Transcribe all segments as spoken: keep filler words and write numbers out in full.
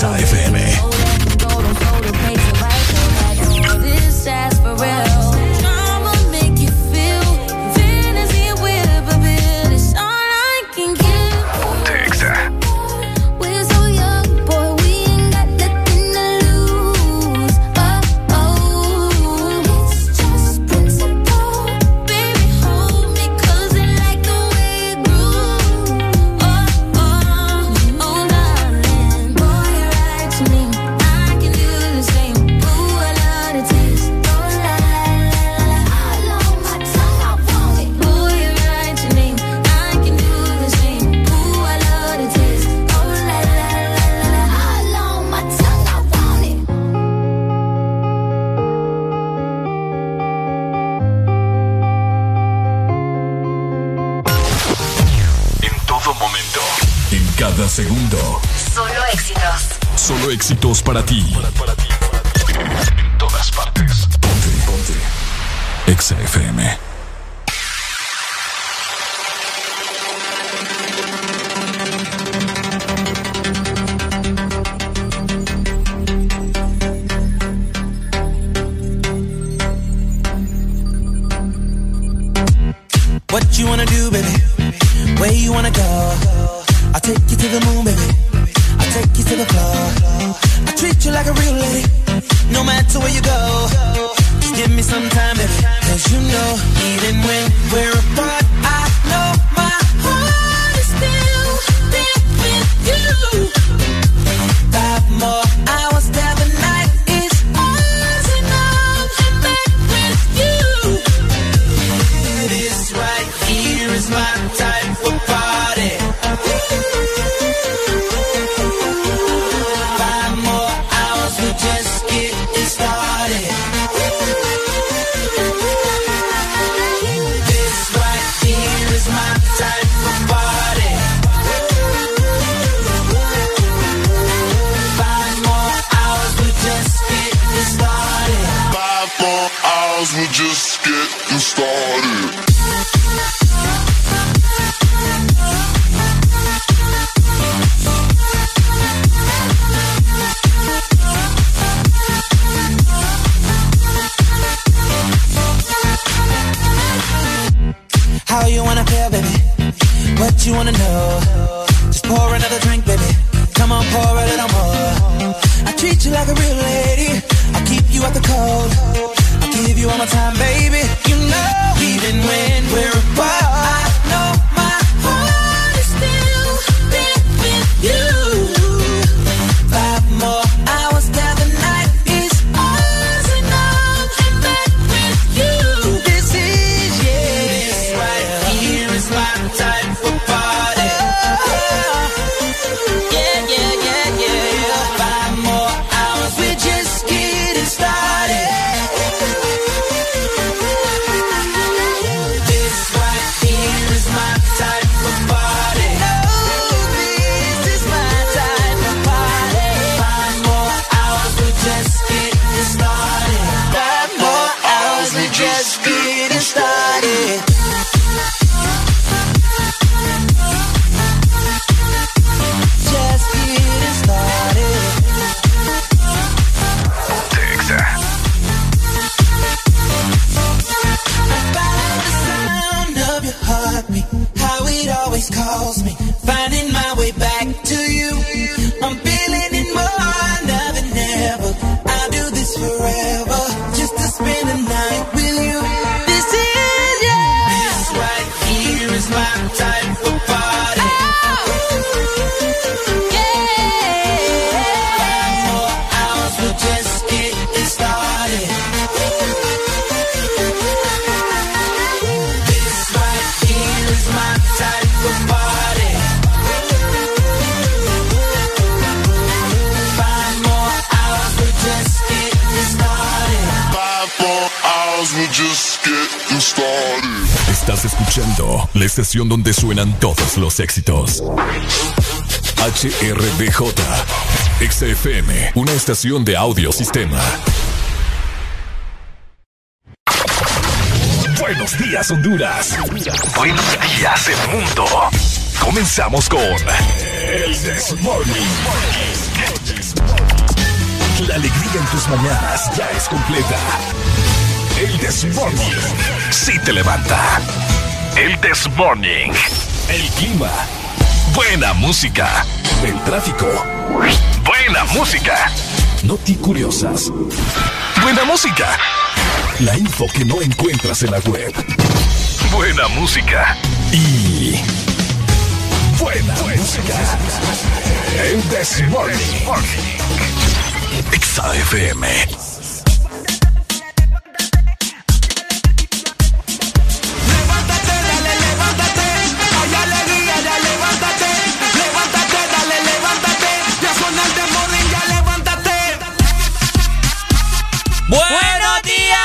Exa F M. Cada segundo. Solo éxitos. Solo éxitos para ti. Para, para ti, para ti. En todas partes. Ponte, ponte. Exa F M. What you wanna do, baby? Where you wanna go? I'll take you to the moon, baby. I'll take you to the floor. I treat you like a real lady, no matter where you go. Just give me some time, baby. Cause you know, even when we're apart, I know my heart is still there with you. Five more hours till the night is ours, and I'm back with you. This right here is my type of party. Five more hours, we're just getting started. This right here is my type of party. Five more hours, we're just getting started. Five more hours, we're just getting started. How you wanna feel, baby? What you wanna know? Just pour another drink, baby. Come on, pour a little more. I treat you like a real lady. I'll keep you out the cold. I'll give you all my time, baby. You know, even when we're apart, I know my heart is still there with you. Five more hours till the night is ours, and I'm back with you. This is, yeah, this right here is my type of party. Yeah, yeah, yeah, yeah. Five more hours, we're just getting started. This right here is my type of party. Oh, this is my type of party. Five more hours, we're just getting started. Five more hours, we're just getting started. Just getting started. Exa. By the sound of your heartbeat, how it always calls me, finding my way back to you. I'm feeling it more now than ever. I'll do this forever, just to spend the night with you. This is, yeah, this right here is my type of party. Yeah. Five more hours, we're just getting started. This right here is my type of party. Five more hours, we're just getting started. Five more hours, we're just getting started. Estás escuchando la estación donde suenan todos los éxitos. H R D J Exa F M, una estación de audio sistema. Buenos días, Honduras. Buenos días, el mundo. Comenzamos con El Desmorning. La alegría en tus mañanas ya es completa. El Desmorning sí te levanta. El Desmorning. El clima. Buena música. El tráfico. Buena música. Noticuriosas. Buena música. La info que no encuentras en la web. Buena música. Y buena música. El Desmorning. X A F M. Levántate, dale, levántate. Hay alegría, ya levántate. Levántate, dale, levántate. Ya suena el Desmorning, ya levántate. ¡Buenos días!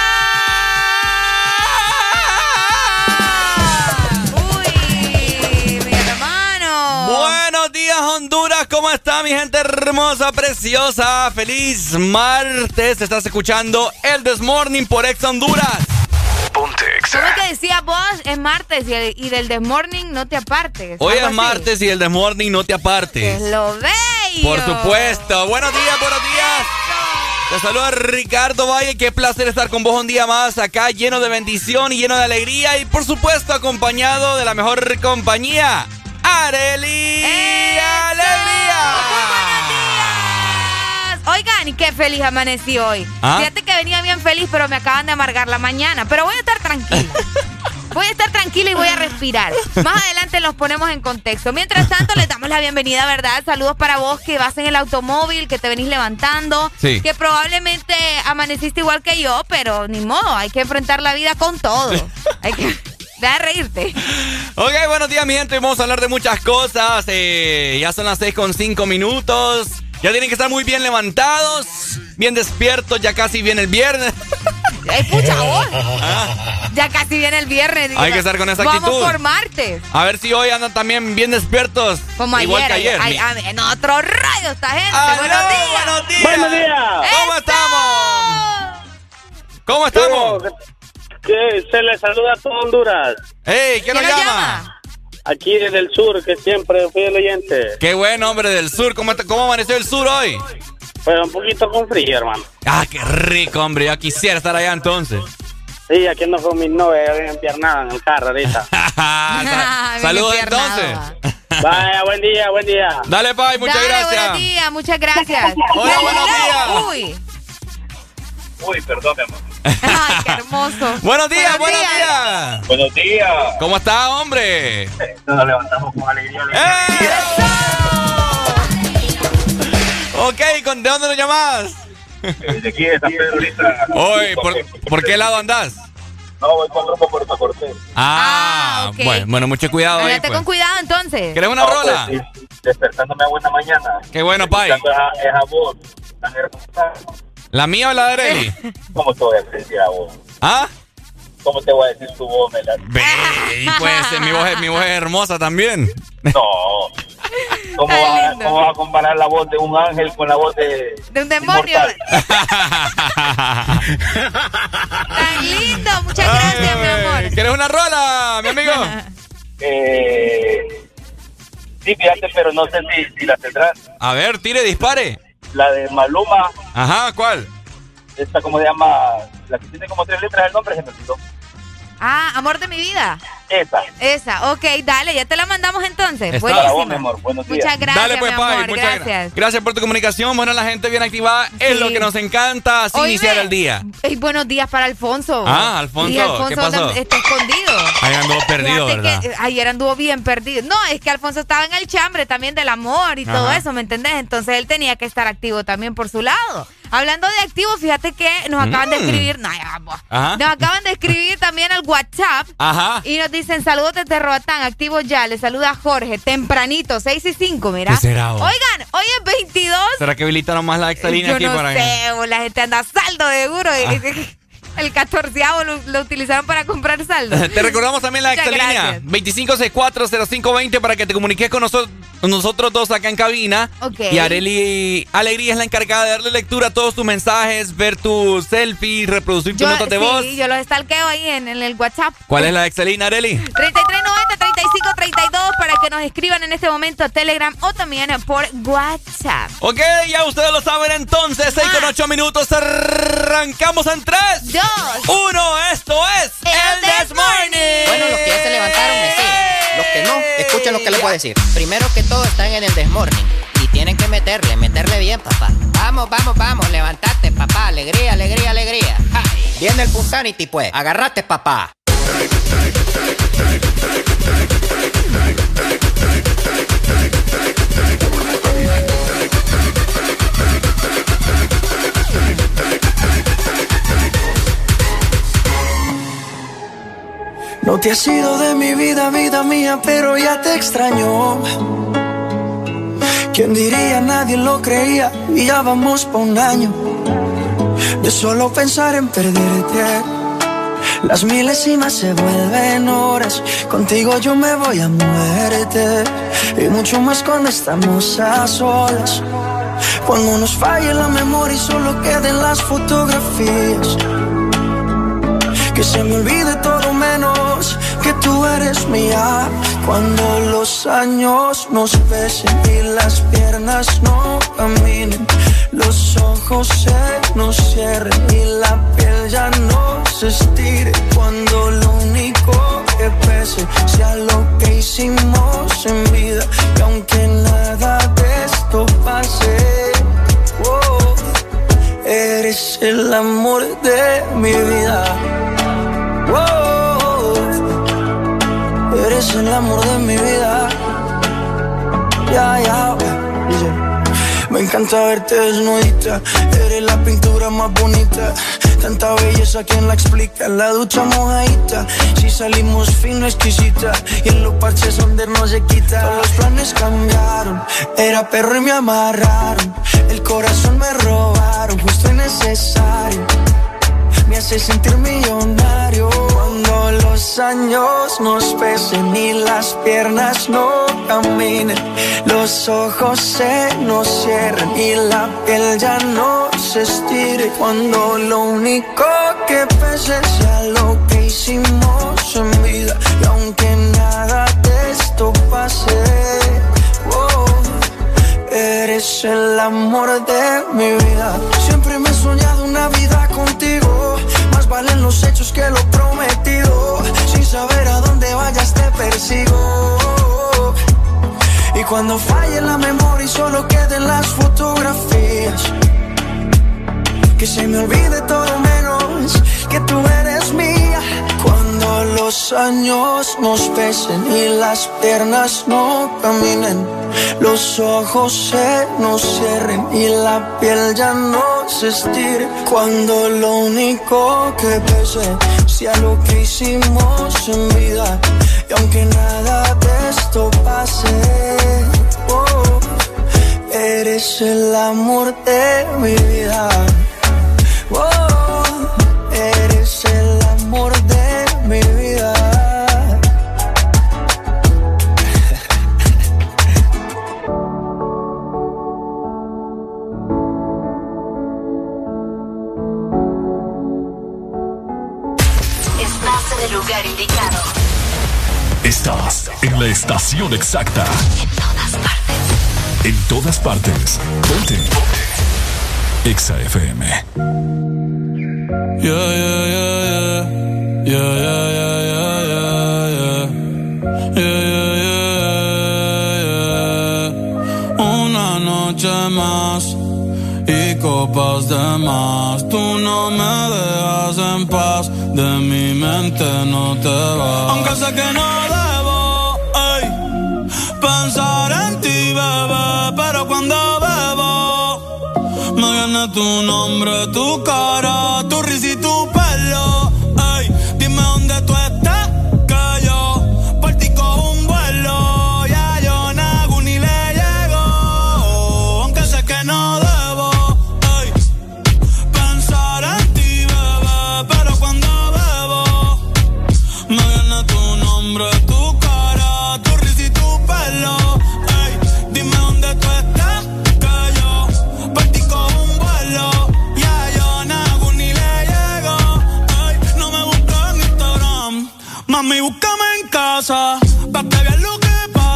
Honduras, ¿cómo está mi gente hermosa, preciosa? Feliz martes, estás escuchando El Desmorning por Ex Honduras. Ponte Exa. ¿Cómo que decías vos? Es martes y, el, y del Desmorning no te apartes. Hoy es así. martes y el Desmorning no te apartes. Es lo bello. Por supuesto. Buenos días, buenos días. Te saluda Ricardo Valle, qué placer estar con vos un día más acá, lleno de bendición y lleno de alegría y por supuesto acompañado de la mejor compañía. Arely Alegría. Oigan, y qué feliz amanecí hoy. ¿Ah? Fíjate que venía bien feliz, pero me acaban de amargar la mañana. Pero voy a estar tranquila. Voy a estar tranquila y voy a respirar. Más adelante los ponemos en contexto. Mientras tanto, les damos la bienvenida, ¿verdad? Saludos para vos que vas en el automóvil, que te venís levantando. Sí. Que probablemente amaneciste igual que yo, pero ni modo, hay que enfrentar la vida con todo. Hay que... Deja de reírte. Ok, buenos días, mi gente. Vamos a hablar de muchas cosas. Eh, ya son las seis con cinco minutos. Ya tienen que estar muy bien levantados, bien despiertos. Ya casi viene el viernes. ¡Ay, pucha vos! Ya casi viene el viernes. Hay que estar con esa Vamos actitud. por martes. A ver si hoy andan también bien despiertos. Como igual ayer. que ayer. Ay, ay, en otro rayo esta gente. ¡Aló, ¡Buenos días! buenos días! ¡Buenos días! ¿Cómo ¡Eso! estamos? ¿Cómo estamos? Que se le saluda a todo Honduras. ¡Ey! ¿Quién nos ¿Quién llama? nos llama? Aquí desde el sur, que siempre fui el oyente. Qué bueno, hombre, del sur. ¿Cómo, está- cómo amaneció el sur hoy? Pero un poquito con frío, hermano. Ah, qué rico, hombre. Yo quisiera estar allá entonces. Sí, aquí ando con mis novias bien empiernada en el carro ahorita. Sa- Saludos Bien entonces. empiernado. Vaya, buen día, buen día. Dale, Pai, muchas Dale, gracias. buenos días, muchas gracias. Hola, buenos días. Uy. Uy, perdón, mi amor. Ay, qué hermoso. Buenos días, buenos días. Buenos días. ¿Cómo está, hombre? Nos levantamos con alegría. ¡Eh! Ok, ¿con- ¿de dónde nos llamás? Desde aquí de San Pedro ahorita. Hoy, ¿por, ¿por qué lado andás? No, voy con rumbo a Puerto Cortés. Ah, Ah, ok. bueno, bueno, mucho cuidado ahí, Andate pues. con cuidado entonces. ¿Querés una No, rola? pues, sí, despertándome a buena mañana. Qué bueno, Pai. Escuchando esa, esa voz tan hermosa. ¿La mía o la de Arely? ¿Cómo te voy a decir a vos? ¿Ah? ¿Cómo te voy a decir tu voz, Melanie? Ve, y pues mi voz, es- mi voz es hermosa también. No. ¿Cómo Tan vas, lindo. ¿Cómo vas a comparar la voz de un ángel con la voz de... De un demonio. inmortal? Tan lindo. Muchas gracias, mi amor. ¿Quieres una rola, mi amigo? Eh, sí, fíjate, pero no sé si, si la tendrás. A ver, tire, dispare. La de Maluma, Ajá, ¿cuál? esta, ¿cómo se llama? La que tiene como tres letras el nombre, se me olvidó. Ah, amor de mi vida. Esa. Esa, ok, dale, ya te la mandamos entonces. Está. Para vos, Buenísima. mi amor. Buenos días. Muchas gracias, Dale, pues, mi Pai, amor, muchas gra- gracias. gracias por tu comunicación. Bueno, la gente bien activada es Sí. lo que nos encanta, así Oíme, iniciar el día. ey, buenos días para Alfonso. Ah, Alfonso, Y Alfonso ¿qué pasó? anda- está escondido. Ahí anduvo perdido, Fíjate ¿verdad? que, eh, ayer anduvo bien perdido. No, es que Alfonso estaba en el chambre también del amor y todo Ajá. eso, ¿me entendés? Entonces él tenía que estar activo también por su lado. Hablando de activo, fíjate que nos acaban de Mm. escribir, no, ya, buah. Ajá. Nos acaban de escribir también al WhatsApp. Ajá. Y nos dicen, saludos desde Roatán, activo ya. Le saluda Jorge, tempranito, seis y cinco, mira. ¿Qué será, vos? Oigan, hoy es veintidós. ¿Será que habilitaron más la extra línea Yo aquí no para sé, que... vos, la gente anda a saldo de seguro. Y- El catorceavo lo, lo utilizaron para comprar saldo. Te recordamos también la Muchas extra línea gracias. veinticinco sesenta y cuatro cero cinco veinte para que te comuniques con nosotros, nosotros dos acá en cabina. Ok. Y Arely Alegría es la encargada de darle lectura a todos tus mensajes, ver tus selfies, reproducir tus Yo, notas de sí, voz. yo los stalkeo ahí en, en el WhatsApp. ¿Cuál es la extra línea, Arely? treinta y tres noventa, treinta y cinco treinta y dos. para que nos escriban en este momento a Telegram o también por WhatsApp. Ok, ya ustedes lo saben entonces. seis con ocho minutos. Arrancamos en tres, dos, uno. Esto es El Desmorning. Bueno, los que ya se levantaron me siguen. Los que no, escuchen lo que les voy a decir. Primero que todo, están en el Desmorning y tienen que meterle, meterle bien, papá. Vamos, vamos, vamos, levantate, papá. Alegría, alegría, alegría. Ay, viene el Punsanity, pues. Agarrate, papá. No te has ido de mi vida, vida mía, pero ya te extraño. ¿Quién diría? Nadie lo creía y ya vamos pa' un año de solo pensar en perderte. Las milésimas se vuelven horas, contigo yo me voy a muerte. Y mucho más cuando estamos a solas, cuando nos falle la memoria y solo queden las fotografías. Que se me olvide todo menos que tú eres mía. Cuando los años nos pesen y las piernas no caminen, los ojos se nos cierren y la piel ya no se estire. Cuando lo único que pese sea lo que hicimos en vida, y aunque nada de esto pase, oh, eres el amor de mi vida. Oh, eres el amor de mi vida. Ya, ya, dice. Me encanta verte desnudita, eres la pintura más bonita. Tanta belleza, ¿quién la explica? La ducha mojadita, si salimos fino, exquisita. Y en los parches donde no se quita. Todos los planes cambiaron, era perro y me amarraron. El corazón me robaron, justo y necesario. Me hace sentir millonario. Cuando los años nos pesen y las piernas no caminen, los ojos se nos cierren y la piel ya no se estire. Cuando lo único que pese sea lo que hicimos en vida, y aunque nada de esto pase, oh, eres el amor de mi vida. Siempre me he soñado una vida contigo, más valen los hechos que lo prometido. Sin saber a dónde vayas te persigo. Y cuando falle la memoria y solo queden las fotografías, que se me olvide todo menos que tú eres mía. Cuando los años nos pesen y las piernas no caminen, los ojos se nos cierren y la piel ya no se estire. Cuando lo único que pese sea lo que hicimos en vida, y aunque nada de esto pase, oh, eres el amor de mi vida. Oh, eres el amor de mi vida. Estás en el lugar indicado. Estás en la estación exacta. En todas partes. En todas partes. Ponte. Exa F M. Yeah, yeah, yeah, yeah. Yeah, yeah, yeah, yeah, yeah, yeah. Yeah, yeah, yeah, yeah. Una noche más y copas de más. Tú no me dejas en paz, de mi mente no te vas. Aunque sé que no debo, ey, pensar en ti, bebé, pero cuando bebo me viene tu nombre, tu cara, tu risa y tu pelo. Ey, dime dónde tú estás, que yo por ti cojo un vuelo. Ya yo nago ni le llego, aunque sé que no debo, ey, pensar en ti, bebé, pero cuando bebo me viene tu nombre, tu cara, tu risa y tu pelo. Ey, dime dónde tú estás, que yo por ti cojo un vuelo. Ya yo nago ni le llego. Ey, no me busques en Instagram, mami, búscame en casa, pa' que veas lo que pasa.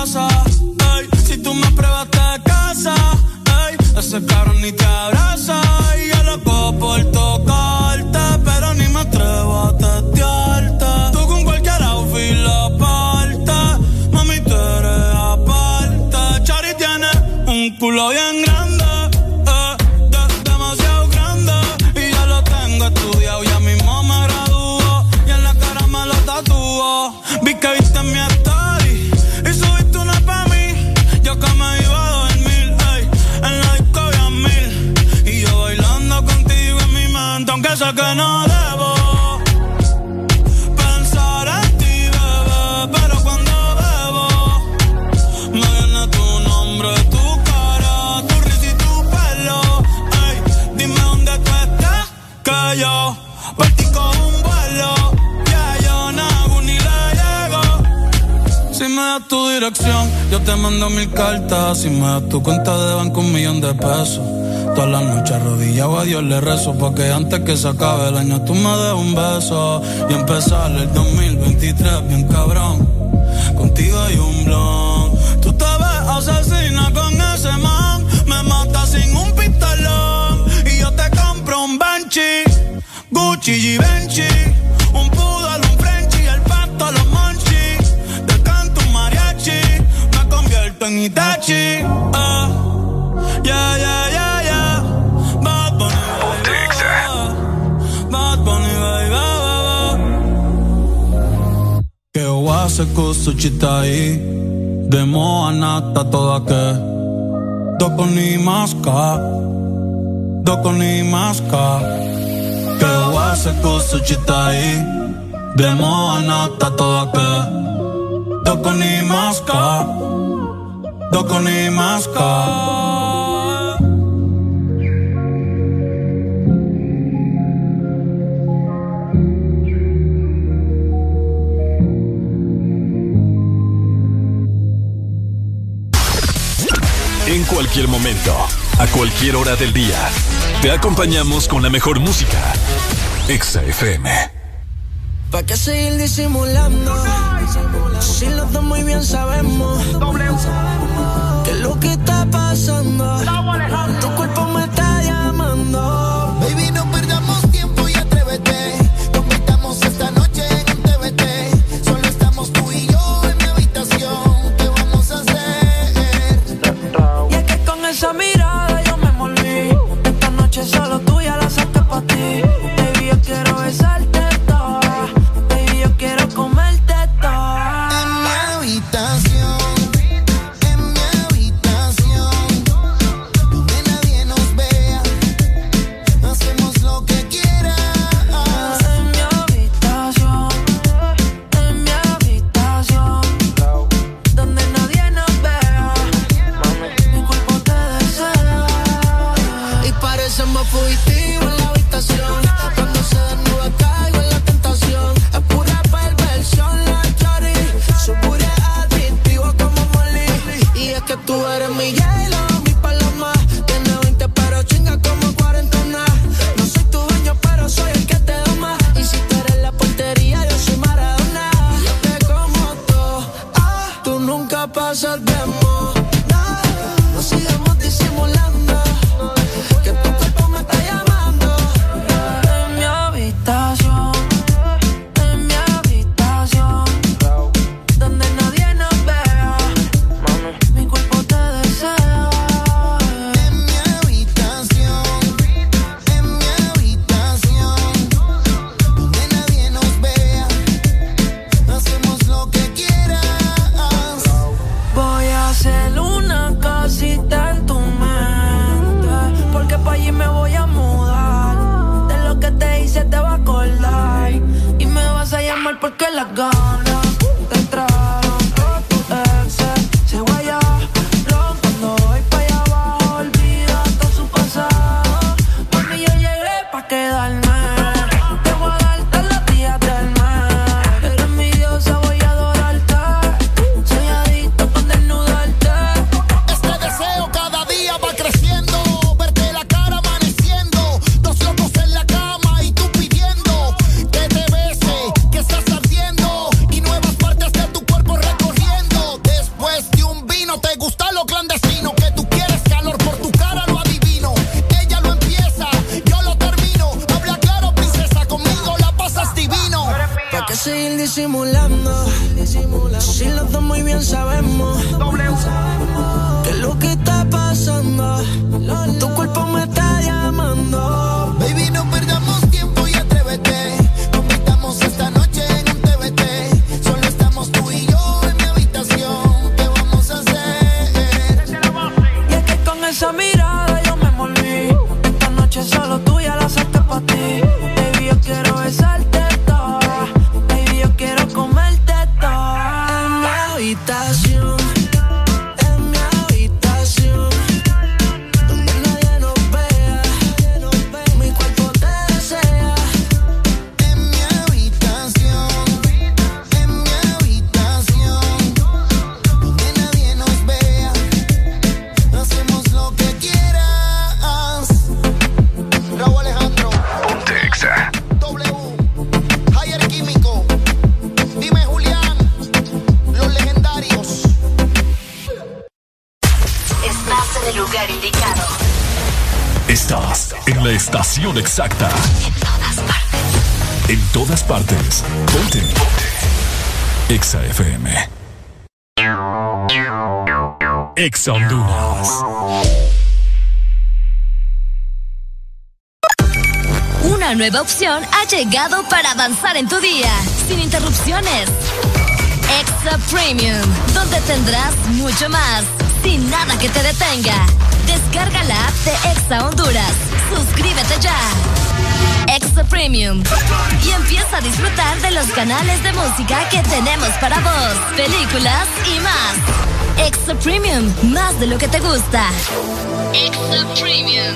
tú me pruebas de casa, ey, ese cabrón ni te abraza. Y yo loco por tocarte, pero ni me atrevo a testearte. Tú con cualquier outfit la parte, mami, tú eres aparte. Chari tiene un culo bien grande, eh, de, demasiado grande. Y ya lo tengo estudiado, ya mismo me graduó. Y en la cara me lo tatuó. Vi que viste mi story y subiste una pa' mí. Yo que me iba a dormir, ey, en la disco había mil. Y yo bailando contigo en mi mente, aunque sé que no debo pensar en ti, bebé. Pero cuando bebo, me viene tu nombre, tu cara, tu risa y tu pelo. Ey, dime dónde tú estás, que yo partí con un vuelo. Yeah, yo no hago ni le llego. Si me das tu dirección, yo te mando mil cartas. Si me das tu cuenta de banco, un millón de pesos. Todas las noches arrodillado a Dios le rezo, porque antes que se acabe el año tú me des un beso. Y empezar el dos mil veintitrés bien cabrón, contigo hay un blon. Tú te ves asesina con ese man, me matas sin un pistolón. Y yo te compro un Banshee, Gucci y Givenchy, un poodle, un Frenchie, el pato, los monchis. Te canto un mariachi, me convierto en Itachi. Uh, yeah, yeah, yeah, yeah. Bad Bunny, baby. Bad Bunny, baby. Che ho a se questo città demo anata toda che doko ni maska, doko ni maska. Che ho a se questo città demo anata toda che doko ni maska, doko ni maska. En cualquier momento, a cualquier hora del día, te acompañamos con la mejor música. Exa F M. ¿Pa' qué seguir disimulando? Si los dos muy bien sabemos que es lo que está pasando. Tu cuerpo me está llamando. Baby, no perdamos tiempo y atrévete. Convirtamos esta noche en un T V T. Solo estamos tú y yo en mi habitación. ¿Qué vamos a hacer? Y es que con esa mirada yo me envolví. Esta noche solo tuya la saqué pa' ti. Baby, yo quiero besarte toda. Baby, yo quiero comerte toda. En mi habitación. Fugitivo en la habitación, cuando se desnuda caigo en la tentación. Es pura perversión la chari, su pura adictivo como Molly. Y es que tú eres mi hielo, mi paloma. Tiene veinte pero chinga como cuarentona. No soy tu dueño pero soy el que te ama. Y si tú eres la portería yo soy Maradona. Yo te como todo, ah, tú nunca pasas de moda. No sigamos disimulando que tu cuerpo me está llamando. En mi habitación, en mi habitación, donde nadie nos vea, mi cuerpo te desea. En mi habitación, en mi habitación, donde nadie nos vea, hacemos lo que quieras. Voy a hacer una casita en tu mente, porque pa' allí me voy a mudar. De lo que te hice te va a acordar. Y me vas a llamar porque las ganas te entraron. Tu ex se guayaron. Cuando voy pa' allá abajo olvida todo su pasado. Mami, yo llegué pa' quedarme. Te voy a darte los días del mes. Eres mi diosa, voy a adorarte. Soy adicto con desnudarte. Este deseo cada día va creciendo. Verte la cara amaneciendo. Dos locos en la cama y tú pidiendo que te bese, que estás ardiendo. Y no mil disimulando. Si los dos muy bien sabemos que lo que está pasando, tu cuerpo me está llamando. Baby, no perdamos tiempo y atrévete. Convirtamos esta noche en un T V T. Solo estamos tú y yo en mi habitación. ¿Qué vamos a hacer? Y es que con esa mirada yo me envolví. Esta noche solo tuya la saqué pa' ti. Baby, yo quiero besarte toda. Baby, yo quiero comerte toda. En mi habitación, en mi habitación, donde nadie nos vea, mi cuerpo te desea. En mi habitación, en mi habitación, donde nadie nos vea. Hacemos lo que quieras. Raúl Alejandro. Ponte Exa. W. Javier Químico. Dime Julián. Los legendarios. Estás en el lugar indicado. Estás en la estación exacta. En todas partes. En todas partes. Ponte. Ponte. Exa F M. Exa Honduras. Una nueva opción ha llegado para avanzar en tu día, sin interrupciones. Exa Premium, donde tendrás mucho más, sin nada que te detenga. Descarga la app de Exa Honduras. Suscríbete ya. Exa Premium. Y empieza a disfrutar de los canales de música que tenemos para vos, películas y más. Exa Premium, más de lo que te gusta. Exa Premium.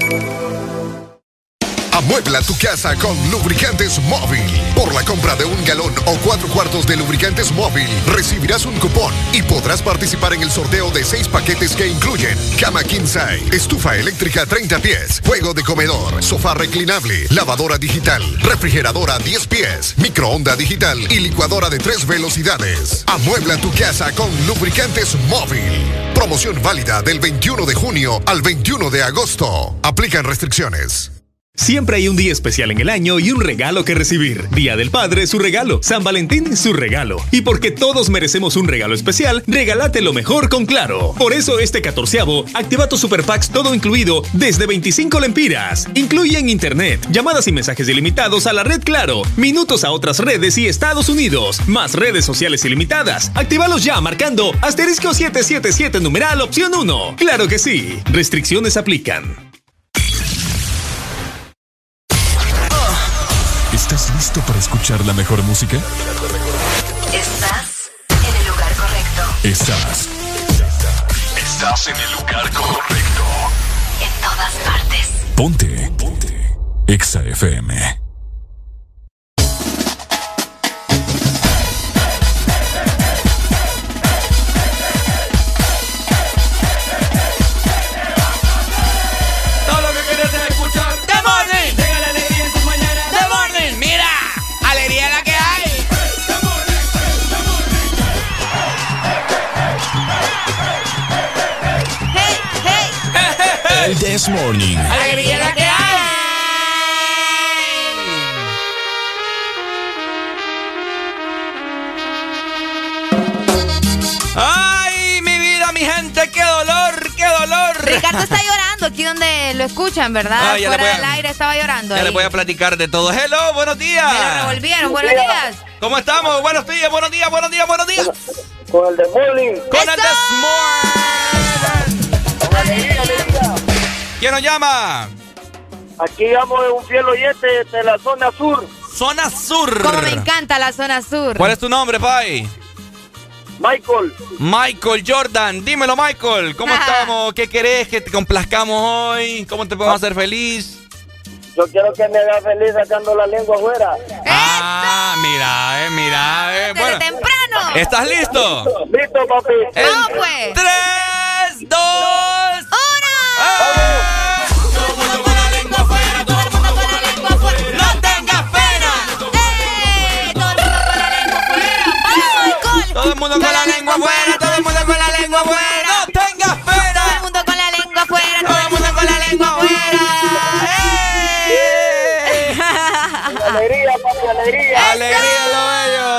Amuebla tu casa con Lubricantes Móvil. Por la compra de un galón o cuatro cuartos de Lubricantes Móvil, recibirás un cupón y podrás participar en el sorteo de seis paquetes que incluyen cama king size, estufa eléctrica treinta pies, juego de comedor, sofá reclinable, lavadora digital, refrigeradora diez pies, microonda digital y licuadora de tres velocidades. Amuebla tu casa con Lubricantes Móvil. Promoción válida del veintiuno de junio al veintiuno de agosto. Aplican restricciones. Siempre hay un día especial en el año y un regalo que recibir. Día del Padre, su regalo. San Valentín, su regalo. Y porque todos merecemos un regalo especial, regálate lo mejor con Claro. Por eso este catorceavo, activa tu Super Packs todo incluido desde veinticinco lempiras. Incluyen internet, llamadas y mensajes ilimitados a la red Claro, minutos a otras redes y Estados Unidos, más redes sociales ilimitadas. Actívalos ya marcando asterisco siete siete siete numeral opción uno. Claro que sí. Restricciones aplican. ¿Estás listo para escuchar la mejor música? Estás en el lugar correcto. Estás. Estás en el lugar correcto. En todas partes. Ponte. Ponte. Exa F M. El This Morning. ¡Alegría la que hay! ¡Ay, mi vida, mi gente! ¡Qué dolor, qué dolor! Ricardo está llorando aquí donde lo escuchan, ¿verdad? Ah, ya Fuera le voy a- del aire estaba llorando. Ya ahí. les voy a platicar de todo. ¡Hello! ¡Buenos días! Me lo revolvieron. Buenos días. ¿Cómo estamos? Buenos días, buenos días, buenos días, buenos días. Con el de Morning. Con el This Morning. ¿Quién nos llama? Aquí llamo de un fiel oyente de la zona sur. Zona sur. Como me encanta la zona sur. ¿Cuál es tu nombre, Pai? Michael. Michael Jordan. Dímelo, Michael. ¿Cómo estamos? ¿Qué querés que te complazcamos hoy? ¿Cómo te podemos hacer feliz? Yo quiero que me haga feliz sacando la lengua afuera. Ah, mira, eh, mira. Eh. Desde Bueno, temprano. ¿estás listo? Listo, papi. No, pues. Tres, dos, uno. Todo el mundo con la lengua afuera, todo el mundo con la lengua afuera. ¡No tengas pena! ¡Eh! Todo el mundo con la lengua afuera. ¡Vamos, alcohol! Todo el mundo con la lengua afuera, todo el mundo con la lengua afuera. ¡No tengas pena! Todo el mundo con la lengua afuera. Todo el mundo con la lengua afuera. ¡Eh! Alegría, papi, alegría. ¡Alegría, lo bello!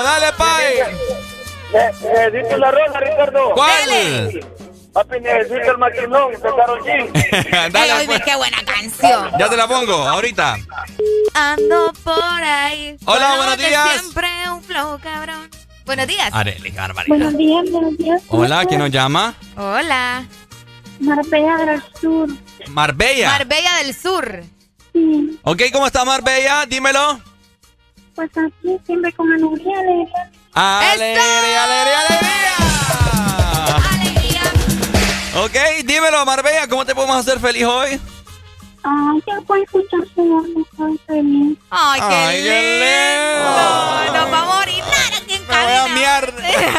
Ne- Necesito la rola, Ricardo. ¿Cuál? Papi, necesito el maquinón de Karol G. Dale, Ey, oye, pues. qué buena canción. Ya te la pongo, ahorita. Ando por ahí. Hola, con buenos lo que días. Siempre un flow, cabrón. Buenos días. Arely, barbaridad. Buenos días, buenos días. Hola, ¿quién nos llama? Hola. Marbella del Sur. Marbella. Marbella del Sur. Sí, Ok, ¿cómo está Marbella? Dímelo. pues aquí siempre con alegría, alegría. ¡Alegría, alegría, alegría! ¡Alegría! Ok, dímelo, Marbella, ¿cómo te podemos hacer feliz hoy? Ay, ya puedo escuchar su voz, no estoy feliz. ¡Ay, qué Ay, qué lindo! lindo. Nos vamos a orinar aquí en Me voy a cabina. miar.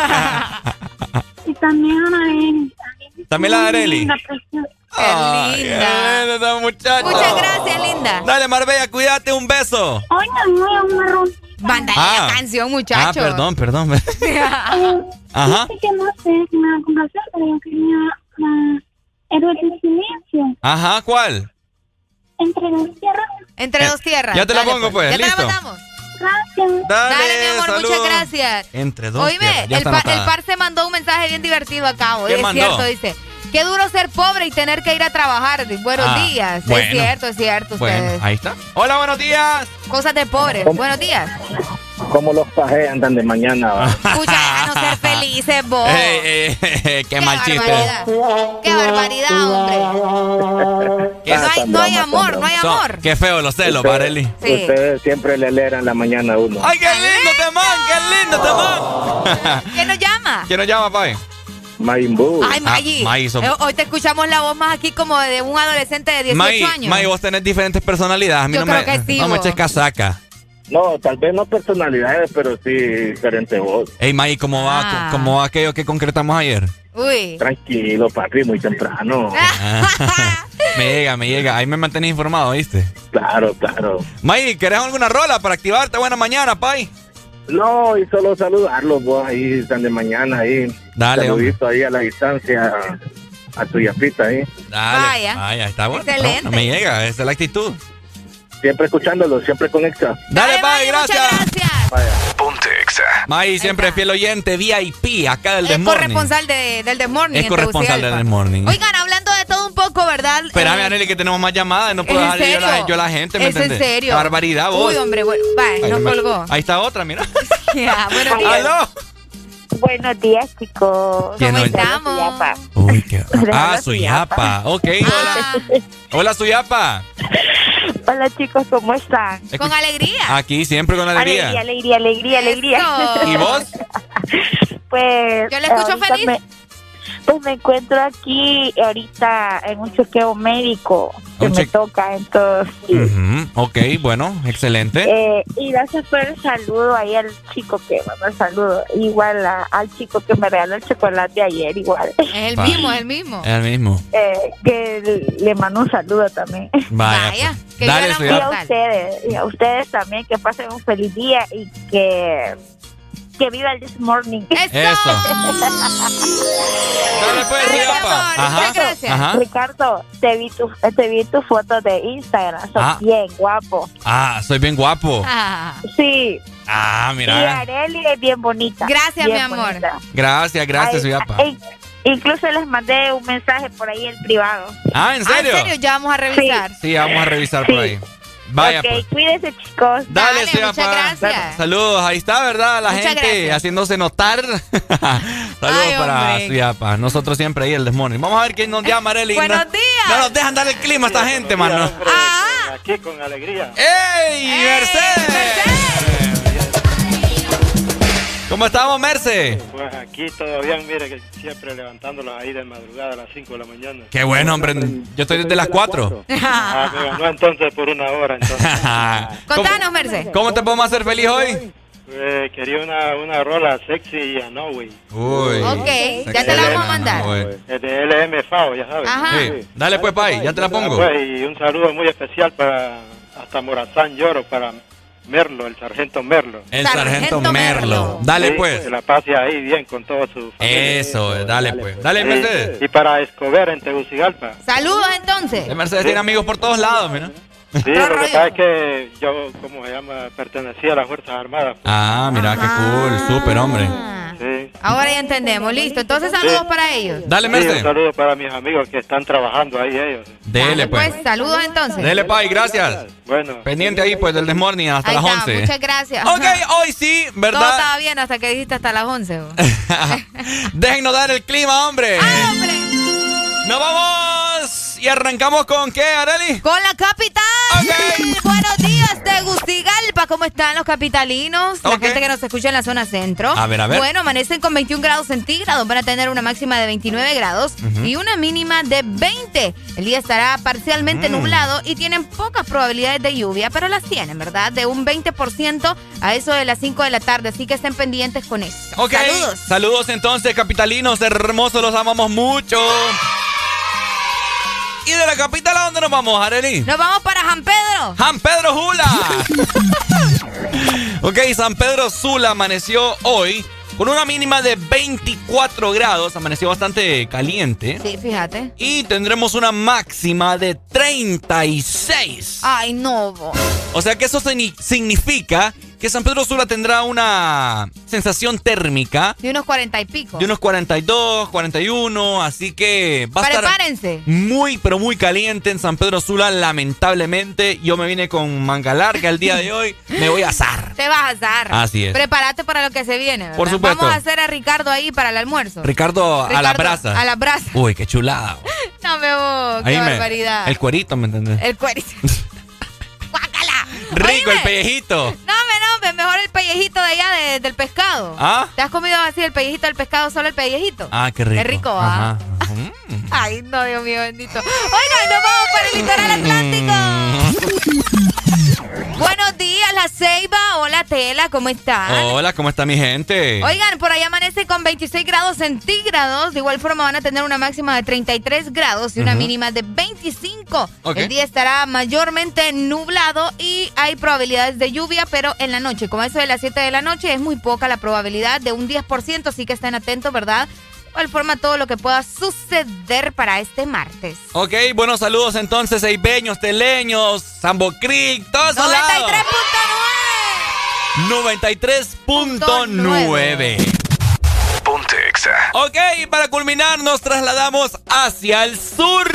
Y también a Arely. ¿También la de Arely? Linda, preciosa. Qué Ay, linda. qué linda esta muchacha. Muchas gracias, linda. Dale, Marbella, cuídate, un beso. Oye, voy a una ronda. Mándale Ah. la canción, muchacho. Ah, perdón, perdón. Eh, Ajá. Dice que no sé si me va a complacer, pero yo quería la Héroes del Silencio. Ajá, ¿cuál? Entre las tierras. Entre dos tierras. Ya te la Dale, pongo, pues, Ya listo. te la mandamos. Gracias. Dale, Dale, mi amor, saludos. muchas gracias. Entre dos Oíme, tierras, ya el, está pa- anotada. el par se mandó un mensaje bien divertido acá. ¿Qué Es mandó? cierto, dice. Qué duro ser pobre y tener que ir a trabajar. Buenos Ah, días. bueno. Es cierto, es cierto. Bueno, Ustedes. ahí está. Hola, buenos días. Cosas de pobres. Buenos días. Como los pajes andan de mañana, va. Escucha, a no ser felices vos. Ey, ey, ey, qué mal chiste. barbaridad. Qué barbaridad, hombre. ¿Qué No hay, no hay amor, no hay Son- amor. Qué feo los celos, Usted- Barely. Sí. Ustedes siempre le alegran la mañana a uno. ¡Ay, qué lindo temón! ¡Qué lindo temón! ¿Quién nos llama? ¿Quién nos llama, pai? Mayimbu. Ay, Maggi. Ah, Maggi, son- Eh, Hoy te escuchamos la voz más aquí como de un adolescente de dieciocho May, años. May, vos tenés diferentes personalidades. A mí Yo no creo me, que sí, no me vos. eches casaca. No, tal vez no personalidades, pero sí diferente voz. Ey, May, ¿cómo va, Ah. ¿cómo va aquello que concretamos ayer? Uy. Tranquilo, papi, muy temprano. Ah, me llega, me llega. Ahí me mantenés informado, ¿viste? Claro, claro. May, ¿querés alguna rola para activarte? Buena mañana, pai. No, y solo saludarlos, vos ahí están de mañana ahí. Dale, Saludito ahí a la distancia a tu yapita ahí. Dale. Vaya. Vaya, está bueno. Excelente. No, me llega, esa es la actitud. Siempre escuchándolos, siempre conecta. Dale, Dale, pai, Maggi, gracias. Muchas gracias. Ponte Exa. May, siempre está. fiel oyente, V I P, acá del Es The Morning. corresponsal de, del The Morning. Es en corresponsal Tegucigalpa. del The Morning. Oigan, hablando de todo un poco, ¿verdad? Espérame, Eh, Aneli, que tenemos más llamadas. No puedo ¿es en dejar yo la, serio? yo la gente, ¿me ¿Es en entiendes? serio? Qué barbaridad, vos. Uy, hombre, bueno, Ay, va, no nos me- colgó. Ahí está otra, mira. Ya, buenos días. ¡Aló! Buenos días, chicos. ¿Quién ¿Cómo nos- estamos? Yapa. Uy, qué... Ah, Hola, Suyapa. Ok. Ah, Hola, Suyapa. Hola, chicos, ¿cómo están? con alegría. Aquí, siempre con Alegría, alegría. alegría, alegría, alegría. Eso. ¿Y vos? Pues. Yo le escucho ahorita feliz. me- pues me encuentro aquí ahorita en un chequeo médico que Un me cheque- toca, entonces. sí. Ujú, ok, bueno, excelente. Eh, y gracias por el saludo ahí al chico que mandó el saludo. Igual a- al chico que me regaló el chocolate ayer, igual. Es el Vale. mismo, es el mismo. Es el mismo. Eh, que le- le mando un saludo también. Vaya. Vaya, pues. que Dale, viva la Y a Suyapa. Tal. ustedes, y a ustedes también, que pasen un feliz día y que, que viva el This Morning. Eso. Eso. Dale, pues, Ay, mi Suyapa. amor, muchas gracias. Ajá. Ricardo, te vi tu, te vi tu foto de Instagram, sos Ah. bien guapo. Ah, soy bien guapo. Ah, Sí, Ah, y mira. Arely es bien bonita. Gracias, bien mi amor. bonita. Gracias, gracias, Ay, Suyapa. ey, incluso les mandé un mensaje por ahí en privado. Ah, ¿en ah, serio? ¿en serio? Ya vamos a revisar. Sí, vamos a revisar Sí. por ahí. Vaya, ok, pues. cuídense, chicos. Dale, Dale, Suyapa. muchas gracias. Saludos, ahí está, ¿verdad? La Muchas gente gracias. haciéndose notar. Saludos Ay, para hombre. Suyapa. Nosotros siempre ahí el Desmorning. Vamos a ver quién nos llama, Arely. Buenos no, días. No nos dejan dar el clima a esta gente, mano. Ah, Aquí con alegría. ¡Ey, ¡Ey, Mercedes! Mercedes! ¿Cómo estamos, Merce? Pues aquí todavía, mire, que siempre levantándolos ahí de madrugada a las cinco de la mañana. Qué bueno, hombre. Yo estoy desde las cuatro. Ah, me ganó entonces por una hora, entonces. ¿Cómo, Contanos, Merce. ¿Cómo te podemos hacer feliz hoy? Eh, quería una, una rola sexy y a No Way. Uy. Ok, ya te la vamos a mandar. Uy. El de L M F A O, ya sabes. Ajá. Sí. Dale pues, Pai, ya te la pongo. Pues, y un saludo muy especial para hasta Morazán Lloro, para Merlo, el sargento Merlo. El sargento Sargento Merlo. Merlo. Dale Sí, pues. que la pase ahí bien con todo su familia. Eso, dale pues. Dale, Sí, Mercedes. y para Escobar en Tegucigalpa. Saludos, entonces. El Mercedes tiene amigos por todos lados, mira. Sí, lo que pasa es que yo, como se llama, pertenecía a las Fuerzas Armadas. Ah, mira, qué cool. Súper, hombre. Ah. Sí. Ahora ya entendemos, listo. Entonces saludos Sí. para ellos. Dale, Sí, Merce. un saludo para mis amigos que están trabajando ahí ellos. Dele, pues. Pues saludos entonces. Dele, Pai, gracias. Bueno. Pendiente ahí, pues, del Desmorning hasta Ahí las está, once. muchas gracias. Ok, hoy sí, Todo ¿verdad? estaba bien hasta que dijiste hasta las once. ¿o? Déjennos dar el clima, hombre. ¡Ah, hombre! ¡Nos vamos! ¿Y arrancamos con qué, Arely? Con la capital. Ok. Buenos días, Tegucigalpa. ¿Cómo están los capitalinos? La Ok. gente que nos escucha en la zona centro. A ver, a ver. Bueno, amanecen con veintiún grados centígrados. Van a tener una máxima de veintinueve grados Ujú. y una mínima de veinte. El día estará parcialmente Mm. nublado y tienen pocas probabilidades de lluvia, pero las tienen, ¿verdad? De un veinte por ciento a eso de las cinco de la tarde. Así que estén pendientes con eso. Ok. Saludos. Saludos entonces, capitalinos hermosos, los amamos mucho. ¿Y de la capital a dónde nos vamos, Arely? Nos vamos para San Pedro. San Pedro Sula. Ok, San Pedro Sula amaneció hoy con una mínima de veinticuatro grados. Amaneció bastante caliente. Sí, fíjate. Y tendremos una máxima de treinta y seis. Ay, no. bo. O sea que eso signi- significa que San Pedro Sula tendrá una sensación térmica De unos cuarenta y pico. de unos cuarenta y dos, cuarenta y uno. Así que va a estar Prepárense. muy, pero muy caliente en San Pedro Sula. Lamentablemente, yo me vine con manga larga el día de hoy. Me voy a asar. Te vas a asar. Así es. Prepárate para lo que se viene, ¿verdad? Por supuesto. Vamos a hacer a Ricardo ahí para el almuerzo. Ricardo, a la Ricardo, brasa. A la brasa. Uy, qué chulada. No me voy. Qué Ahí me- barbaridad. el cuerito, ¿me entendés? El cuerito. ¡Guácala! Rico, el Oíme. pellejito. No, me no, me mejor el pellejito de allá de- del pescado. ¿Ah? ¿Te has comido así el pellejito del pescado, solo el pellejito? Ah, qué rico. Es rico, ¿ah? Ajá. Mm. Ay, no, Dios mío, bendito. Oigan, nos vamos para el litoral atlántico. Buenos días, La Ceiba. Hola, Tela, ¿cómo están? Hola, ¿cómo está mi gente? Oigan, por ahí amanece con veintiséis grados centígrados. De igual forma van a tener una máxima de treinta y tres grados y una Ujú. mínima de veinticinco. Ok. El día estará mayormente nublado y hay probabilidades de lluvia, pero en la noche, como eso de las siete de la noche, es muy poca la probabilidad, de un diez por ciento, así que estén atentos, ¿verdad? De igual forma, todo lo que pueda suceder para este martes. Ok, buenos saludos entonces, eibeños, teleños, Sambo Creek, todos esos noventa y lados. tres punto nueve. noventa y tres punto nueve. Ponte Exa. Ok, para culminar nos trasladamos hacia el sur.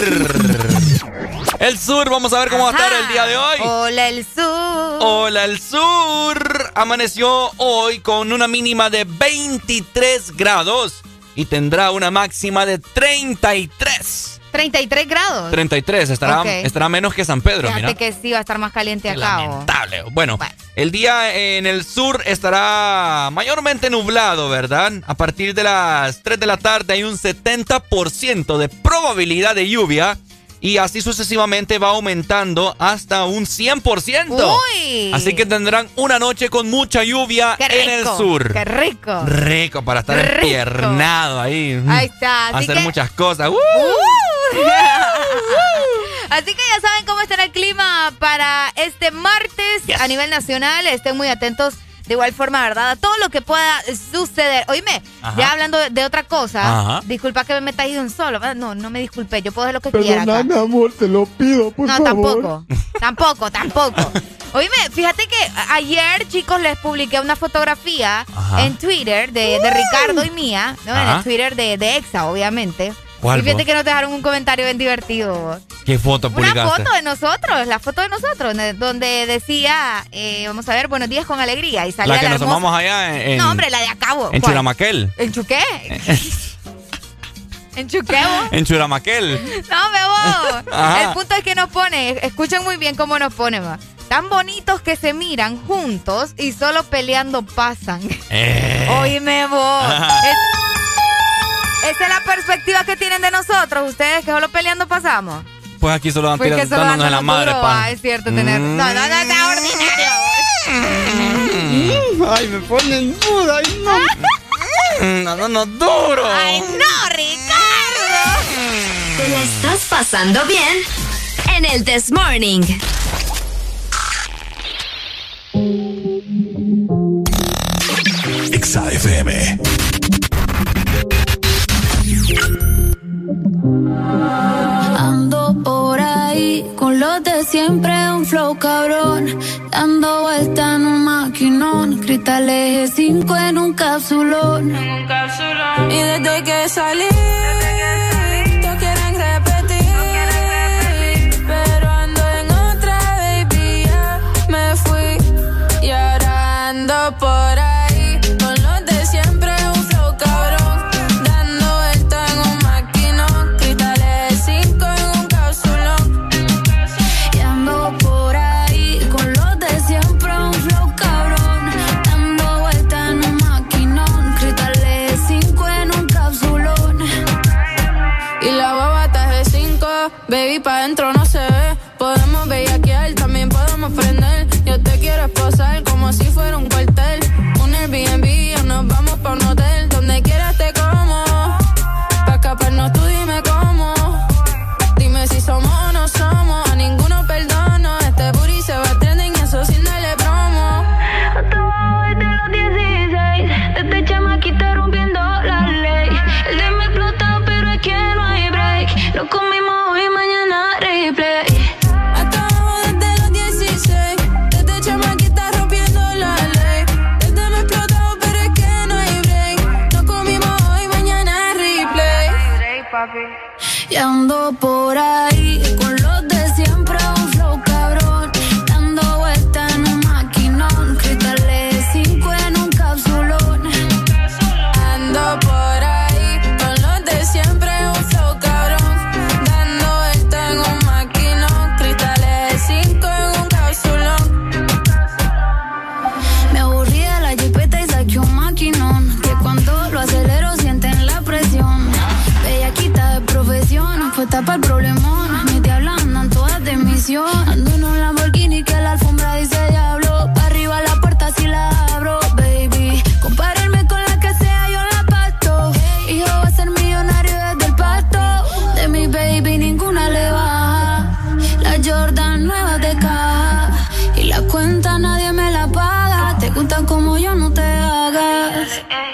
El sur, vamos a ver cómo va a estar el día de hoy. Hola, el sur. Hola, el sur. Amaneció hoy con una mínima de veintitrés grados y tendrá una máxima de treinta y tres. treinta y tres grados. treinta y tres, estará, Ok. estará menos que San Pedro, Fíjate mira. que sí va a estar más caliente acá. ¿o? Lamentable. Bueno, el día en el sur estará mayormente nublado, ¿verdad? A partir de las tres de la tarde hay un setenta por ciento de probabilidad de lluvia y así sucesivamente va aumentando hasta un cien por ciento. ¡Uy! Así que tendrán una noche con mucha lluvia ¡Qué rico! en el sur. ¡Qué rico! Rico para estar Rico. empiernado ahí. Ahí está. Así Hacer que- muchas cosas. ¡Uh! ¡Uh! Así que ya saben cómo estará el clima para este martes a nivel nacional. Estén muy atentos de igual forma, ¿verdad? A todo lo que pueda suceder. Oíme, Ajá. ya hablando de, de otra cosa, Ajá. disculpa que me metas ahí de un solo. ¿verdad? No, no me disculpe, yo puedo hacer lo que quiera Perdona, acá. mi amor, te lo pido, por No, favor. tampoco. Tampoco, tampoco. Oíme, fíjate que a- ayer, chicos, les publiqué una fotografía Ajá. en Twitter de, de Ricardo y mía, ¿no? En Ajá. el Twitter de, de Exa, obviamente. ¿Cuál, Y fíjate vos? que nos dejaron un comentario bien divertido. vos. ¿Qué foto Una publicaste? foto de nosotros, la foto de nosotros, ne- donde decía, eh, vamos a ver, buenos días con alegría. Y salía La que nos hermosa- tomamos allá en, en, No, hombre, la de acá, vos. en ¿Cuál? Churamaquel. ¿En Chuqué? ¿En Chuqué, vos? En Churamaquel. No, me voy. Ajá. El punto es que nos pone, escuchen muy bien cómo nos pone, va. Tan bonitos que se miran juntos y solo peleando pasan. Eh. Oíme vos. Ajá. Es- esa es la perspectiva que tienen de nosotros, ustedes que solo peleando pasamos. Pues aquí solo van Porque tirando- solo dándonos en la andamos madre, duro, pa. ah, es cierto tener. Mm. No, no, no, está ordinario. Ay, me ponen duda. Ay, no. No, no, no, duro. Ay, no, Ricardo. ¿Te la estás pasando bien? En el This Morning. Exa F M. Ando por ahí con los de siempre un flow cabrón, dando vuelta en un maquinón, cristal eje cinco en un capsulón. Y desde que salí, todos quieren repetir, pero ando en otra, baby, ya me fui. Y ahora ando por ahí, con los de siempre, un flow cabrón, dando vuelta en un maquinón, cristales cinco en un capsulón. Y ando por ahí, con los de siempre, un flow cabrón, dando vuelta en un maquinón, cristales cinco en un capsulón. Y la baba está de cinco, baby, pa' dentro no se ve. Podemos bellaquear, también podemos prender. Yo te quiero esposar como si fuera un cuartel. Un Airbnb o nos vamos pa' un hotel. Donde quieras te como, pa' escaparnos tú dime cómo. Dime si somos o no somos, a ninguno perdono. Este booty se va trending y eso sin darle promo. Hasta abajo desde los dieciséis, desde chamaquita rompiendo la ley. El de me explotó pero es que no hay break. Lo comimos hoy, mañana replay. Y ando por ahí, con los de siempre, un flow cabrón, dando vuelta en un maquinón, cristales cinco en un capsulón. Ando por ahí, con los de siempre, un flow cabrón, dando vuelta en un maquinón, cristales cinco en un capsulón. Me aburrí de la jipeta y saqué un maquinón, que cuando lo acelero sienten la presión. Bellaquita de profesión, fue tapa el problemón. Mis diablas andan todas de misión. Ando en un Lamborghini que la alfombra dice diablo. Pa' arriba la puerta si la abro, baby. Compárenme con la que sea, yo la pasto. Hijo va a ser millonario desde el pasto. De mi baby ninguna le baja. La Jordan nueva de caja. Y la cuenta nadie me la paga. Te cuentan como yo, no te hagas.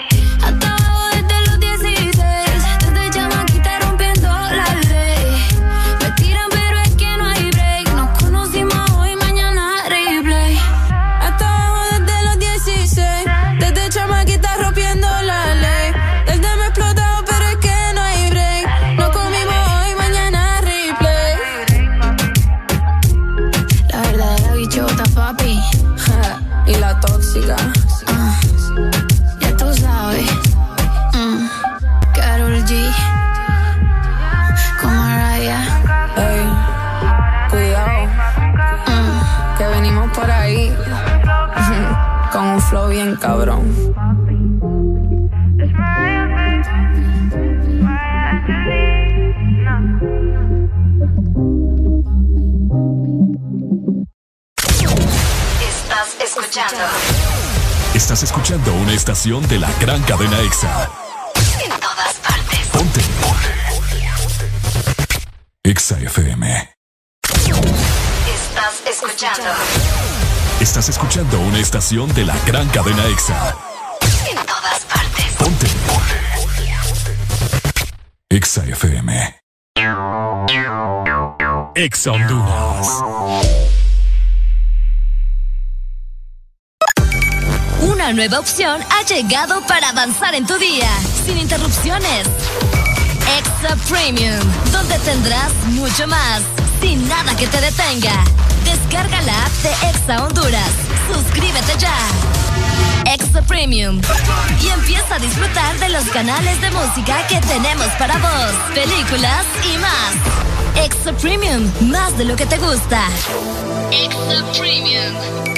Uh, ya tú sabes, mm, Karol G con Mariah. Ey, cuidado, mm, que venimos por ahí con un flow bien cabrón. Estás escuchando. Estás escuchando una estación de la gran cadena EXA. En todas partes. Ponte. EXA F M. Estás escuchando. Estás escuchando una estación de la gran cadena EXA. En todas partes. Ponte. EXA F M. EXA Honduras. Una nueva opción ha llegado para avanzar en tu día, sin interrupciones. Extra Premium, donde tendrás mucho más, sin nada que te detenga. Descarga la app de Exa Honduras. Suscríbete ya. Extra Premium. Y empieza a disfrutar de los canales de música que tenemos para vos, películas y más. Extra Premium, más de lo que te gusta. Extra Premium.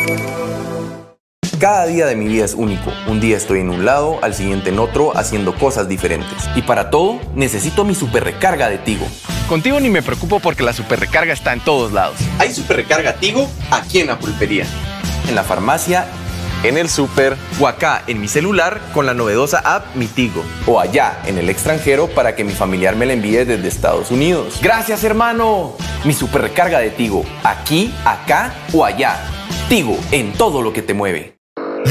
Cada día de mi vida es único. Un día estoy en un lado, al siguiente en otro, haciendo cosas diferentes. Y para todo, necesito mi super recarga de Tigo. Contigo ni me preocupo porque la super recarga está en todos lados. Hay super recarga Tigo aquí en la pulpería, en la farmacia, en el súper, o acá en mi celular con la novedosa app Mi Tigo, o allá en el extranjero para que mi familiar me la envíe desde Estados Unidos. ¡Gracias, hermano! Mi super recarga de Tigo, aquí, acá o allá. Tigo, en todo lo que te mueve.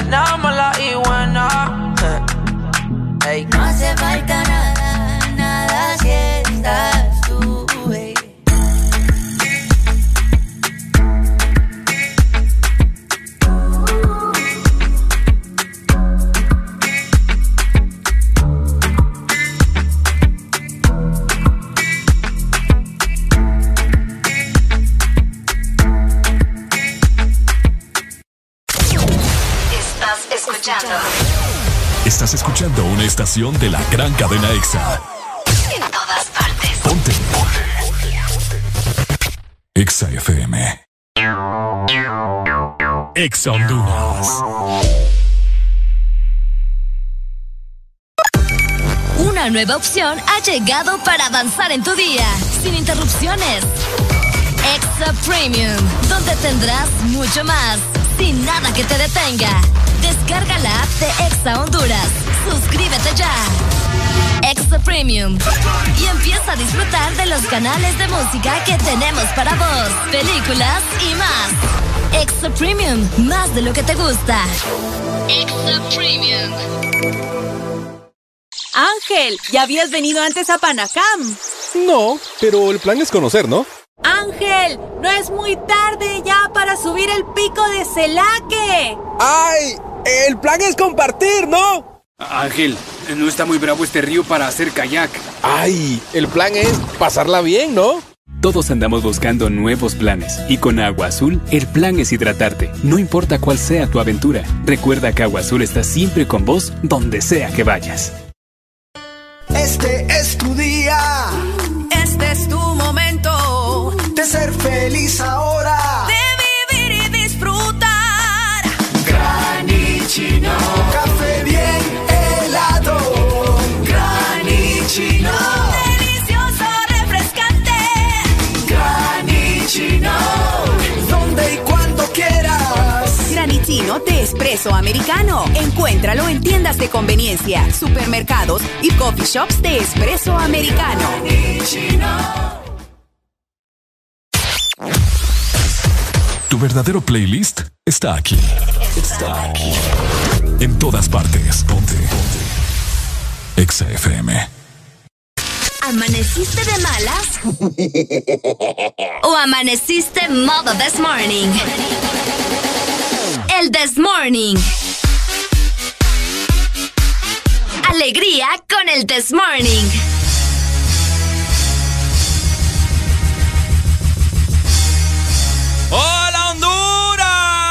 buena, mala y buena. Hey. No hace falta nada, nada si estás tú, hey. Estás escuchando. Estás escuchando una estación de la gran cadena EXA. En todas partes. Ponte. EXA F M. EXA Honduras. Una nueva opción ha llegado para avanzar en tu día, sin interrupciones. Extra Premium, donde tendrás mucho más, sin nada que te detenga. Descarga la app de Extra Honduras. Suscríbete ya. Extra Premium. Y empieza a disfrutar de los canales de música que tenemos para vos, películas y más. Extra Premium, más de lo que te gusta. Extra Premium. Ángel, ¿ya habías venido antes a Panacam? No, pero el plan es conocer, ¿no? Ángel, no es muy tarde ya para subir el pico de Celaque. ¡Ay! El plan es compartir, ¿no? Ángel, no está muy bravo este río para hacer kayak. ¡Ay! El plan es pasarla bien, ¿no? Todos andamos buscando nuevos planes y con Agua Azul el plan es hidratarte, no importa cuál sea tu aventura. Recuerda que Agua Azul está siempre con vos donde sea que vayas. Este es tu día, este es tu momento de ser feliz ahora, de vivir y disfrutar. Granichino, café bien helado. Granichino, delicioso, refrescante. Granichino, donde y cuando quieras. Granichino de espresso americano. Encuéntralo en tiendas de conveniencia, supermercados y coffee shops de espresso americano. Tu verdadero playlist está aquí. Está aquí. En todas partes. Ponte. Ponte. EXA F M. ¿Amaneciste de malas? ¿O amaneciste modo this morning? El This Morning. Alegría con el This Morning. ¡Hola, Honduras!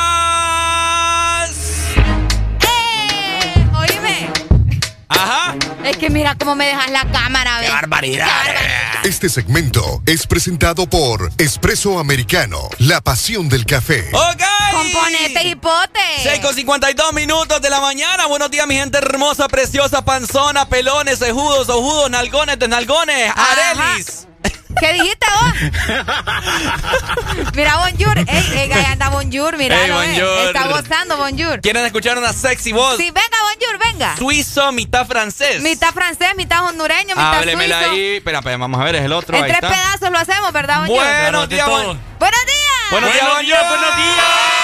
¡Eh! Oíme. Ajá. Es que mira cómo me dejas la cámara, ¿ves? ¡Qué barbaridad! ¡Qué barbaridad! Este segmento es presentado por Espresso Americano, la pasión del café. ¡Ok! Componente hipote. seis con cincuenta y dos minutos de la mañana. Buenos días, mi gente hermosa, preciosa, panzona, pelones, cejudos, ojudos, nalgones, desnalgones, arelis. ¿Qué dijiste vos? Mira, bonjour. Ey, ey, ahí anda bonjour, mira. Hey, bonjour. Está gozando, bonjour. ¿Quieren escuchar una sexy voz? Sí, venga, bonjour, venga. Suizo, mitad francés. Mitad francés, mitad hondureño, mitad Háblemela suizo. ahí. Espera, espera, vamos a ver, es el otro. En ahí tres está. pedazos lo hacemos, ¿verdad, bonjour? Buenos días, bon... Buenos días. Buenos días, Buenos días, buenos días.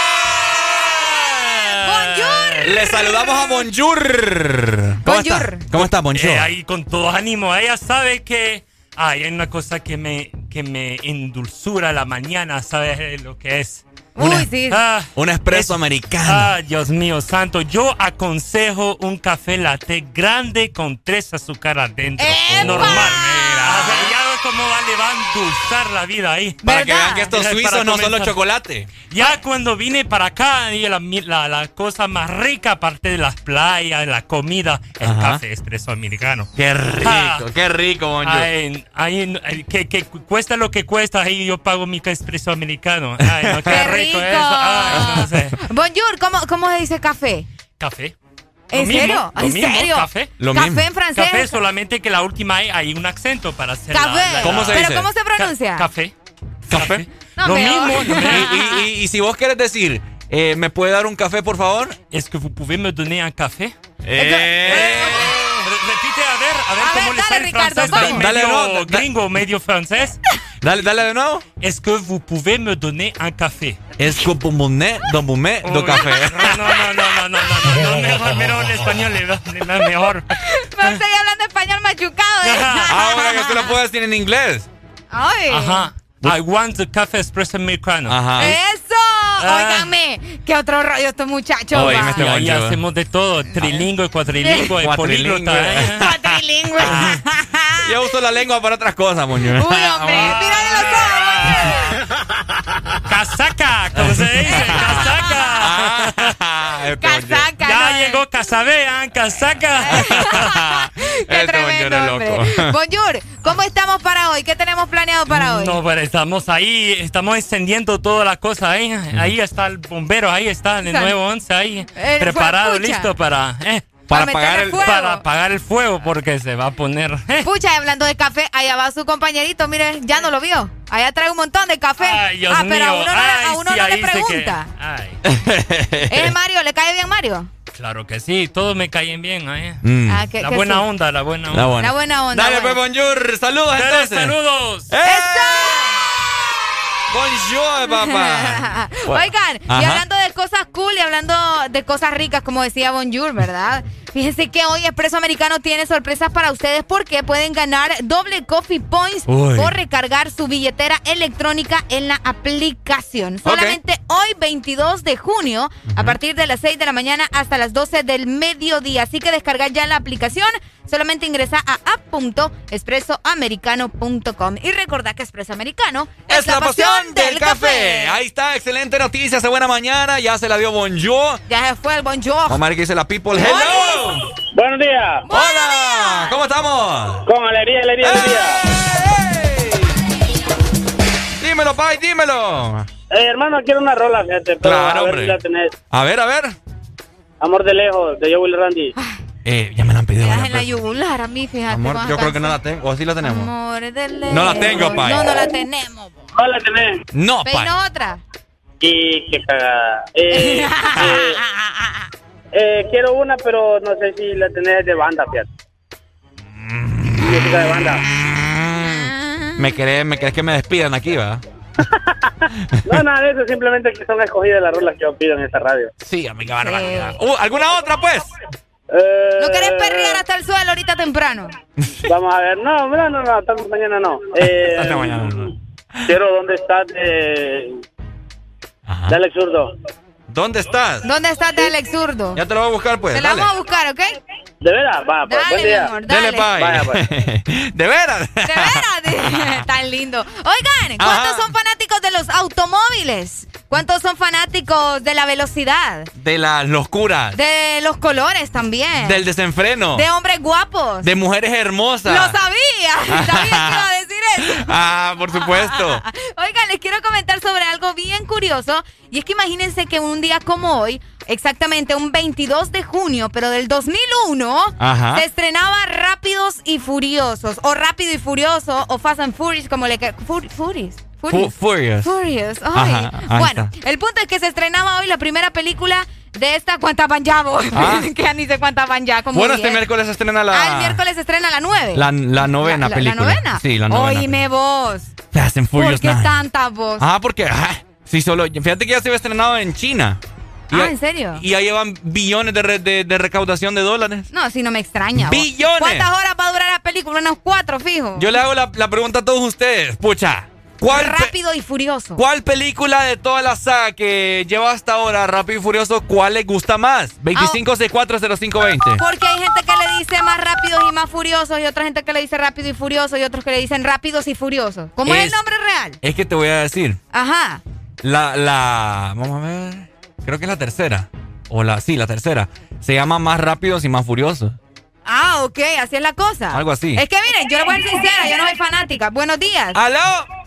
Bonjour. Le saludamos a Bonjour. ¿Cómo Bonjour. está? ¿Cómo está, Bonjour? Eh, ahí con todo ánimo. Ella sabe que ay, hay una cosa que me, que me endulzura la mañana, ¿sabes lo que es? Uy, Una, sí. Ah, un espresso es- americano. Ah, Dios mío santo. Yo aconsejo un café latte grande con tres azúcar adentro. ¡Epa! Normal. Mira. O sea, ya ves cómo va, le va a endulzar la vida ahí. Para que ¿verdad? vean que estos Para suizos no comenzar. solo chocolate. Ya cuando vine para acá, y la, la, la cosa más rica, aparte de las playas, la comida, el Ajá. café expreso americano. Qué rico, Ah. qué rico, Bonjour. Ay, ay, ay, que, que cuesta lo que cuesta, ahí yo pago mi expreso americano. Ay, no, qué, ¡Qué rico, rico! eso. Ay, no sé. Bonjour, ¿cómo, ¿cómo se dice café? Café. ¿En Lo mismo, serio? lo ¿En mismo, serio? Café. Lo Café mismo. en francés. Café, solamente que la última hay, hay un acento para hacer la- Café. la- ¿Cómo se ¿Pero dice? cómo se pronuncia? Ca- café. ¿Café? No, lo pero- mismo. lo Y, mismo. y- y- y si vos querés decir, eh, ¿me puede dar un café, por favor? Est-ce que vous pouvez me donner un café? Eh. Repite, a ver, a ver A cómo ver, le dale, sale el Ricardo, francés ¿cómo? ahí, medio Dale, no, da- gringo, medio francés. Dale, dale de nuevo. Est-ce que vous pouvez me donner un café? Es como monet, do momet, do Uy, café. No, no, no, no, no, no, no, no, mejor, mejor en español, le va- le va mejor. Me estoy hablando español machucado. ¿eh? Ahora que tú lo puedes decir en inglés. Ay. Ajá. I want the café espresso americano. Ajá. ¡Eso! Ah. Óigame, qué otro rollo estos muchachos. Oye, va. me Y estoy- ahí Bonjour. hacemos de todo, trilingüe, cuatrilingüe, Cuatrilingüe. políglota. ¿eh? Cuatrilingüe. Yo uso la lengua para otras cosas, moño. Uy, hombre, mírale los ojos. Casaca, ¿cómo se dice? Casaca. Este moño- Casaca. Ya no, llegó Casabean, casaca. Qué Este moño tremendo, es hombre. loco. Bonjour, ¿cómo estamos para hoy? ¿Qué tenemos planeado para hoy? No, pero estamos ahí, estamos encendiendo todas las cosas ahí. Ahí está el bombero, ahí está el Sal- nuevo once ahí. Eh, preparado, fue pucha. listo para... eh, Para Para apagar meterle el... fuego. para apagar el fuego porque se va a poner... eh. Pucha, y hablando de café, allá va su compañerito, mire, ya no lo vio. Allá trae un montón de café. Ay, Dios ah, pero a mío. uno no, le- a Ay, uno sí, no ahí le dice que- pregunta. Ay, ¿Es Mario? ¿Le cae bien Mario? claro que sí, todos me caen bien. ¿eh? Mm. Ah, que- La que buena sí. onda, la buena onda. La buena. La buena onda. Dale, bueno. pues, bonjour. Saludos, Dale, entonces. saludos. ¡Eh! Bonjour, papá. Oigan, y Ajá. hablando de cosas cool y hablando de cosas ricas, como decía Bonjour, ¿verdad? Fíjense que hoy Expreso Americano tiene sorpresas para ustedes porque pueden ganar doble Coffee Points Uy. por recargar su billetera electrónica en la aplicación. Solamente hoy, veintidós de junio, a partir de las seis de la mañana hasta las doce del mediodía. Así que descarga ya la aplicación. Solamente ingresa a app punto expreso americano punto com. Y recordá que Expreso Americano Es la pasión del café. Ahí está, excelente noticia. Hace buena mañana. Ya se la dio Bonjour. Ya se fue el Bonjour. Vamos a ver qué dice la people. ¡Hello! Buenos días. ¡Hola! ¿Cómo estamos? Con alegría, alegría, alegría. Dímelo, Pai, dímelo. Eh, hermano, quiero una rola, fíjate, pero Claro, a ver hombre. si la tenés. A ver, a ver. Amor de lejos, de Joe Will Randy. Eh, ya me la han pedido. Me das ya, en la pues. yugular a mí, fíjate. Amor, más yo creo que canción. no la tengo. ¿O sí la tenemos? Amor de No la tengo, lejos. Pai. No, no la tenemos. No la tenés. No, Pai. Peino otra. Y qué cagada. Eh, eh, eh, quiero una, pero no sé si la tenés de banda, fíjate. Música de banda. ¿Me querés, me querés que me despidan aquí, va? No, nada de eso, simplemente que son escogidas las rolas que yo pido en esta radio. Sí, amiga, barbaridad. Uh, ¿alguna otra, pues? Eh, ¿No querés perrear hasta el suelo ahorita temprano? Vamos a ver. No, no, no, no, hasta mañana no. Eh, Hasta mañana, no. Quiero ¿Dónde estás? de, Ajá. de Alex Zurdo. ¿Dónde estás? ¿Dónde está de Alex Zurdo? Ya te lo voy a buscar, pues. Te la Dale. vamos a buscar, ¿ok? ¿De veras? Va, pues, Dale, buen mi día. amor, Dele, dale. Pai. Vaya, pues. ¿De veras? De veras, tan lindo. Oigan, ¿cuántos Ajá. son fanáticos de los automóviles? ¿Cuántos son fanáticos de la velocidad? De las locuras. De los colores también. Del desenfreno. De hombres guapos. De mujeres hermosas. Lo sabía. Sabía que iba a decir eso. Ah, por supuesto. Oigan, les quiero comentar sobre algo bien curioso. Y es que imagínense que un día como hoy, exactamente un veintidós de junio, pero del dos mil uno, Ajá. se estrenaba Rápidos y Furiosos. O Rápido y Furioso, o Fast and Furious, como le... Fur Furious. Fu- Furious. Furious. Ay. Ajá, ahí Bueno, está. el punto es que se estrenaba hoy la primera película de esta cuántas van ya, vos? Ah. Que ya ni sé cuántas van ya. Como Bueno, diez. este miércoles se estrena la... Ah, el miércoles se estrena la nueve. La, la novena La- la- película. ¿La novena? Sí, la novena. Oíme vos. Fast and Furious ¿Por qué nine. tantas vos? Ah, porque... ah, sí, solo... Fíjate que ya se había estrenado en China. Y Ah, ya- ¿en serio? Y ya llevan billones de, re- de, de recaudación de dólares. No, si no me extraña. vos. ¡Billones! ¿Cuántas horas va a durar la película? Unos cuatro, fijo. Yo le hago la, la pregunta a todos ustedes. Pucha, ¿cuál, pe- Rápido y Furioso. ¿cuál película de toda la saga que lleva hasta ahora Rápido y Furioso, cuál les gusta más? veinticinco sesenta y cuatro cero cinco veinte. Porque hay gente que le dice más Rápidos y más Furiosos y otra gente que le dice Rápido y Furioso y otros que le dicen Rápidos y Furiosos. ¿Cómo es, Es- el nombre real? Es que te voy a decir. Ajá. La, la... Vamos a ver. Creo que es la tercera. O la... Sí, la tercera. Se llama Más Rápidos y Más Furiosos. Ah, ok, así es la cosa. Algo así. Es que miren, yo le voy a ser sincera, yo no soy fanática. Buenos días. ¡Aló!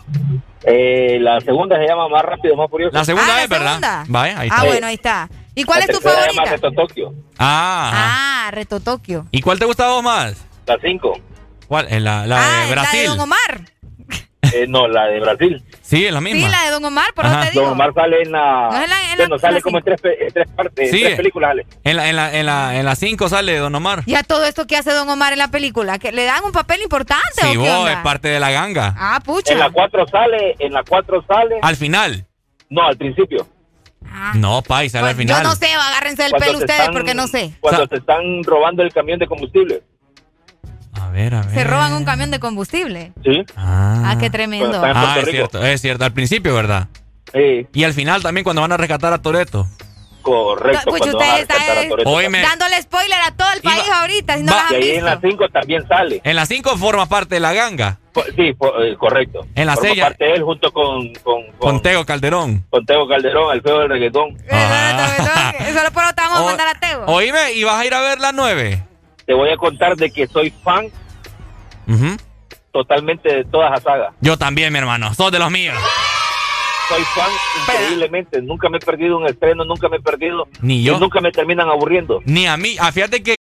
Eh, la segunda se llama Más Rápido, Más Furioso. La segunda Ah, la es, ¿verdad? segunda. Vaya, ahí Ah, está. bueno, ahí está. ¿Y cuál La es tu tercera se llama favorita? Reto Tokio. Ah, ajá. Ah, Reto Tokio. ¿Y cuál te gusta a vos más? La cinco. ¿Cuál? Eh, La, la ah, de Brasil. la de Don Omar. Eh, no, la de Brasil. Sí, es la misma. Sí, la de Don Omar, por eso te digo. Don Omar sale en la... No es la- en la- bueno, sale la como en tres, pe- en tres partes, Sí. en tres películas sale. En la en la en la en la cinco sale Don Omar. ¿Y a todo esto que hace Don Omar en la película? ¿Que le dan un papel importante Sí, o qué vos, onda? es parte de la ganga. Ah, pucha. En la cuatro sale, en la cuatro sale... Al final. No, al principio. No, pa, y sale al final. Yo no sé, agárrense del Cuando pelo se ustedes están- porque no sé. Cuando se están robando el camión de combustible. A ver, a ver. Se roban un camión de combustible. Sí. Ah, qué tremendo. Ah, es cierto, es cierto. Al principio, ¿verdad? Sí. Y al final también cuando van a rescatar a Toretto. Correcto. Pues cuando usted van a está rescatar a eh, Toretto. Óyeme. dándole spoiler a todo el país ahorita, si no va- las han Y ahí visto. en la cinco también sale. En la cinco forma parte de la ganga. Po- Sí, po- eh, correcto. En la Forma seis ya- parte de él junto con, con, con, Con Tego Calderón. con Tego Calderón, el feo del reggaetón. Solo por eso te vamos a O- mandar a Tego. Oíme, ¿y vas a ir a ver la nueve? Te voy a contar de que soy fan Ujú. totalmente de toda esa saga. Yo también, mi hermano. Sos de los míos. Soy fan increíblemente. Nunca me he perdido un estreno, nunca me he perdido. Ni yo. Y nunca me terminan aburriendo. Ni a mí. Ah, fíjate que...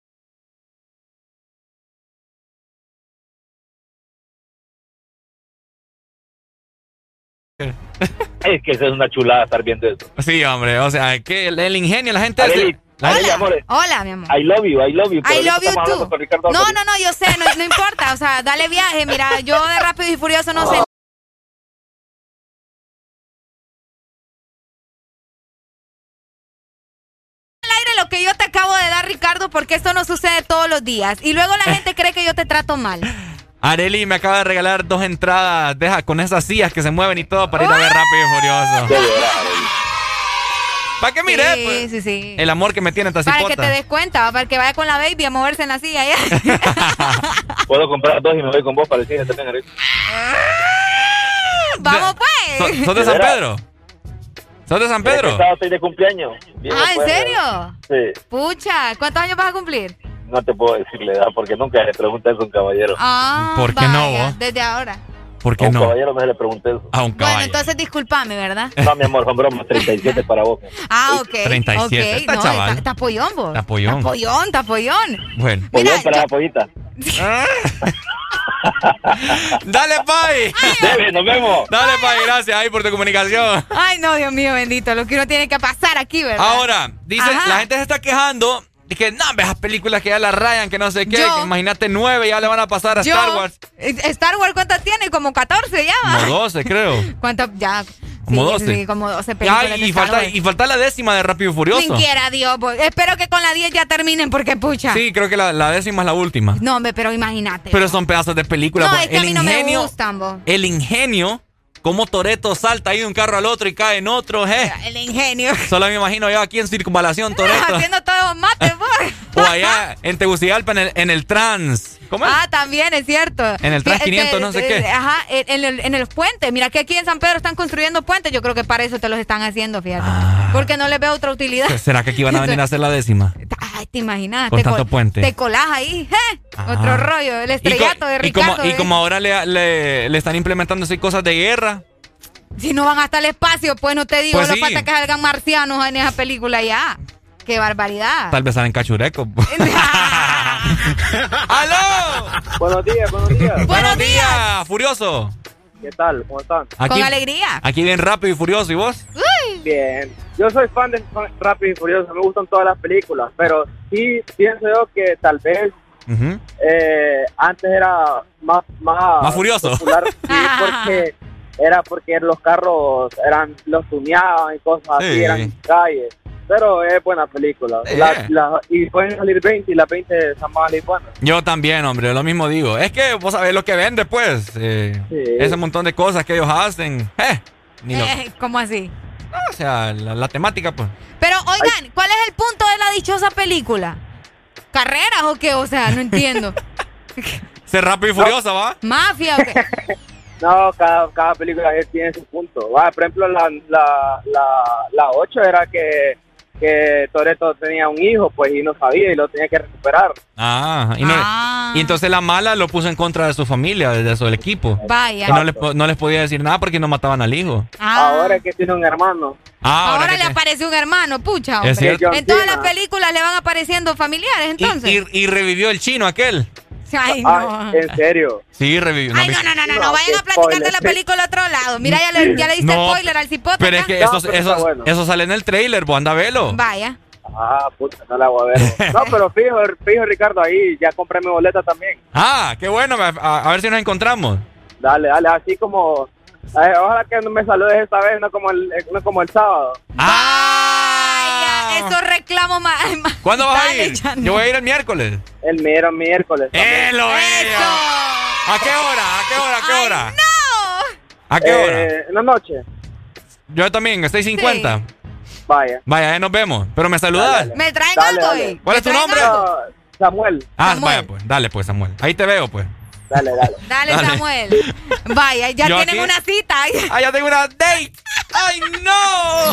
Es que esa es una chulada estar viendo eso. Sí, hombre. O sea, que el, el ingenio, la gente... hace- Arely, la- Arely, amores, Hola, mi amor. I love you, I love you. pero I ahorita love you estamos hablando too. con Ricardo No, Álvarez. no, no, yo sé, no, no importa. O sea, dale viaje. Mira, yo de Rápido y Furioso no sé. Al aire lo que yo te acabo de dar, Ricardo, porque esto no sucede todos los días. Y luego la gente cree que yo te trato mal. Arely me acaba de regalar dos entradas deja, con esas sillas que se mueven y todo para ir a ver Rápido y Furioso. ¿Para qué mire? Sí, pues, sí, sí. el amor que me tiene esta Para que cipota. te des cuenta, para que vaya con la baby a moverse en la silla. Ya. Puedo comprar dos y me voy con vos para el cine también, Arely. Vamos pues. ¿Sos sos de San Pedro? ¿Sos de San Pedro? El sábado estoy de cumpleaños. Bien, Ah, ¿en pues, serio? Sí. Pucha, ¿cuántos años vas a cumplir? No te puedo decir la edad porque nunca le pregunté eso a un caballero. Ah, ¿Por qué no, vaya, vos? desde ahora. ¿Por A qué un no? caballero no se le pregunté eso. A un Bueno, caballo. entonces discúlpame, ¿verdad? No, mi amor, son bromas. treinta y siete para vos. Ah, ok. treinta y siete, ok. está No, chaval. está, está pollón, vos. Está pollón. Está pollón, está pollón. Bueno. Pollón para la pollita. Dale, Pai. Debe, nos vemos. Dale, Pai, gracias ahí por tu comunicación. Ay, no, Dios mío, bendito. Lo que uno tiene que pasar aquí, ¿verdad? Ahora, dice, Ajá. la gente se está quejando de que no, esas películas que ya las rayan, que no sé qué, Yo- que imagínate nueve, ya le van a pasar a Yo- Star Wars. eh, Star Wars, ¿cuántas tiene? Como catorce ya, ¿va? Como doce, creo. ¿Cuántas? Ya. Como sí, doce. Sí, como doce Ya, películas de y, Star falta, Wars. y falta la décima de Rápido y Furioso. Ni quiera Dios, vos. Espero que con la diez ya terminen porque, pucha. Sí, creo que la, la décima es la última. No, hombre, pero imagínate. Pero son pedazos de película. No, pues, es que el a mí no me ingenio, gustan, vos. el ingenio, cómo Toretto salta ahí de un carro al otro y cae en otro, eh. El ingenio. Solo me imagino yo aquí en Circunvalación, Toretto. Haciendo todos los mates, vos. O allá en Tegucigalpa, en el, en el Trans. ¿Cómo es? Ah, también es cierto. En el Trans Que, quinientos, no sé eh, qué. Ajá, en, en el, en el puente. Mira que aquí en San Pedro están construyendo puentes. Yo creo que para eso te los están haciendo, fíjate. Ah. Porque no les veo otra utilidad. ¿Será que aquí van a venir a hacer la décima? Ay, te imaginas. Con te tanto col- puente. Te colás ahí. ¿eh? Ah. Otro rollo. El Y, co- estrellato de y Ricardo. como, y ¿eh? como ahora le, le, le están implementando así cosas de guerra. Si no van hasta el espacio, pues no te digo. Pues No sí. falta que salgan marcianos en esa película ya. Qué barbaridad. Tal vez salen cachurecos. ¡Aló! Buenos días, buenos días. ¡Buenos días! ¡Furioso! ¿Qué tal? ¿Cómo están? Aquí, Con alegría. Aquí bien rápido y furioso. ¿Y vos? Uy. Bien. Yo soy fan de Rápido y Furioso, me gustan todas las películas, pero sí pienso yo que tal vez Ujú. eh, antes era más más, Más furioso. popular, sí, porque era porque los carros eran los tuneaban y cosas así, Sí. eran calles. Pero es buena película. Eh. La- la- y pueden salir veinte y las veinte son más buenas. Yo también, hombre, lo mismo digo. Es que vos sabés lo que vende, pues. eh, Sí. Ese montón de cosas que ellos hacen. Eh, ni lo- Eh, ¿Cómo así? no, o sea, la, la temática, pues. Pero, oigan, ¿cuál es el punto de la dichosa película? ¿Carreras o qué? O sea, no entiendo. Ser rápido y furiosa, ¿va? ¿Mafia o qué? No, cada, cada película tiene su punto. Va, por ejemplo, la la la, la ocho era que, que Toretto tenía un hijo, pues, y no sabía y lo tenía que recuperar. Ah, y, no- Ah. y entonces la mala lo puso en contra de su familia, de su equipo. Vaya. Que no les, po- no les podía decir nada porque no mataban al hijo. Ah. Ahora es que tiene un hermano. Ah, Ahora que le te- apareció un hermano, pucha. Es hombre. cierto. En todas John las Cena. películas le van apareciendo familiares, y, entonces. y- y revivió el chino aquel. Ay, no. Ah, ¿en serio? Sí, revivió. Ay, no, no, no, no, no, vayan a platicar de la película a otro lado. Mira, ya le, ya le diste No, spoiler al cipote. Pero es acá. que No, eso, pero eso, está bueno. eso sale en el trailer, vos anda a verlo. Vaya. Ah, puta, no la voy a ver. No, pero fijo, fijo, Ricardo, ahí ya compré mi boleta también. Ah, qué bueno, a, a- a ver si nos encontramos. Dale, dale, así como... eh, ojalá que me saludes esta vez, no como el, eh, no como el sábado. ¡Ah! Vaya, esos reclamos más. ¿Cuándo vas a Dale, ir? Chani. Yo voy a ir el miércoles. El mero miércoles. ¡Eh, lo veo! ¿A qué hora? ¿A qué hora? ¿A qué Ay, hora? no. ¿A qué hora? Eh, en la noche. Yo también, seis cincuenta. Vaya. Vaya, ahí nos vemos. Pero me saludas. Me traen Dale, algo, dale. eh. ¿Cuál ¿Me es tu traen nombre? algo? No, Samuel. Ah, Samuel. vaya pues. Dale pues, Samuel. Ahí te veo pues. Dale, dale. Dale, Dale. Samuel. Vaya, ya Yo tienen aquí- una cita. ¡Ah, ya tengo una date! ¡Ay, no!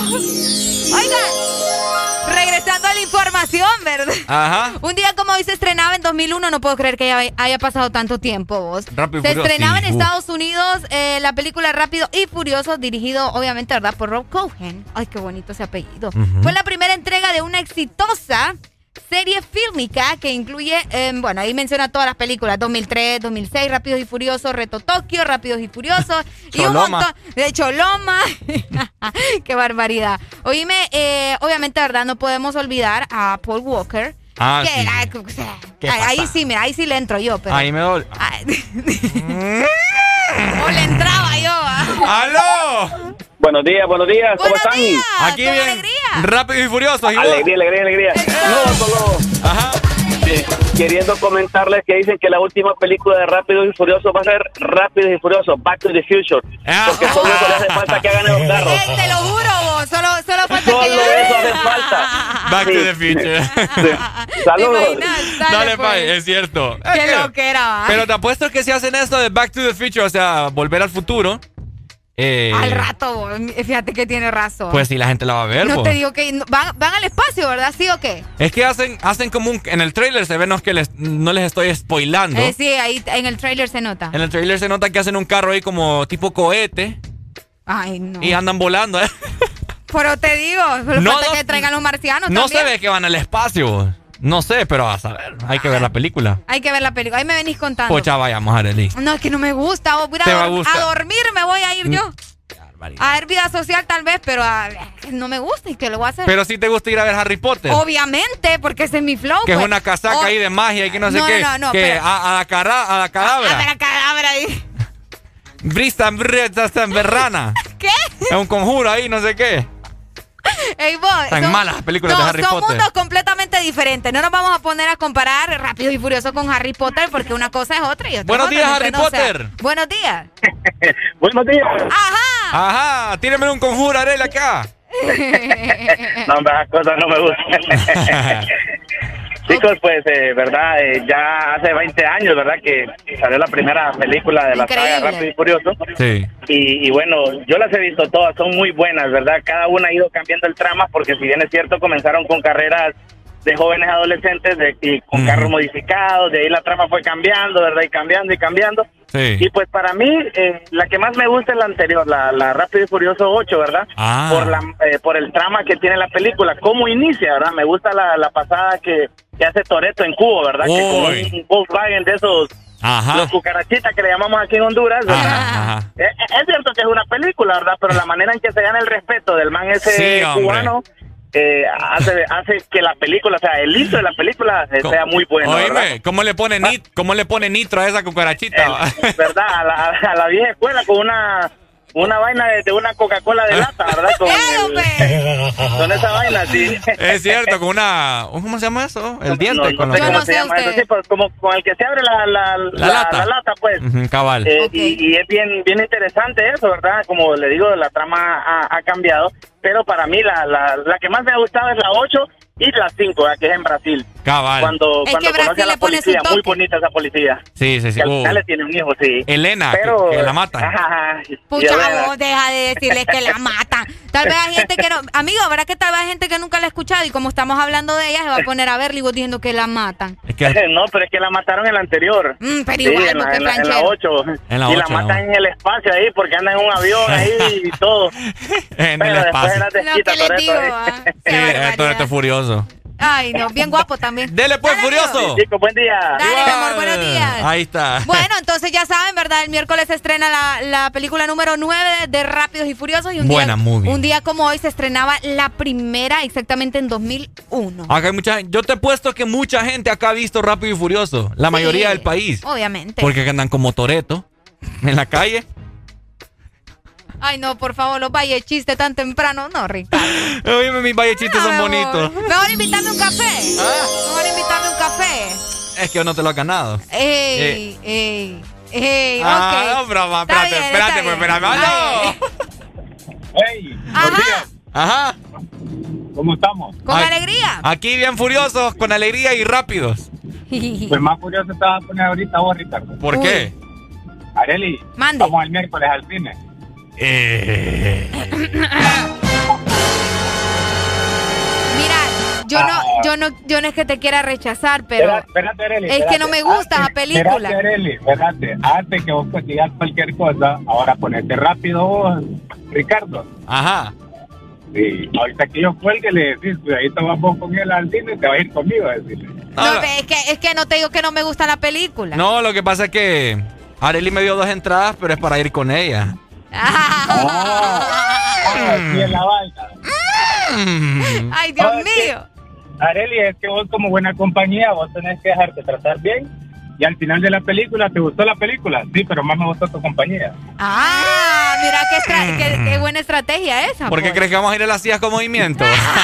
Oigan, regresando a la información, ¿verdad? Ajá. Un día como hoy se estrenaba en dos mil uno, no puedo creer que haya, haya pasado tanto tiempo, vos. Rápido y se Furioso, estrenaba sí, en uf. Estados Unidos eh, la película Rápido y Furioso, dirigido obviamente, ¿verdad?, por Rob Cohen. Ay, qué bonito ese apellido. Ujú. Fue la primera entrega de una exitosa serie fílmica que incluye, eh, bueno, ahí menciona todas las películas, dos mil tres, dos mil seis, Rápidos y Furiosos, Reto Tokio, Rápidos y Furiosos, y un Choloma. montón de Choloma. Qué barbaridad. Oíme, eh, obviamente, ¿verdad? No podemos olvidar a Paul Walker. Ah, que sí. era- o sea, ¿Qué ahí, ahí pasa? sí, mira, ahí sí le entro yo, pero... Ahí me doy. Ay, o le entraba yo. ¿ah? ¡Aló! Buenos días, buenos días, ¿cómo Buenos están? días, Aquí con bien. alegría. Rápido y furioso. ¿y vos? Alegría, alegría, alegría. No, solo Ajá. eh, queriendo comentarles que dicen que la última película de Rápidos y Furiosos va a ser Rápidos y Furiosos, Back to the Future. Ah. Porque solo eso le hace falta que hagan los carros. Ey, te lo juro, vos. Solo, solo falta Solo que... eso hace falta. Back to Sí. the future. Sí. Saludos. ¿Te imaginas? Dale, Dale, pues. Pai, es cierto. Es Qué que- lo que era, ¿va? Pero te apuesto que si hacen esto de Back to the Future, o sea, volver al futuro, eh, Al rato, vos. Fíjate que tiene razón. pues sí, la gente la va a ver. No po. te digo que no- van, van al espacio, ¿verdad? ¿Sí o qué? Es que hacen, hacen como un... En el trailer se ve, no es que les, no les estoy spoilando. Eh, sí, ahí en el trailer se nota. En el trailer se nota que hacen un carro ahí como tipo cohete Ay, no. y andan volando, ¿eh? Pero te digo, solo No, falta no, que traigan los marcianos No también. se ve que van al espacio. No sé, pero a saber. Hay que ver la película. Hay que ver la película. Ahí me venís contando. Pues ya vayamos, Arely. No, es que no me gusta. Voy a, ir a Te va a dor- gustar. a dormir me voy a ir yo. A ver vida social tal vez, pero a- no me gusta y que lo voy a hacer. Pero sí te gusta ir a ver Harry Potter. Obviamente, porque ese es mi flow. Que es pues. una casaca O- ahí de magia y que no sé No, qué. no, no, que pero- a, a la cara, a la cadabra. A ver, la cadabra ahí. Brista, brista, berrana. ¿Qué? Es un conjuro ahí, no sé qué. Ey, vos, Tan son- malas las películas no, de Harry son Potter. mundos completamente diferentes. No nos vamos a poner a comparar Rápido y Furioso con Harry Potter porque una cosa es otra y otra Buenos es días, otra, Harry ¿no? O sea, Potter. buenos días. Buenos días. Ajá. Ajá, tíreme un conjuro, Arely, acá. No, hombre, esas cosas no me gustan. Chicos, pues, eh, verdad, eh, ya hace veinte años, ¿verdad? Que salió la primera película de la Increíble. saga Rápido y Furioso. Sí. Y, y bueno, yo las he visto todas, son muy buenas, ¿verdad? Cada una ha ido cambiando el trama, porque si bien es cierto, comenzaron con carreras de jóvenes adolescentes de, y con Ujú. carros modificados, de ahí la trama fue cambiando, ¿verdad? Y cambiando y cambiando. Sí. Y pues para mí, eh, la que más me gusta es la anterior, la, la Rápido y Furioso ocho, ¿verdad? Ah. Por la eh, por el trama que tiene la película, cómo inicia, ¿verdad? Me gusta la, la pasada que, que hace Toretto en Cubo, ¿verdad? Que Uy. con un Volkswagen de esos, Ajá. los cucarachitas que le llamamos aquí en Honduras, ¿verdad? Ajá, ajá. Eh, Es cierto que es una película, ¿verdad? Pero la manera en que se gana el respeto del man ese Sí, hombre. cubano eh, hace, hace que la película, o sea, el intro de la película eh, sea muy bueno, ¿verdad? Oíme, ¿cómo le pone nit, cómo le pone nitro a esa cucarachita? El- ¿verdad? A la, a la vieja escuela con una una vaina de, de una Coca-Cola de lata, ¿verdad? Con, el- con esa vaina, sí. Es cierto, con una... ¿Cómo se llama eso? El diente. No, no con sé la- cómo se llama eso, sí, pero como con el que se abre la, la, la, lata. la lata, pues. Ujú, cabal. Eh, y, y es bien bien interesante eso, ¿verdad? Como le digo, la trama ha, ha cambiado, pero para mí la, la, la que más me ha gustado es la ocho y la cinco, ¿verdad? Que es en Brasil. Cabal. Cuando, Es cuando que conoce Brasil a la le pone su policía, muy toque. bonita esa policía. Sí, sí, sí. Que al Uh, final le tiene un hijo, sí. Elena, que- Pero, que, la matan. Ajá, y Pucha, a ver, vos deja de decirles que la matan. Tal vez hay gente que no... Amigo, ¿verdad que tal vez hay gente que nunca la ha escuchado y como estamos hablando de ella se va a poner a verla y vos diciendo que la matan? Es que... No, pero es que la mataron en la anterior. Mm, pero Sí, igual, en la, porque en la- en la planchero. ocho. En la y la ocho, la matan en el espacio ahí porque anda en un avión ahí y todo. En Pero el después espacio. era Lo desquita, que les Toretto, digo, ahí. ah, Sí, qué esto barbaridad. esto es furioso. Ay, no, bien guapo también. Dele pues, Dale, Furioso. Chicos, buen día. Dale, mi amor, buenos días. Ahí está. Bueno, entonces ya saben, ¿verdad? El miércoles se estrena la, la película número nueve de Rápidos y Furiosos. Y un Buena día, movie. Un día como hoy se estrenaba la primera, exactamente en dos mil uno. Acá hay mucha, yo te he puesto que mucha gente acá ha visto Rápido y Furioso. La Sí, mayoría del país. Obviamente. Porque andan como Toreto en la calle. Ay, no, por favor, los valle chistes tan temprano. No, Ricardo. Oye, mis valle chistes son bonitos. Mejor invítame un café. ¿Ah? Mejor invítame un café. Es que yo no te lo he ganado. Ey, Eh. ey, ey, Ah, ok. no, broma, Está espérate, bien, espérate, está pues, bien. espérate, Ay. Hey, Ajá, Ajá. ¿cómo estamos? con Ay. alegría. Aquí bien furiosos, con alegría y rápidos. Pues más curioso te vas a poner ahorita vos, Ricardo. ¿Por Uy. qué? Areli, Mande. vamos el miércoles al cine. Eh... Mira, yo no, yo no, yo no es que te quiera rechazar, pero Espérate, espérate, Areli, es que espérate. no me gusta esa Antes- película. Espérate, Areli, espérate. Antes que vos consigas cualquier cosa, ahora ponete rápido vos, Ricardo. Ajá. Sí, ahorita que yo cuelgue le decís, cuidadito vas vos con él al cine, te vas a ir conmigo a decirle. No, es que es que no te digo que no me gusta la película. No, lo que pasa es que Arely me dio dos entradas, pero es para ir con ella. Ah, sí, es la vaina. Mm. Ay, Dios Ah, es que- mío. Areli, es que vos como buena compañía, vos tenés que dejarte tratar bien. Y al final de la película, ¿te gustó la película? Sí, pero más me gustó tu compañía. Ah, mira qué, estra- qué, qué buena estrategia esa. ¿Por qué pues. crees que vamos a ir a las sillas con movimiento?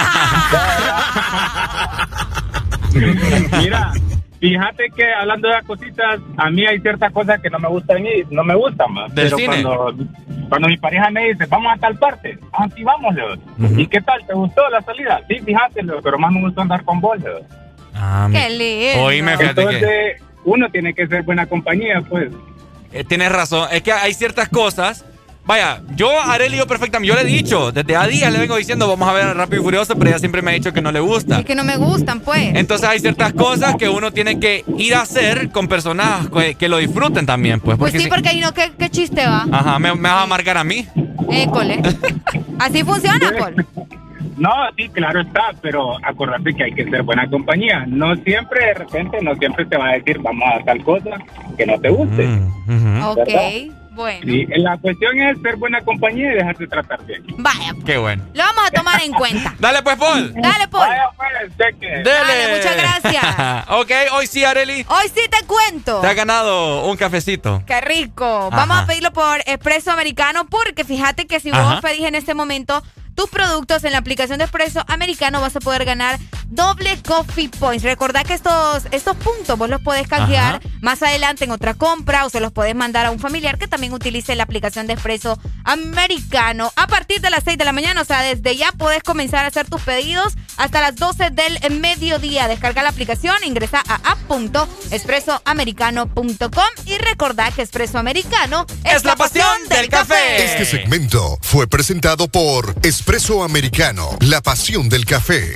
Mira, fíjate que hablando de las cositas, a mí hay ciertas cosas que no me gustan y no me gustan más. ¿Del Pero cine? cuando, cuando mi pareja me dice, vamos a tal parte, ah, sí, vamos, Leo. ¿Y qué tal? ¿Te gustó la salida? Sí, fíjate, Leo, pero más me gustó andar con vos, Leo. Ah, Qué lindo. Oíme, fíjate Entonces, que uno tiene que ser buena compañía, pues. eh, tienes razón. Es que hay ciertas cosas. Vaya, yo a Arely yo perfectamente, yo le he dicho, desde a días le vengo diciendo, vamos a ver a Rápido y Furioso, pero ella siempre me ha dicho que no le gusta. Es que no me gustan, pues. Entonces hay ciertas cosas que uno tiene que ir a hacer con personas que, que lo disfruten también, pues. Pues Porque sí, si- porque ahí no, ¿qué, qué chiste va? Ajá, me, me vas a marcar a mí. École. Así funciona, Col. No, sí, claro está, pero acordate que hay que ser buena compañía. No siempre, de repente, no siempre te va a decir, vamos a tal cosa que no te guste. Mm, Ok, ¿verdad? bueno. Sí, la cuestión es ser buena compañía y dejarse tratar bien. Vaya, Qué bueno. lo vamos a tomar en cuenta. Dale pues, Paul. Dale, Paul. Vaya, pues, cheque. Dele. Dale, muchas gracias. Ok, hoy sí, Arely. Hoy sí te cuento. Te ha ganado un cafecito. Qué rico. Ajá. Vamos a pedirlo por Expreso Americano porque fíjate que si vos Ajá. pedís en este momento tus productos en la aplicación de Expreso Americano vas a poder ganar doble Coffee Points. Recordá que estos, estos puntos vos los podés canjear Ajá. más adelante en otra compra o se los podés mandar a un familiar que también utilice la aplicación de Expreso Americano. A partir de las seis de la mañana, o sea, desde ya podés comenzar a hacer tus pedidos hasta las doce del mediodía. Descarga la aplicación, ingresa a app punto expreso americano punto com y recordá que Expreso Americano es, Es la pasión del café. Este segmento fue presentado por Espresso Americano, la pasión del café.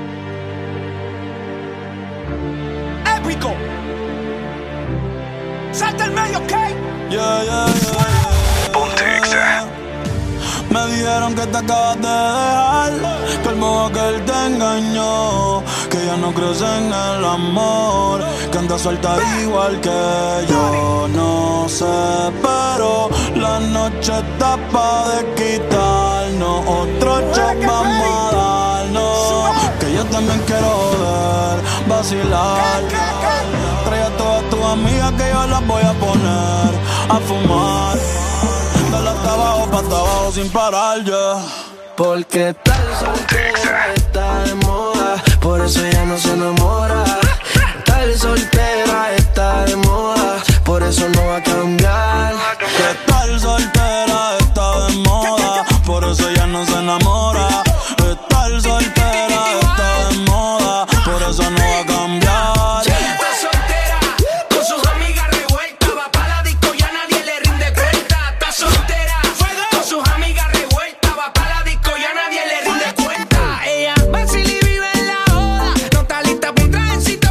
Épico. Salta el medio, ¿ok? Yeah, yeah, yeah. Me dijeron que te acabas de dejar, que el modo aquel te engañó, que ya no crees en el amor, que anda suelta igual que yo. No sé, pero la noche está pa' de quitarnos, otro shot vamos a darnos, que yo también quiero joder, vacilar. Trae a todas tus amigas que yo las voy a poner a fumar. Dale hasta abajo, pa' hasta abajo sin parar, ya. Porque tal soltera está de moda, por eso ella no se enamora. Tal soltera está de moda, por eso no va a cambiar. Que tal soltera está de moda, por eso ella no se enamora. Tal soltera está de moda, por eso no va a cambiar. Está soltera, con sus amigas revueltas, va pa' la disco y a nadie le rinde cuenta. Está soltera, con sus amigas revueltas, va pa' la disco y a nadie le rinde cuenta. Ella vacila y vive en la joda, no está lista pa' un trajecito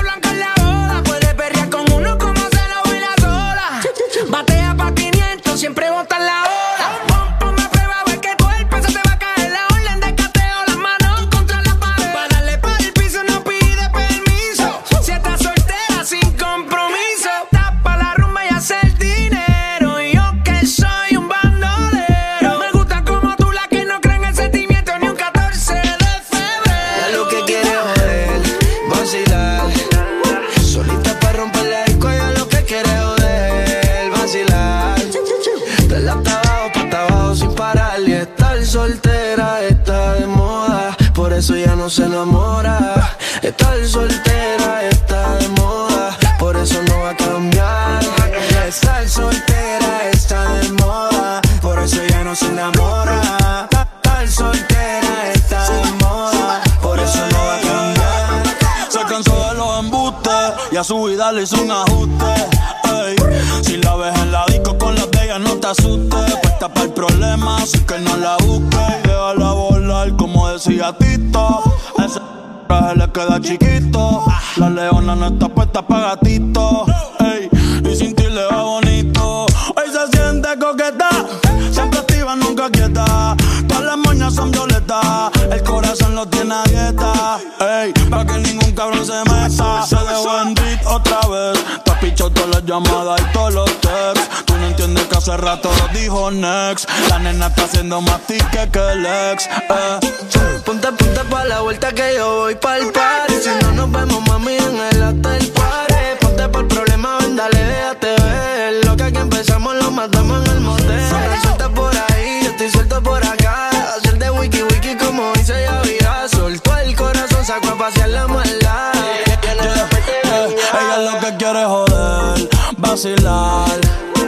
ella no se enamora. Estar soltera está de moda, por eso no va a cambiar. Estar soltera está de moda, por eso ella no se enamora. Estar soltera está de moda, por eso no va a cambiar. Se cansó de los embustes y a su vida le hizo un ajuste. Ey, si la ves en la disco con las de ella no te asustes. Puesta para el problema, así que no la busques. Y déjala volar como decía Tito. Ese traje le queda chiquito. La leona no está puesta para gatito. Ey, y sin ti le va bonito. Hoy se siente coqueta, siempre activa, nunca quieta. Todas las moñas son violetas, el corazón lo tiene a dieta. Ey, pa' que ningún cabrón se meta. Se dejó en beat otra vez. Te has pichado todas las llamadas y todos los texts. Tú no entiendes que hace rato dijo next. La nena está haciendo más tique que el ex. eh. Ponte, ponte pa' la vuelta que yo voy pa'l party. Si no nos vemos, mami, en el hotel party. Ponte por problema, ven, dale, déjate ver. Lo que aquí empezamos lo matamos en el motel. Suelta por ahí, yo estoy suelto por acá. Hacer de wiki wiki como dice Yavira. Soltó el corazón, sacó a pasear la maldad. Yeah, yeah. Ella lo que quiere es joder, vacilar.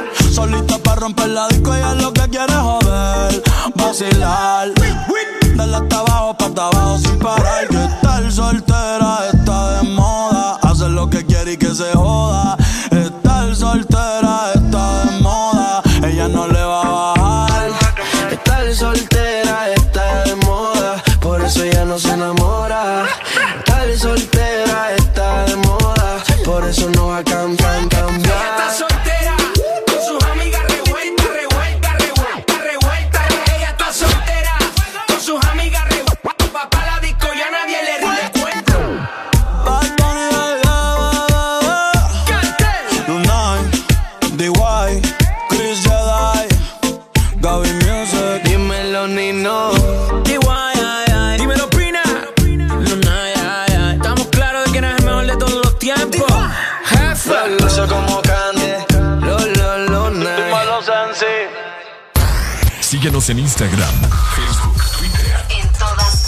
Solita pa' romper la disco, ella lo que quiere es joder, vacilar. Dale hasta abajo, pa' hasta abajo sin parar. Que estar soltera está de moda. Hacer lo que quiere y que se joda. Estar soltera está de moda. Ella no le va a bajar. Estar soltera está de moda, por eso ella no se enamora. Estar soltera está de moda, por eso no va a cambiar, cambiar. Está soltera, con sus amigas revuelta, revuelta, revuelta, revuelta. Ella está soltera, con sus amigas revuelta. Papá la disco ya nadie le rinde cuento. Bad Bunny, Lunay, D Y, Chris Jedi, Gaby Music. Dímelo, Nino. D Y, ay, ay. Dímelo, Pina. Lunay, ay, ay. Estamos claros de que no es el mejor de todos los tiempos. Jefe. Lo como Candy. Lo, lo, lo, night. Dímelo, Sensi. Síguenos en Instagram, Facebook, Twitter. En todas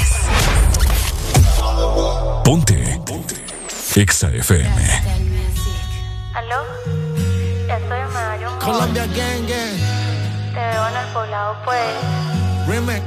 partes. Ponte. Ponte. Exa F M. ¿Aló? Estoy en Medallón. Colombia Gang Gang. Te veo en el poblado, pues. Remix.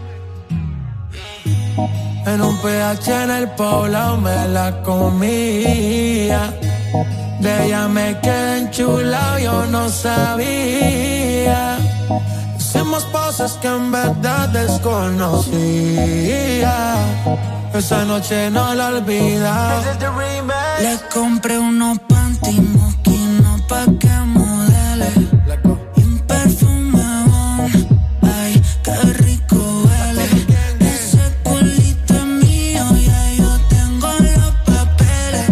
En un P H en el poblado me la comía. De ella me quedé enchulado, yo no sabía. Hicimos cosas que en verdad desconocía. Esa noche no la olvida. Le compré unos panty mosquinos pa' que modele. Y un perfume bon. Ay, qué rico huele. Ese culito es mío, ya yo tengo los papeles.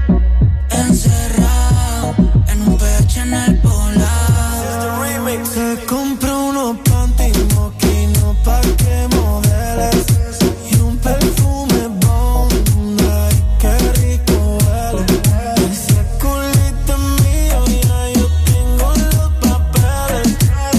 Encerrado en un pecho en el poblado. Le compré unos panty mosquinos pa' que modeles. Y un perfume bon. Ay, qué rico huele. Ese culito es mío, ya yo tengo los papeles.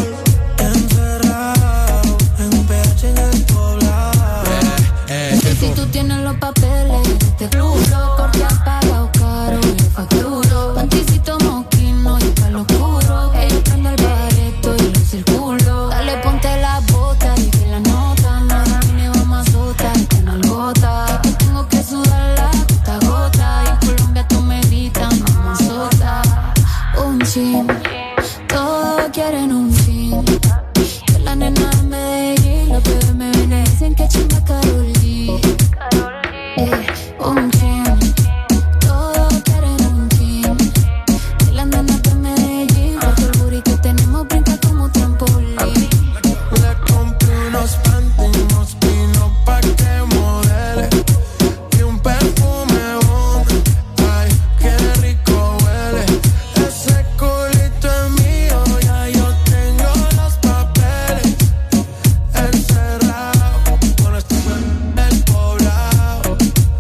Encerrado en un pecho en el poblado. Y si tú tienes los papeles, te juro, corte apagado, caro, le facturo. Panticito mosquino y palo oscuro. Ella prende el bareto y lo circulo. Dale, ponte la bota y que la nota. No domine, vamos a azotar, que no gota. Que tengo que sudarla gota a gota. Y en Colombia tú me gritas, mamá sota. Un chin, todos quieren un chin. Que la nena de Medellín, los bebés me ven y dicen que chimba Karol G. Eh, un chin, todos quieren un chin. Que la nena de Medellín, porque el booty que tenemos brinca como trampolín. Le compré unos panty mosquinos pa' que modele. Y un perfume bon. Ay, qué rico huele. Ese culito es mío, ya yo tengo los papeles. Encerrado con este en el poblado.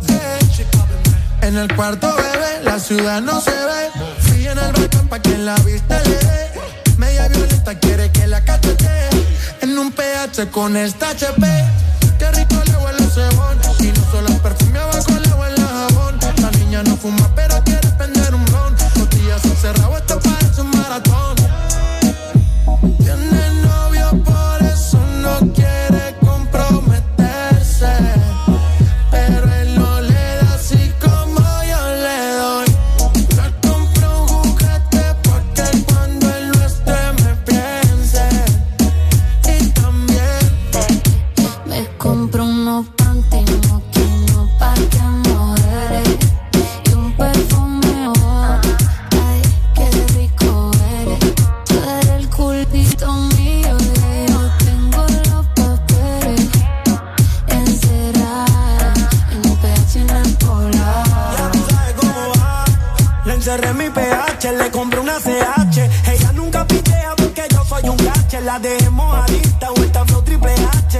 En el cuarto, bebé, la ciudad no se ve. Fui en el balcón pa' que la vista le dé. Media violenta quiere que la cachete. En un P H con esta H P. Qué rico le huele ese bono. Y no solo el perfume abajo el agua en la jabón. La niña no fuma pero quiere prender un ron. Botellas encerrado, esto parece un maratón. Tiene novio, por eso no quiere comprometerse. Pero él no le da así como yo le doy. Le compro un juguete porque cuando él no esté me piense. Y también me compro unos panties moquinos pa' que modere. Y un perfume, oh, ay, qué rico eres. Tú eres el culpito mío y yo tengo los papeles encerrados en un P H en el polar. Ya tú sabes cómo va. Le encerré en mi P H, le compré una C H. Ella nunca pitea porque yo soy un gache. La dejé mojadita, vuelta flow triple H.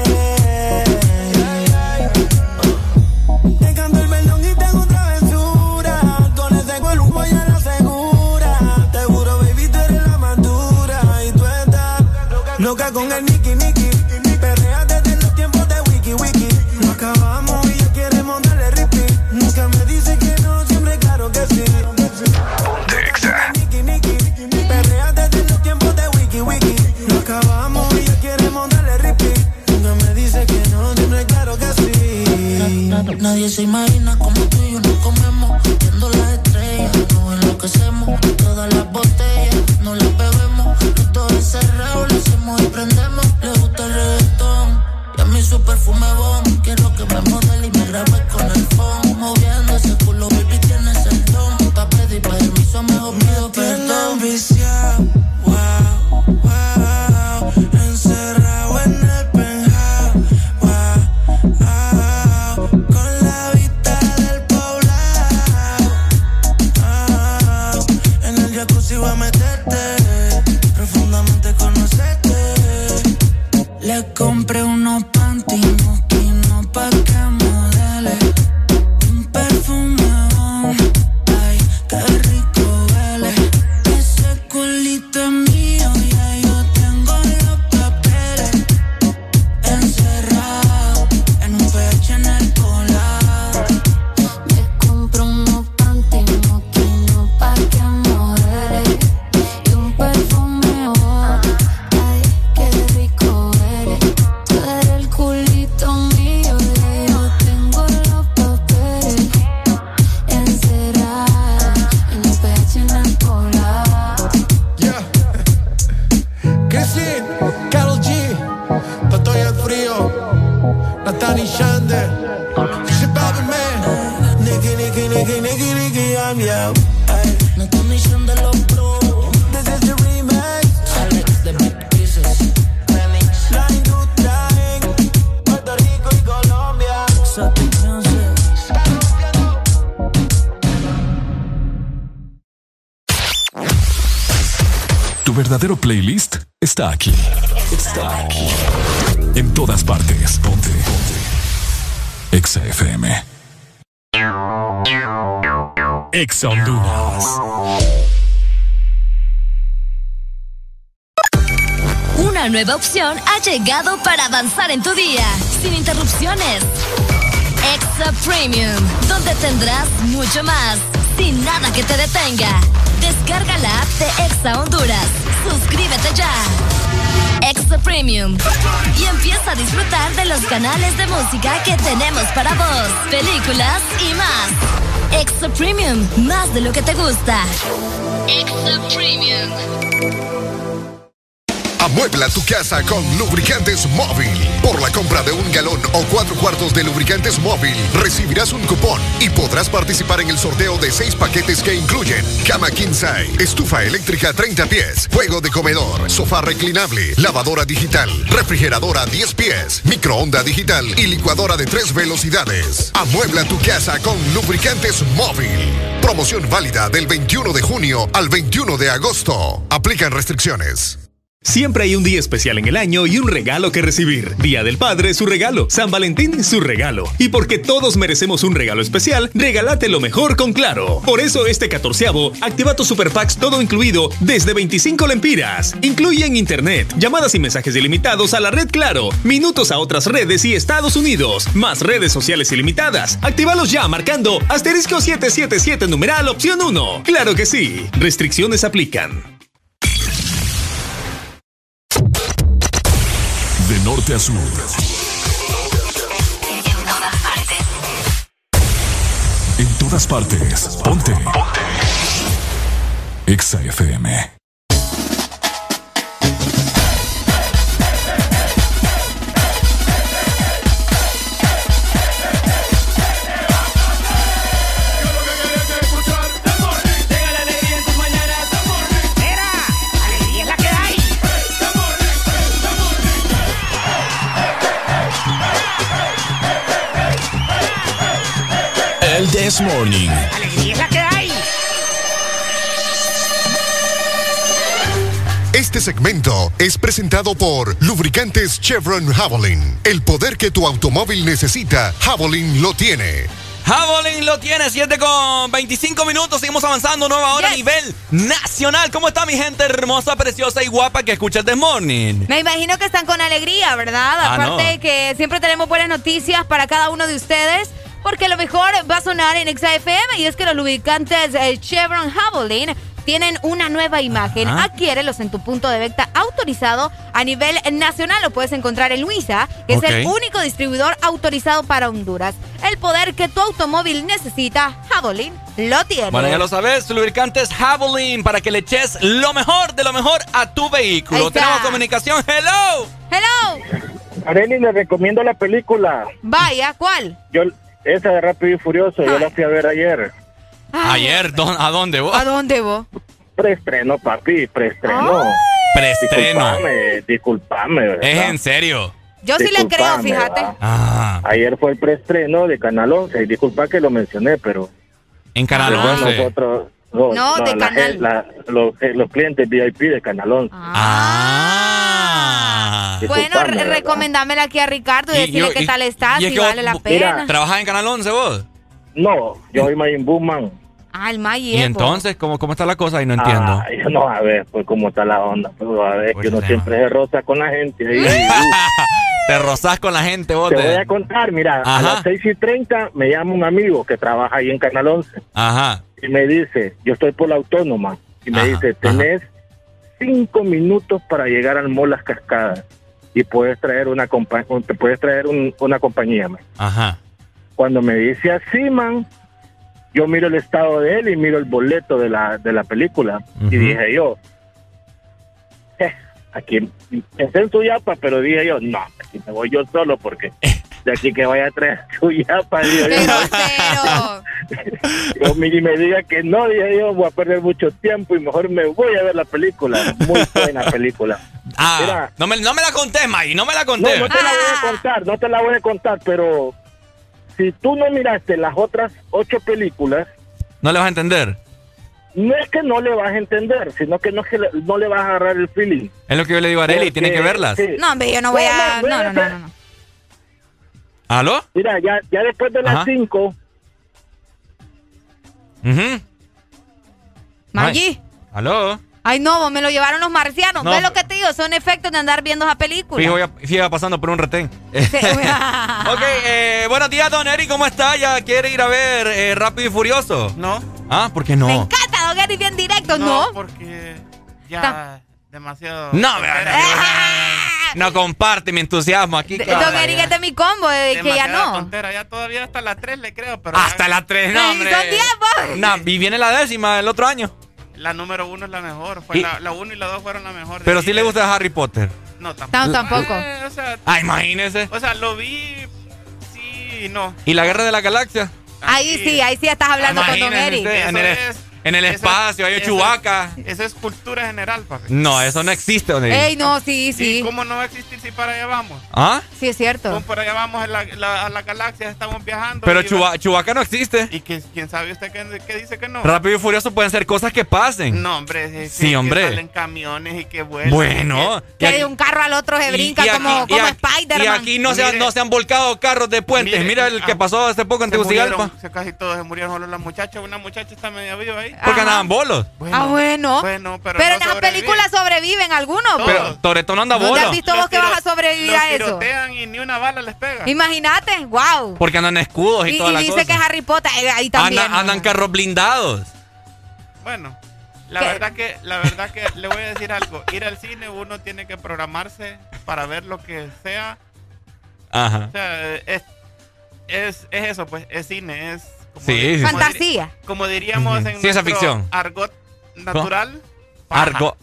Te canto el perdón y tengo travesura. Con ese cuerpo voy a la segura. Te juro, baby, tú eres la madura. Y tú estás loca con el Nicky Nicky. Perrea desde los tiempos de Wiki Wiki. No acabamos y ella quiere montarle repeat. Nunca me dice que no, siempre claro que sí. Nicky Nicky. Perrea desde los tiempos de Wiki Wiki. No acabamos y ella quiere montarle repeat. Nunca me dice que no, siempre claro que sí. Nadie se imagina como tú y yo nos comemos. Viendo las estrellas, nos enloquecemos. Todas las botellas, no las bebemos. Todo encerrado, lo hacemos y prendemos. Le gusta el reggaetón y a mí su perfume bon. Quiero que me modele y me grabe con el phone. Moviendo ese culo, baby, tienes el don. Pa' pedir permiso, mejor pido perdón. Viciado, wow, wow. Encerrado en el penthouse, wow, wow. Con la vista del poblado, wow. En el jacuzzi voy a meterte, profundamente conocerte. Le compré unos panties moquinos pa' que modele. Un perfume, oh, ay, qué rico huele. Ese culito es mío y ya yo tengo los papeles encerrados en un P H en el polar. Me compro unos panties moquinos pa' que modele. Y un perfume, oh, ay, qué rico eres. Tú eres el culito mío y yo tengo los papeles encerrados en un P H en el polar. Yeah. Chrissy, Karol G, Totoy el Frío, Nathan Shande, Fishy Bobby Man, Nicky, Nicky, Nicky, Nicky, Nicky, I'm yo. No condición de los pros. This is the remix. Alex de Big Pieces Remix. La industria en Puerto Rico y Colombia. Exotic Music. Tu verdadero playlist está aquí. Está aquí. En todas partes. Ponte. Ponte. Exa F M. Exa Honduras. Una nueva opción ha llegado para avanzar en tu día, sin interrupciones. Exa Premium, donde tendrás mucho más, sin nada que te detenga. Descarga la app de Exa Honduras. Suscríbete ya. Exa Premium. Y empieza a disfrutar de los canales de música que tenemos para vos, películas y más. Exa Premium, más de lo que te gusta. Exa Premium. Amuebla tu casa con Lubricantes Móvil. Por la compra de un galón o cuatro cuartos de Lubricantes Móvil, recibirás un cupón y podrás participar en el sorteo de seis paquetes que incluyen cama king size, estufa eléctrica treinta pies, juego de comedor, sofá reclinable, lavadora digital, refrigeradora diez pies, microonda digital y licuadora de tres velocidades. Amuebla tu casa con Lubricantes Móvil. Promoción válida del veintiuno de junio al veintiuno de agosto. Aplican restricciones. Siempre hay un día especial en el año y un regalo que recibir. Día del Padre, su regalo. San Valentín, su regalo. Y porque todos merecemos un regalo especial, regálate lo mejor con Claro. Por eso este catorceavo, activa tu Super Packs todo incluido desde veinticinco lempiras. Incluyen internet, llamadas y mensajes ilimitados a la red Claro, minutos a otras redes y Estados Unidos, más redes sociales ilimitadas. Actívalos ya marcando asterisco siete siete siete numeral opción uno. Claro que sí. Restricciones aplican. De norte a sur. En todas partes. Ponte. Ponte. Exa F M. El This Morning. Alegría es la que hay. Este segmento es presentado por Lubricantes Chevron Javelin. El poder que tu automóvil necesita, Javelin lo tiene. Javelin lo tiene, siete con veinticinco minutos. Seguimos avanzando, nueva hora yes. a nivel nacional. ¿Cómo está mi gente hermosa, preciosa y guapa que escucha el This Morning? Me imagino que están con alegría, ¿verdad? Ah, Aparte no. de que siempre tenemos buenas noticias para cada uno de ustedes. Porque lo mejor va a sonar en Exa F M y es que los lubricantes eh, Chevron Javelin tienen una nueva imagen. Ajá. Adquiérelos en tu punto de venta autorizado a nivel nacional. Lo puedes encontrar en Luisa, que Ok. es el único distribuidor autorizado para Honduras. El poder que tu automóvil necesita, Javelin lo tiene. Bueno, ya lo sabes, lubricantes Javelin para que le eches lo mejor de lo mejor a tu vehículo. Ahí está. Tenemos comunicación. ¡Hello! ¡Hello! Arely, le recomiendo la película. Vaya, ¿cuál? Yo, esa de Rápido y Furioso, yo la fui a ver ayer. Ay. Ayer, ¿dó- ¿a dónde vos? ¿A dónde vos? Preestreno, papi, preestreno. Ay. Preestreno. Disculpame, disculpame, ¿verdad? ¿Es en serio? Yo sí le creo, Disculpame, fíjate. ¿verdad? Ah, Ayer fue el preestreno de Canal once. Y disculpa que lo mencioné, pero... en Canal pero once. nosotros... No, No, de la Canal. gen- la- los, eh, los clientes V I P de Canal once. Ah. Bueno, Disculpame, re- ¿verdad? recomendámela aquí a Ricardo y, Y- decirle y- qué y- tal está, y es si que vale vos- la mira, pena. ¿Trabajás en Canal once vos? No, yo soy Mayim Buman. Ah, el Mayi. ¿Y entonces cómo, cómo está la cosa? Ahí no entiendo. Ah, yo no, a ver, pues cómo está la onda. Pues a ver, Pues que uno tema. siempre se roza con la gente. Ahí, uh. Te rozás con la gente vos. Te de- voy a contar, mira, Ajá. a las seis y treinta me llama un amigo que trabaja ahí en Canal once Ajá. y me dice, yo estoy por la Autónoma, y me Ajá, dice, tenés cinco minutos para llegar al Mall Las Cascadas y puedes traer una compa te puedes traer un- una compañía, man. Ajá. Cuando me dice así, man, yo miro el estado de él y miro el boleto de la, de la película. Ujú. Y dije yo, eh, aquí pensé en Suyapa, pero dije yo, no, aquí me voy yo solo porque de aquí que vaya a traer Suyapa, digo yo, yo me- y me diga que no, dije yo, voy a perder mucho tiempo y mejor me voy a ver la película. Muy buena película. Ah, Mira, no, me, no me la contés, May, no me la no, contés. no te la voy a contar, no te la voy a contar, pero si tú no miraste las otras ocho películas, No le vas a entender. no es que no le vas a entender, sino que no es que le- no le vas a agarrar el feeling. Es lo que yo le digo a Arely, tiene que verlas. Sí. No, hombre, yo no voy a... No, No, no, no, no, no. no. ¿Aló? Mira, ya, ya después de Ajá. las cinco, Ujú. Maggi. ¿Aló? Ay, no, vos me lo llevaron los marcianos. No. ¿Ves lo que te digo? Son efectos de andar viendo esa película. Fijo, iba- fijo, iba pasando por un retén. Ok, eh, buenos días, don Eri, ¿cómo está? ¿Ya quiere ir a ver eh, Rápido y Furioso? No. Ah, ¿por qué no? Me encanta, don Gary, bien directo, ¿no? porque ya Ta- demasiado... No, vea, no comparte mi entusiasmo aquí. De- claro. Don Gary, este es mi combo, de que ya Demasiada no. tontera, ya todavía hasta las tres le creo, pero... Hasta las tres, no, Ay, hombre. son diez, vos. No, y viene la décima el otro año. La número uno es la mejor, fue Y- la, la uno y la dos fueron la mejor. de Pero ahí. sí le gusta Harry Potter. No, tampoco. No, tampoco. Eh, o sea, Ah, imagínese. o sea, lo vi, sí y no. ¿Y la Guerra de la Galaxia? Ahí sí, ahí sí estás hablando con Don Imagínese Eric. usted. Eso en el- es en el espacio, hay Chewbacca. Esa es cultura general, papi. No, eso no existe. Donde Ey, no, sí, sí. ¿Y cómo no va a existir si para allá vamos? ¿Ah? Sí, es cierto. Como para allá vamos a la, la, a la galaxia, estamos viajando. Pero Chuba, Chewbacca no existe. ¿Y que, quién sabe usted qué, qué dice que no? Rápido y Furioso pueden ser cosas que pasen. No, hombre. Es sí, que, hombre. Que salen camiones y que vuelan. Bueno. Que de un carro al otro se brinca y, y aquí, como, como Spider-Man. Y aquí no se, han, no se han volcado carros de puentes. Mire, Mira el que pasó hace poco en Tegucigalpa. Casi todos se murieron, solo las muchachas. Una muchacha está medio viva ahí. Porque andaban bolos. Bueno, ah, bueno. Bueno, pero pero no en esas películas sobreviven algunos. Pero Toretto no anda bolos. bolos. ¿No has visto vos que vas a sobrevivir los a eso? tirotean y ni una bala les pega. Imagínate, wow. Porque andan escudos y, y toda y la dice cosa. que Harry Potter eh, ahí también. Andan, andan carros blindados. Bueno, la ¿Qué? verdad que la verdad que le voy a decir algo. Ir al cine uno tiene que programarse para ver lo que sea. Ajá. O sea, es es, es eso, pues, es cine, es como sí, de, sí, como fantasía. Dir, como diríamos uh-huh. en ciencia ficción. Argot natural. Argot.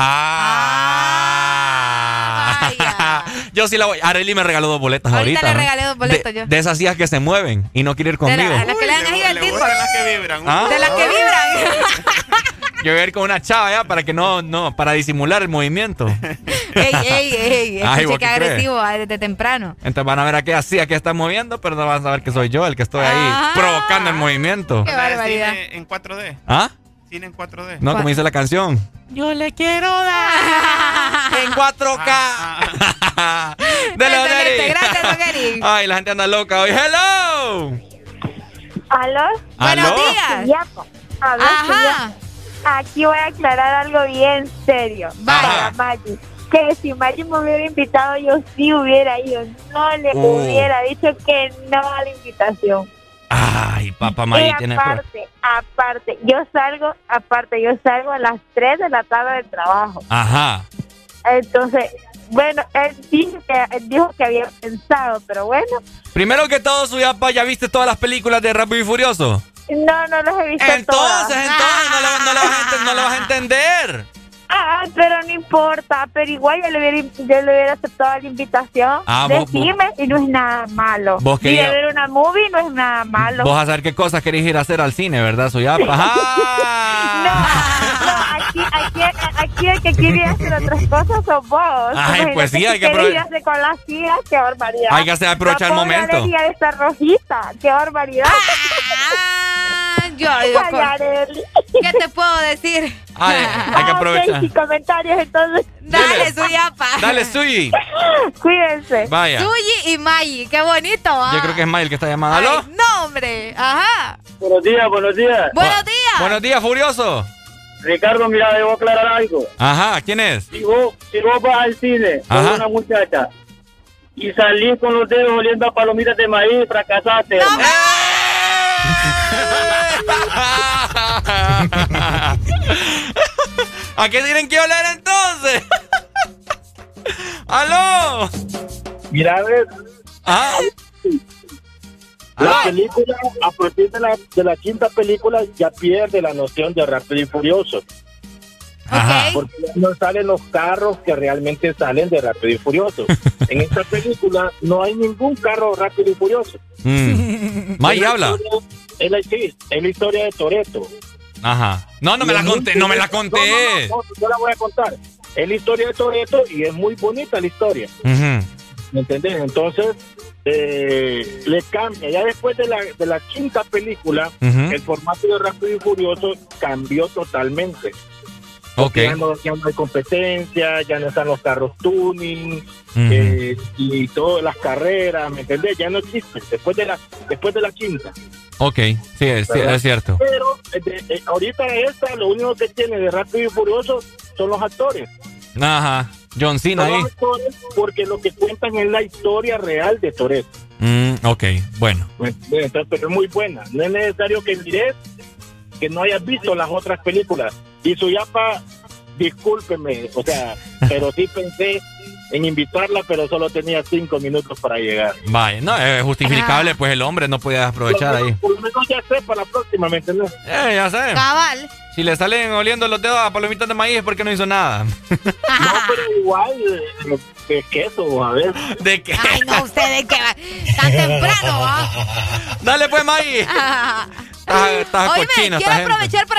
Ah. ah yo sí la voy. Arely me regaló dos boletas ahorita. Ahorita le regalé dos boletas de, yo. De esas sillas que se mueven y no quiere ir conmigo. De la, las que le dan así al tipo. De las que vibran. ¿Ah? De las que vibran. Yo voy a ir con una chava ya para que no, no, para disimular el movimiento. Ey, ey, ey. Escuche que agresivo crees? desde temprano. Entonces van a ver a qué así, a qué está moviendo, pero no van a saber que soy yo el que estoy ahí ah, provocando el movimiento. Qué barbaridad. Cine en cuatro D. ¿Ah? Cine en cuatro D. No, como dice la canción. Yo le quiero dar en cuatro K. Ah, ah. De la Gracias, don Eric. Ay, la gente anda loca hoy. ¡Hello! ¿Aló? Buenos días. Ya, a ver, Ajá. Ya. Aquí voy a aclarar algo bien serio. Ajá. Para Maggie. Que si Maggie me hubiera invitado, yo sí hubiera ido. No le uh. hubiera dicho que no a la invitación. Ay, papá Maggie y tiene aparte, aparte, yo salgo, aparte, yo salgo a las tres de la tarde del trabajo. Ajá. Entonces, bueno, él dijo que, él dijo que había pensado, pero bueno. Primero que todo, Suyapa, ¿ya viste todas las películas de Rápido y Furioso? No, no los he visto entonces, todas. Entonces, entonces, no, le, no, le vas a, no le vas a entender. Ah, pero no importa, pero igual yo le hubiera, yo le hubiera aceptado la invitación. Ah, Decime vos, y no es nada malo. Vos Y de ver una movie no es nada malo. Vos a saber qué cosas querés ir a hacer al cine, ¿verdad, Suyapa? ¡Ah! No, no, aquí, aquí, aquí el que quiere hacer otras cosas son vos. Ay, Imagínate pues sí, hay que aprovechar. hacer con las sillas, qué barbaridad. Hay que hacer aprovechar la el momento. La alegría de esta rojita, qué barbaridad. Ah, yo, yo, ¿qué te puedo decir? Ay, hay que aprovechar. Ah, okay, sin comentarios, entonces. Dale, Suyapa. Dale, Suyi. Cuídense. Vaya. Suyi y Maggie, qué bonito. ¿Ah? Yo creo que es Maggie el que está llamando. ¿Aló? Ay, no, hombre. Ajá. Buenos días, buenos días. Buenos días. Buenos días, Furioso. Ricardo, mira, debo aclarar algo. Ajá, ¿quién es? Si vos, si vos vas al cine con Ajá. una muchacha y salís con los dedos oliendo a palomitas de maíz, fracasaste. No, ¿A qué tienen que oler entonces? ¡Aló! Mira, a ver. ¿Ah? La película, a partir de la, de la quinta película, ya pierde la noción de Rápido y Furioso. Ajá. Porque no salen los carros que realmente salen de Rápido y Furioso. En esta película no hay ningún carro Rápido y Furioso. Mm. May habla. Es la, sí, es la historia de Toretto. Ajá. No, no me la conté, no me la conté. No, no, no, no, yo la voy a contar. Es la historia de Toretto y es muy bonita la historia. Uh-huh. ¿Me entendés? Entonces, eh, le cambia. Ya después de la, de la quinta película, uh-huh. el formato de Rápido y Furioso cambió totalmente. Okay. Ya no, ya no hay competencia, ya no están los carros tuning, uh-huh. eh, y todas las carreras, ¿me entendés? Ya no existen después de la después de la quinta. Ok, sí, es, sí, es cierto. Pero de, de, ahorita esta, lo único que tiene de Rápido y Furioso son los actores. Ajá, John Cena son ahí. Los actores porque lo que cuentan es la historia real de Toretto. Mm, ok, bueno. Entonces, pero es muy buena. No es necesario que mires que no hayas visto las otras películas. Y Suyapa, discúlpeme, o sea, pero sí pensé en invitarla, pero solo tenía cinco minutos para llegar. Vaya, no, es justificable, pues el hombre no podía aprovechar ahí. Por lo menos ya sé para la próxima, ¿me entiendes? Eh, ya sé. Cabal. Si le salen oliendo los dedos a palomitas de maíz es porque no hizo nada. No, pero igual, de, de queso, a ver. ¿De qué? Ay, no, usted de qué va. Tan temprano, ¿va? Dale pues, maíz. Estás, estás Oíme, cochino, quiero esta aprovechar gente. para saludar a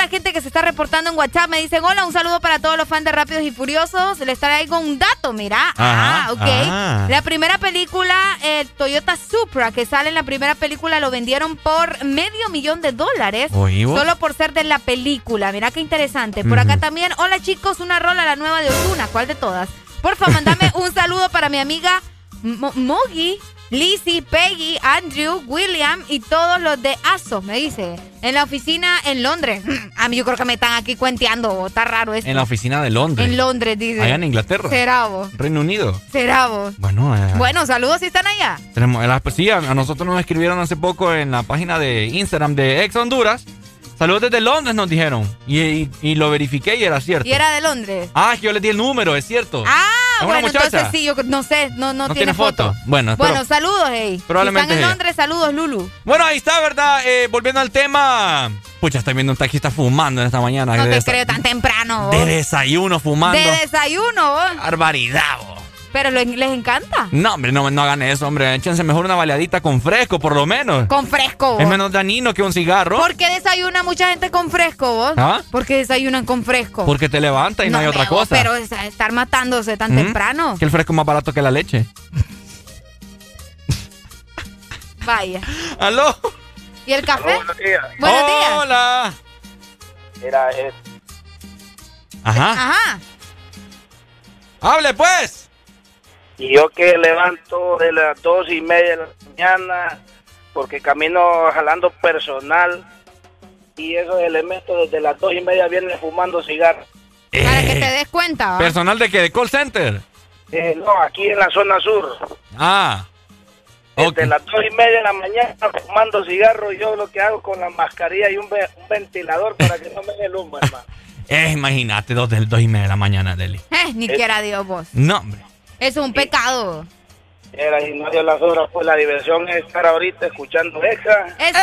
la gente que se está reportando en WhatsApp. Me dicen, hola, un saludo para todos los fans de Rápidos y Furiosos. Les traigo un dato, mira. Ajá, ah, ok. ah. La primera película, el Toyota Supra, que sale en la primera película, lo vendieron por medio millón de dólares. Oí, ¿vos? Solo por ser de la película. Mira qué interesante. Por acá también, hola chicos, una rola, la nueva de Ozuna. ¿Cuál de todas? Porfa, mandame un saludo para mi amiga Mo- Mogi, Lizzie, Peggy, Andrew, William y todos los de ASO, me dice. En la oficina en Londres. A mí yo creo que me están aquí cuenteando. Está raro esto. En la oficina de Londres. En Londres, dice. Allá en Inglaterra. Será vos. Reino Unido. Será vos. Bueno, eh, Bueno, saludos si están allá. tenemos, las- sí, a, a nosotros nos escribieron hace poco en la página de Instagram de Ex Honduras. Saludos desde Londres nos dijeron. Y, y, y lo verifiqué y era cierto. Y era de Londres. Ah, es que yo les di el número, es cierto. Ah, ¿Es una bueno, muchacha? entonces sí, yo no sé, no, no, ¿No tiene, tiene foto? Bueno, Bueno, pero- saludos, hey. Probablemente Si están en ella. Londres, saludos, Lulu. Bueno, ahí está, ¿verdad? Eh, volviendo al tema. Pucha, estoy viendo un taxista fumando en esta mañana. No de te desa- creo tan temprano, De vos. desayuno fumando. De desayuno, vos. Barbaridad, vos. Pero lo- les encanta. No, hombre, no, no hagan eso, hombre. Échense mejor una baleadita con fresco, por lo menos. Con fresco, vos. Es menos dañino que un cigarro. ¿Por qué desayuna mucha gente con fresco, vos? ¿Ah? ¿Por qué desayunan con fresco? Porque te levanta y no, hay otra me, vos, cosa. Pero es- estar matándose tan ¿Mm? temprano. Que el fresco es más barato que la leche. Vaya. ¿Aló? ¿Y el café? Buenos días. Buenos días. Hola. Mira, es, Ajá. Ajá. Hable, pues. y yo que levanto de las dos y media de la mañana porque camino jalando personal y esos elementos desde las dos y media vienen fumando cigarros. Para que te des cuenta, ¿va? ¿Personal de qué? ¿De call center? Eh, no, aquí en la zona sur. Ah. Desde las dos y media de la mañana fumando cigarros, yo lo que hago con la mascarilla y un, ve- un ventilador para que no me dé el humo, hermano. Eh, imagínate, dos, de, dos y media de la mañana, Deli. Eh, ni quiera Dios vos. No, hombre. Eso es un pecado. Era y no dio las horas, pues la diversión es estar ahorita escuchando Exa. ¡Eso!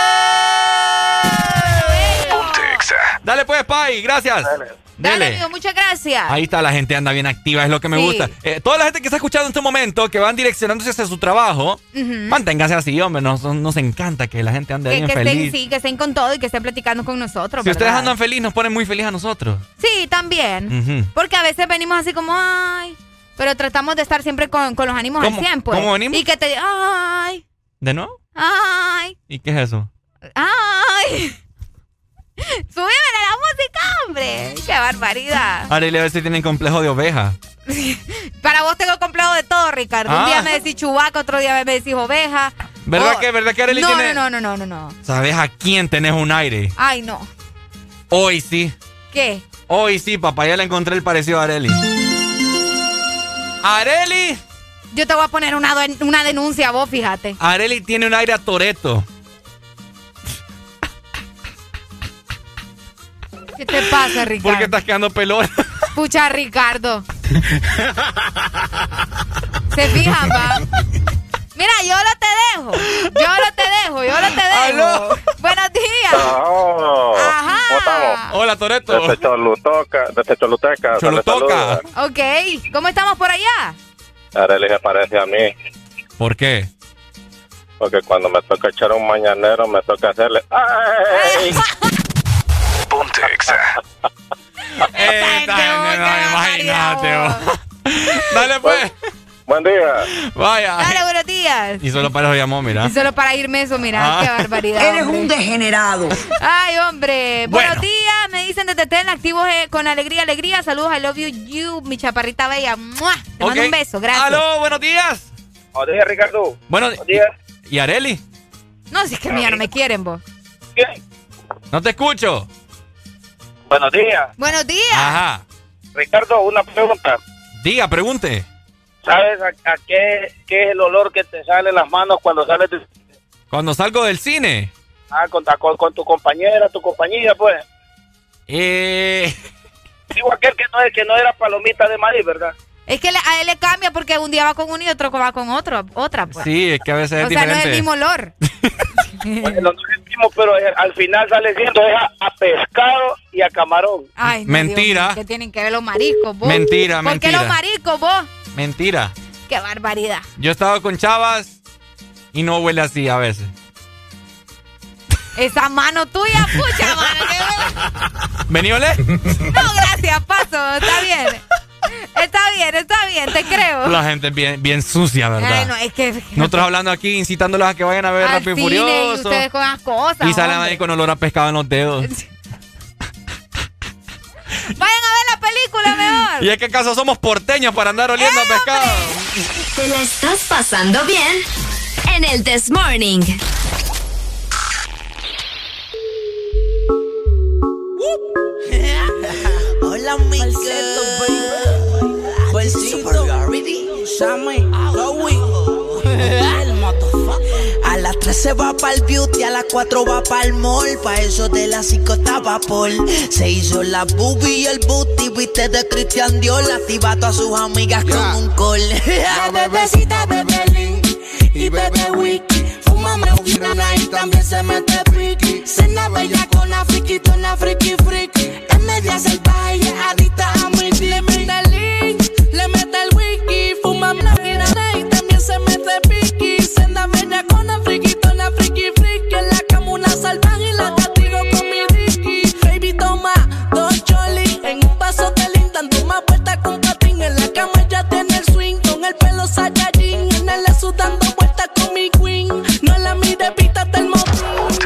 Dale, pues, Pai, gracias. Dale. Dale, Dele. amigo, muchas gracias. Ahí está, la gente anda bien activa, es lo que me Sí. gusta. Eh, toda la gente que está escuchando en este momento, que van direccionándose hacia su trabajo, Ujú. manténganse así, hombre. Nos, nos encanta que la gente ande Que, bien que feliz. estén, sí, que estén con todo y que estén platicando con nosotros. Si ustedes ¿verdad? andan feliz, nos ponen muy feliz a nosotros. Sí, también. Ujú. Porque a veces venimos así como, ay, pero tratamos de estar siempre con, con los ánimos ¿Cómo? al cien, pues. ¿Cómo venimos? Y que te diga, ay, ¿De nuevo? ay, ¿Y qué es eso? ay. Súbeme la música, hombre. Qué barbaridad. Ahora, y a ver si tienen complejo de oveja. Para vos tengo complejo de todo, Ricardo. Un Ah. día me decís chubaca, otro día me decís oveja. ¿Verdad Oh, que, verdad que Arely no, tiene...? no, no, no, no, no, no. ¿Sabes a quién tenés un aire? Ay, no. Hoy sí. ¿Qué? Hoy sí, papá. Ya le encontré el parecido a Arely. Arely... Yo te voy a poner una, den- una denuncia a vos, fíjate. Arely tiene un aire a Toretto. ¿Qué te pasa, Ricardo? ¿Por qué estás quedando pelón? Pucha, Ricardo. ¿Se fijan, va? Mira, yo lo te dejo. Yo lo te dejo, yo lo te dejo. Aló. Buenos días. Oh, Ajá. ¿cómo estamos? Hola, Toretto. Desde Cholutoca, desde Choluteca. se les Cholutoca. saluda. Ok, ¿cómo estamos por allá? Arely se parece a mí, ¿Por qué? porque cuando me toca echar un mañanero, me toca hacerle... ¡Ay! Ponte Exa. Eh, dale, no, imagínate, vos. Dale, pues. Buen día. Vaya. Dale, buenos días. Y solo para eso llamó, mira. Y solo para irme eso, mira, Ah. qué barbaridad. Eres hombre. un degenerado. Ay, hombre. Bueno. Buenos días, me dicen desde Tela, activos eh, con alegría, alegría. Saludos, I love you, you, mi chaparrita bella. ¡Mua! Te mando Ok. un beso, gracias. Aló, buenos días. Buenos días, Ricardo. Bueno, Buenos días. ¿y Arely? No, si es que mía no me quieren, vos. ¿Qué? No te escucho. Buenos días. Buenos días. Ajá. Ricardo, una pregunta. Diga, pregunte. ¿Sabes a, a qué, qué es el olor que te sale en las manos cuando sales de, Cuando salgo del cine. ah, con, con, con tu compañera, tu compañía, pues? Eh... Digo aquel que no, es, que no era palomita de maíz, ¿verdad? Es que le- a él le cambia porque un día va con uno y otro va con otro, otra, pues. Sí, es que a veces es o sea, diferente. no es el mismo olor. Bueno, no es el mismo, pero es- al final sale siendo es a, a pescado y a camarón. Ay, no, Mentira. Dios mío, ¿qué tienen que ver los mariscos, vos? Mentira, ¿Por mentira. qué los mariscos, vos? Mentira. Qué barbaridad. Yo he estado con chavas y no huele así a veces. Esa mano tuya, pucha, mano. Vení, olé. No, gracias, paso. Está bien. Está bien, está bien, te creo. La gente es bien, bien sucia, ¿verdad? Ay, no, es que... Nosotros hablando aquí, incitándolos a que vayan a ver al Rápido y cine, Furioso. Y ustedes con las cosas. Y salen hombre. ahí con olor a pescado en los dedos. Vayan a ver la película mejor. ¿Y es que acaso somos porteños para andar oliendo ¡Eh, a pescado? ¿Te la estás pasando bien? En el This Morning. Hola, mi A las tres se va pa'l beauty, a las cuatro va pa'l mall. Pa' eso de las cinco estaba Paul. Se hizo la boobie y el booty, viste de Christian Dior. Activa a todas sus amigas yeah. con un call. La bebecita bebe Lin y bebe Wiki. Fuma marihuana y también se mete piqui. Cena bella con la friquito, una friki friki. Es media salvaje y es adicta a mi dick. Le mete el Lin, le mete el wiki. Fuma marihuana y también se mete piqui. Cena bella con la friquito, una friki friki. En la cama una salvaje y la castigo con mi dicky. Baby toma dos cholis en un vaso de Lin, dando más vueltas con patín. En la cama ya tiene el swing, con el pelo Saiyajin. En el lesu dando vueltas con mi queen. No la mire, pítate el motín.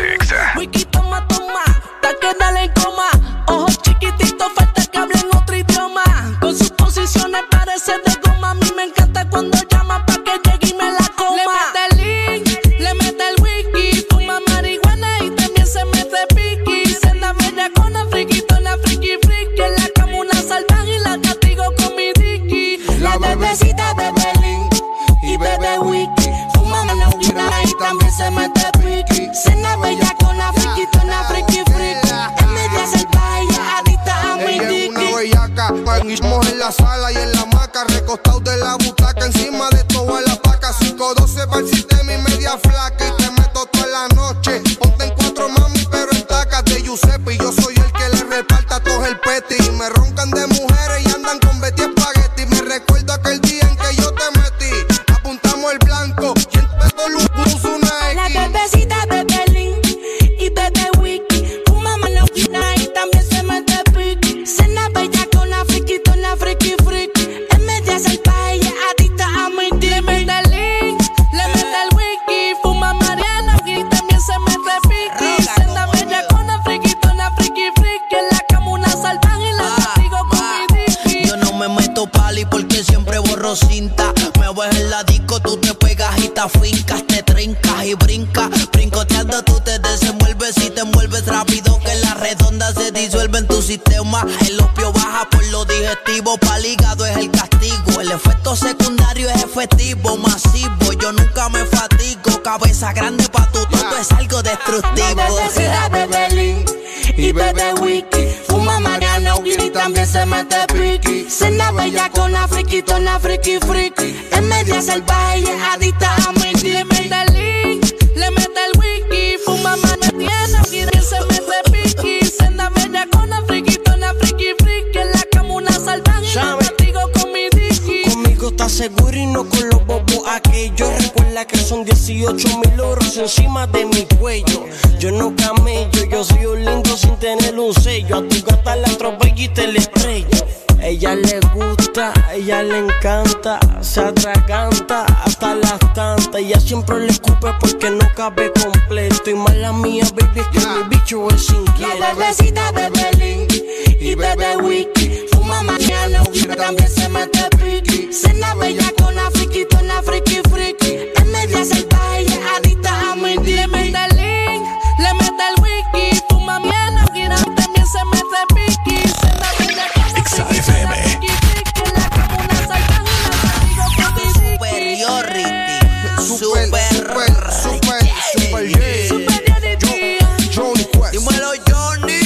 Wiki toma, toma, ta que dale en coma. Ojos chiquititos, falta que hablen otro idioma. Con sus posiciones parece de goma. A mí me encanta cuando llama pa' que llegue y me la coma. Le mete el link, le mete el wiki. Fuma marihuana y también se mete piqui. Cena bella con una friquito, una friki friki. En la cama una salvaje y la castigo con mi dicky. La bebecita bebe link y bebe wiki. Fuma marihuana y también se mete piqui. Cena bella con una friquito, una friki friki. Es media salvaje y adicta a mi dicky. Una bellaca, panguismos en la sala y en la hamaca. Recostados de la butaca, encima de toda la paca. cinco doce para el sistema y media flaca. Y te meto toda la noche. Ponte en cuatro mami, pero en tacas de Giuseppe. Y yo soy el que le reparta a todos el peti. Y me roncan de mujeres y andan con Betty Espagueti. Me recuerdo aquel día en que yo te metí. Apuntamos el blanco y en todo luz puso una X. La bebecita bebe link y bebe wiki. Fuma marihuana y también se mete piqui. Cena bella con una friquito, una friki friki. Es media salvaje y es adicta a mi dick. Le mete el link, le mete el wiki. Fuma marihuana y también se mete piqui. Cena bella con una friquito, una friki friki. En la cama una salvaje y la castigo con mi dicky. Yo no me meto pali porque siempre borro cinta. Me ves en la disco, tú te pegas y te afincas, te trincas y brincas. Brincoteando tú te desenvuelves y te envuelves rápido que la redonda se disuelve en tu sistema. El opio baja por lo digestivo, pa'l hígado es el castigo. El efecto secundario es efectivo, masivo. Yo nunca me fatigo, cabeza grande pa' tu todo es algo destructivo. La bebecita bebe link y bebe wiki. Fuma marihuana y también se mete piqui. Cena bella con una friquito, una friki friki. Es media salvaje y es adicta a mi dick. Le mete el link, le mete el wiki. Fuma marihuana y también se mete piqui. Cena bella con una friquito, una friki friki. En la cama una salvaje y la castigo con mi dicky. Conmigo estás seguro y no con los bobos aquellos. Recuerda que son dieciocho mil euros encima de mi cuello. Yo no camello, yo soy un lindo sin tener un sello. A tu gata la atropello y te la estrello. Ella le gusta, ella le encanta, se atraganta hasta las tantas. Ella siempre le escupe porque no cabe completo. Y mala mía, baby, es que mi bicho es inquieto. La bebecita bebe link y bebe wiki. Fuma mañana y también se mete piqui. Cena bella con una friquito, una friki friki. Es media salvaje y es adicta a mi dick. Le mete el link, le mete el wiki. Fuma mañana y también se mete piqui. Cena bella con una friki, una friki friki. En la cama una salvaje y la castigo con mi superiority. Super, super, super, super, superiority. Johnny Quest. Dímelo, Johnny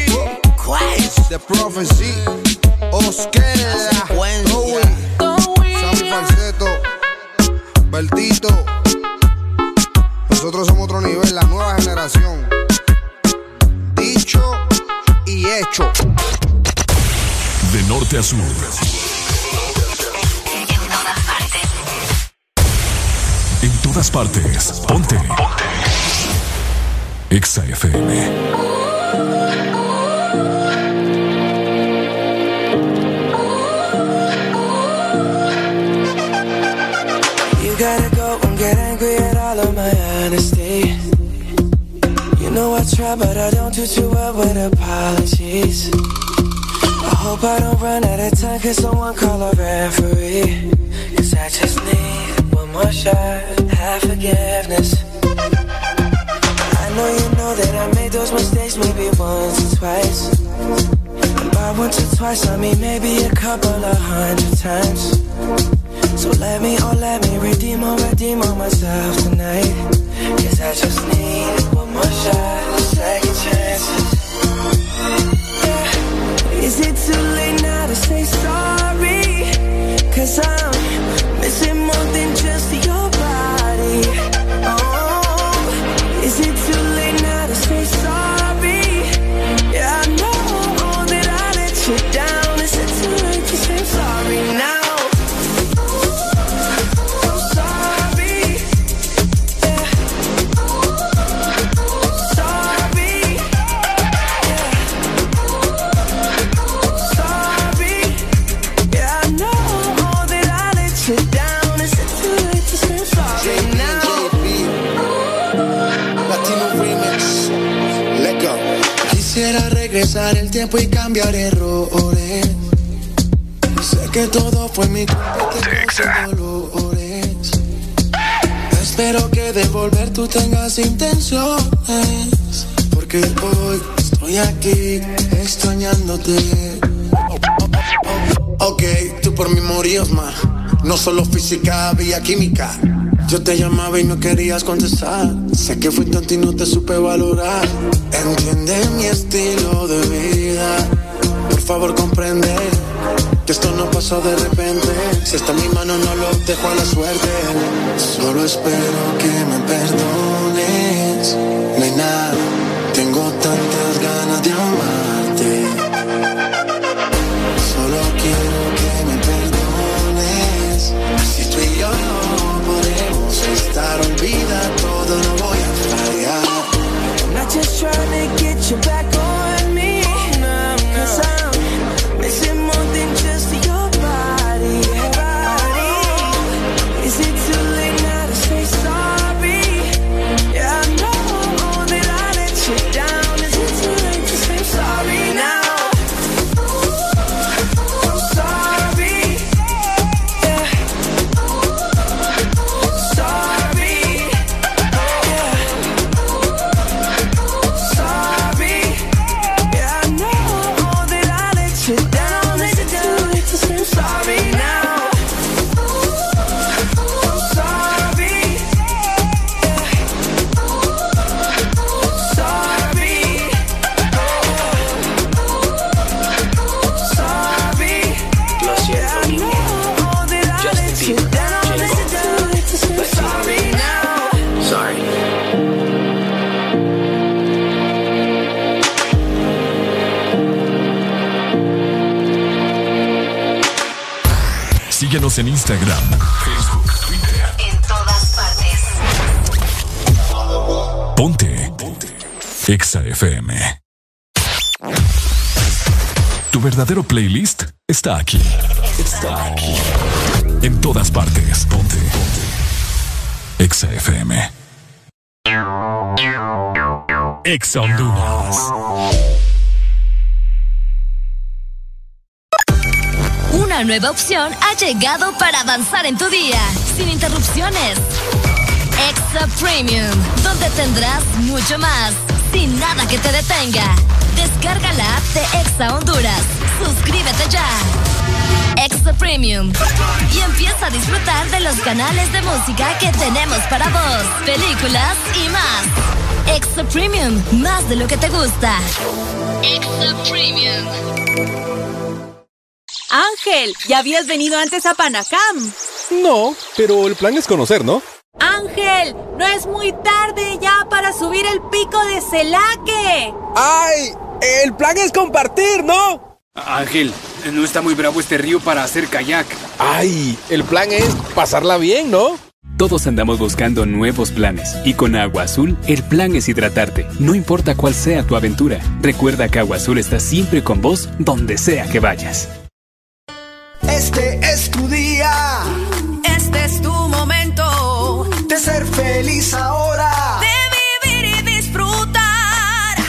Quest. The Prophecy. Oscar. Towie. Sammy Falsetto. Bertito. Nosotros somos otro nivel, la nueva generación. Dicho y hecho. De norte a sur. En todas partes. Ponte. Ponte. Exa F M. try, but I don't do too well with apologies. I hope I don't run out of time, cause someone call a referee. Cause I just need one more shot, have forgiveness. I know you know that I made those mistakes maybe once or twice. And by once or twice, I mean maybe a couple of hundred times. So let me, oh let me redeem or redeem on myself tonight. Cause I just need one more shot, second chances. Yeah. Is it too late now to say sorry? Cause I'm missing more than just your body. Oh, is it too late now to say sorry? Yeah, I know that I let you down. Is it too late to say sorry now? Quisiera regresar el tiempo y cambiar errores. Sé que todo fue mi culpa, que causé dolores. Espero que de volver tú tengas intenciones, porque hoy estoy aquí extrañándote. Ok, tú por mí morías más. No solo física, había química. Yo te llamaba y no querías contestar. Sé que fui tonto y no te supe valorar. Entiende mi estilo de vida. Por favor comprende que esto no pasó de repente. Si está en mi mano no lo dejo a la suerte. Solo espero que me perdones. Nena, tengo tantas ganas de amarte. Solo quiero que me perdones. Si tú y yo no podemos estar, olvida todo, no voy a fallar. I'm not just trying to get you back on me, no, no. Cause I'm missing more than just your body, body. Is it too late now to say sorry? Yeah, I know that I let you down. Is it too late to say sorry now? Síguenos en Instagram, Facebook, Twitter. En todas partes. Ponte. Ponte. Exa F M. Tu verdadero playlist está aquí. Está aquí. En todas partes. Ponte. Ponte. Exa F M. Exa Honduras. Una nueva opción ha llegado para avanzar en tu día, sin interrupciones. Exa Premium, donde tendrás mucho más, sin nada que te detenga. Descarga la app de Exa Honduras. Suscríbete ya. Exa Premium. Y empieza a disfrutar de los canales de música que tenemos para vos, películas y más. Exa Premium, más de lo que te gusta. Exa Premium. Ángel, ¿ya habías venido antes a Panacam? No, pero el plan es conocer, ¿no? Ángel, no es muy tarde ya para subir el pico de Celaque. ¡Ay! El plan es compartir, ¿no? Ángel, no está muy bravo este río para hacer kayak. ¡Ay! El plan es pasarla bien, ¿no? Todos andamos buscando nuevos planes y con Agua Azul el plan es hidratarte, no importa cuál sea tu aventura. Recuerda que Agua Azul está siempre con vos donde sea que vayas. Este es tu día, este es tu momento de ser feliz ahora, de vivir y disfrutar.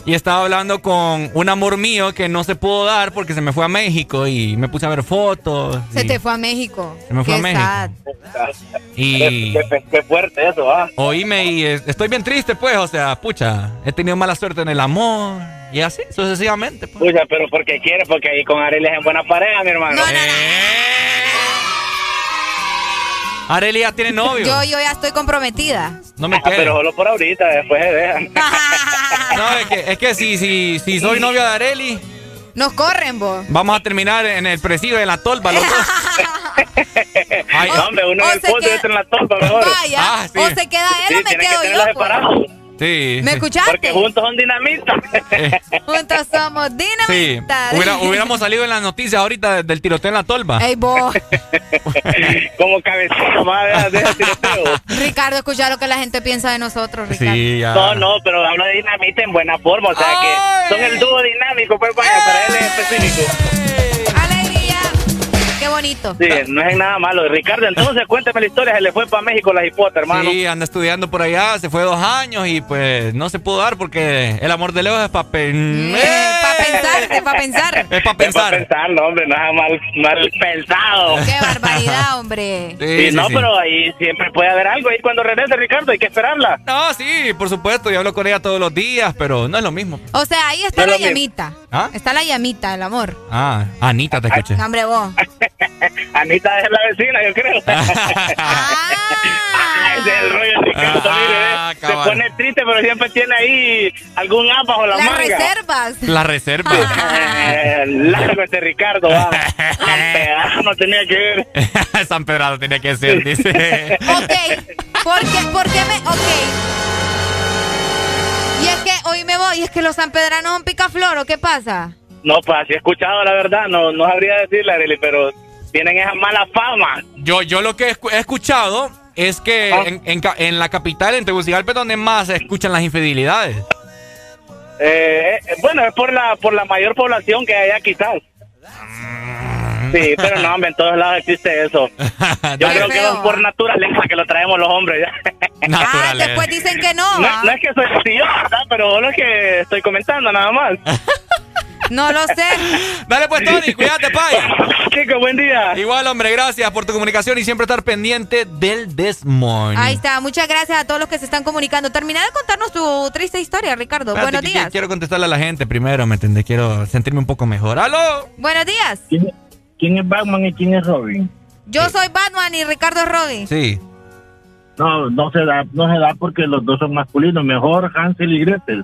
Y estaba hablando con un amor mío que no se pudo dar porque se me fue a México y me puse a ver fotos. Se te fue a México. Se me fue Qué a México. sad. Y Qué, qué- qué fuerte eso, ¿ah? oíme y es- estoy bien triste, pues, o sea, pucha, he tenido mala suerte en el amor y así, sucesivamente. Pues. Pucha, pero porque quiere, porque ahí con Arely es en buena pareja, mi hermano. Arely ya tiene novio. Yo, yo ya estoy comprometida. No me Ah, quede. pero solo por ahorita, después se dejan. No, es que, es que si, si, si soy novio de Arely, Nos corren, vos. vamos a terminar en el presidio de la tolva, los dos. Ay, No, hombre, uno o en el se pozo y queda- otro en la torpa, mejor. Vaya, Ah, sí. o se queda él Sí, o me tienen que quedo tenerlos yo. pues. separados. Sí. ¿Me sí. escuchaste? Porque juntos son dinamita. Juntos somos Sí, dinamita. Hubiera- hubiéramos salido en las noticias ahorita del tiroteo en la tolva. Ey, vos. Como cabecito más de, de tiroteo. Ricardo, escucha lo que la gente piensa de nosotros, Ricardo. Sí, ya. No, no, pero hablo de dinamita en buena forma. O sea Ay. que son el dúo dinámico, pues vaya, para él es específico. Alegría. Qué bonito. Sí, no es nada malo. Ricardo, entonces cuéntame la historia. Se le fue para México la hipota, hermano. Sí, anda estudiando por allá, se fue dos años y pues no se pudo dar porque el amor de lejos es para Eh, para pensar, es para pensar. Es para Es para pensar. pensar, no, hombre, no es mal, mal pensado. Qué barbaridad, hombre. Sí, Sí, sí, no, sí. pero ahí siempre puede haber algo. Ahí cuando regrese, Ricardo, hay que esperarla. No, sí, por supuesto, yo hablo con ella todos los días, pero no es lo mismo. O sea, ahí está No la lo mismo. llamita. ¿Ah? Está la llamita, el amor. Ah, Anita, te escuché. Hombre, vos. Anita es la vecina, yo creo. Ah, ese es el rollo de Ricardo, Ah, mire, ¿eh? Se cabal. pone triste, pero siempre tiene ahí algún as bajo la Las manga. reservas. La reserva. Eh, largo este Ricardo, va. Campeón, no tenía que ver. San Pedrado tenía que ser, dice. Ok. ¿Por qué, por qué me...? Ok. Y es que, hoy me voy, y es que los sanpedranos son picaflor, ¿o qué pasa? No, pues así he escuchado, la verdad. No, no sabría decirle, Arely, pero tienen esa mala fama. Yo, yo lo que he escu- he escuchado es que Ah. en, en ca- en la capital, en Tegucigalpa, es donde más se escuchan las infidelidades. Eh, eh, bueno, es por la por la mayor población que hay allá, quizás. Sí, pero no, hombre, en todos lados existe eso. Yo Dale. creo que es por naturaleza que lo traemos los hombres. Ah, Naturales. después dicen que no, No, ¿va? no es que soy así yo, ¿verdad? Pero solo es que estoy comentando nada más. No lo sé. Dale pues, Tony, cuídate, pay. Chicos, buen día. Igual, hombre, gracias por tu comunicación y siempre estar pendiente del Desmorning. Ahí está, muchas gracias a todos los que se están comunicando. Termina de contarnos tu triste historia, Ricardo. Espérate, Buenos que- días. que Quiero contestarle a la gente primero, ¿me entiendes? Quiero sentirme un poco mejor. ¡Aló! Buenos días. ¿Quién, quién es Batman y quién es Robin? Yo soy Batman y Ricardo es Robin. Sí. No, no se da, no se da porque los dos son masculinos. Mejor Hansel y Gretel.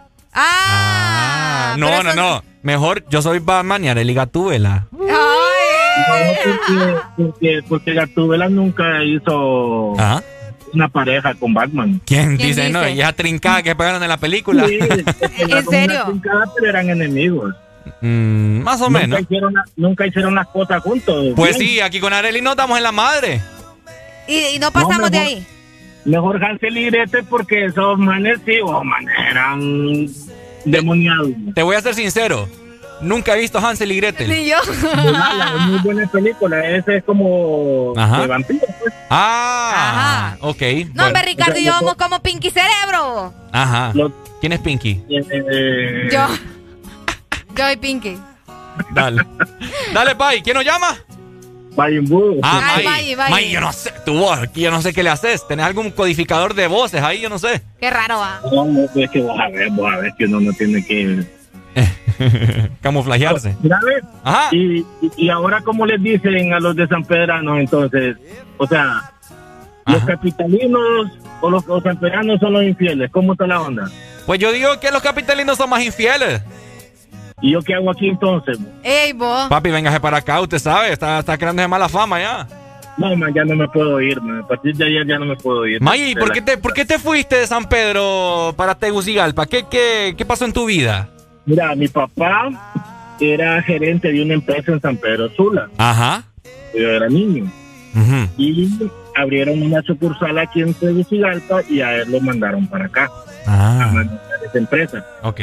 Ah, no, pero no, eso- no. Mejor yo soy Batman y Arely Gatúbela. No, porque, porque, porque Gatúbela nunca hizo Ajá. una pareja con Batman. ¿Quién, ¿Quién dice, no? dice? Y esa trincada que pegaron en la película. Sí, ¿En serio? Pero eran enemigos. Mm, más o Nunca menos. hicieron, nunca hicieron las cosas juntos. Pues Bien. sí, aquí con Arely nos damos en la madre. Y, y no pasamos No, de mejor- ahí. Mejor Hansel y Gretel porque esos manes sí, oh, man, eran demoniados. Te voy a ser sincero. Nunca he visto Hansel y Gretel. Ni yo. Mírala, es muy buena película. Ese es como Ajá. de vampiro, pues. Ah, ok. No, bueno. hombre, Ricardo y yo Yo- vamos como Pinky Cerebro. Ajá. Lo- ¿Quién es Pinky? Eh, Yo. Yo y Pinky. Dale. Dale, Pai. ¿Quién nos llama? Majin Buu. Ah, Ay, May. May, May. May, yo no sé. Tu voz, aquí yo no sé qué le haces. ¿Tenés algún codificador de voces ahí? Yo no sé. Qué raro va. No, no, es que vos a ver, vos a ver que uno no tiene que... Camuflajearse. Mira, ves. Ajá. Y, y, y ahora, ¿cómo les dicen a los de San Pedrano, entonces? O sea, los Ajá. capitalinos o los, los sanpedranos son los infieles. ¿Cómo está la onda? Pues yo digo que los capitalinos son más infieles. ¿Y yo qué hago aquí entonces? Ey, vos. Papi, véngase para acá, usted sabe. Está, está creándose mala fama ya. No, man, ya no me puedo ir, man. A partir de ayer ya no me puedo ir. May, ¿por qué, te, ¿por qué te fuiste de San Pedro para Tegucigalpa? ¿Qué, qué, qué pasó en tu vida? Mira, mi papá era gerente de una empresa en San Pedro Sula. Ajá. Yo era niño. Ujú. Y abrieron una sucursal aquí en Tegucigalpa y a él lo mandaron para acá. A Ah, manejar esa empresa. ok.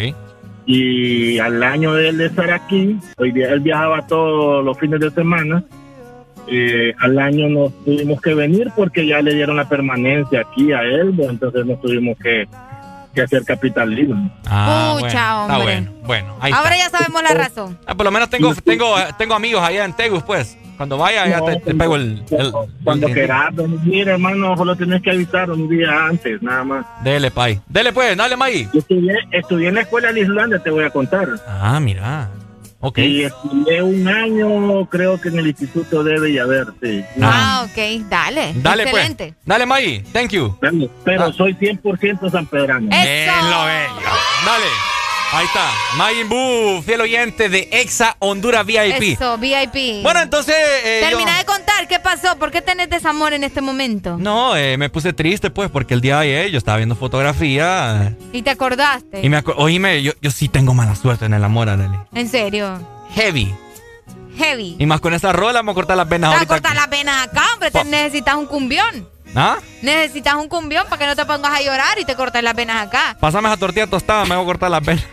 Y al año de él de estar aquí, hoy día él viajaba todos los fines de semana. Eh, al año nos tuvimos que venir porque ya le dieron la permanencia aquí a él, pues, entonces nos tuvimos que, que hacer capitalismo. Ah, Pucha, bueno, hombre. Está bueno, bueno, ahí Ahora está. ya sabemos la razón. Ah, por lo menos tengo, tengo, tengo amigos allá en Tegus, pues. Cuando vaya, ya No, te, te pego el... el Cuando el- quieras venir, hermano, solo tenés que avisar un día antes, nada más. Dele, pay. Dele, pues, dale, May. Yo estudié, estudié en la escuela de Islandia, te voy a contar. Ah, mira. Ok. Y estudié un año, creo que en el Instituto de Bellaver, sí. Ah, ok, dale. Dale, Excelente. pues. Dale, May. Thank you. Dale, pero Ah. soy cien por ciento sanpedrano. Es lo bello. Dale. Ahí está. Majin Buu, fiel oyente de Exa Honduras V I P. Eso, V I P. Bueno, entonces... eh, Termina yo- de contar, ¿qué pasó? ¿Por qué tenés desamor en este momento? No, eh, me puse triste, pues, porque el día de ayer yo estaba viendo fotografía ¿Y te acordaste? y me acu- Oíme, yo, yo sí tengo mala suerte en el amor, Arely. En serio. Heavy. Heavy. Y más con esa rola, vamos a cortar las venas Te vas a ahorita. cortar las venas acá, hombre. Te necesitas un cumbión. ¿Ah? Necesitas un cumbión para que no te pongas a llorar y te cortes las venas acá. Pásame esa tortilla tostada, me voy a cortar las venas.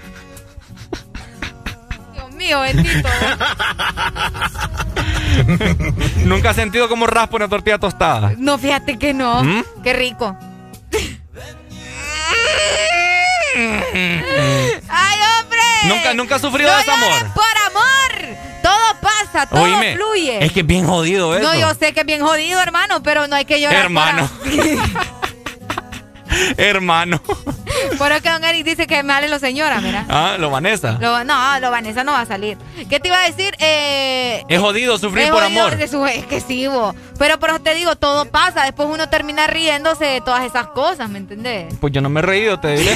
Dios mío, bendito. ¿Nunca has sentido como raspo una tortilla tostada? No, fíjate que no. ¿Mm? Qué rico. ¡Ay, hombre! ¿Nunca, nunca has sufrido No desamor? llores por amor. Todo pasa, todo Oíme, fluye. es que es bien jodido eso. No, yo sé que es bien jodido, hermano, pero no hay que llorar. Hermano. Hermano. Por eso que don Eric dice que me hable lo señora, mira. Ah, lo Vanessa. Lo- no, lo Vanessa no va a salir. ¿Qué te iba a decir? Eh, Es jodido sufrir es por jodido amor. de su- es que sí, bo. Pero por eso te digo, todo pasa. Después uno termina riéndose de todas esas cosas, ¿me entendés? Pues yo no me he reído, te diré.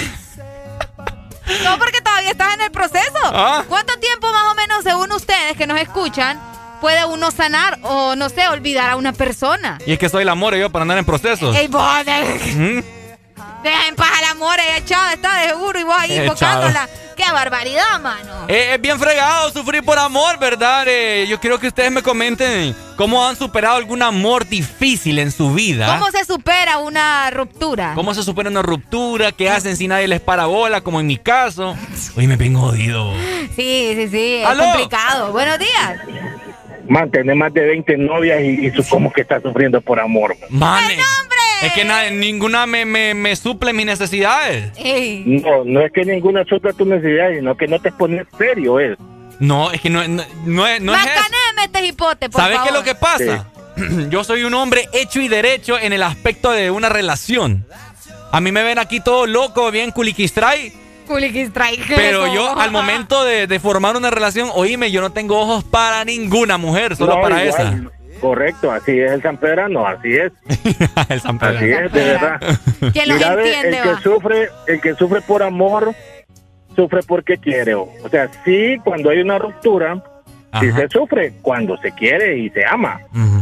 No, porque todavía estás en el proceso. Ah. ¿Cuánto tiempo más o menos, según ustedes que nos escuchan, puede uno sanar o, no sé, olvidar a una persona? Y es que soy el amor yo para andar en procesos. Ey, vos, de- ¿Mm? deja en paz al amor, ella echada está de seguro y vos ahí Echado. invocándola. ¡Qué barbaridad, mano! Eh, es bien fregado sufrir por amor, ¿verdad? Eh, yo quiero que ustedes me comenten cómo han superado algún amor difícil en su vida. ¿Cómo se supera una ruptura? ¿Cómo se supera una ruptura? ¿Qué hacen si nadie les para bola? Como en mi caso. Oye, me vengo jodido. Sí, sí, sí, es ¡Aló! complicado. Buenos días. Man, tenés más de veinte novias y, y su- como que estás sufriendo por amor. Mane, es que na- ninguna me, me, me suple mis necesidades. Ey. No, no es que ninguna supla tu necesidad, sino que no te pones serio, es. No, es que no, no, no es, no es eso. Macaneme este hipote, por ¿Sabes qué es favor. lo que pasa? Yo soy un hombre hecho y derecho en el aspecto de una relación. A mí me ven aquí todo loco, bien culiquistray. Culiquistray, ¿qué Pero es eso? yo, al momento de, de formar una relación, oíme, yo no tengo ojos para ninguna mujer, solo No, para igual, esa. Correcto, así es el San Pedrano, así es. El San Así es, de verdad. ¿Quién los Mira, ve, entiende, el que va? sufre, el que sufre por amor, sufre porque quiere. O o sea, sí, cuando hay una ruptura, sí Ajá. se sufre cuando se quiere y se ama.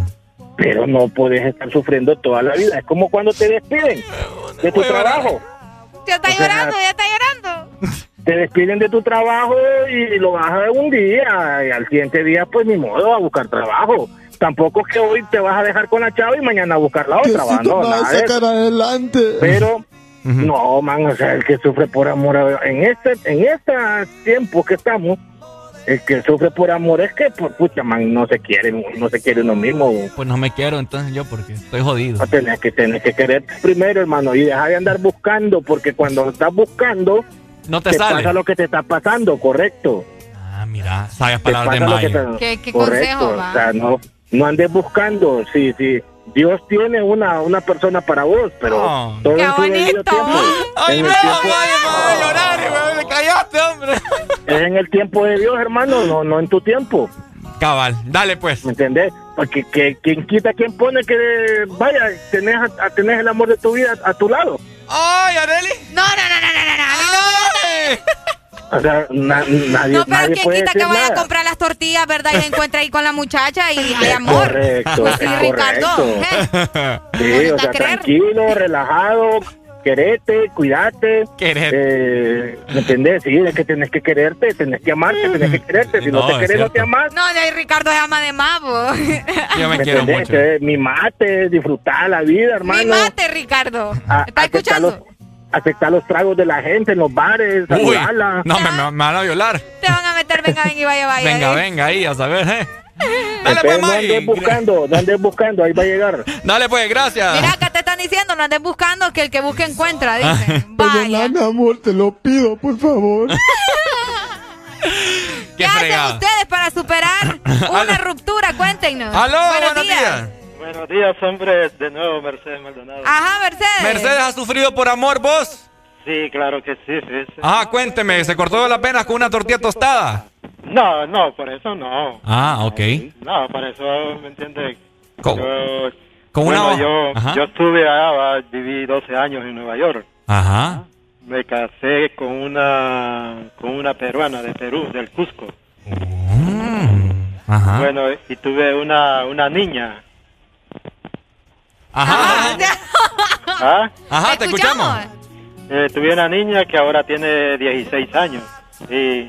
Pero no puedes estar sufriendo toda la vida. Es como cuando te despiden de tu trabajo. Ya está O sea, llorando, ya está llorando. Te despiden de tu trabajo y lo bajas un día y al siguiente día pues ni modo a buscar trabajo. Tampoco es que hoy te vas a dejar con la chava y mañana a buscar la otra, va, no, nada de eso. adelante. Pero no, man, o sea, el que sufre por amor en este en este tiempo que estamos, el que sufre por amor es que por pucha, man, no se quiere, no se quiere uno mismo. Pues no me quiero entonces yo porque estoy jodido. No tenés que tenés que quererte primero, hermano, y dejar de andar buscando, porque cuando estás buscando No te sale. pasa lo que te está pasando, correcto. Ah, mira, sabias Te palabras de pasa lo que Mayo. te- ¿Qué, qué correcto, consejo, va? o sea, no, no andes buscando, sí, sí. Dios tiene una, una persona para vos, pero Oh. todo ¡Qué en su debido bonito! tiempo. Ay, En no, el tiempo- Mayo, me voy a llorar, y me callaste, hombre. Es en el tiempo de Dios, hermano, no, no en tu tiempo. Cabal, dale pues. ¿Me entendés? Porque que, quien quita, quien pone que vaya, tenés, a, a- tenés el amor de tu vida a, tu lado. ¡Ay, Arely! No, no, no, no, no, no, no. A mí no me- O sea, na- nadie, No, pero nadie quien puede quita que decir vaya nada. a comprar las tortillas, ¿verdad? Y se encuentra ahí con la muchacha y hay Es amor. correcto, Pues es sí, Ricardo. correcto. ¿eh? Sí, Bonita o sea, creer. tranquilo, relajado, querete, cuidate. Eh, ¿Me entendés? Sí, es que tenés que quererte, tenés que amarte, tenés que quererte. Si no, No, te es querés, no cierto. te amas. No, de ahí Ricardo se llama de más, bo. Yo me ¿Me quiero entendés? mucho. Que mimate, disfrutar la vida, hermano. Mi mate, Ricardo. A- ¿Está aceptar escuchando? los, aceptar los tragos de la gente en los bares, Uy, saludarla. no, me, me- me van a violar. Te van a meter, venga, venga y vaya, vaya. Venga, ¿eh? venga ahí, a saber, ¿eh? Dale Entonces, pues, no andes May. buscando, no andes buscando, ahí va a llegar. Dale pues, gracias. Mira, acá te está están diciendo, no andes buscando, que el que busca encuentra, dice. Vaya. Perdóname, amor, te lo pido, por favor. ¿Qué, Qué hacen fregado. ustedes para superar una ruptura? Cuéntenos. Aló, buenos, buenos días. días. Buenos días, hombre. De nuevo, Mercedes Maldonado. Ajá, Mercedes. Mercedes, ¿has sufrido por amor vos? Sí, claro que sí, sí. Ajá, cuénteme, ¿se cortó las venas con una tortilla tostada? No, no, por eso no. Ah, ok. No, por eso, ¿me entiendes? Con, Yo, con bueno, una... yo, Ajá. yo estuve allá, viví doce años en Nueva York. Ajá. Me casé con una con una peruana de Perú, del Cusco. Mm, ajá. Bueno, y tuve una, una niña. Ajá. ¿Ah? Ajá, te escuchamos. Eh, tuve una niña que ahora tiene dieciséis años. Y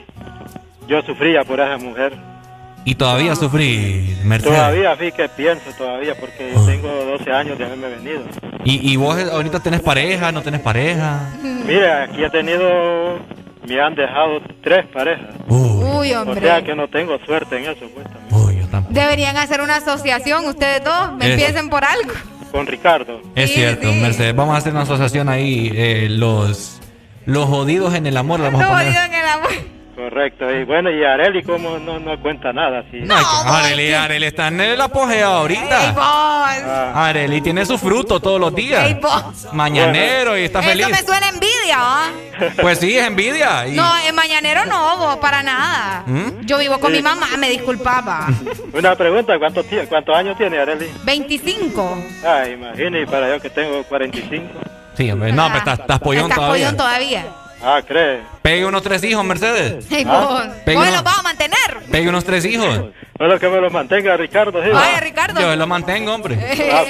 yo sufría por esa mujer. Y todavía sufrí, Mercedes. Todavía, sí que pienso todavía, porque yo tengo doce años de haberme venido. ¿Y, y vos ahorita tenés pareja, no tenés pareja? Mira, aquí he tenido, me han dejado tres parejas. Uy, O hombre. sea que no tengo suerte en eso, pues. Deberían hacer una asociación ustedes dos. Es- Empiecen por algo. Con Ricardo. Es cierto, Mercedes. Vamos a hacer una asociación ahí. eh, los, los jodidos en el amor. la Vamos a No, poner. jodido en el amor. Correcto. Y bueno, y Areli, como no, no cuenta nada. Sí. No, Areli, Areli está en el apogeo ahorita. Ey, vos. Areli tiene su fruto todos los días. Ey, vos. Mañanero y está feliz. Eso me suena a envidia, ¿ah? Pues sí, es envidia. Y- No, en mañanero no, vos, para nada. ¿Mm? Yo vivo con Sí. mi mamá, me disculpaba. Una pregunta, ¿cuántos, tie- ¿cuántos años tiene Areli? veinticinco. Ah, imagine, y para yo que tengo cuarenta y cinco. Sí, hombre. No, pero estás, estás pollón Estás todavía. pollón todavía. Ah, ¿cree? Pegue unos tres hijos, Mercedes. Hey, Ah. vos. Pegue ¿Vos uno- los vas a mantener? Pegue unos tres hijos. Bueno, que me lo mantenga Ricardo. ¿sí? Vaya, Ricardo. Yo lo mantengo, hombre. Ah,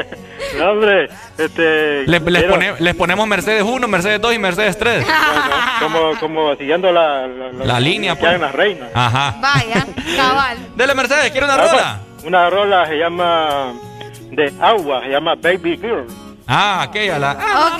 no, hombre, este... Le- les, quiero- pone- les ponemos Mercedes uno, Mercedes dos y Mercedes tres. como, como siguiendo la, la, La línea, que pues. hay en las reinas. Ajá. Vaya, cabal. Dele, Mercedes, ¿quiere una Ah, rola? pues, una rola se llama de agua, se llama Baby Girl. Ah, aquella, la... Ok.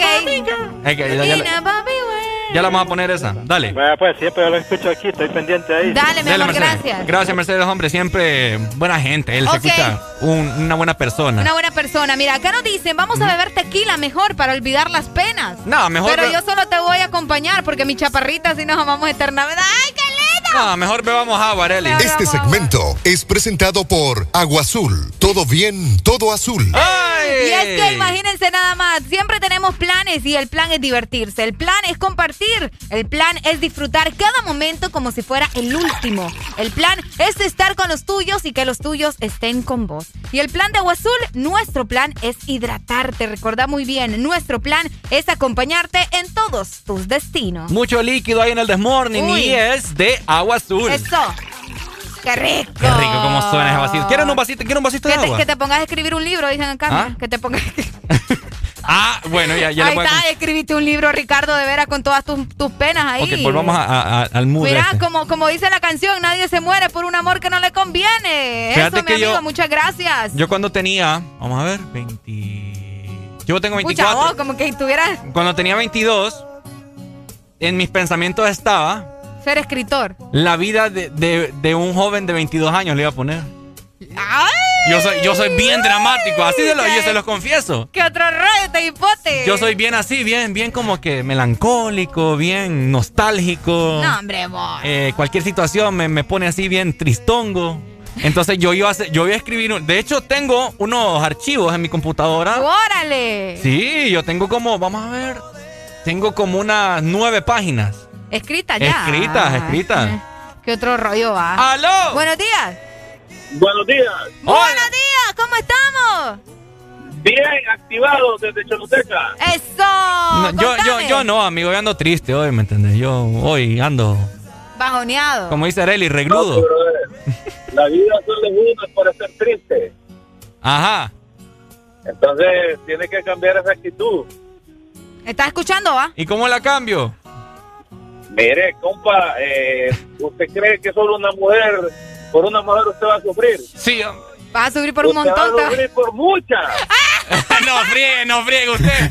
Es que ya, ya- Nina, papi, güey. ya la vamos a poner esa. Dale. Bueno, pues siempre lo escucho aquí, estoy pendiente ahí. Dale, mi Dele, amor, Mercedes. gracias. Gracias, Mercedes, hombre. Siempre buena gente. Él Ok. se escucha un- una buena persona. Una buena persona. Mira, acá nos dicen, vamos a beber tequila mejor para olvidar las penas. No, mejor Pero be- yo solo te voy a acompañar porque mi chaparrita si nos amamos eternamente. ¡Ay, qué lindo! No, mejor bebamos agua, Areli. Este segmento es presentado por Agua Azul. Todo bien, todo azul. Y es que imagínense nada más, siempre tenemos planes y el plan es divertirse, el plan es compartir, el plan es disfrutar cada momento como si fuera el último, el plan es estar con los tuyos y que los tuyos estén con vos. Y el plan de Agua Azul, nuestro plan es hidratarte, recordá muy bien, nuestro plan es acompañarte en todos tus destinos. Mucho líquido ahí en el Desmorning Uy. y es de agua azul. Eso, qué rico. Qué rico como suena ese vasito. ¿Quieren un vasito, ¿quieren un vasito de Que te, agua? que te pongas a escribir un libro, dicen acá. ¿Ah? Que te pongas. Ah, bueno, ya, ya ahí le voy está, a... escribiste un libro, Ricardo, de veras, con todas tus, tus penas ahí. Ok, pues vamos a, a- a- al mood Mirá, este. como, como dice la canción, nadie se muere por un amor que no le conviene. Fíjate Eso, mi que yo- amigo, muchas gracias. Yo cuando tenía, vamos a ver, veinte... Yo tengo Escucha, veinticuatro. vos, como que estuvieras Cuando tenía veintidós, en mis pensamientos estaba ser escritor. la vida de, de- de un joven de veintidós años, le iba a poner. ¡Ay! Yo soy, yo soy bien dramático, así de lo, yo se los confieso. ¿Qué otro rollo te hipote? Yo soy bien así, bien, bien como que melancólico, bien nostálgico. No, hombre, vos. Eh, cualquier situación me, me pone así bien tristongo. Entonces yo iba a, hacer- yo iba a escribir, un- de hecho tengo unos archivos en mi computadora. ¡Órale! Sí, yo tengo como, vamos a ver, tengo como unas nueve páginas. Escrita ya. Escritas, escritas. ¿Qué otro rollo va? ¡Aló! Buenos días. Buenos días. Buenos días, ¿cómo estamos? Bien, activados desde Choluteca. Eso. No, yo, yo, contame. yo no, amigo, yo ando triste hoy, ¿me entendés? Yo hoy ando, Bajoneado. como dice Areli, regludo. No, brother. La vida solo es una es por estar triste. Ajá. Entonces, tiene que cambiar esa actitud. ¿Estás escuchando, va? ¿Y cómo la cambio? Mire, compa, eh, ¿usted cree que solo una mujer, por una mujer usted va a sufrir? Sí. Vas a subir por un Usted montón. va a sufrir por muchas. no friegue, no friegue usted.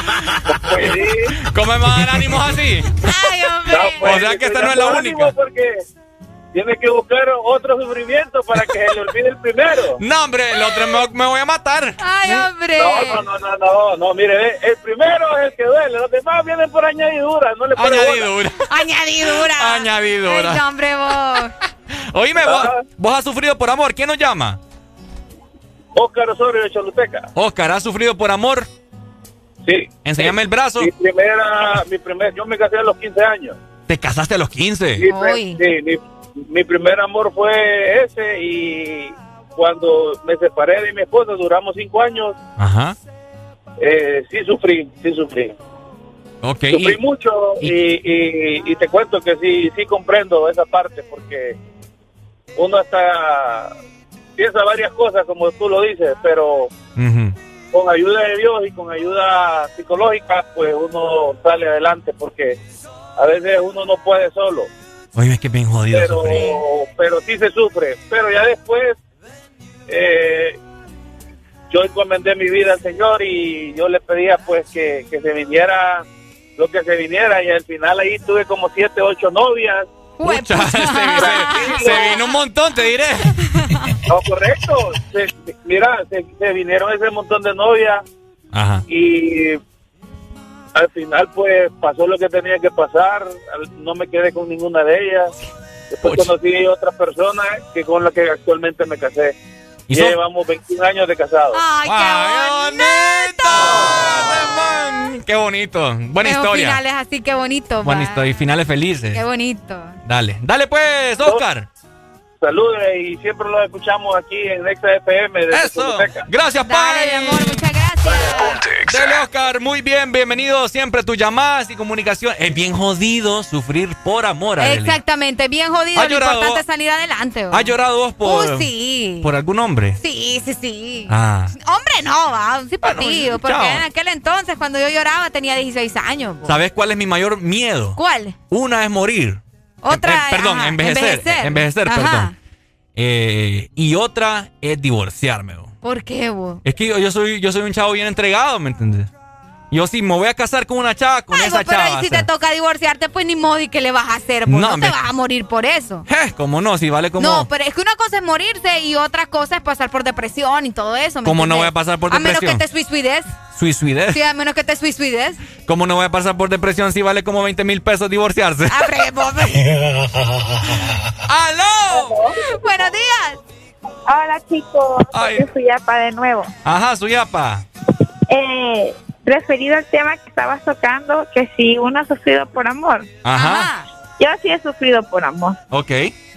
Pues sí. ¿Cómo me va a dar ánimos así? Ay, hombre. No, pues, O sea que esta estoy no es la dando única. ánimo Porque tiene que buscar otro sufrimiento para que se le olvide el primero. No, hombre, el otro me, me voy a matar. Ay, hombre. No, no, no, no, no, no, mire, el primero es el que duele, los demás vienen por añadidura, no le pone Añadidura. Añadidura. Añadidura. Ay, hombre, vos. Oíme, vos, vos has sufrido por amor. ¿Quién nos llama? Óscar Osorio de Choluteca. Óscar, ¿has sufrido por amor? Sí. Enséñame sí. el brazo. Mi primera, mi primer, yo me casé a los quince años. ¿Te casaste a los quince? Mi, sí, mi, mi primer amor fue ese y cuando me separé de mi esposa, duramos cinco años. Ajá. Eh, sí sufrí, sí sufrí. Okay. Sufrí y, mucho y, y, y te cuento que sí, sí comprendo esa parte porque uno hasta piensa varias cosas como tú lo dices, pero uh-huh. con ayuda de Dios y con ayuda psicológica, pues uno sale adelante porque a veces uno no puede solo. Oye, es que bien jodido. Pero, pero sí se sufre. Pero ya después, eh, yo encomendé mi vida al Señor y yo le pedía pues que, que se viniera lo que se viniera y al final ahí tuve como siete, ocho novias. Pucha, se, se, se vino un montón, te diré. No, correcto. Se, mira, se, se vinieron ese montón de novias. Ajá. Y al final pues pasó lo que tenía que pasar. No me quedé con ninguna de ellas. Después Pucha. conocí a otra persona que con la que actualmente me casé. Y son... llevamos veintiún años de casados. ¡Ay, qué bonito! ¡Qué bonito! Buena Pero historia. Finales así, qué bonito. Buena historia y finales felices. Qué bonito. Dale, dale pues, Óscar. Saludos y siempre los escuchamos aquí en Nexa F M. Eso. Gracias, Pai. Dale, mi amor, muchas gracias. Dale, Óscar, muy bien, bienvenido siempre. Tus llamadas y comunicación. Es bien jodido sufrir por amor. Arely. Exactamente, bien jodido. Lo importante es salir adelante. ¿Has llorado vos por, uh, sí. por algún hombre? Sí, sí, sí. Ah. Hombre no, va, sí por ti. Bueno, porque chao. en aquel entonces, cuando yo lloraba, tenía dieciséis años. Bo. ¿Sabes cuál es mi mayor miedo? ¿Cuál? Una es morir. Otra eh, eh, Perdón, ajá, envejecer. Envejecer, envejecer perdón. Eh, y otra es divorciarme. Bo. ¿Por qué, vos? Es que yo, yo soy yo soy un chavo bien entregado, ¿me entiendes? Yo si me voy a casar con una chava, con Ay, esa pero chava. Y si te toca divorciarte, pues ni modo, ¿y qué le vas a hacer? Vos no, no me... te vas a morir por eso. Eh, ¿cómo no? Si vale como... No, pero es que una cosa es morirse y otra cosa es pasar por depresión y todo eso. ¿Cómo entiendes? no voy a pasar por depresión? A menos que te suicides. ¿Suicides? Sí, a menos que te suicides. ¿Cómo no voy a pasar por depresión si vale como veinte mil pesos divorciarse? ¡Aló! ¡Buenos días! Hola, chicos. Ay. Yo soy Yapa de nuevo. Ajá, Suyapa. Eh, referido al tema que estabas tocando, que si uno ha sufrido por amor. Ajá. Yo sí he sufrido por amor. Ok.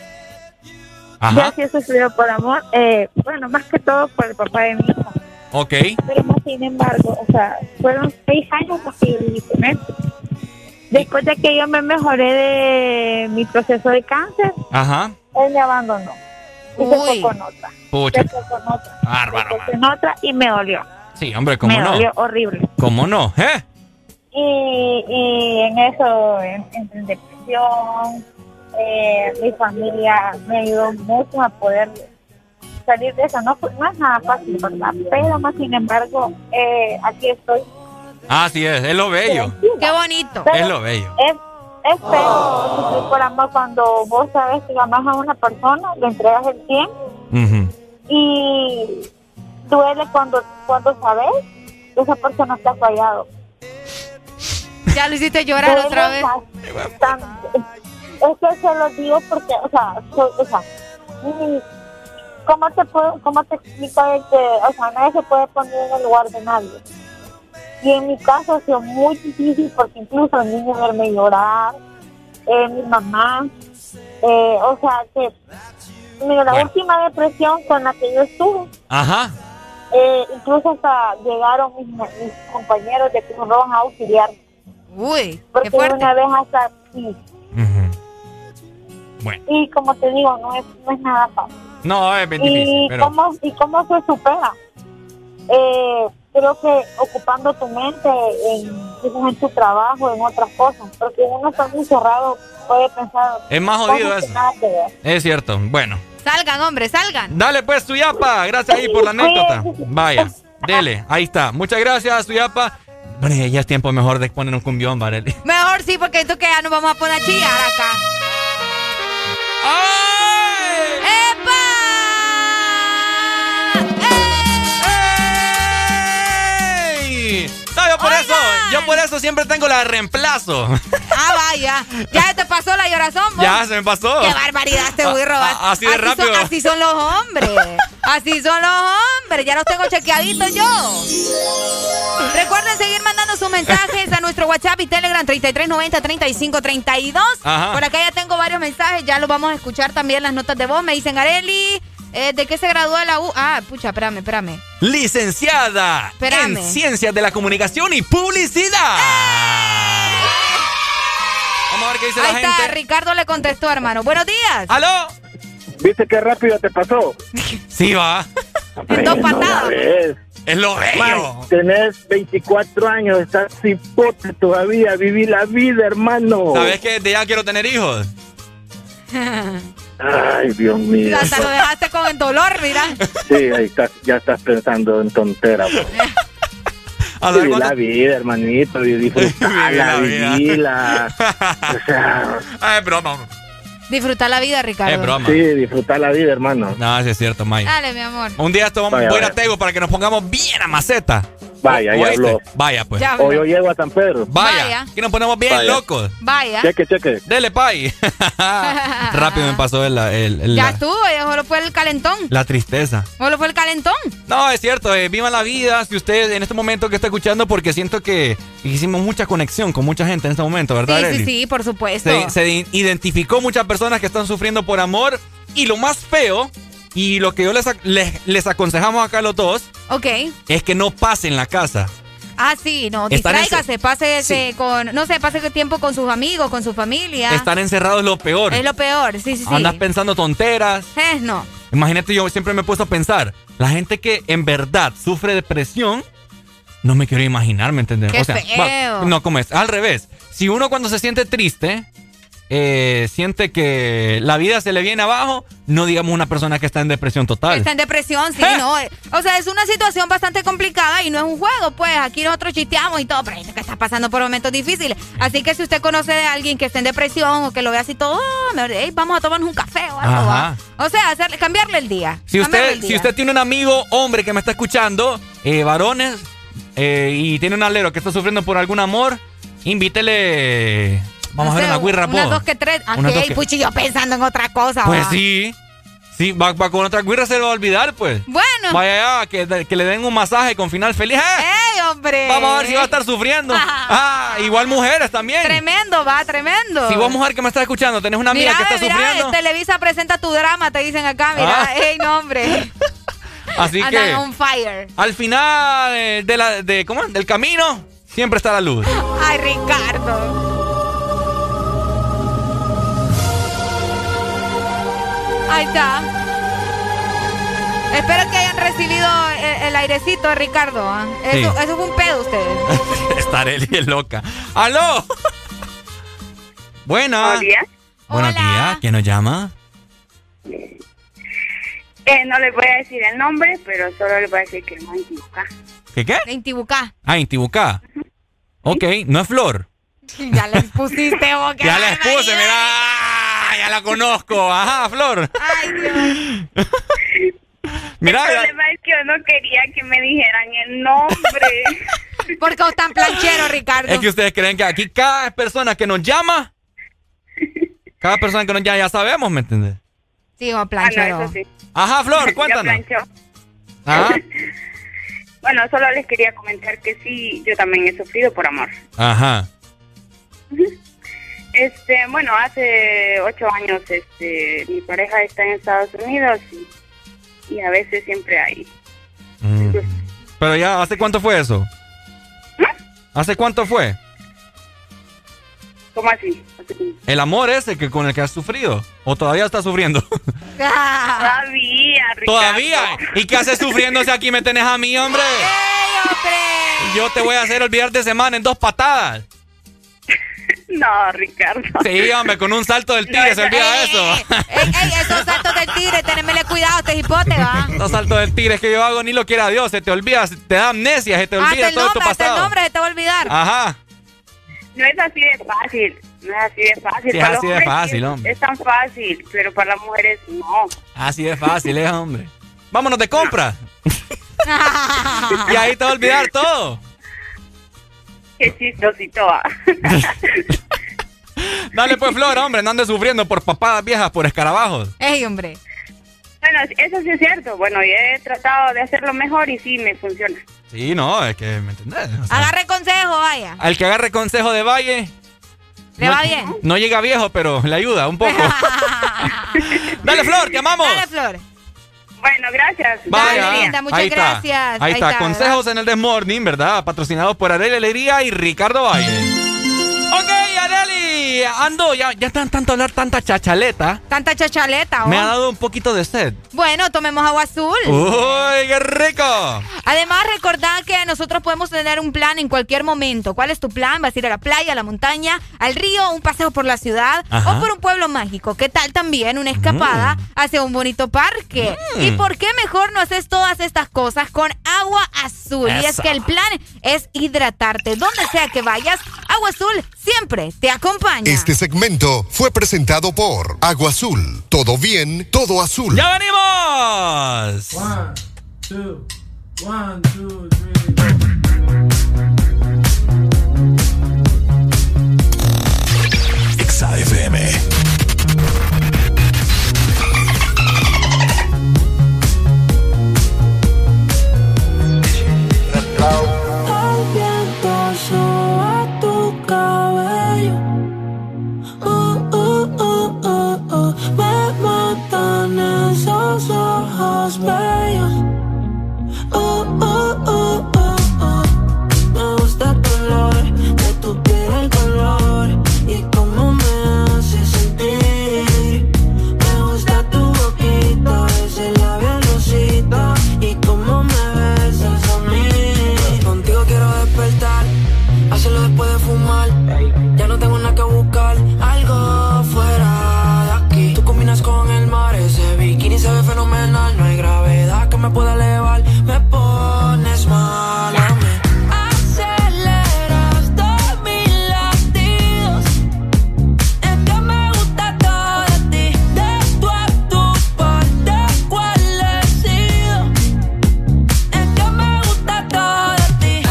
Ajá. Yo sí he sufrido por amor. Eh, bueno, más que todo por el papá de mi hijo. Ok. Pero más sin embargo, o sea, fueron seis años los que yo viví con él. Después de que yo me mejoré de mi proceso de cáncer, Ajá. él me abandonó. Y se fue con otra. Pucha. Se fue con otra. Bárbaro. Se fue con otra y me dolió. Sí, hombre, ¿cómo me no? Me dolió horrible. ¿Cómo no? ¿Eh? Y, y en eso, en, en depresión, eh, mi familia me ayudó mucho a poder salir de eso. No, no es nada fácil, ¿verdad? Pero más sin embargo, eh, aquí estoy. Así es, es lo bello. Qué bonito. Pero es lo bello. Es, es feo sufrir por amor cuando vos sabes que amas a una persona, le entregas el cien uh-huh. y duele cuando, cuando sabes que esa persona te ha fallado. Ya lo hiciste llorar duele otra vez. Bastante. Es que se lo digo porque, o sea, so, o sea, ¿cómo te puedo, cómo te explico de que, o sea, nadie se puede poner en el lugar de nadie? Y en mi caso ha sido muy difícil porque incluso el niño verme llorar, eh, mi mamá, eh, o sea que, mira, la bueno. última depresión con la que yo estuve, ajá, eh, incluso hasta llegaron mis, mis compañeros de Cruz Roja a auxiliar. Uy, porque qué fuerte. Una vez hasta sí. Uh-huh. Bueno. Y como te digo, no es, no es nada fácil. No, es bien y difícil, pero... Cómo, ¿Y cómo se supera? Eh, creo que ocupando tu mente en, en tu trabajo, en otras cosas, porque uno está muy cerrado, puede pensar... Es más jodido eso. Es cierto, bueno. Salgan, hombre, salgan. Dale pues, Suyapa, gracias ahí por la anécdota. Vaya, dele, ahí está. Muchas gracias, Suyapa. Bueno, ya es tiempo mejor de poner un cumbión, Varely. Mejor sí, porque esto que ya nos vamos a poner a chillar acá. No, yo por eso, yo por eso siempre tengo la de reemplazo. Ah, vaya. Ya se te pasó la llorazón, vos. Ya se me pasó. Qué barbaridad este burro. A- a- así de así rápido. Son, así son los hombres. Así son los hombres. Ya los tengo chequeaditos yo. Recuerden seguir mandando sus mensajes a nuestro WhatsApp y Telegram treinta y tres noventa, treinta y cinco treinta y dos. Ajá. Por acá ya tengo varios mensajes. Ya los vamos a escuchar también las notas de voz. Me dicen, Areli, eh, ¿de qué se graduó de la U? Ah, pucha, espérame, espérame. Licenciada Espérame. en Ciencias de la Comunicación y Publicidad. ¡Eh! Vamos a ver qué dice Ahí la está, gente. Ricardo le contestó, hermano. Buenos días. ¡Aló! ¿Viste qué rápido te pasó? Sí, va. En dos patadas. ves. Es lo bello. Man, tenés veinticuatro años, estás cipote todavía, viví la vida, hermano. ¿Sabes que de ya quiero tener hijos? Ay, Dios mío. Hasta lo dejaste con el dolor, mira. Sí, ahí estás, ya estás pensando en tonteras. Viví la vida, hermanito, y disfrutala, vivila. O sea, Ah, es broma. Disfrutar la vida, Ricardo. Es broma. sí, disfrutar la vida, hermano. No, sí es cierto, Mike. Dale, mi amor. Un día esto vamos Vaya, voy a ir a vaya. Tego para que nos pongamos bien a maceta. Vaya, ya ¿Oíste? habló. Vaya, pues. Ya. O yo llego a San Pedro. Vaya. Vaya. Que nos ponemos bien Vaya. locos. Vaya. Cheque, cheque. Dele, pay. Rápido me pasó el, el- el- Ya la, estuvo, ya solo fue el calentón. la tristeza. Solo fue el calentón. No, es cierto, eh, vivan la vida. Si usted en este momento que está escuchando, porque siento que hicimos mucha conexión con mucha gente en este momento, ¿verdad, Sí, Arely? sí, sí, por supuesto. Se, se i- identificó muchas personas que están sufriendo por amor. Y lo más feo, y lo que yo les, ac- les, les aconsejamos acá a los dos, Ok. es que no pasen la casa. Ah, sí, no, Están distráigase, pase Sí. con, no sé, pase tiempo con sus amigos, con su familia. Estar encerrados es lo peor. Es lo peor, sí, sí, sí. Andas pensando tonteras. Eh, no. Imagínate, yo siempre me he puesto a pensar, la gente que en verdad sufre depresión, no me quiero imaginar, ¿me entendés? Qué o sea, feo. va- no, como es, al revés. Si uno cuando se siente triste, eh, siente que la vida se le viene abajo, no digamos una persona que está en depresión total. Está en depresión, sí, Eh. no. eh, O sea, es una situación bastante complicada y no es un juego, pues. Aquí nosotros chisteamos y todo, pero hay gente que está pasando por momentos difíciles. Así que si usted conoce de alguien que esté en depresión o que lo ve así todo, ah, mejor, "Ey, vamos a tomarnos un café o algo, Ajá. va". O sea, hacerle, cambiarle el día. Si cambiarle usted, el si día. usted tiene un amigo, hombre, que me está escuchando, eh, varones, eh, y tiene un alero que está sufriendo por algún amor, invítele. Vamos No a ver sé, una guirra, Unas po. dos que tres. Unas dos Aquí, que- puchi, yo pensando en otra cosa, Pues va. sí. Sí, va, va con otra guirra, se le va a olvidar, pues. Bueno. Vaya allá, que, que le den un masaje con final feliz. ¡Eh! ¡Ey, hombre! Vamos a ver si va a estar sufriendo. Ah, igual mujeres también. Tremendo, va, tremendo. Si vos, mujer que me estás escuchando, tenés una amiga Mira, que está mira, sufriendo. Televisa presenta tu drama, te dicen acá, mira. Ah. ¡Ey, no, hombre! Así Andan que, on fire. al final eh, de la, de, ¿cómo? del camino, siempre está la luz. Ay, Ricardo. Ahí está. Espero que hayan recibido el, el airecito de Ricardo. ¿ah? Eso, Sí. eso fue un pedo ustedes. Estaré bien loca. ¡Aló! Buenas. Buenos días. Buenos días. ¿Quién nos llama? Eh, no les voy a decir el nombre, pero solo les voy a decir que es Intibucá. ¿Qué qué? En Tibucá. Ah, Intibucá. Ok, no es Flor. Ya les pusiste vos. que Ya la les puse, mira. Ah, ya la conozco. Ajá, Flor. Ay, Dios. Mira, el ya- problema es que yo no quería que me dijeran el nombre. Porque vos tan planchero, Ricardo. es que ustedes creen que aquí cada persona que nos llama, cada persona que nos llama ya sabemos, ¿me entiendes? Sí, vos Ah, planchero. no, eso sí. Ajá, Flor, Ya cuéntanos. planchó. Ajá. Bueno, solo les quería comentar que sí, yo también he sufrido por amor. Ajá. Este, bueno, hace ocho años, este, mi pareja está en Estados Unidos y, y a veces siempre hay. Mm. Pero ya, ¿hace cuánto fue eso? ¿Hace cuánto fue? ¿Cómo así? ¿El amor ese que con el que has sufrido? ¿O todavía estás sufriendo? Todavía, Ricardo. ¿Todavía? ¿Y qué haces sufriendo si aquí me tenés a mí, hombre? Yo te voy a hacer olvidar de semana en dos patadas. No, Ricardo. Sí, hombre, con un salto del tigre se olvida eso. Ey, ey, esos saltos del tigre, tenémele cuidado, este hipote, va. Los saltos del tigre que yo hago ni lo quiera Dios, se te olvida, se te da amnesia, se te olvida Hasta el todo tu nombre, hasta el pasado. nombre se te va a olvidar. Ajá. No es así de fácil, no es así de fácil. Sí, es para así los de hombres fácil, sí, hombre. es tan fácil, pero para las mujeres no. Así de fácil es, hombre. Vámonos de compra. Y ahí te va a olvidar todo. Qué chistosito va. Dale pues, Flor, hombre, no andes sufriendo por papadas viejas, por escarabajos. Ey, hombre. Bueno, eso sí es cierto. Bueno, yo he tratado de hacerlo mejor y sí me funciona. Sí, no, es que, ¿me entendés? O sea, Agarre consejo, vaya. al que agarre consejo de Valle... ¿Le no, va bien? No llega viejo, pero le ayuda un poco. Dale, Flor, te amamos. Dale, Flor. Bueno, gracias. Vaya, Dale, linda, muchas ahí está. gracias. Ahí, Ahí está, está, consejos en el Desmorning, ¿verdad? Patrocinados por Arely Alegría y Ricardo Valle. Ok, Arely, ando, ya, ya tan tanto hablar tanta chachaleta. Tanta chachaleta, ¿o? Me ha dado un poquito de sed. Bueno, tomemos agua azul. ¡Uy, qué rico! Además, recordad que nosotros podemos tener un plan en cualquier momento. ¿Cuál es tu plan? ¿Vas a ir a la playa, a la montaña, al río, un paseo por la ciudad? Ajá. O por un pueblo mágico. ¿Qué tal también una escapada Mm. hacia un bonito parque? Mm. ¿Y por qué mejor no haces todas estas cosas con agua azul? Y es Eso. que el plan es hidratarte. Donde sea que vayas, agua azul siempre te acompaña. Este segmento fue presentado por Agua Azul. Todo bien, todo azul. ¡Ya venimos! One, two, one, two, three. Exa F M. El viento soba tu cabello. Uh, uh, uh, uh, uh. Me matan esos ojos bellos. Uh, uh, uh, uh, uh. Me gusta el color de tu piel, el color y cómo me hace sentir. Me gusta tu boquita, ese labial rosita y cómo me besas a mí. Contigo quiero despertar, hacerlo después de fumar. Ya no tengo nada que buscar, algo fuera de aquí. Tú combinas con el mar, ese bikini se ve fenomenal. No hay gravedad que me pueda elevar, me pones mal a mí. Aceleras todos mis latidos. Es que me gusta todo de ti, de tu a tu parte, cuál he sido. Es que me gusta todo de ti.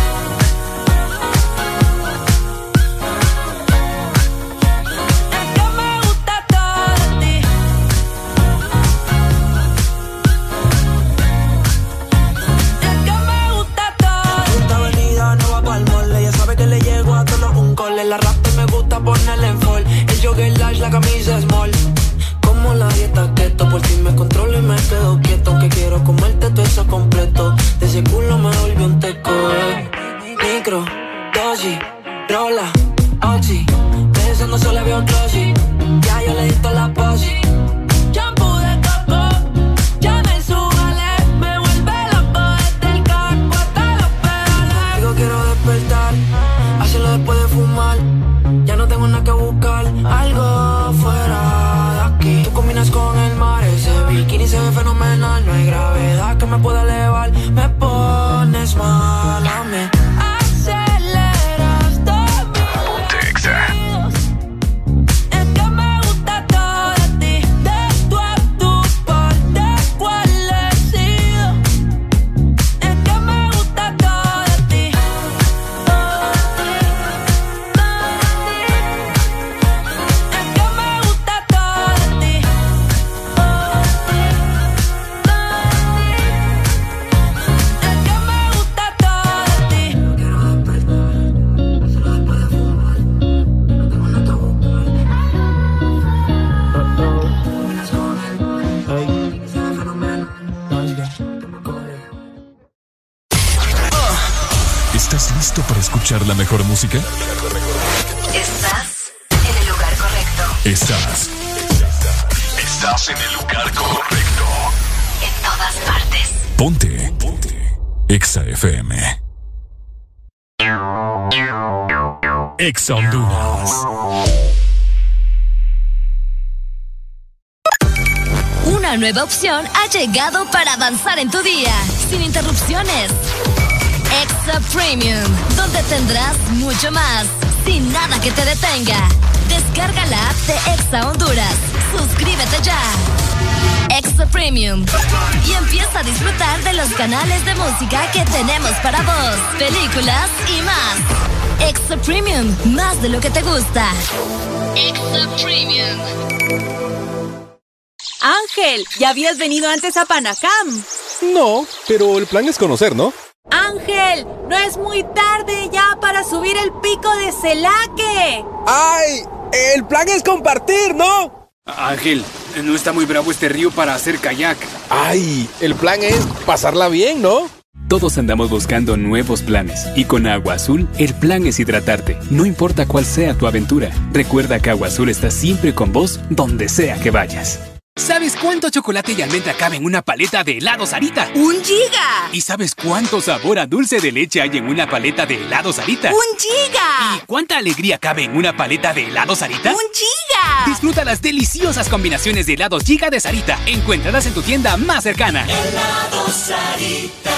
Es que me gusta todo de ti. Es que me gusta todo. Esta avenida no va pa'l mole. Ya sabe que le llego a todos un cole. La rap me gusta ponerle en fall. El jogger large, la camisa small. Como la dieta keto, por ti me controlo y me quedo quieto. Aunque quiero comerte todo eso completo. De ese culo me volvió un teco, eh. Micro, dosis, rola, oxi. Pensando solo veo glossy. Ya yo le di toda la posi. Shampoo de coco, ya me subale. Me vuelve loco desde el carro hasta los pedales. Digo quiero despertar, hacerlo después de fumar. Ya no tengo nada que buscar, algo fuera de aquí. Tú combinas con el mar, ese bikini se ve fenomenal. No hay gravedad que me pueda elevar, me pones mal a mí. Aceleras todos mis latidos. Es que me gusta todo de ti, de tu a tu parte, cuál he sido. Es que me gusta todo de ti. Es que me gusta todo de ti. Es que me gusta todo de ti. Quiero despertar, solo después de fumar. No tengo nada que buscar. Comienzas con el mar, se ve fenomenal. ¿Estás listo para escuchar la mejor música? Estás en el lugar correcto. Estás. Estás en el lugar correcto. En todas partes. Ponte. Ponte. Exa F M. Exa Honduras. Una nueva opción ha llegado para avanzar en tu día, sin interrupciones. Extra Premium, donde tendrás mucho más, sin nada que te detenga. Descarga la app de Exa Honduras. Suscríbete ya. Exa Premium. Y empieza a disfrutar de los canales de música que tenemos para vos, películas y más. Exa Premium, más de lo que te gusta. Exa Premium. Ángel, ¿ya habías venido antes a Panacam? No, pero el plan es conocer, ¿no? Ángel, no es muy tarde ya para subir el pico de Celaque. ¡Ay! El plan es compartir, ¿no? Ángel, no está muy bravo este río para hacer kayak. ¡Ay! El plan es pasarla bien, ¿no? Todos andamos buscando nuevos planes y con Agua Azul el plan es hidratarte. No importa cuál sea tu aventura, recuerda que Agua Azul está siempre con vos donde sea que vayas. ¿Sabes cuánto chocolate y almendra cabe en una paleta de helado Sarita? ¡Un giga! ¿Y sabes cuánto sabor a dulce de leche hay en una paleta de helado Sarita? ¡Un giga! ¿Y cuánta alegría cabe en una paleta de helado Sarita? ¡Un giga! Disfruta las deliciosas combinaciones de helados Giga de Sarita. Encuéntralas en tu tienda más cercana. Helado Sarita.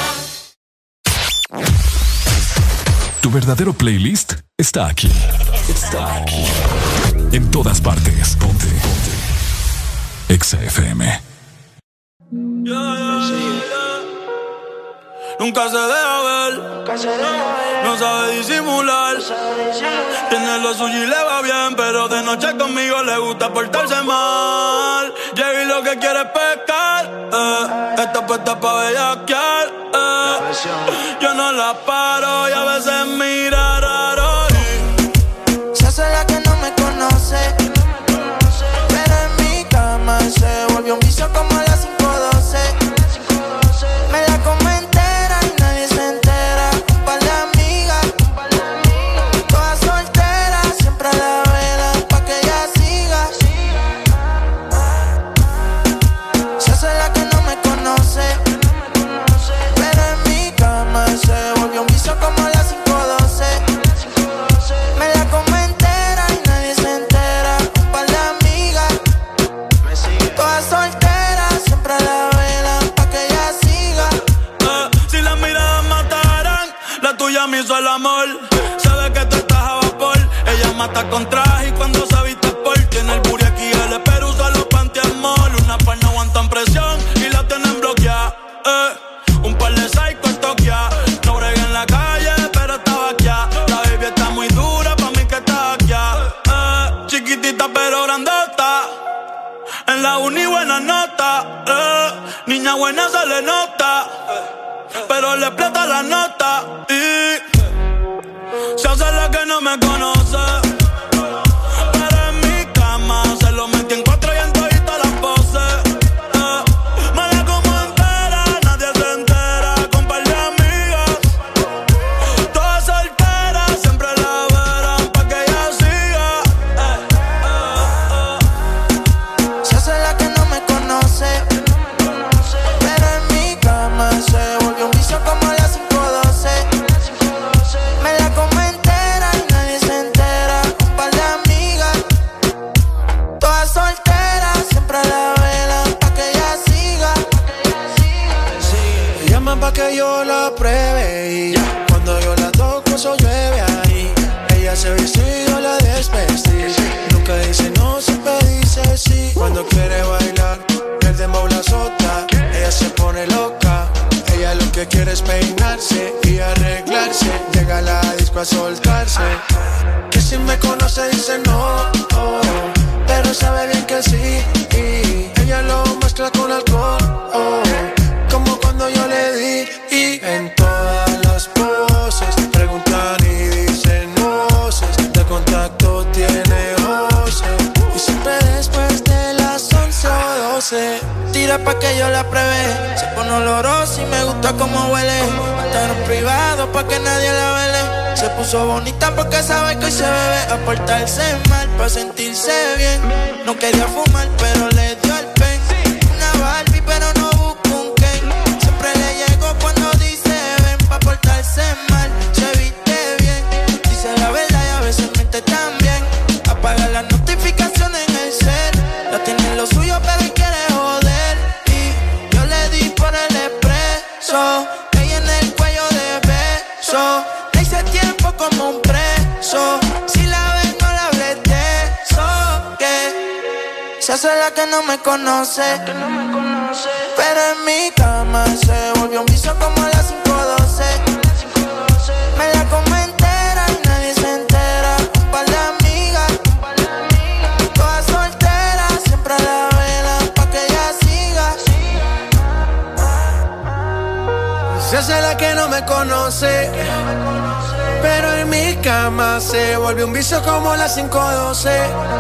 Tu verdadero playlist está aquí. Está aquí. En todas partes. Ponte. Ponte. Exa F M. Yeah, yeah, yeah. Nunca se deja ver, Nunca se deja ver. No sabe disimular, no sabe disimular. Tiene lo suyo y le va bien, pero de noche conmigo le gusta portarse mal. Llega y lo que quiere es pescar, eh. Está puesta pa' bellaquear, eh. Yo no la paro y a veces mira raro y se hace la que no me conoce, pero en mi cama se volvió un vicio como a las cinco doce. Me la como entera y nadie se entera. Un par de amigas, todas solteras, siempre a la vela pa' que ella siga. Se hace la que no me conoce, pero en mi cama se volvió un vicio como a las cinco doce. Me la como entera y nadie se entera. Un par de amigas, todas solteras, siempre a la vela pa' que ella siga. eh, Si las miradas mataran, la tuya me hizo el amor. Sabe que tú estás a vapor. Ella mata con traje y cuando se viste por tiene el booty aquí, el espero usa los pantiamol. Una par no aguantan presión y la tienen bloqueada, eh. Un par de psychos toquea. No brega en la calle, pero está vaqueada. La baby está muy dura, pa' mí que está vaqueada, eh. Chiquitita pero grandota, en la uni buena nota, eh. Niña buena se le nota, pero le explota la nota y se hace la que no me conoce. Pero en mi cama se lo metí en cuatro y en todita las poses, eh. Me la como entera, nadie se entera. Con par de amigas, todas solteras, siempre la verán pa' que ella siga, eh, eh, eh. Se hace la que no me conoce, pero en mi cama se volvió un vicio como a las cinco doce. Me la como entera y nadie se entera. Un par de amigas, todas solteras, siempre a la vela pa' que ella siga. Me llaman pa' que yo la pruebe y cuando yo la toco eso llueve ahí. Ella se viste y yo la desvestí. Nunca dice no, siempre dice sí. Cuando quiere bailar, el dembow la azota. Ella se pone loca. Ella lo que quiere es peinarse y arreglarse. Llega a la disco a soltarse. Que si me conoce dice no, oh, pero sabe bien que sí. Y ella lo mezcla con alcohol, oh, como cuando yo le di. Y en todas las poses preguntan y dicen voces. De contacto tiene voces. Y siempre después de las once o doce Tira pa' que yo la pruebe. Se pone olorosa y me gusta como huele. Estar en privado pa' que nadie la vele. Se puso bonita porque sabe que hoy se bebe. A portarse mal pa' sentirse bien. No quería fumar pero le dio el pen. Una Barbie pero no busca un Ken. Siempre le llego cuando dice ven. Pa' portarse mal, se viste bien. Dice la verdad y a veces miente también. Apaga las notificaciones en el cel. La tiene en lo suyo pero hoy quiere joder. Y yo le di por el expreso. Ella en el cuello de beso. Le hice tiempo como un preso. Si es la que no me conoce, que no me conoce. Pero en mi cama se volvió un vicio como a las cinco doce. Me la como entera y nadie se entera. Un par de amigas, todas solteras, siempre a la vela pa' que ella siga. Si esa es la que no me conoce, pero en mi cama se volvió un vicio como las cinco doce.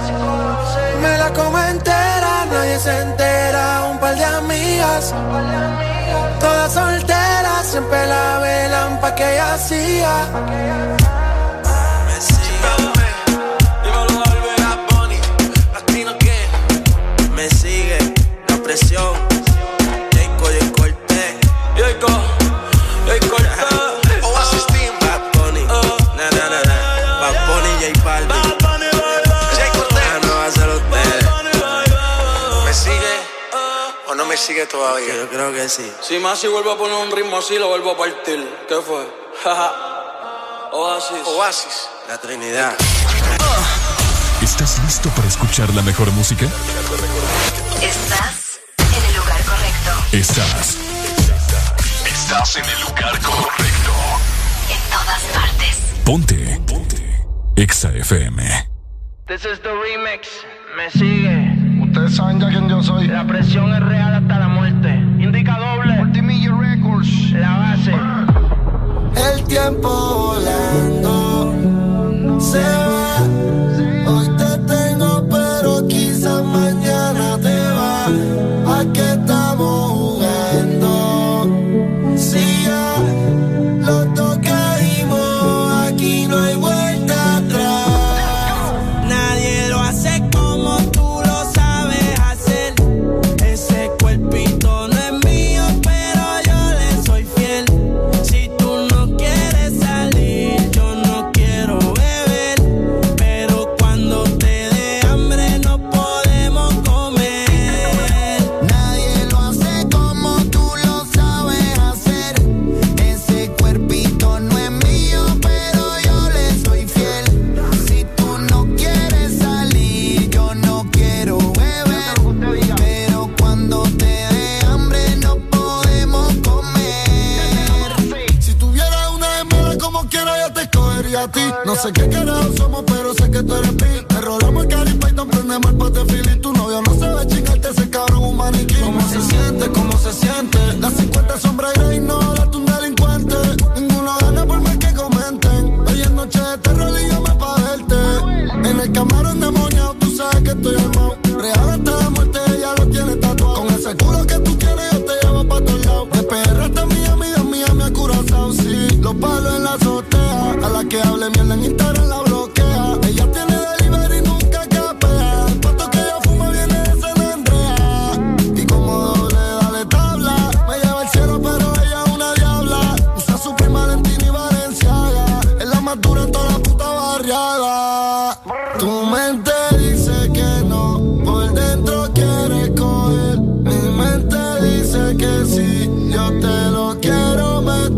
Me la como entera, nadie se entera. Un par de amigas, todas solteras, siempre la velan pa' que ella siga. Me sigue, dímelo al ver a Bonnie, latino que me sigue, la presión, Jayco, Jay Cortez, Jayco, Jay Cortez, Oasis Team, Bad Bunny, na na na na, Bad Bunny, J Balvin, Jay Cortez, ah no va a ser usted. ¿Me sigue o no me sigue todavía? Yo creo que sí. Si más si vuelvo a poner un ritmo así, lo vuelvo a partir. ¿Qué fue? Oasis. Oasis, la Trinidad. ¿Estás listo para escuchar la mejor música? Estás en el lugar correcto. Estás. Estás en el lugar correcto. En todas partes. Ponte. Ponte. Exa F M. This is the remix. Me sigue. Ustedes saben ya quién yo soy. La presión es real hasta la muerte. Indica doble. Multimillia Records. La base. El tiempo volando se va. Hoy te tengo, pero quizás mañana te va. ¿A qué estamos jugando? Si ya los dos caímos, aquí no hay vuelta atrás. Nadie lo hace como tú lo sabes hacer. Ese cuerpito no es mío, pero yo le soy fiel. Si tú no quieres salir, yo no quiero beber. Pero cuando te dé hambre no podemos comer. Nadie lo hace como tú lo sabes hacer. Ese cuerpito no es mío, pero yo le soy fiel. Si tú no quieres salir, yo no quiero beber. Pero cuando te dé hambre no podemos comer. Si tuviera una hembra como quiera yo te escogería a ti. No sé qué carajo somos, pero sé que tú eres pi. Te rolamos el Cali Python, prendemos el pote fili. Tu novio no sabe chingarte, ese cabrón un maniquí. ¿Cómo se siente? ¿Cómo se siente? Las cincuenta sombras y no, date un delincuente. Ninguno gana por más que comenten. Hoy es noche de terror y yo me pa' verte. En el camarón demoniado, tú sabes que estoy armado. Real hasta la muerte, ella lo tiene tatuado. Con ese culo que tú quieres, yo te llevo pa' todos lados. De P R hasta Miami, de Miami a Curazao, sí. Los palos en la azotea. A la que hable mierda en Instagram la bloquea. Ella tiene delivery y nunca capea. El pato que ella fuma viene de San Andrea. Y como doble dale tabla. Me lleva al cielo, pero ella es una diabla. Usa su prima Valentina y Valenciaga. Es la más dura en toda la puta barriada. Tu mente dice que no, por dentro quiere coger. Mi mente dice que sí, yo te lo quiero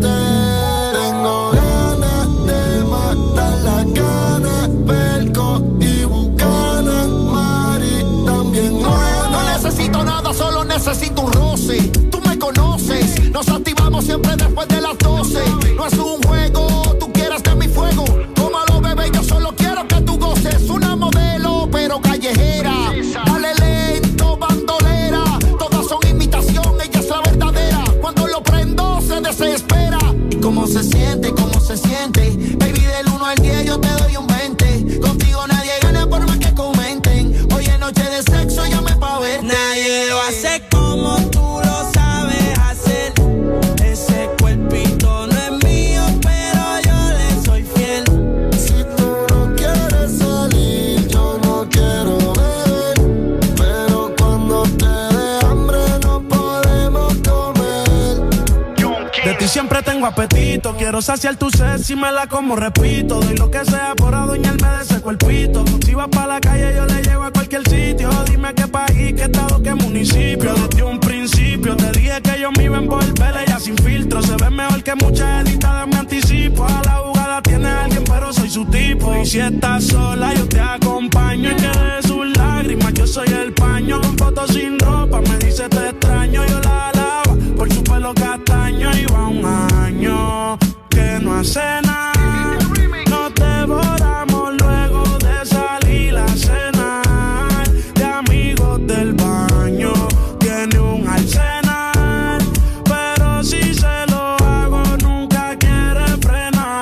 meter. Tengo ganas de matar la cana, Perco y Bucana, Mari también buena. No necesito nada, solo necesito un roce. Tú me conoces, nos activamos siempre después de las doce. No es un juego, tú quieres de mi fuego. Tómalo, bebé, yo solo quiero que tú goces. Una modelo, pero callejera. Dale lento, bandolera. Todas son imitación, ella es la verdadera. Cuando lo prendo, se desespera. ¿Y cómo se siente? ¿Cómo se siente? Baby, del uno al diez yo te doy un veinte. Contigo nadie gana por más que comenten. Hoy es noche de sexo, llame pa' verte. Nadie lo hace como tú lo sabes hacer. Ese cuerpito no es mío, pero yo le soy fiel. Si tú no quieres salir, yo no quiero beber. Pero cuando te dé hambre no podemos comer. De ti siempre tengo apetito. Quiero saciar tu sed si me la como, repito. Doy lo que sea por adueñarme de ese cuerpito. Si vas pa' la calle yo le llevo a cualquier sitio. Dime qué país, qué estado, qué municipio. Desde un principio te dije que yo me iba a envolver. Ella sin filtro se ve mejor que muchas editadas. Me anticipo a la jugada, tiene alguien pero soy su tipo. Y si estás sola yo te acompaño. Y que de sus lágrimas yo Yo soy el paño con fotos sin ropa. Me dice te extraño, yo la alabo por su pelo castaño. Y va un año que no hace nada. Nos devoramos luego de salir a cenar. De amigos del baño tiene un arsenal, pero si se lo hago nunca quiere frenar.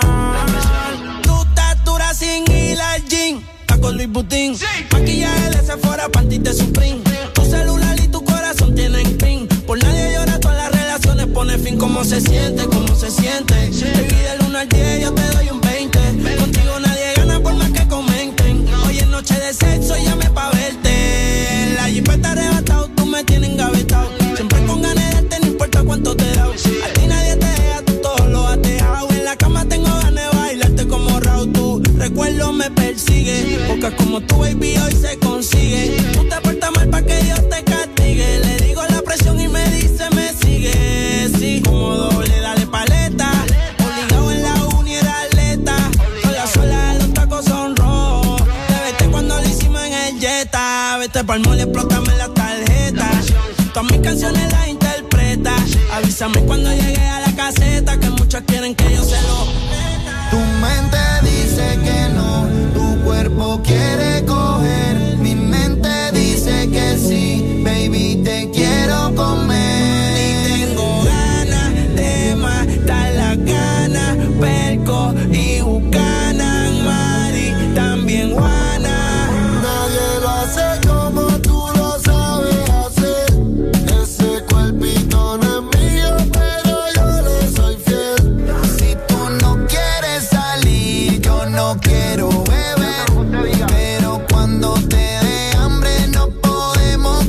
Tú estás dura sin ir al gym, está con Luis Butín. Sí. Maquillaje de Sephora, panty de Supreme. Tu celular y tu corazón tienen pin. Por nadie llora, todas las relaciones pone fin. ¿Cómo se siente? ¿Cómo se siente? Sí. Te pide el uno al diez, yo te doy un veinte. Contigo nadie gana por más que comenten. Hoy es noche de sexo, llame pa' verte. La jipeta arrebatado, tú me tienes engavetado. Siempre con ganas de darte, no importa cuánto te da. A ti nadie te deja, tú todo lo has dejado. En la cama tengo ganas de bailarte como Raúl. Tu recuerdo me persigue, porque como tu baby hoy se consigue. Tú te portas mal pa' que Dios te castigue. Le digo la presión y me dice me sigue. Sí, como doble, dale paleta. Obligado en la uni era atleta. Con la suela de los tacos son rojos. Te vete cuando lo hicimos en el Jetta. Vete pa'l mole, explótame la tarjeta. Todas mis canciones las interpreta. Avísame cuando llegue a la caseta, que muchos quieren que yo se lo meta. Tu mente dice que no, tu cuerpo quiere coger. Mi mente dice que sí, baby, te quiero comer. Y tengo ganas de matar las ganas. Perco y Buchanan, Mari, también Juana. Nadie lo hace como tú lo sabes hacer. Ese cuerpito no es mío, pero yo le soy fiel. Si tú no quieres salir, yo no quiero beber. Pero cuando te dé hambre no podemos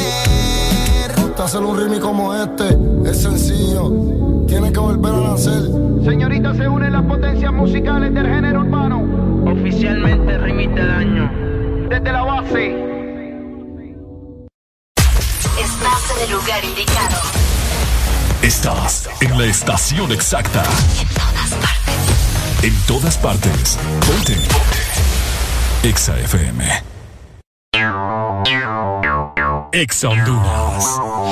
comer. Hacer un remix como este es sencillo, tiene que volver a nacer. Señorita, se unen las potencias musicales del género urbano. Oficialmente remix del año. Desde la base. Estás en el lugar indicado. Estás en la estación exacta. En todas partes. En todas partes. Ponte. Ponte. Exa F M. Exa Honduras.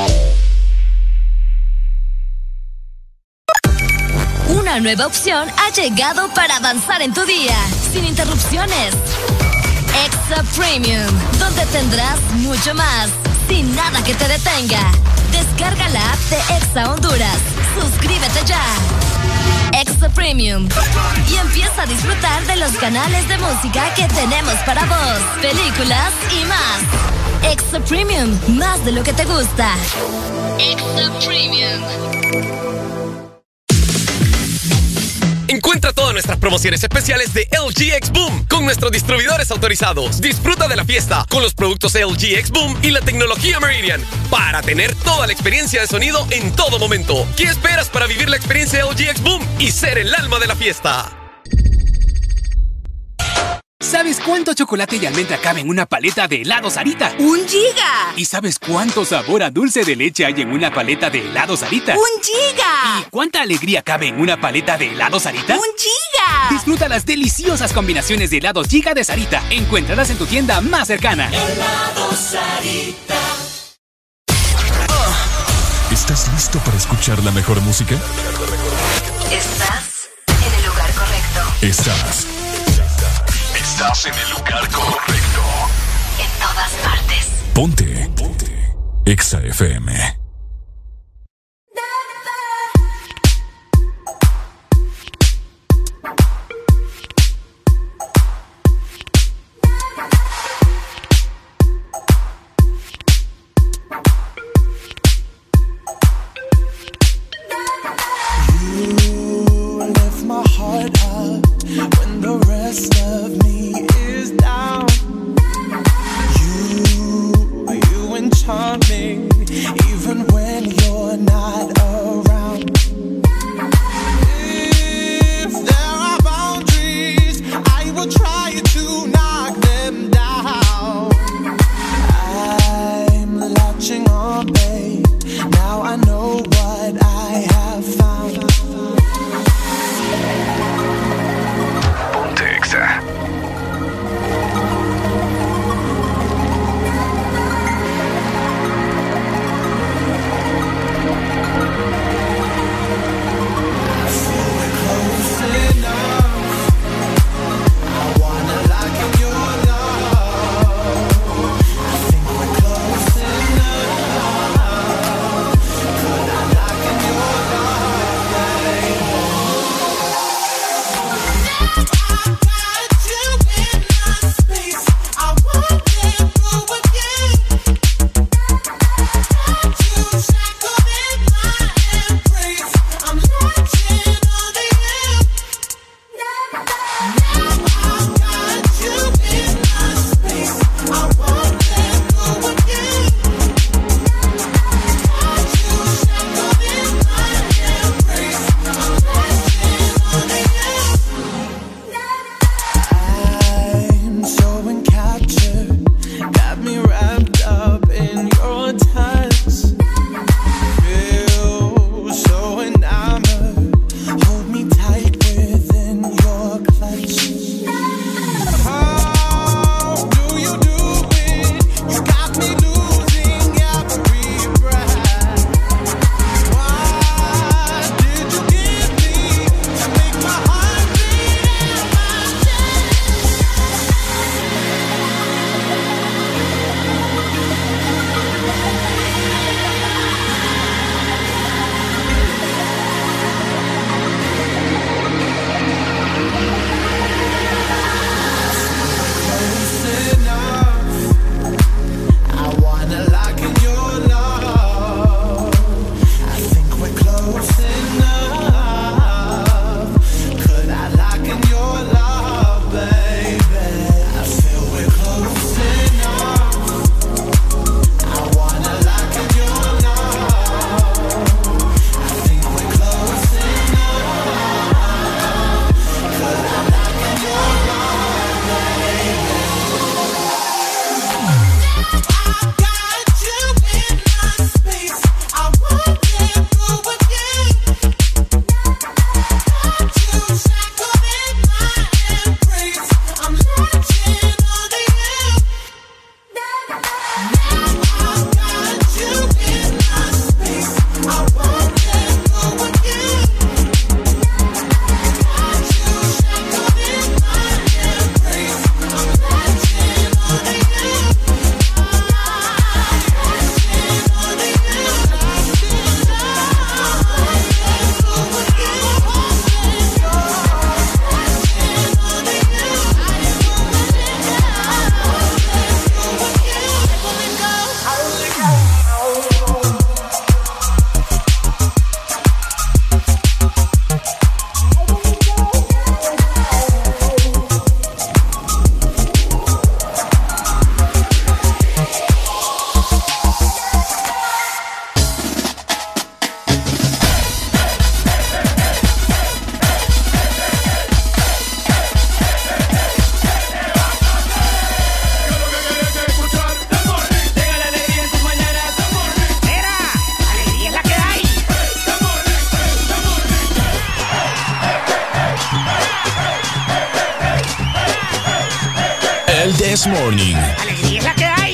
Una nueva opción ha llegado para avanzar en tu día, sin interrupciones. Exa Premium, donde tendrás mucho más, sin nada que te detenga. Descarga la app de Exa Honduras. Suscríbete ya. Exa Premium. Y empieza a disfrutar de los canales de música que tenemos para vos, películas y más. Exa Premium, más de lo que te gusta. Exa Premium. Encuentra todas nuestras promociones especiales de L G X Boom con nuestros distribuidores autorizados. Disfruta de la fiesta con los productos L G X Boom y la tecnología Meridian para tener toda la experiencia de sonido en todo momento. ¿Qué esperas para vivir la experiencia L G X Boom y ser el alma de la fiesta? ¿Sabes cuánto chocolate y almendra cabe en una paleta de helado Sarita? ¡Un giga! ¿Y sabes cuánto sabor a dulce de leche hay en una paleta de helado Sarita? ¡Un giga! ¿Y cuánta alegría cabe en una paleta de helado Sarita? ¡Un giga! Disfruta las deliciosas combinaciones de helados Giga de Sarita. Encuéntralas en tu tienda más cercana. Helado Sarita. ¿Estás listo para escuchar la mejor música? Estás en el lugar correcto. Estás. Estás en el lugar correcto. En todas partes. Ponte. Ponte. Exa F M. My heart up when the rest of me is down. You, you and charming, even This Morning. ¡Alegría es la que hay!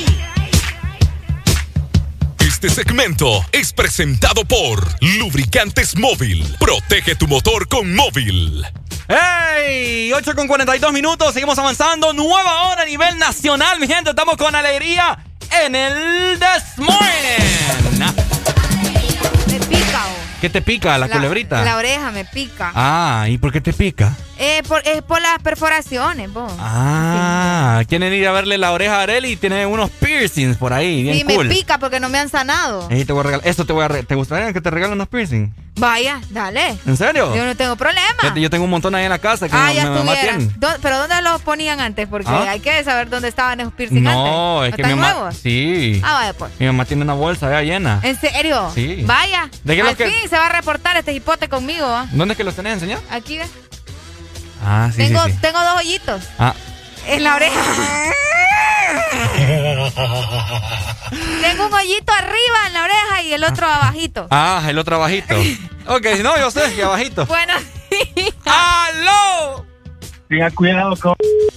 Este segmento es presentado por Lubricantes Móvil. Protege tu motor con Móvil. ¡Hey! ocho con cuarenta y dos minutos, seguimos avanzando. Nueva hora a nivel nacional, mi gente. Estamos con alegría en el This Morning. Me pica, oh. ¿Qué te pica? ¿La, la culebrita? La oreja me pica. Ah, ¿y por qué te pica? Eh, por, es por las perforaciones, vos. Ah, sí. Quieren ir a verle la oreja a Arely y tiene unos piercings por ahí, bien sí, cool. me pica porque no me han sanado. Ahí te voy a regalar. Eso te voy a re- ¿Te gustaría que te regalen unos piercings? Vaya, dale. ¿En serio? Yo no tengo problema. Fíjate, yo tengo un montón ahí en la casa que ah, mi, ya mi mamá estuviera. tiene. ¿Dó- ¿Pero dónde los ponían antes? Porque ¿Ah? hay que saber dónde estaban esos piercings No, antes. es que mi ¿Están mamá. nuevos? Sí. Ah, vaya pues. Mi mamá tiene una bolsa ya llena. ¿En serio? Sí. Vaya. ¿De qué Al los que- fin se va a reportar este hipote conmigo, ¿ah? ¿Dónde es que los tenés enseñado? Aquí ves. Ah, sí, tengo, sí, sí. tengo dos hoyitos. Ah. En la oreja. Tengo un hoyito arriba en la oreja y el otro abajito. Ah, el otro abajito. Ok, no, yo sé, y abajito. Bueno, sí. ¡Aló! Tenga cuidado con...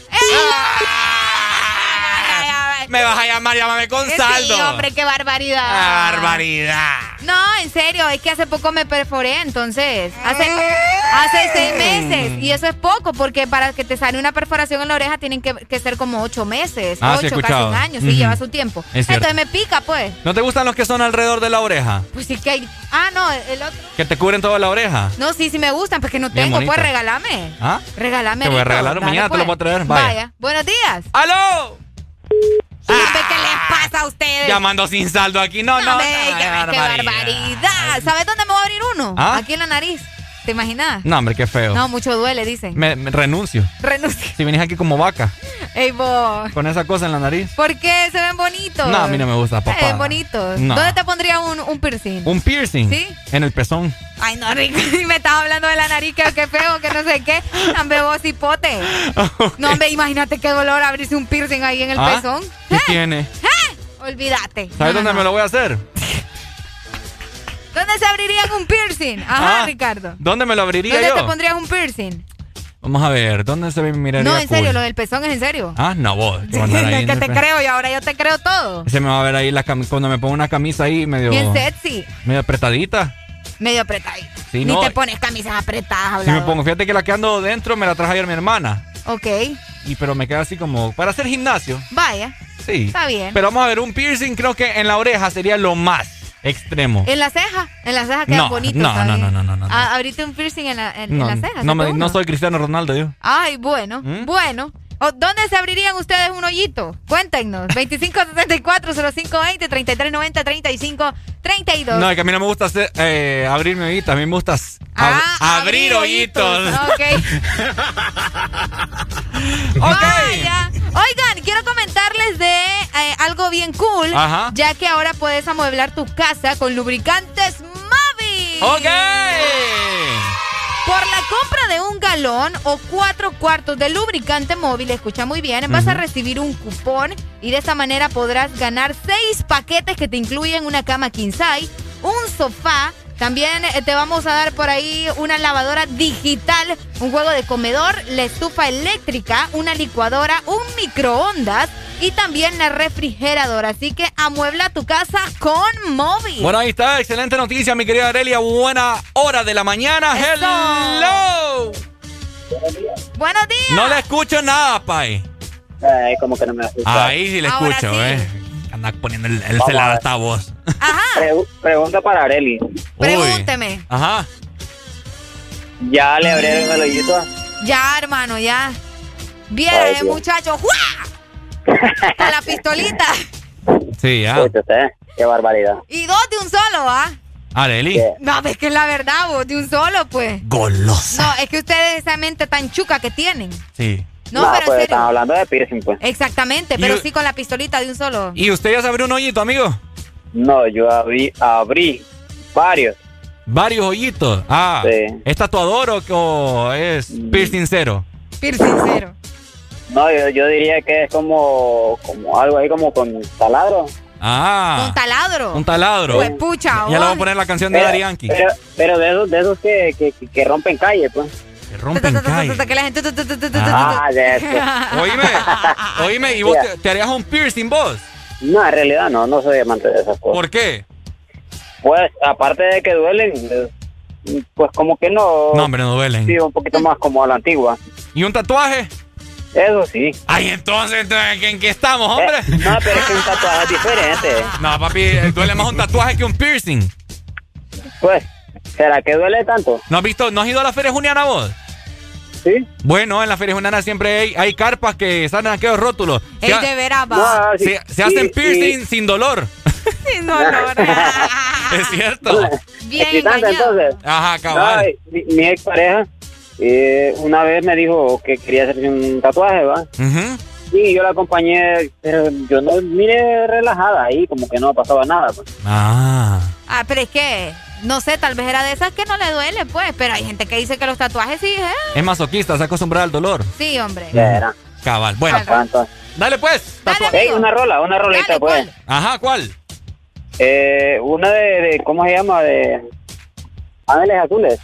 Me vas a llamar, llámame con Sí, saldo. hombre, qué barbaridad. Barbaridad. No, en serio, es que hace poco me perforé, entonces. Hace, hace seis meses. Y eso es poco, porque para que te sale una perforación en la oreja tienen que, que ser como ocho meses. Ah, sí, he ocho, casi escuchado. un año. Sí, Ujú. lleva su tiempo. Es cierto. Entonces me pica, pues. ¿No te gustan los que son alrededor de la oreja? Pues sí que hay. Ah, no, el otro. Que te cubren toda la oreja. No, sí, sí me gustan, porque no Bien tengo. bonita. Pues regálame. ¿Ah? Regálame. Te voy a rico. regalar, Dale, mañana te lo voy a traer. Vaya. Vaya. Buenos días. ¡Aló! ¿Qué les pasa a ustedes? Llamando sin saldo aquí. No, no. Hombre, no, qué, qué qué barbaridad. ¿Sabes dónde me va a abrir uno? ¿Ah? Aquí en la nariz. ¿Te imaginas? No, hombre, qué feo. No, mucho duele, dicen. Me, me renuncio. Renuncia. Si venís aquí como vaca, Ey, vos. con esa cosa en la nariz. ¿Por qué? Se ven bonitos. No, a mí no me gusta, papá. Se ven bonitos. No. ¿Dónde te pondría un, un piercing? ¿Un piercing? ¿Sí? En el pezón. Ay, no, Rico. Y me estás hablando de la nariz, que qué feo, que no sé qué. Hombre, vos hipote. Okay. No, hombre, imagínate qué dolor abrirse un piercing ahí en el ¿Ah? pezón. ¿Qué ¿Eh? tiene? ¿Eh? Olvídate. ¿Sabes no, dónde no. me lo voy a hacer? ¿Dónde se abrirían un piercing? Ajá, Ah, Ricardo. ¿Dónde me lo abriría ¿Dónde yo? te pondrías un piercing? Vamos a ver, ¿dónde se me miraría No, en serio, cool? lo del pezón es en serio. Ah, no, vos. Sí, es que te creo y ahora yo te creo todo. Se me va a ver ahí la cam- cuando me pongo una camisa ahí medio... Bien sexy. Medio apretadita. Medio apretadito. Sí, Ni no. te pones camisas apretadas, Si me hablador. pongo, fíjate que la que ando dentro me la trajo ayer mi hermana. Ok. Y pero me queda así como para hacer gimnasio. Vaya. Sí. Está bien. Pero vamos a ver, un piercing creo que en la oreja sería lo más extremo. En la ceja. En la ceja queda No, bonito. no, está no, bien. no, no, no, no, no. Ah, ahorita un piercing en la, en, no, en la ceja. no, ¿saca me- uno? no soy Cristiano Ronaldo yo. Ay, bueno. ¿Mm? Bueno. O, ¿dónde se abrirían ustedes un hoyito? Cuéntenos. veinticinco sesenta y cuatro, cero cinco veinte, treinta y tres noventa, treinta y cinco treinta y dos. No, es que a mí no me gusta hacer, eh, abrir mi hoyito, a mí me gusta ab- Ah, abrir hoyitos. Ok. Vaya. Oigan, quiero comentarles de eh, algo bien cool. Ajá. Ya que ahora puedes amueblar tu casa con lubricantes Móvil. Ok. Por la compra de un galón o cuatro cuartos de lubricante Móvil, escucha muy bien, vas a recibir un cupón y de esta manera podrás ganar seis paquetes que te incluyen una cama king size, un sofá. También eh, te vamos a dar por ahí una lavadora digital, un juego de comedor, la estufa eléctrica, una licuadora, un microondas y también la refrigeradora. Así que amuebla tu casa con Móvil. Bueno, ahí está, excelente noticia, mi querida Arelia. Buena hora de la mañana. Eso. Hello. Buenos días. No le escucho nada, Pai. Ay, como que no me asusta. Ahí sí le Ahora escucho, sí. eh. Anda poniendo el, el Vamos celular a ver. hasta voz. Ajá. Pregu- pregunta para Arely. Pregúnteme. Ajá. ¿Ya le abrieron el hoyito? Ya, hermano, ya. Viera Ay, ese Dios. muchacho. ¡Juá! Con la pistolita. Sí, ya. Escucha usted, qué barbaridad. Y dos de un solo, ¿ah? Arely. ¿Qué? No, es que es la verdad, vos, de un solo, pues. Golosa. No, es que ustedes esa mente tan chuca que tienen. Sí. No, No, pero pues en están serio. hablando de piercing, pues. Exactamente, Y pero u- sí con la pistolita de un solo. ¿Y usted ya se abrió un hoyito, amigo? No, yo abrí, abrí varios. Varios hoyitos. Ah. Sí. ¿Es tatuador o, o es piercing cero? Piercing cero. No, yo, yo diría que es como, como algo ahí como con taladro. Ah. Con taladro. Un taladro. Pues pucha, Ya le voy a vos. poner la canción de Pero, Daddy Yankee. pero, pero de esos, de esos que, que, que rompen calle, pues. Se rompen calles. Que la gente... Ah, de eso. Oíme, oíme, ¿y vos te, te harías un piercing vos? No, en realidad no, no soy amante de esas cosas. ¿Por qué? Pues, aparte de que duelen, pues como que no... No, hombre, no duelen. Sí, un poquito más como a la antigua. ¿Y un tatuaje? Eso sí. Ay, entonces, ¿en qué estamos, hombre? Eh, no, pero es que un tatuaje es diferente. No, papi, duele más un tatuaje que un piercing. Pues, ¿será que duele tanto? ¿No has visto, no has ido a la Feria Juniana vos? Sí. Bueno, en la Feria Juniana siempre hay, hay carpas que salen aquellos rótulos. Ey, de veras, va. No, sí, se, se hacen sí, piercing sí. sin dolor. Sin dolor. Es cierto. Bien Excitante, engañado. entonces. Ajá, cabal. No, mi, mi expareja eh, una vez me dijo que quería hacerse un tatuaje, ¿va? Uh-huh. Y yo la acompañé, pero yo no miré relajada ahí, como que no pasaba nada. Pues. Ah. Ah, pero es que, no sé, tal vez era de esas que no le duele, pues. Pero hay gente que dice que los tatuajes sí, ¿eh? Es masoquista, se acostumbrada al dolor. Sí, hombre. Ya era. Cabal. Bueno, dale pues. Dale, Hey, una rola, una rolita, Dale, pues. ¿cuál? Ajá, ¿cuál? Eh, una de, de, ¿cómo se llama? De Ángeles Azules.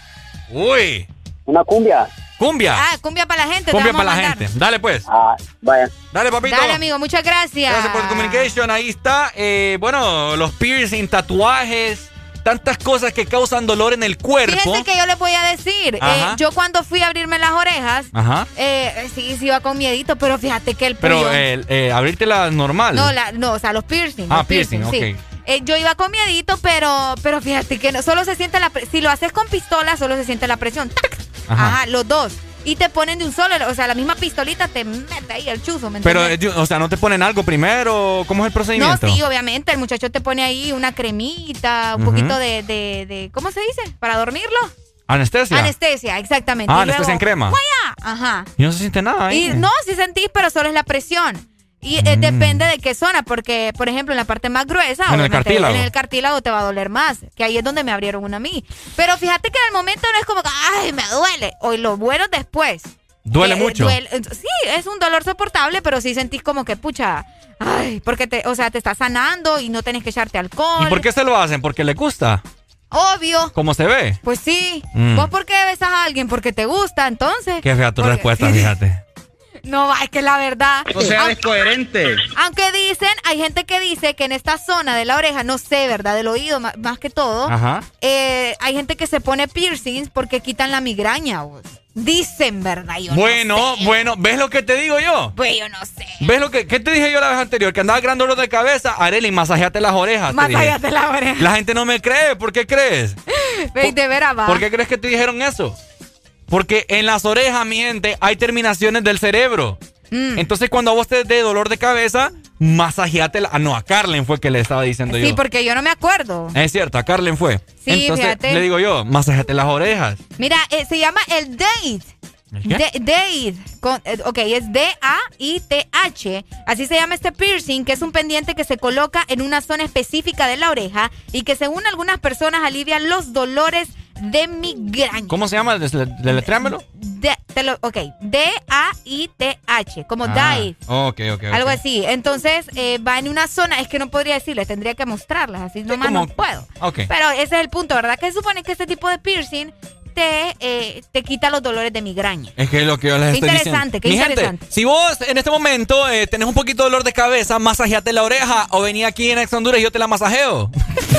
Uy. Una cumbia. Cumbia. Ah, cumbia para la gente. Cumbia te vamos para a la mandar. gente. Dale pues. Ah, vaya. Dale, papito. Dale, amigo, muchas gracias. Gracias por tu communication. Ahí está. Eh, bueno, los piercing, tatuajes, tantas cosas que causan dolor en el cuerpo. Fíjense que yo les voy a decir, eh, yo cuando fui a abrirme las orejas, Ajá. eh, sí, sí iba con miedito, pero fíjate que el Pero puño- eh, eh, abrírtela normal. No, la, no, o sea, los piercing. Ah, los piercing, sí. ok. Eh, yo iba con miedito, pero, pero fíjate que no, solo se siente la pre- si lo haces con pistola, solo se siente la presión. ¡Tac! Ajá. Ajá, los dos. Y te ponen de un solo, o sea, la misma pistolita te mete ahí el chuzo, ¿me Pero, entiendes? eh, o sea, ¿no te ponen algo primero? ¿Cómo es el procedimiento? No, sí, obviamente, el muchacho te pone ahí una cremita, un Ujú. poquito de, de, de, ¿cómo se dice? ¿Para dormirlo? ¿Anestesia? Anestesia, exactamente. Ah, Y anestesia luego, en crema. ¡guaya! Ajá. Y no se siente nada ahí. Y no, sí sentís, pero solo es la presión. Y eh, depende de qué zona, porque, por ejemplo, en la parte más gruesa, En el obviamente, cartílago. en el cartílago te va a doler más, que ahí es donde me abrieron una a mí. Pero fíjate que en el momento no es como que, ay, me duele. O lo bueno es después. ¿Duele Que, mucho? duele- sí, es un dolor soportable, pero sí sentís como que, pucha, ay, porque te, o sea, te está sanando y no tenés que echarte alcohol. ¿Y por qué se lo hacen? ¿Porque le gusta? Obvio. ¿Cómo se ve? Pues sí. Mm. ¿Vos por qué besas a alguien? Porque te gusta, entonces. Qué fea tu Porque- respuesta, fíjate. No, es que la verdad. O sea, aunque, descoherente. aunque dicen, hay gente que dice que en esta zona de la oreja, no sé, ¿verdad? Del oído más, más que todo. Ajá. eh, hay gente que se pone piercings porque quitan la migraña, vos. Dicen, ¿verdad? Yo Bueno, no sé. bueno, ¿ves lo que te digo yo? Pues yo no sé. ¿Ves lo que qué te dije yo la vez anterior? Que andaba gran dolor de cabeza. Arely, masajeate las orejas. te dije. Masajeate la oreja. La gente no me cree. ¿Por qué crees? Ve, de veras, va. ¿Por qué crees que te dijeron eso? Porque en las orejas, mi gente, hay terminaciones del cerebro. Mm. Entonces, cuando a vos te dé dolor de cabeza, masajeate la... Ah, no, a Carlen fue que le estaba diciendo Sí, yo. porque yo no me acuerdo. Es cierto, a Carlen fue. Sí, Entonces, fíjate. le digo yo, masajeate las orejas. Mira, eh, se llama el date. qué? De- Date. Con- eh, ok, es D A I T H. Así se llama este piercing, que es un pendiente que se coloca en una zona específica de la oreja y que según algunas personas alivia los dolores de migraña. ¿Cómo se llama? ¿Deletréamelo? De, te lo- ok, D A I T H, como Ah, date. ok, ok, ok. Algo así. Entonces, eh, va en una zona, es que no podría decirles, tendría que mostrarlas, así nomás como- no puedo. Ok. Pero ese es el punto, ¿verdad? Que se supone que este tipo de piercing te, eh, te quita los dolores de migraña. Es que es lo que yo les Qué estoy interesante, diciendo. qué Mi interesante. gente, si vos en este momento eh, tenés un poquito de dolor de cabeza, masajeate la oreja o vení aquí en Ex Honduras y yo te la masajeo.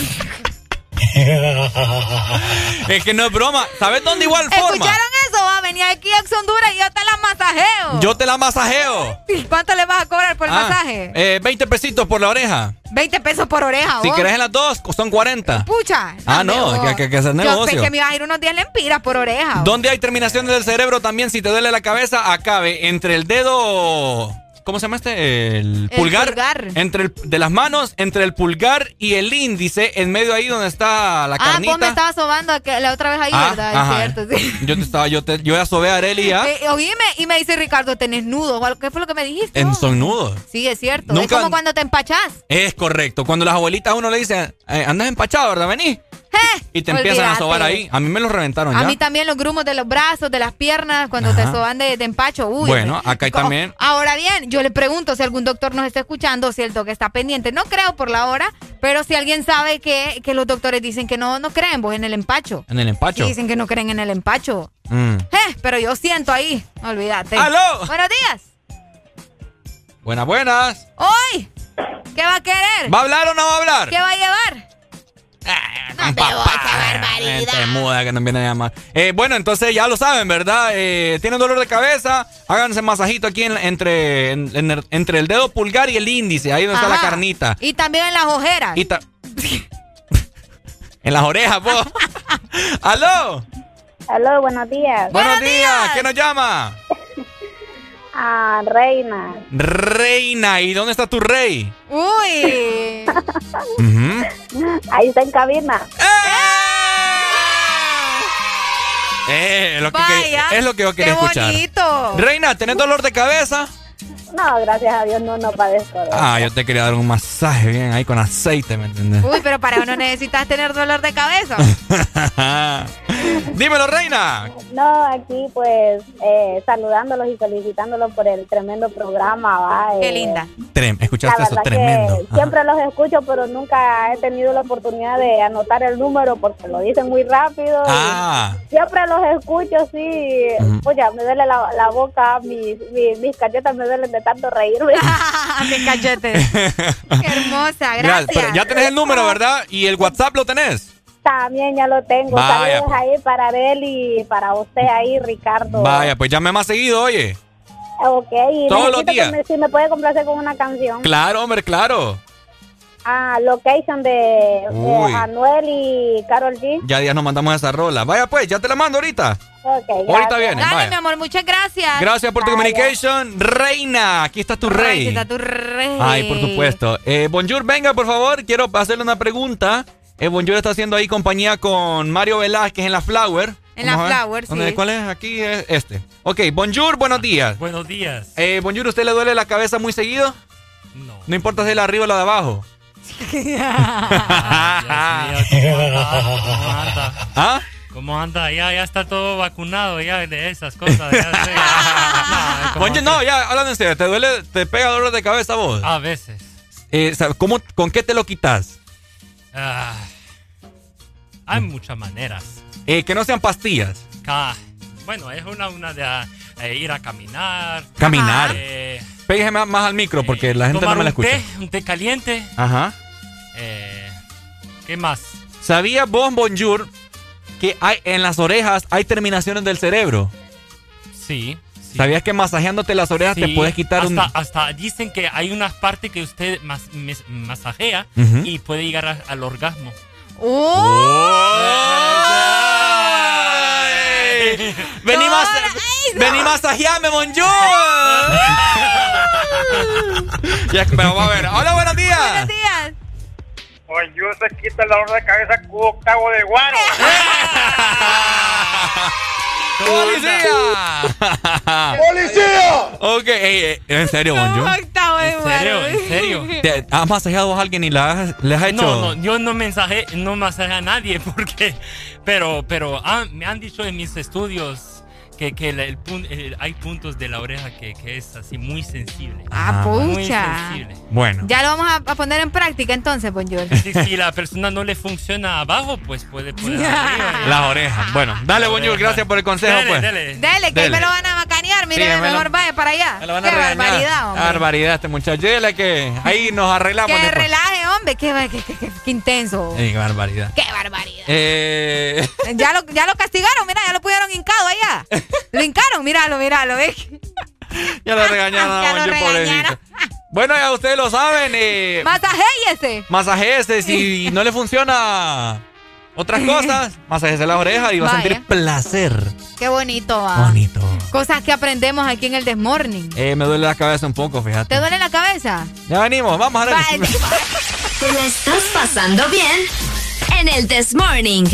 Es que no es broma. ¿Sabes dónde igual forma? ¿Escucharon eso? Va a venir aquí a Ex Honduras y yo te la masajeo. Yo te la masajeo. ¿Y cuánto le vas a cobrar por el Ah, masaje? eh, veinte pesitos por la oreja. veinte pesos por oreja, Si vos. querés en las dos, son cuarenta. Pucha. Ah, no, vos. que, que, que hacer Yo negocio. pensé que me ibas a ir unos diez lempiras por oreja. vos. ¿Dónde hay terminaciones del cerebro también? Si te duele la cabeza, acabe entre el dedo... ¿Cómo se llama este? El El pulgar. pulgar. Entre el, de las manos, entre el pulgar y el índice, en medio ahí donde está la Ah, carnita. vos me estabas sobando aquel- la otra vez ahí, Ah, ¿verdad? ajá. Es cierto, sí. Yo te estaba, yo te, yo ya sobé a Arely ya. Eh, oíme, y me dice Ricardo, tenés nudos. o algo. ¿Qué fue lo que me dijiste? En son nudos. Sí, es cierto. Nunca- Es como cuando te empachás. Es correcto. Cuando las abuelitas a uno le dicen, eh, andas empachado, ¿verdad? Vení. Y te empiezan a olvídate. sobar ahí. A mí me los reventaron A ya. mí también los grumos de los brazos, de las piernas, cuando te Ajá. soban de, de empacho. Uy, Bueno, me- acá hay Co- también. Ahora bien, yo le pregunto si algún doctor nos está escuchando, si el doc está pendiente. No creo por la hora, pero si alguien sabe que, que los doctores dicen que no, no creen vos en el empacho. En el empacho. Sí, dicen que no creen en el empacho. Mm. Eh, pero yo siento ahí, olvídate. ¡Aló! Buenos días. Buenas, buenas. ¡Hoy! ¿Qué va a querer? ¿Va a hablar o no va a hablar? ¿Qué va a llevar? No te voy, qué barbaridad. Gente muda que nos viene a llamar. Eh, bueno, entonces ya lo saben, ¿verdad? Eh, tienen dolor de cabeza, háganse masajito aquí en, entre, en, en, entre el dedo pulgar y el índice, ahí donde Ajá. está la carnita. Y también en las ojeras. Y ta- en las orejas, vos. ¡Aló! Aló, buenos días. Buenos días. ¿Quién nos llama? Ah, Reina. Reina, ¿y dónde está tu rey? Uy. uh-huh. Ahí está en cabina. ¡Eh! Eh, es lo que, Vaya, que, es lo que yo quería qué escuchar. Bonito. Reina, ¿tenés dolor de cabeza? No, gracias a Dios no, no padezco. Ah, yo te quería dar un masaje bien ahí con aceite, ¿me entiendes? Uy, pero para eso no necesitas tener dolor de cabeza. Dímelo, Reina. No, aquí pues eh, saludándolos y felicitándolos por el tremendo programa, ¿va? Qué eh, linda. Trem, ¿escuchaste eso? Tremendo. Siempre los escucho, pero nunca he tenido la oportunidad de anotar el número porque lo dicen muy rápido. Ah. Siempre los escucho, sí. Uh-huh. Oye, me duele la, la boca, mis, mis, mis cachetas me duelen de tanto reírme. Mis cachetes. Qué hermosa, gracias. Pero ya tenés el número, ¿verdad? ¿Y el WhatsApp lo tenés? También ya lo tengo. Vaya, Saludos pues. ahí para él y para usted ahí, Ricardo. Vaya, pues llame más seguido, oye. Ok, y todos los días. Que me, si me puede complacer con una canción. Claro, hombre, claro. Ah, Location de, de Anuel y Karol G. Ya días nos mandamos esa rola. Vaya pues, ya te la mando ahorita. Ok, ahorita viene. Dale, vaya. mi amor, muchas gracias. Gracias por tu Vaya. communication. Reina, aquí está tu rey. Aquí está tu rey. Ay, por supuesto. Eh, Bonjour, venga, por favor. Quiero hacerle una pregunta. Eh, Bonjour está haciendo ahí compañía con Mario Velázquez en la Flower. En la Flower, sí. ¿Cuál es? Aquí es este. Ok, Bonjour, buenos días. Buenos días. Eh, Bonjour, ¿usted le duele la cabeza muy seguido? No. No importa si es la de arriba o la de abajo. Ay, Dios mío, ¿cómo anda? ¿Ah? ¿Cómo anda? Ya, ya está todo vacunado ya de esas cosas. Ya, no, Bonjour, no, ya, hablando en serio, ¿te duele, te pega dolor de cabeza vos? A veces. Eh, ¿cómo, ¿Con qué te lo quitas? Ah, hay muchas maneras. Eh, que no sean pastillas. Ah, bueno, es una, una de eh, ir a caminar. Caminar. Eh, Pégese más, más al micro porque eh, la gente no me la escucha. Un té, un té caliente. Ajá. Eh, ¿Qué más? ¿Sabías vos, Bonjour, que hay, en las orejas hay terminaciones del cerebro? Sí. sí. ¿Sabías que masajeándote las orejas sí, te puedes quitar hasta, un...? Hasta dicen que hay unas partes que usted mas, mes, masajea uh-huh. y puede llegar a, al orgasmo. ¡Oh! Vení, mas no. Vení masajeame, Bonjour. Ya, pero vamos a ver. Hola, buenos días. Buenos días. Bonjour se quita el dolor de cabeza con octavo de guaro. ¡Policía! ¡Policía! Ok, hey, hey, en serio, Bonjour. Octavo de guaro. ¿En serio? ¿En serio? ¿Te has masajeado a alguien y le has, le has hecho...? No, no, yo no mensaje, no masajé a nadie porque... Pero, pero ah, me han dicho en mis estudios que, que el, el, el, hay puntos de la oreja que, que es así muy sensible. Ah, pucha. Muy sensible. Bueno. Ya lo vamos a, a poner en práctica entonces, Bonjour. Si, si la persona no le funciona abajo, pues puede poner arriba. Las orejas. Bueno, dale, Bonjour, gracias por el consejo, dele, pues. Dele, dele, que dele. Me lo van a macanear. Mire, sí, mejor lo, vaya para allá. Me lo van Qué a regañar. barbaridad, hombre. Barbaridad este muchacho. Dile que ahí nos arreglamos. Que después. relaje, hombre. Qué, qué, qué, qué, qué intenso. Sí, qué barbaridad. Qué barbaridad. Eh... Ya, lo, ya lo castigaron, mira, ya lo pudieron hincado allá. Lo hincaron, míralo, míralo, ¿ves? Ya lo regañaron, ya lo regañaron. Bueno, ya ustedes lo saben. Eh, masajéese. Masajéese. Si no le funciona otras cosas, masajéese las orejas y va Vaya. a sentir placer. Qué bonito, va. Bonito. Cosas que aprendemos aquí en el Desmorning. Eh, me duele la cabeza un poco, fíjate. ¿Te duele la cabeza? Ya venimos, vamos a ver. ¿Te la estás pasando bien? En el Desmorning.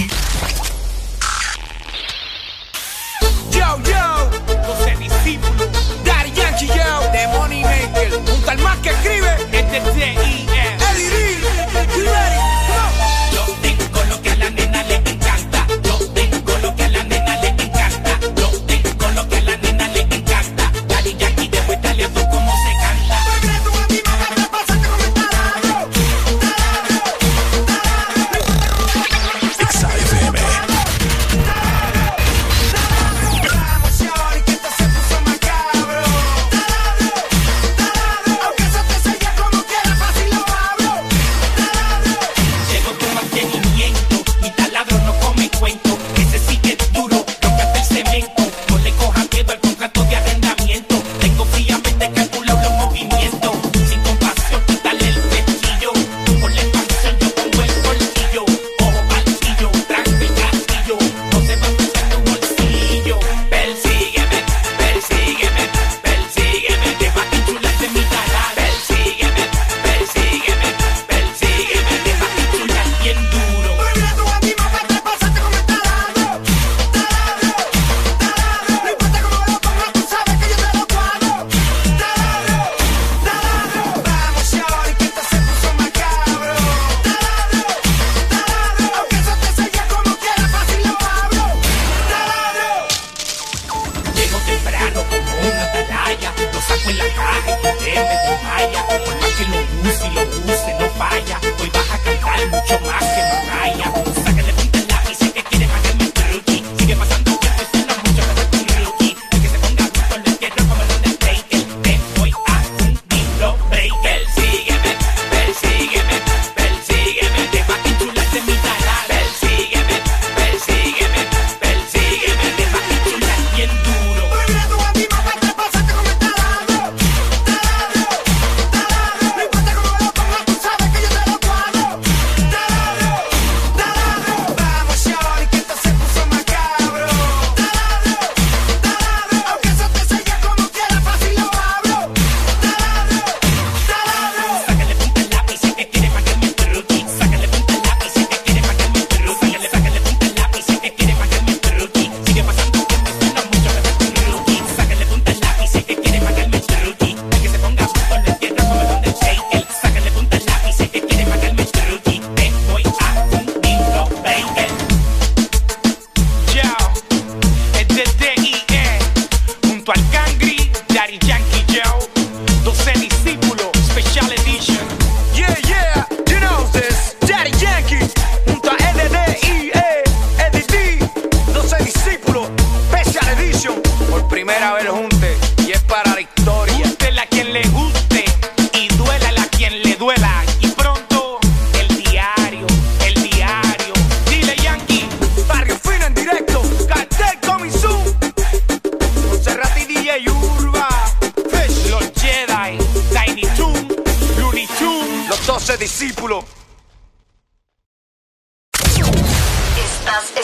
Yo, yo, los semidiscípulos, Daddy Yankee, yo, The Money Maker, junto al más que escribe, este es D I M Eddie D, you ready? Yo tengo lo que a la nena le encanta, yo tengo lo que a la nena le encanta, yo tengo lo que a la nena le encanta, Daddy Yankee, demuéstrale a tú cómo se canta.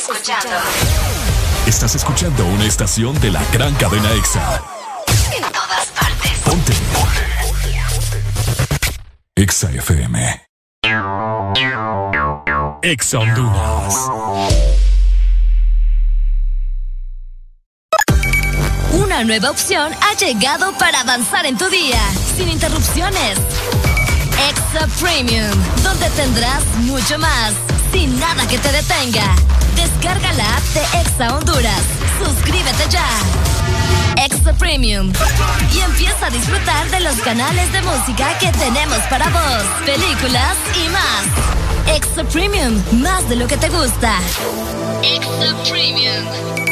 escuchando. Estás escuchando una estación de la gran cadena EXA. En todas partes. Ponte. EXA F M. EXA Honduras. Una nueva opción ha llegado para avanzar en tu día, sin interrupciones. Extra Premium, donde tendrás mucho más, sin nada que te detenga. Descarga la app de Exa Honduras. Suscríbete ya. Extra Premium. Y empieza a disfrutar de los canales de música que tenemos para vos, películas y más. Extra Premium, más de lo que te gusta. Extra Premium.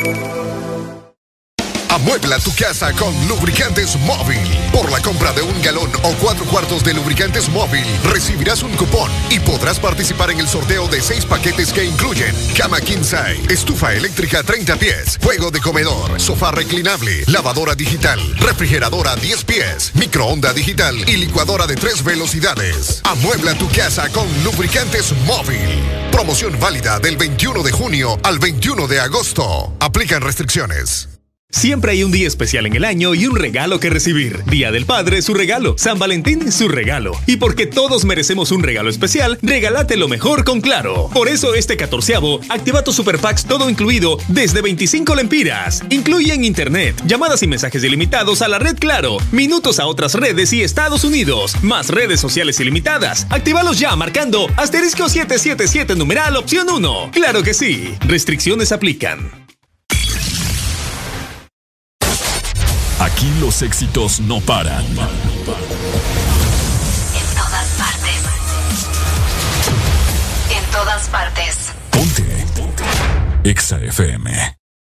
Amuebla tu casa con Lubricantes Móvil. Por la compra de un galón o cuatro cuartos de Lubricantes Móvil, recibirás un cupón y podrás participar en el sorteo de seis paquetes que incluyen cama king size, estufa eléctrica treinta pies, juego de comedor, sofá reclinable, lavadora digital, refrigeradora diez pies, microonda digital y licuadora de tres velocidades. Amuebla tu casa con Lubricantes Móvil. Promoción válida del veintiuno de junio al veintiuno de agosto. Aplican restricciones. Siempre hay un día especial en el año y un regalo que recibir. Día del Padre, su regalo. San Valentín, su regalo. Y porque todos merecemos un regalo especial, regálate lo mejor con Claro. Por eso este catorceavo, activa tu Super Packs todo incluido desde veinticinco lempiras. Incluyen internet, llamadas y mensajes ilimitados a la red Claro, minutos a otras redes y Estados Unidos, más redes sociales ilimitadas. Actívalos ya marcando asterisco siete siete siete numeral opción uno. Claro que sí. Restricciones aplican. Aquí los éxitos no paran. En todas partes. En todas partes. Ponte. EXA F M.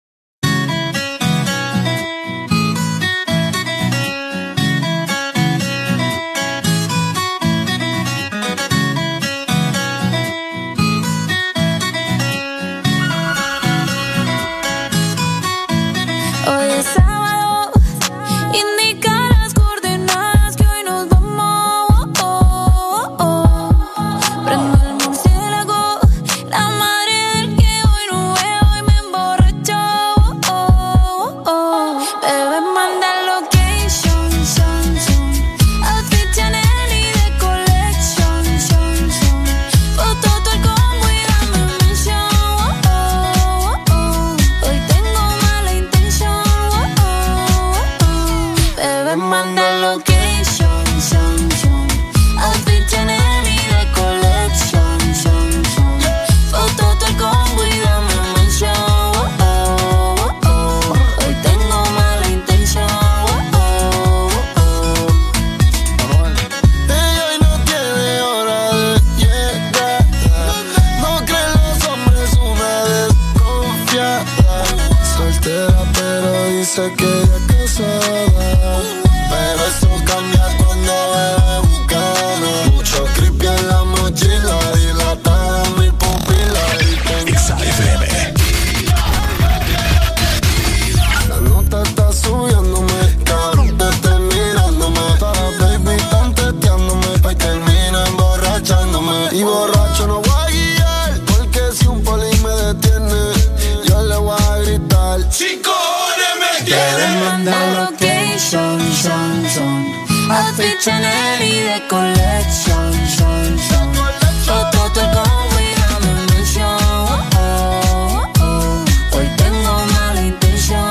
Chanel y de colección, son, son. Foto te como y dame mención. Oh, oh, oh. Hoy tengo mala intención.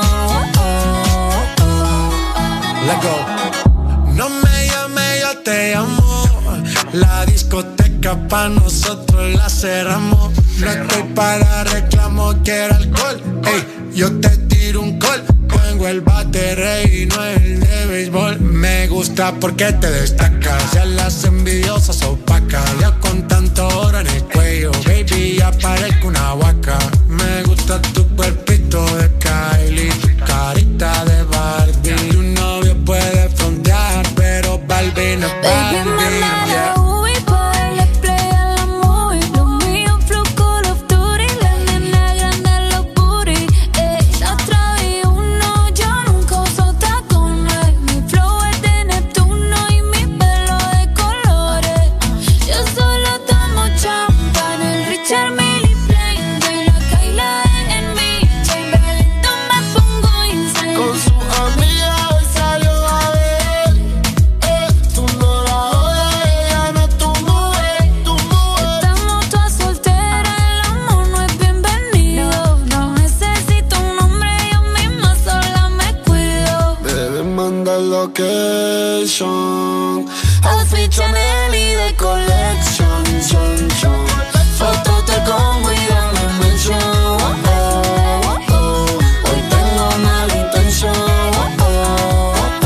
Oh, oh, oh. Let go. No me llame, yo te amo. La discoteca pa' nosotros la cerramos. No estoy para reclamo, quiero alcohol. Ey, yo te tiro un call. Tengo el bate rey y no el de béisbol. Me gusta porque te destacas. Ya las envidiosas opacas. Ya con tanto oro en el cuello, baby, ya parezco una vaca. Me gusta tu cuerpito de Kylie, tu carita de Barbie. Tu novio puede frontear, pero Barbie no es Barbie. Yeah. Charming y plain, de la calle. mansion. Outfit Chanel y de colección. Son, son. Fotos te como y dame mention. Oh, oh, oh. Hoy tengo mala intención. Oh, oh,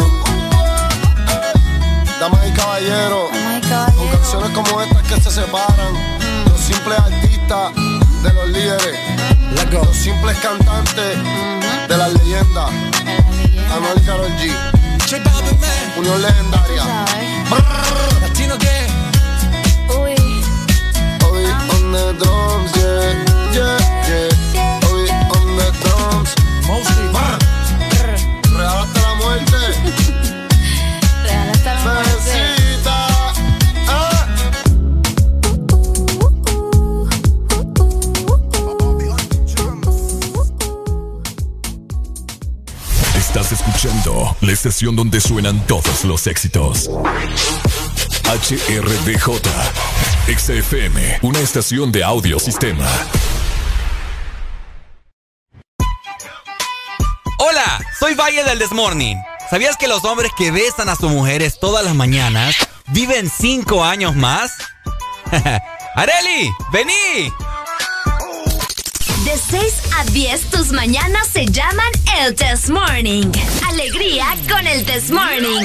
oh. Damas y caballeros, con canciones como estas que se separan, los simples artistas de los líderes, los simples cantantes de las leyendas. Anuel y Karol G, unión legendaria. Latino que Obi on the drums, yeah, yeah, yeah. Obi on the drums. Mostly Real hasta la muerte. Real hasta la muerte. Bebecita, ah. Estás escuchando la estación donde suenan todos los éxitos. H R D J, X F M, una estación de audiosistema. Hola, soy Valle del Desmorning. ¿Sabías que los hombres que besan a sus mujeres todas las mañanas viven cinco años más? ¡Areli, vení! De seis a diez, tus mañanas se llaman el This Morning. Alegría con el This Morning.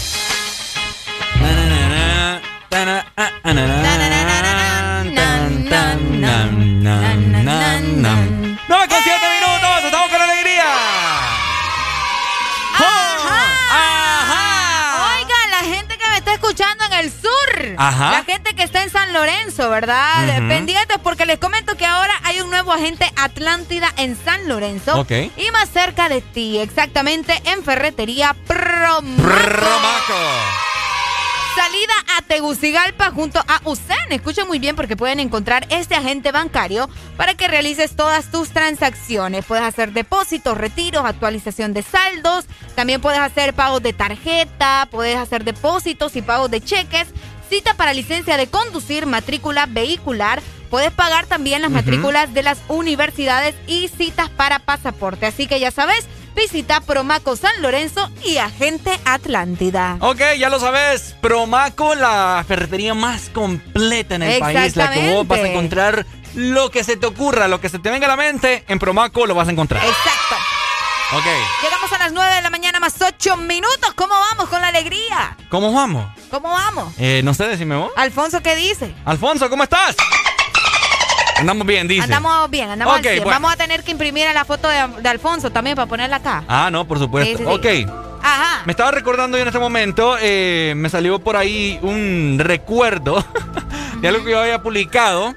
nueve con siete minutos, estamos con alegría. Ajá. Ajá. Oigan, la gente que me está escuchando en el sur. Ajá. La gente que está en San Lorenzo, ¿verdad? Uh-huh. Pendientes porque les comento que ahora hay un nuevo agente Atlántida en San Lorenzo. Ok. Y más cerca de ti, exactamente en Ferretería Promaco. Promaco. Salida a Tegucigalpa junto a U S E N. Escuchen muy bien porque pueden encontrar este agente bancario para que realices todas tus transacciones. Puedes hacer depósitos, retiros, actualización de saldos. También puedes hacer pagos de tarjeta, puedes hacer depósitos y pagos de cheques. Cita para licencia de conducir, matrícula vehicular. Puedes pagar también las uh-huh. matrículas de las universidades y citas para pasaporte. Así que ya sabes, visita Promaco San Lorenzo y Agente Atlántida. Ok, ya lo sabes. Promaco, la ferretería más completa en el país. La que vos vas a encontrar lo que se te ocurra, lo que se te venga a la mente, en Promaco lo vas a encontrar. Exacto. Ok. Llegamos a las nueve de la mañana más ocho minutos. ¿Cómo vamos con la alegría? ¿Cómo vamos? ¿Cómo vamos? Eh, no sé, decime vos. Alfonso, ¿qué dice? Alfonso, ¿cómo estás? Andamos bien, dice. Andamos bien, andamos okay, bien. Bueno. Vamos a tener que imprimir la foto de, de Alfonso también para ponerla acá. Ah, no, por supuesto. Sí, sí, sí. Ok. Ajá. Me estaba recordando yo en este momento, eh, me salió por ahí un recuerdo de algo que yo había publicado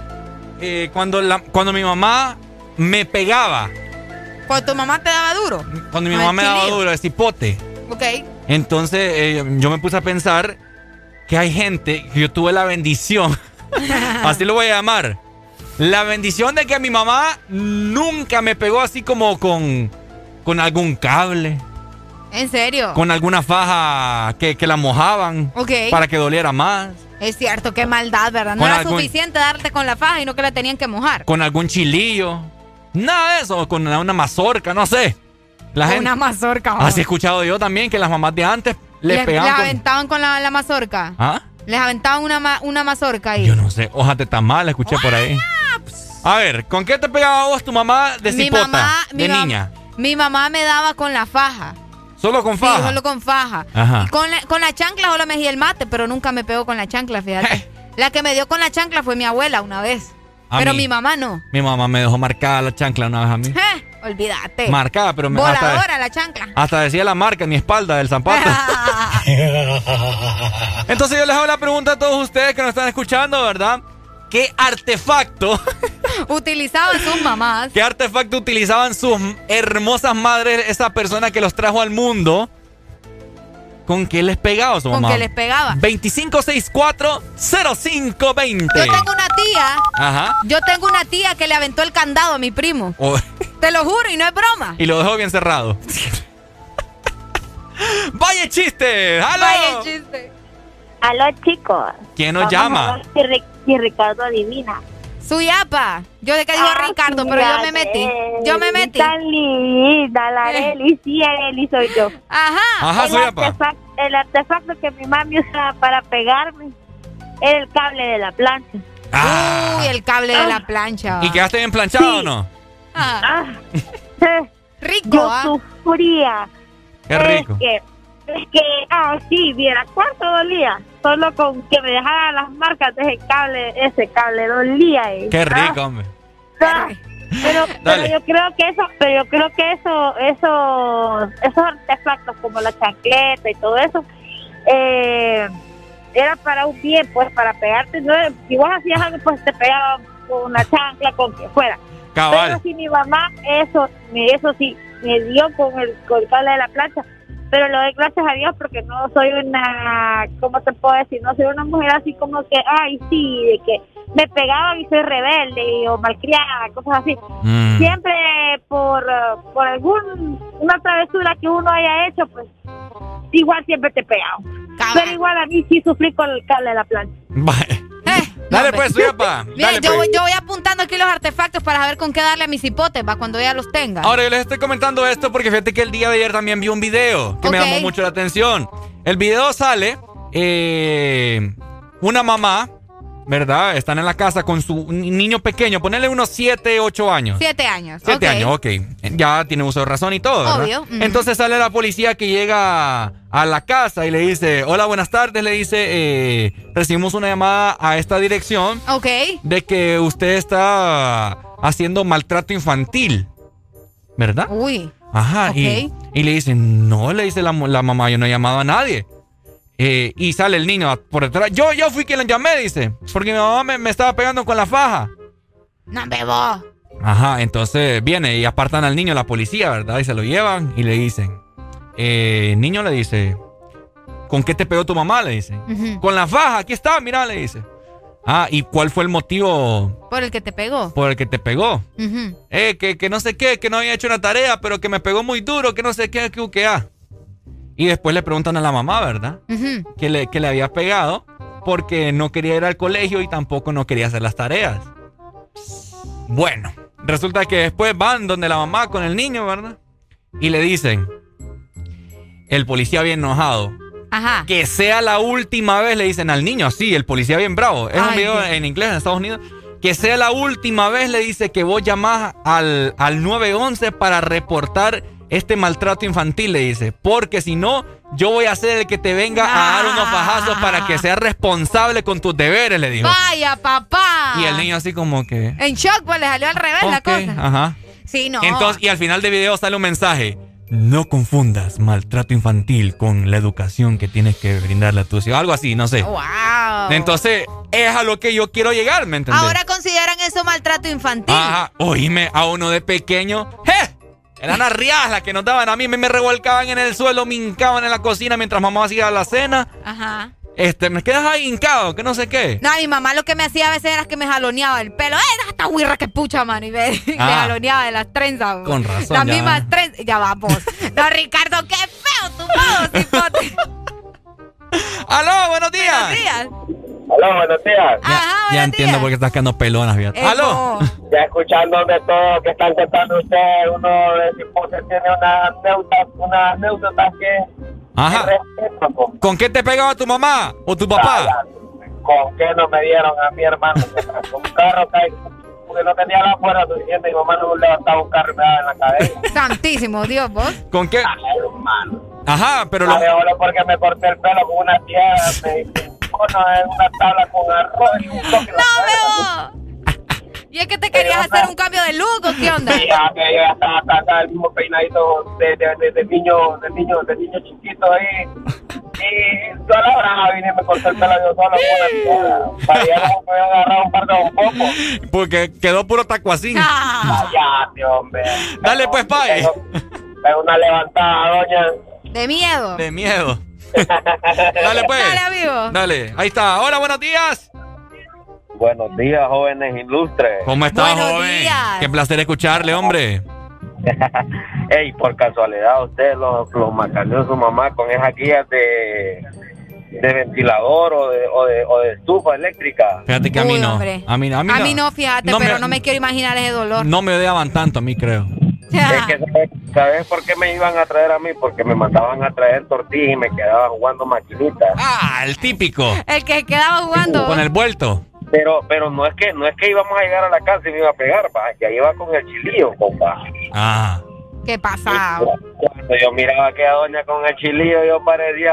eh, cuando, la, cuando mi mamá me pegaba. ¿Cuando tu mamá te daba duro? Cuando mi mamá me daba duro, de cipote. Ok. Entonces eh, yo me puse a pensar que hay gente que yo tuve la bendición, así lo voy a llamar, la bendición de que mi mamá nunca me pegó así como con, con algún cable. ¿En serio? Con alguna faja que, que la mojaban. Ok. Para que doliera más. Es cierto, qué maldad, ¿verdad? No Con era algún... suficiente darte con la faja y no que la tenían que mojar. Con algún chilillo. Nada de eso, con una, una mazorca, no sé. La con gente... una mazorca. Oh. Así he escuchado yo también que las mamás de antes les, les pegaban les con... aventaban con la, la mazorca. ¿Ah? Les aventaban una, ma una mazorca ahí. Yo no sé, hojas de tamal, la escuché por ahí. A ver, ¿con qué te pegaba vos tu mamá de cipota, mi mamá, de mi niña? Mi mamá me daba con la faja. ¿Solo con faja? Sí, solo con faja. Ajá. Con la, con la chancla solo me di el mate, pero nunca me pegó con la chancla, fíjate. La que me dio con la chancla fue mi abuela una vez. A pero mí. mi mamá no. Mi mamá me dejó marcada la chancla una vez a mí. Eh, olvídate. Marcada, pero me voladora hasta, la chancla. Hasta decía la marca en mi espalda del zapato. Entonces yo les hago la pregunta a todos ustedes que nos están escuchando, ¿verdad? ¿Qué artefacto utilizaban sus mamás? ¿Qué artefacto utilizaban sus hermosas madres, esa persona que los trajo al mundo? ¿Con qué les pegaba su mamá? ¿Con qué les pegaba? veinticinco sesenta y cuatro cero cinco veinte. Yo tengo una tía. Ajá. Yo tengo una tía que le aventó el candado a mi primo. Oh. Te lo juro y no es broma. Y lo dejó bien cerrado. ¡Vaya chiste! ¡Halo! ¡Vaya chiste! ¡Aló, chicos! ¿Quién nos Vamos llama? A ver si, Ric si Ricardo adivina. Suyapa. Yo sé que dijo ah, Ricardo, pero yo me metí. Yo me metí. Tan linda, la Arely. Sí, Arely soy yo. Ajá. Ajá, el Suyapa. Artefacto, el artefacto que mi mami usaba para pegarme era el cable de la plancha. Ah. Uy, el cable Ah. de la plancha. ¿Y quedaste bien planchado Sí. o no? Ah. Ah. Rico, Yo ¿ah? sufría. Qué rico. Es que, es que, ah, sí, viera cuánto dolía. Solo con que me dejaran las marcas de ese cable, ese cable dolía. eh. Qué rico, Ah, hombre. ah. Pero, pero Dale. yo creo que eso, pero yo creo que eso, eso, esos artefactos como la chancleta y todo eso, eh, era para un bien, pues, para pegarte. ¿No? Si vos hacías algo, pues te pegaban con una chancla, con que fuera. Cabal. Pero si mi mamá, eso, me- eso sí, me dio con el, con el cable de la plancha. Pero lo doy gracias a Dios porque no soy una, ¿cómo te puedo decir? No soy una mujer así como que, ay, sí, de que me pegaban y soy rebelde o malcriada, cosas así. Mm. Siempre por, uh, por algún, una travesura que uno haya hecho, pues igual siempre te pegaban. Pero igual a mí sí sufrí con el cable de la plancha. Vaya. Dale pues, Suyapa. Bien, Dale, yo, pues. voy, yo voy apuntando aquí los artefactos para saber con qué darle a mis hipotes, va, cuando ella los tenga. Ahora yo les estoy comentando esto porque fíjate que el día de ayer también vi un video que me Ok. llamó mucho la atención. El video sale eh, una mamá, ¿verdad? Están en la casa con su niño pequeño, ponerle unos siete, ocho años. Siete años. Siete ok. años, ok. Ya tiene uso de razón y todo, ¿verdad? Obvio, ujú. Entonces sale la policía que llega a la casa y le dice, hola, buenas tardes, le dice, eh, recibimos una llamada a esta dirección Ok. de que usted está haciendo maltrato infantil, ¿verdad? Uy. Ajá, Ok. y, y le dicen, no, le dice la, la mamá, yo no he llamado a nadie. Eh, y sale el niño por detrás. Yo, yo fui quien le llamé, dice, porque mi mamá me, me estaba pegando con la faja. No me vos. Ajá, entonces viene y apartan al niño la policía, ¿verdad? Y se lo llevan y le dicen, eh, el niño le dice, ¿con qué te pegó tu mamá? Le dice, Ujú. con la faja, aquí está, mira, le dice. Ah, ¿y cuál fue el motivo Por el que te pegó. por el que te pegó? Ujú. Eh, que, que no sé qué, que no había hecho una tarea, pero que me pegó muy duro, que no sé qué, que, que ah. Y después le preguntan a la mamá, ¿verdad? Ujú. Que le, que le había pegado porque no quería ir al colegio y tampoco no quería hacer las tareas. Bueno, resulta que después van donde la mamá con el niño, ¿verdad? Y le dicen, el policía bien enojado, Ajá. que sea la última vez, le dicen al niño, así, el policía bien bravo. Es un Ay, video Dios. en inglés en Estados Unidos. Que sea la última vez, le dice, que vos llamás al, al nueve once para reportar este maltrato infantil, le dice. Porque si no, yo voy a ser el que te venga a dar unos fajazos para que seas responsable con tus deberes, le dijo. Vaya, papá. Y el niño así como que... En shock, pues le salió al revés la ok, cosa. ajá. Sí, no. Entonces, y al final del video sale un mensaje. No confundas maltrato infantil con la educación que tienes que brindarle a tu hijo. Algo así, no sé. Wow. Entonces, es a lo que yo quiero llegar, ¿me entendés? Ahora consideran eso maltrato infantil. Ajá, oíme, a uno de pequeño, ¡je! Eran arriadas las que nos daban a mí, me, me revolcaban en el suelo, me hincaban en la cocina mientras mamá hacía la cena. Ajá. Este, me quedas ahí hincado, que no sé qué. No, mi mamá lo que me hacía a veces era que me jaloneaba el pelo. ¡Eh, esta huirra que pucha, mano! Y me, me Ah. jaloneaba de las trenzas. Con razón, Las ya. mismas trenzas. Ya vamos. No, Ricardo, qué feo tu modo, cipote. ¡Aló, buenos días! Buenos días. Hola, buenos días. Ajá, Ya entiendo por qué estás quedando pelonas, fíjate. ¡Aló! Ya escuchando de todo que están contando ustedes, uno de mis esposas tiene una anécdota, una anécdota que... Ajá. ¿Con qué te pegaba tu mamá o tu papá? ¿Con qué no me dieron a mi hermano? Con un carro que porque no tenía la fuerza suficiente, mi mamá no levantaba un carro y me daba en la cabeza. Santísimo Dios, vos. ¿Con qué? Ay, hermano. Ajá, pero lo... Solo porque me corté el pelo con una tierra, me hice uno en una tabla con arroz y un toque. ¡No, veo! ¿Y es que te querías hacer un cambio de look o qué onda? Sí, ya, que yo ya estaba hasta el mismo peinadito de, de, de, de niño, de niño, de niño chiquito ahí. Y yo a la hora vine y me corté el pelo yo solo con una tierra. Para allá me había agarrado un par de un poco. Porque quedó puro tacuacín. Cállate, hombre. Dale pues, pay. Pego una levantada, doña. De miedo. De miedo. Dale pues. Dale, amigo. Dale, ahí está. Hola, buenos días. Buenos días, jóvenes ilustres. ¿Cómo estás, Buenos joven? días. Qué placer escucharle, hombre. Ey, por casualidad, ustedes los, los macaneó su mamá con esas guías de, de ventilador o de, o, de, o de estufa eléctrica. Fíjate que a mí Uy, no. hombre. A mí, a mí A no. mí no, fíjate, No pero me- no me quiero imaginar ese dolor. No me odiaban tanto a mí, creo. Es que, ¿sabes, ¿sabes por qué me iban a traer a mí? Porque me mandaban a traer tortillas y me quedaba jugando maquinitas. Ah, el típico. El que quedaba jugando. Con el vuelto. Pero pero no es que no es que íbamos a llegar a la casa y me iba a pegar, pa, ya iba con el chilillo, compa. Ah. ¿Qué pasa? Cuando yo miraba a aquella doña con el chilillo, yo parecía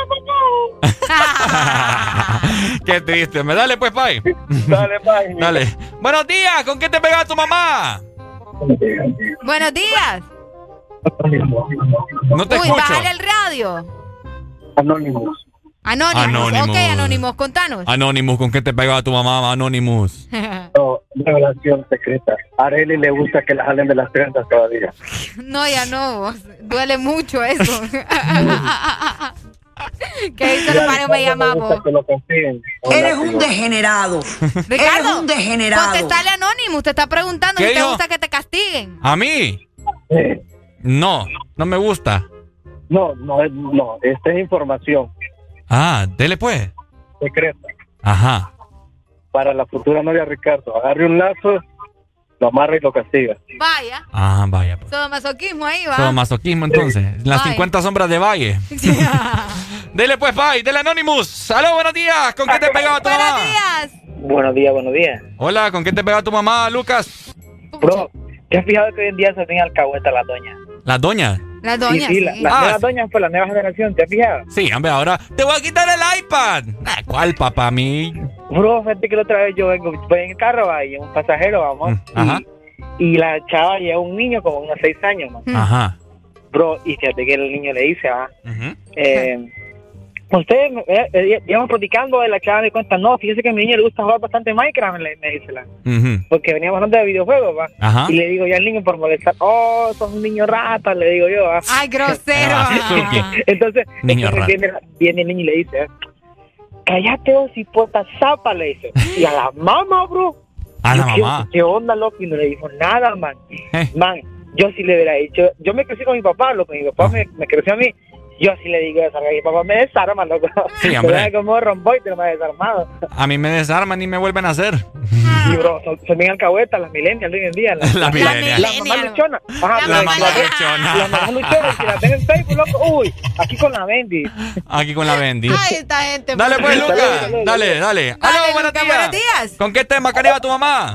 Qué triste. Me dale pues, Pai. Dale, Pai. Dale. Buenos días. ¿Con qué te pegaba tu mamá? Buenos días. No te Uy, escucho. bájale el radio. Anónimos. Anónimos. Anónimos. Ok, Anónimos, contanos. Anonymous, ¿con qué te pegaba tu mamá, Anonymous? No, revelación secreta. A Arely le gusta que la jalen de las trenzas todavía. No, ya no. Vos. Duele mucho eso. ¿Qué dice el Mario? Me llamamos. Eres un degenerado. Ricardo, Eres un degenerado. contestale Anonymous. Te está preguntando ¿Qué si te dijo? gusta que te castiguen. ¿A mí? No, no me gusta. No, no, es- no, esta es información Ah, dele pues. secreta Ajá. para la futura novia Ricardo. Agarre un lazo, lo amarra y lo castiga. Vaya. Ah, vaya. Pues. Todo masoquismo ahí, va. Todo masoquismo entonces. Las Vaya. cincuenta sombras de Valle. Dele pues, Pai. Dele Anonymous. Aló, buenos días. ¿Con qué te pegaba tu mamá? Buenos días. Buenos días, buenos días. Hola, ¿con qué te pegaba tu mamá, Lucas? Bro, ¿te has fijado que hoy en día se hacen alcahuetas las doñas? ¿Las doñas? Las Sí, doñas. sí, Sí, la- las Ah, nuevas sí. doñas por la nueva generación, ¿te has fijado? Sí, hombre, ahora te voy a quitar el iPad. Ah, ¿cuál, papá? A mí. Bro, fíjate que la otra vez yo vengo, voy en el carro, va, y un pasajero, vamos, Mm, ajá. y, y la chava lleva un niño como unos seis años, man. Ajá. Bro, y fíjate que el niño le dice, va, Ujú. eh, usted, eh, eh, íbamos platicando, y la chava me cuenta, no, fíjese que a mi niño le gusta jugar bastante Minecraft, le- me dice la, Ujú. porque veníamos hablando de videojuegos, va, Ajá. y le digo yo al niño por molestar, oh, sos un niño rata, le digo yo, va. Ay, grosero. Ah, Entonces, Niño entonces rata. viene, viene el niño y le dice, cállate o si puta zapa, le dice, y a la mamá, bro. A la Yo, ¿qué- mamá. ¿Qué onda, loco? Y no le dijo nada, man. Eh. Man, yo sí le hubiera dicho, yo me crecí con mi papá, loco, mi papá me, me creció a mí, yo sí le digo, salga, mi papá me desarma, loco. Sí, hombre. Me da como romboy, pero me ha desarmado. A mí me desarman y me vuelven a hacer. Y bro, son, son bien alcahuetas las millennials hoy en día. Las, Las millennials. La mamá luchona. Ajá, La que mamá ven- luchona. La mamá luchona, si la ven en Facebook, loco, uy, aquí con la Bendy. Aquí con la Bendy. Ay, esta gente. Dale pues, Salud, Lucas. salud, Dale, salud. dale. Dale, Aló, buenos Lucas, días. buenos días. ¿Con qué tema caneaba tu mamá?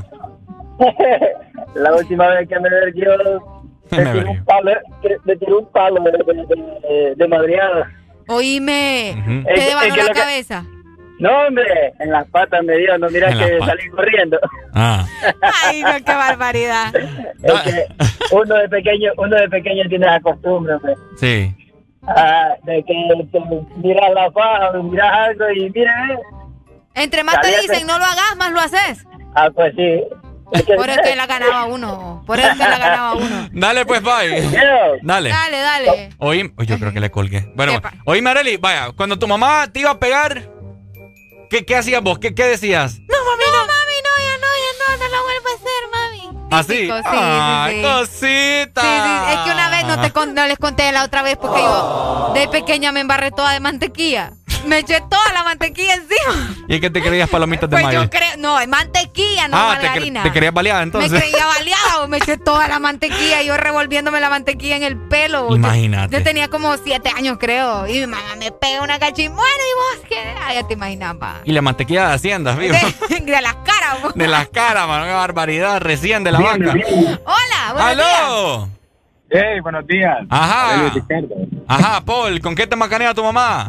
La última vez que me verguió, Me me tiró verguió. un palo, me tiró un palo de, de, de, de madreada. Oíme. Ujú. ¿Te Es que- devanó es que la lo que- cabeza? No, hombre, en las patas me dio, no mira En las que patas. salí corriendo. Ah. Ay, no, qué barbaridad. Es que uno de pequeño, uno de pequeño tiene la costumbre, hombre. Sí. Ah, de que te miras la faja, miras algo y mira, eh. Entre más te Caliente. dicen no lo hagas, más lo haces. Ah, pues sí. Es que- Por eso que la ganaba uno. Por eso que la ganaba uno. Dale pues, bye. Dale. Dale, dale. Oí, oh, yo creo que le colgué. Bueno, Epa. oíme, Arely, vaya, cuando tu mamá te iba a pegar, ¿qué, qué hacías vos? ¿Qué, qué decías? No, mami, no. No, mami, no, ya no, ya no, no lo vuelvo a hacer, mami. ¿Así? Típico, sí, Ay, sí, sí. cosita. Sí, sí, es que una vez no, te con- no les conté la otra vez porque yo de pequeña me embarré toda de mantequilla. Me eché toda la mantequilla encima. ¿Y es que te creías palomitas de Pues maíz? yo creo, no, es mantequilla, no ah, te, cre- margarina. te querías balear entonces. Me creía baleado, me eché toda la mantequilla, yo revolviéndome la mantequilla en el pelo. Imagínate. Yo, yo tenía como siete años, creo, y mi mamá me pega una cachimuela y vos, ¿qué? Ay, ya te imaginas, pa. Y la mantequilla de haciendas, vivo. De, de las caras, vos. De las caras, mano, qué barbaridad, recién de la vaca. Hola, buenos días. ¡Aló! Hey, buenos días. Ajá. Ricardo. Ajá, Paul, ¿con qué te macanea tu mamá?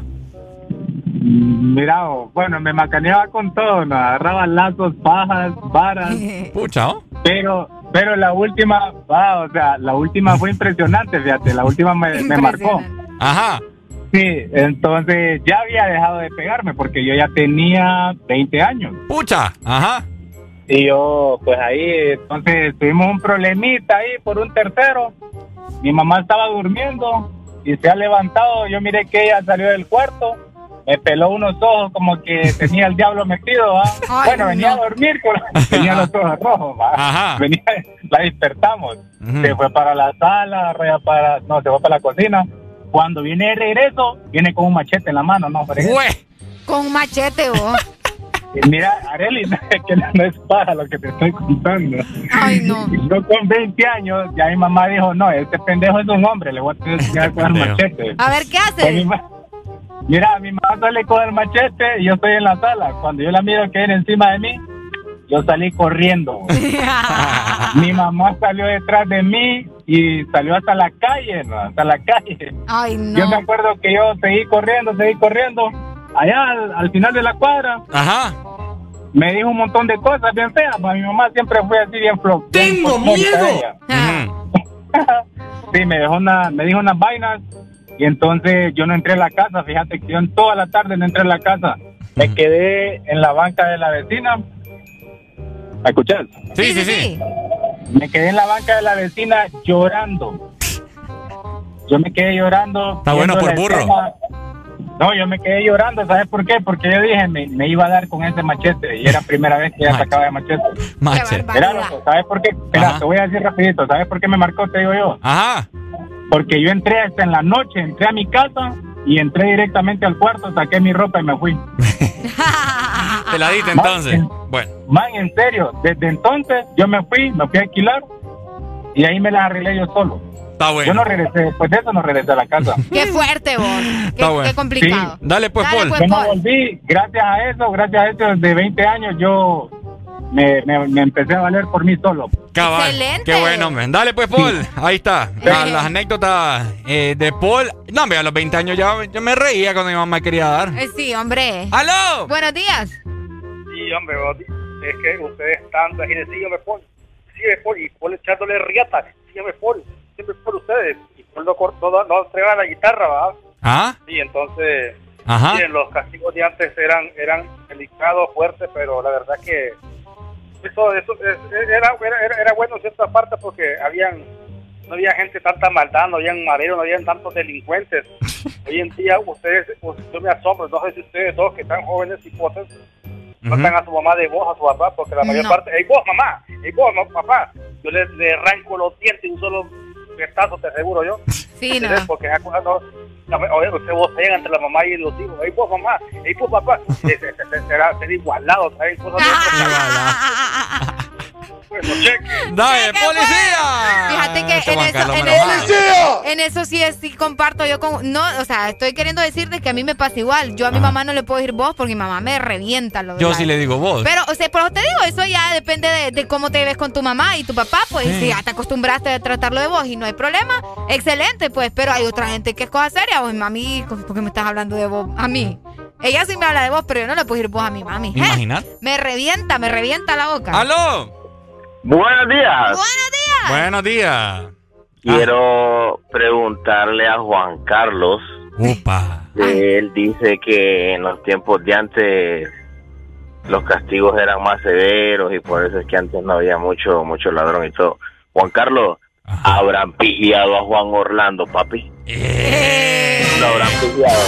Mira, bueno, me macaneaba con todo, me agarraba lazos, pajas, varas, Pucha, ¿oh? pero pero la última, ah, o sea, la última fue impresionante, fíjate, la última me, me marcó. Ajá. Sí, entonces ya había dejado de pegarme porque yo ya tenía veinte años. Pucha, ajá. Y yo, pues ahí, entonces tuvimos un problemita ahí por un tercero. Mi mamá estaba durmiendo y se ha levantado. Yo miré que ella salió del cuarto, me peló unos ojos como que tenía el diablo metido, ¿va? Ay, Bueno, venía no. a dormir, con, tenía los ojos rojos, ¿va? Ajá. Venía, la despertamos. Ujú. Se fue para la sala, raya para, no, se fue para la cocina. Cuando viene de regreso, viene con un machete en la mano, ¿no? Por ejemplo. ¡Güey! Con un machete, vos. Mira, Arely, que no es paja lo que te estoy contando. Ay, no. Yo con veinte años, ya mi mamá dijo, no, este pendejo es un hombre, le voy a tener que dar con el machete. A ver, ¿qué hace? Mi ma... Mira, mi mamá sale con el machete y yo estoy en la sala. Cuando yo la miro que viene encima de mí, yo salí corriendo. Mi mamá salió detrás de mí y salió hasta la calle, ¿no? Hasta la calle. Ay, no. Yo me acuerdo que yo seguí corriendo, seguí corriendo. Allá al, al final de la cuadra. Ajá. Me dijo un montón de cosas bien feas. Pues mi mamá siempre fue así bien floja. ¡Tengo miedo! Sí, me dejó una, me dijo unas vainas. Y entonces yo no entré a la casa. Fíjate que yo en toda la tarde no entré a la casa. Me quedé en la banca de la vecina. ¿Me escuchas? Sí, sí, sí. Me quedé en la banca de la vecina llorando. Yo me quedé llorando. Está bueno por burro. Escena. No, yo me quedé llorando, ¿sabes por qué? Porque yo dije, me, me iba a dar con ese machete, y era la primera vez que ella sacaba de machete. Machete. Era loco, ¿sabes por qué? Espera, te voy a decir rapidito, ¿sabes por qué me marcó, te digo yo? Ajá. Porque yo entré hasta en la noche, entré a mi casa, y entré directamente al cuarto, saqué mi ropa y me fui. ¿Te la diste entonces? Man, bueno. Man, en serio, desde entonces yo me fui, me fui a alquilar, y ahí me las arreglé yo solo. Está bueno. Yo no regresé, después de eso no regresé a la casa. Qué fuerte, vos. Qué, bueno. qué complicado. Sí. Dale pues, Dale, Paul. pues, Yo no Paul. volví, gracias a eso, gracias a eso, desde veinte años yo me, me, me empecé a valer por mí solo. Cabal. Excelente. Qué bueno, man. Dale pues, Paul. Ahí está. La- las anécdotas eh, de Paul. No, hombre, a los veinte años ya yo me reía cuando mi mamá me quería dar. Eh, sí, hombre. ¡Aló! Buenos días. Sí, hombre, es que ustedes están así de sígueme Paul, sígueme Paul, y Paul echándole riata, sígueme Paul, siempre por ustedes, y Paul no, cortó, no, no entregaba la guitarra, ¿va? ¿Ah? Sí, entonces, Ajá. miren, los castigos de antes eran, eran delicados, fuertes, pero la verdad que eso, eso es- era, era, era bueno en cierta parte porque habían, no había gente tanta maldad, no habían mareros, no habían tantos delincuentes. Hoy en día ustedes, pues, yo me asombro, no sé si ustedes dos que están jóvenes y cosas, matan a su mamá de voz, a su papá, porque la mayor No. parte, ¡ey vos, mamá! ¡Ey vos, no, papá! Yo le, le arranco los dientes y un solo pestazo, te aseguro yo. Sí, no. ¿Entendés? Porque esa cosa no, la- oye, usted vocean entre la mamá y los hijos, ¡ey vos, mamá! ¡Ey vos, papá! Se- se- se- Será ser igualado, ¿saben? Cosas de Bueno, cheque. ¡Dale, policía! Fíjate que Este en Juan eso, Carlos en, me lo eso, mata. en eso sí, es- sí comparto yo con... No, o sea, estoy queriendo decirte que a mí me pasa igual. Yo a mi Ajá. mamá no le puedo decir vos porque mi mamá me revienta. Lo Yo la- sí le digo vos. Pero, o sea, pero te digo, eso ya depende de, de cómo te ves con tu mamá y tu papá, pues Sí. si ya te acostumbraste a tratarlo de vos y no hay problema, excelente, pues, pero hay otra gente que es cosa seria, pues mami, ¿por qué me estás hablando de vos? A mí. Ella sí me habla de vos, pero yo no le puedo decir vos a mi mami. ¿eh? Imaginar. Me revienta, me revienta la boca. ¡Aló! Buenos días. Buenos días. Buenos días. Quiero preguntarle a Juan Carlos. Upa. que Él dice que en los tiempos de antes los castigos eran más severos y por eso es que antes no había mucho mucho ladrón y todo. Juan Carlos, ¿habrán pillado a Juan Orlando, papi? ¿Lo habrán pillado?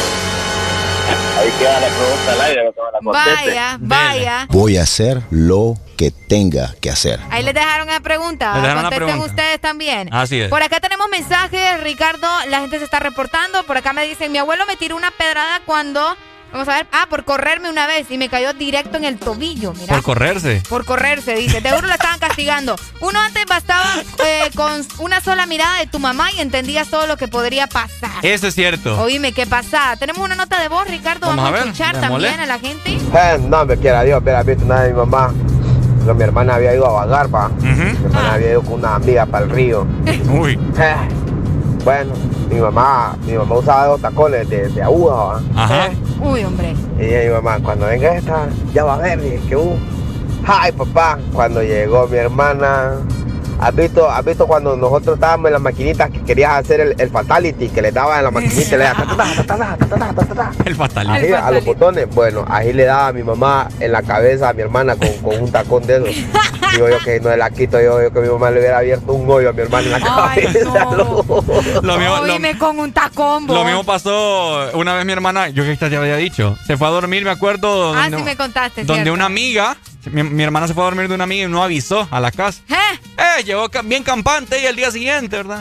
Ahí queda la pregunta al aire, que me la conteste. Vaya, vaya. Voy a hacer lo que tenga que hacer. Ahí les dejaron la pregunta. Les dejaron la Contesten pregunta. ustedes también. Así es. Por acá tenemos mensajes, Ricardo. La gente se está reportando. Por acá me dicen, mi abuelo me tiró una pedrada cuando... Vamos a ver. Ah, por correrme una vez y me cayó directo en el tobillo. Mira. Por correrse. Por correrse, dice. De seguro la estaban castigando. Uno antes bastaba eh, con una sola mirada de tu mamá y entendías todo lo que podría pasar. Eso es cierto. Oíme, ¿qué pasa? Tenemos una nota de voz, Ricardo. Vamos Vamos, a a, ver, escuchar démosle. también a la gente. Eh, no, me quiera Dios, hubiera visto nada de mi mamá. Pero mi hermana había ido a vagar, pa. Mi hermana había ido con una amiga para el río. Uy. Eh, bueno, mi mamá, mi mamá usaba dos tacones de, de aguja, ¿va? Ajá. Uy, hombre. Y ella, mi mamá, cuando venga esta, ya va a ver, dije que uh. Ay, papá, cuando llegó mi hermana, ¿has visto, has visto cuando nosotros estábamos en las maquinitas que querías hacer el, el fatality, que le daba en la maquinita y le daba ta, ta, ta, ta, ta, ta, ta, ta, ta, ta? El fatality. Ahí, a los botones, bueno, ahí le daba a mi mamá en la cabeza a mi hermana con, con un tacón de esos. Digo yo que no la quito, yo, yo que mi mamá le hubiera abierto un hoyo a mi hermana en la cabeza. Lo mismo, lo, Oíme con un tacón, vos. lo mismo pasó una vez mi hermana, yo que esta ya había dicho, se fue a dormir, me acuerdo, Ah, donde, sí me contaste, donde cierto. una amiga, mi, mi hermana se fue a dormir de una amiga y no avisó a la casa. ¿Eh? Eh, llegó ca- bien campante y el día siguiente, ¿verdad?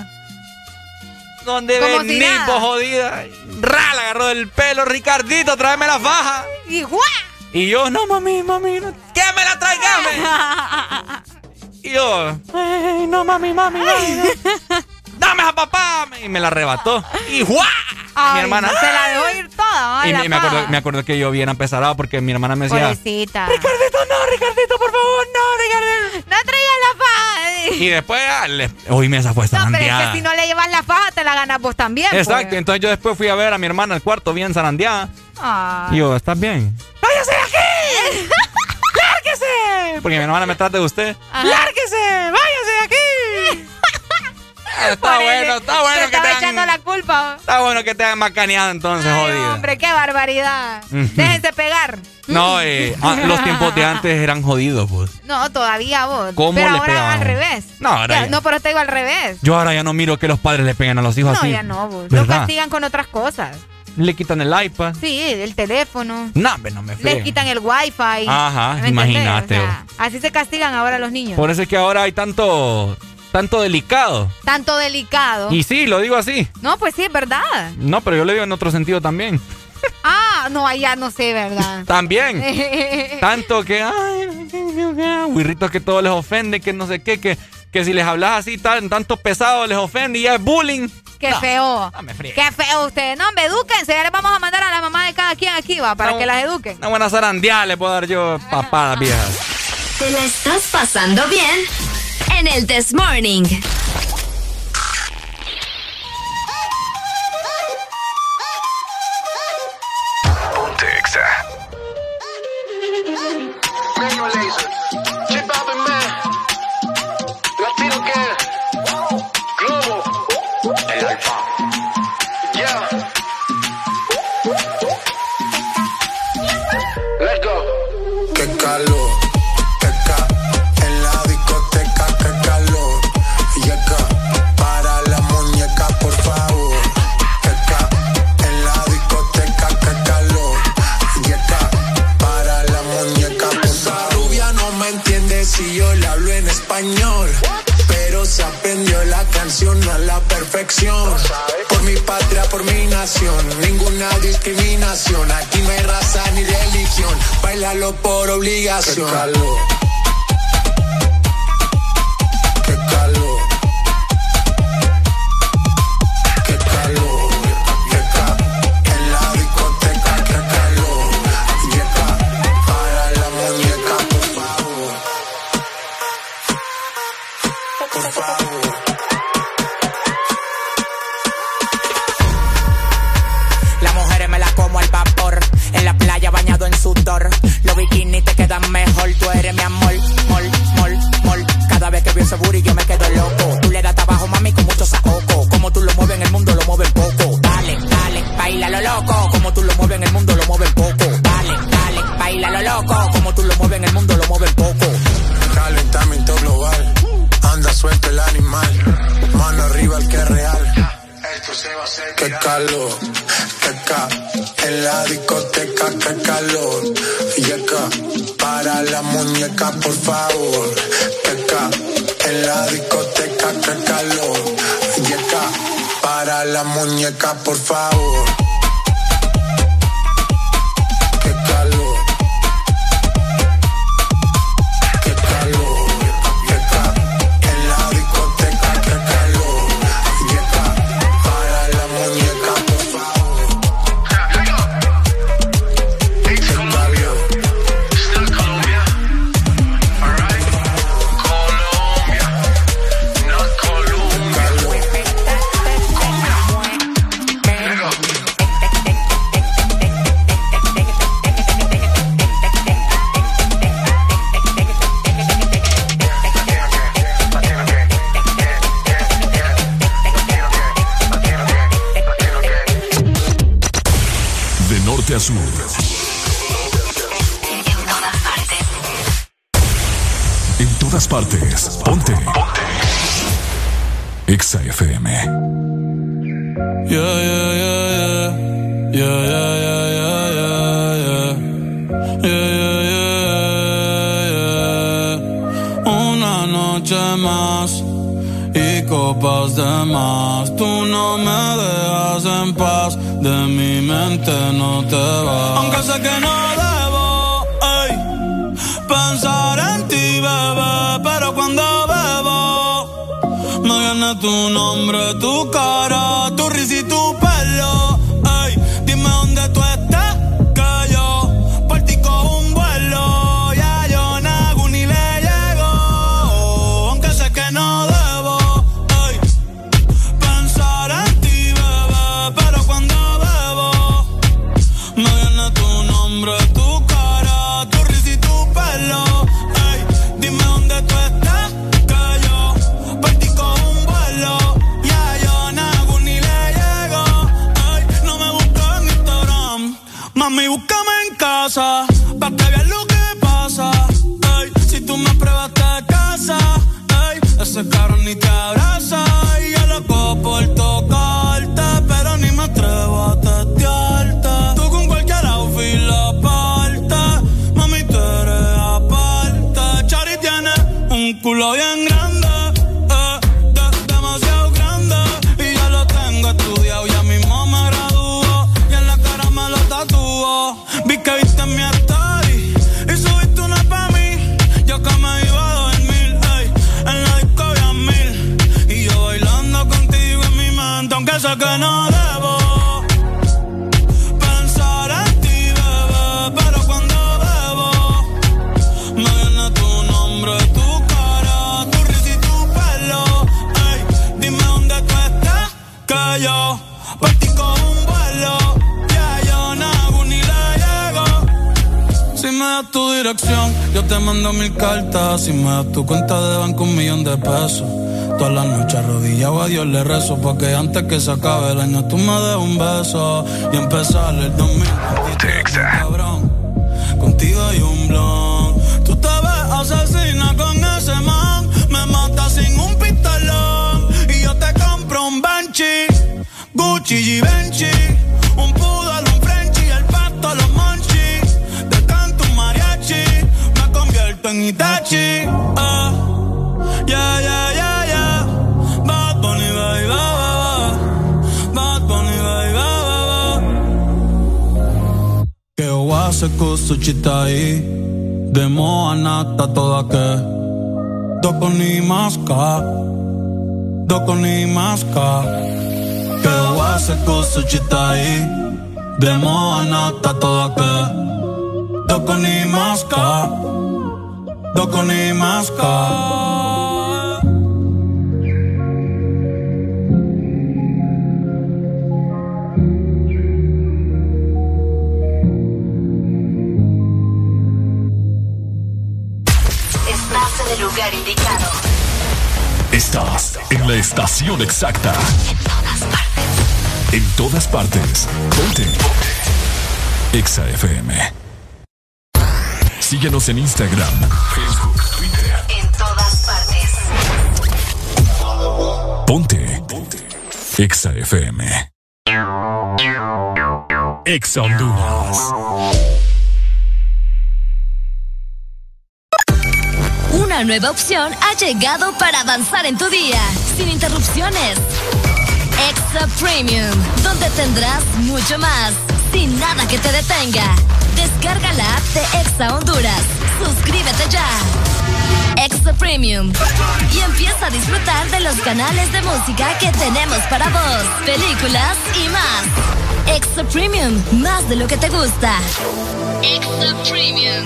Donde Como si venís, nada. vos jodida. Ra, la agarró del pelo, Ricardito, tráeme la faja. Y ¡guau! Y yo, no, mami, mami, no, ¿qué me la traigas? Y yo, ay, no, mami, mami, mami. Dame a papá. Y me la arrebató. Y ¡guau! Ay, mi hermana. Se la dejó ir toda. Ay, y la me, me, acuerdo, me acuerdo que yo bien empezarado porque mi hermana me decía, pobrecita. Ricardito, no, Ricardito, por favor, no, Ricardito. No traigas la faja. Y después, ah, le, oíme esa fue No, zarandeada. pero es que si no le llevas la faja, te la ganas vos también. Exacto, pues. entonces yo después fui a ver a mi hermana al cuarto bien zarandeada. Ay. Y yo, ¿estás bien? ¡Váyase de aquí! ¡Lárguese! Porque mi hermana me trata de usted. Ajá. ¡Lárguese! ¡Váyase de aquí! Está bueno, está bueno que te estaba hagan, echando la culpa. está bueno que te hagan macaneado entonces, Ay, jodido. hombre, qué barbaridad. Ujú. Déjense pegar. No, eh, ah, los tiempos de antes eran jodidos, pues. No, todavía vos. ¿Cómo pero le ahora pegaban? al revés. No, ahora Ya, ya- no, pero te digo al revés. Yo ahora ya no miro que los padres le peguen a los hijos No, así. ya no, vos. Lo ¿Verdad? castigan con otras cosas. Le quitan el iPad. Sí, el teléfono. No, hombre, no me Les freguen. quitan el wifi. Ajá, ¿Me entendés? imagínate, O sea, así se castigan ahora los niños. Por eso es que ahora hay tanto, tanto delicado. Tanto delicado. Y sí, lo digo así. No, pues sí, es verdad. No, pero yo le digo en otro sentido también. Ah, no, allá no sé, ¿verdad? También. Tanto que, ay, güirritos que todo les ofende, que no sé qué, que, que si les hablas así tan, tanto pesado les ofende y ya es bullying. Qué No, feo. no me friegues. Qué feo ustedes. No, hombre, edúquense. Ya les vamos a mandar a la mamá de cada quien aquí, va, para No. que las eduquen. Una buena zarandeada le puedo dar yo papadas viejas. ¿Te la estás pasando bien? En el This Morning. Ponte Exa. Latino que Globo, el alfa. Yeah. Let's go. Qué calor, qué ca en la discoteca, qué calor. Y acá para la muñeca, por favor. Qué ca en la discoteca, qué calor. Y acá para la muñeca, por favor. Rubia no me entiende si yo le hablo en español, pero se aprendió la canción a la perfección. Por mi patria, por mi nación, ninguna discriminación. Aquí no hay raza ni religión, bailalo por obligación. Qué calor, qué calor, qué calor, qué calor. En la discoteca, qué calor. Y acá para la muñeca, por favor. Por favor. Las mujeres me las como al vapor, en la playa bañado en sudor. Los bikinis te quedan mejor, tú eres mi amor, mol, mol, mol. Cada vez que veo ese booty yo me quedo loco. Tú le das trabajo, mami, con mucho saoco. Como tú lo mueves en el mundo, lo mueven poco. Dale, dale, baila lo loco. Como tú lo mueves en el mundo, lo mueven poco. Dale, dale, baila lo loco. Como tú lo mueves en el mundo, lo mueven poco. Calentamiento global, anda suelto el animal, mano arriba el que es real. Esto se va a hacer. Qué calor, qué ca, en la discoteca, qué calor. Y acá, para la muñeca, por favor. Qué ca, en la discoteca, qué calor. Y acá, para la muñeca, por favor. Qué calor. Qué calor, qué ca, en la discoteca, qué calor. Y acá, para la muñeca, por favor. Qué calor. Colombia, alright. Colombia, no Colombia. De norte a sur. En todas partes. Ponte. Ponte. Exa F M. Yeah, yeah, yeah, yeah. Yeah, yeah, yeah, yeah, yeah, yeah. Yeah, yeah, yeah, yeah. Una noche más y copas de más. Tú no me dejas en paz, de mi mente no te vas. Aunque sé que no debo Me viene tu nombre, tu cara, tu risa y tu pelo. Ey, dime dónde tú estás, que yo por ti cojo un vuelo. Ya yo nago ni le llego, aunque sé que no debo. Ey, pensar en ti, bebé, pero cuando bebo me viene tu nombre, tu cara, tu risa y tu pelo. Ey, dime dónde tú estás, que yo por ti cojo un vuelo. Ya yo nago ni le llego. Ey, no me busques en Instagram, mami, búscame en casa, pa' que veas lo que pasa. Ey, si tú me pruebas te casa, ey, ese cabrón ni te abraza. Y yo loco por tocarte, pero ni me atrevo a testearte. Tú con cualquier outfit la parte, mami, tú eres aparte. Chari tiene un culo bien grande, eh, de- demasiado grande. Y ya lo tengo estudiado, ya mismo me graduó. Y en la cara me lo tatuó. Vi que viste mi story y subiste una pa' mí. Yo que me iba a dormir, ey, en la disco había mil. Y yo bailando contigo en mi mente, aunque sé que no debo pensar en ti, bebé, pero cuando bebo me viene tu nombre, tu cara, tu risa y tu pelo. Ey, dime dónde tú estás, que yo por ti cojo un vuelo. Ya yo nago ni le llego. Si me das tu dirección, yo te mando mil cartas. Si me das tu cuenta de banco, un millón de pesos. Todas las noches arrodillado a Dios le rezo, porque antes que se acabe el año tú me des un beso y empezar el dos mil veintitrés, cabrón. Contigo hay un blon. Tú te ves asesina con ese man. Me matas sin un pistolón. Y yo te compro un Banshee, Gucci, Givenchy, un poodle, un Frenchie, el pato, los monchis. Te canto un mariachi, me convierto en Itachi. Ah, yeah, yeah, yeah, yeah. Bad Bunny, baby, ba, ba, ba. Bad Bunny, baby, ba, ba, ba. Que oase kusuchitai, demo anata toda que doko ni maska, doko ni maska. Que oase kusuchitai, demo anata toda que doko ni maska, doko ni maska. Estás en el lugar indicado. Estás en la estación exacta. En todas partes. En todas partes. Ponte. Ponte. Exa F M. Síguenos en Instagram, Facebook, Twitter. En todas partes. Ponte. Ponte. Exa F M. Exa Honduras. Una nueva opción ha llegado para avanzar en tu día, sin interrupciones. Extra Premium, donde tendrás mucho más, sin nada que te detenga. Descarga la app de Exa Honduras. Suscríbete ya. Extra Premium. Y empieza a disfrutar de los canales de música que tenemos para vos, películas y más. Extra Premium, más de lo que te gusta. Extra Premium.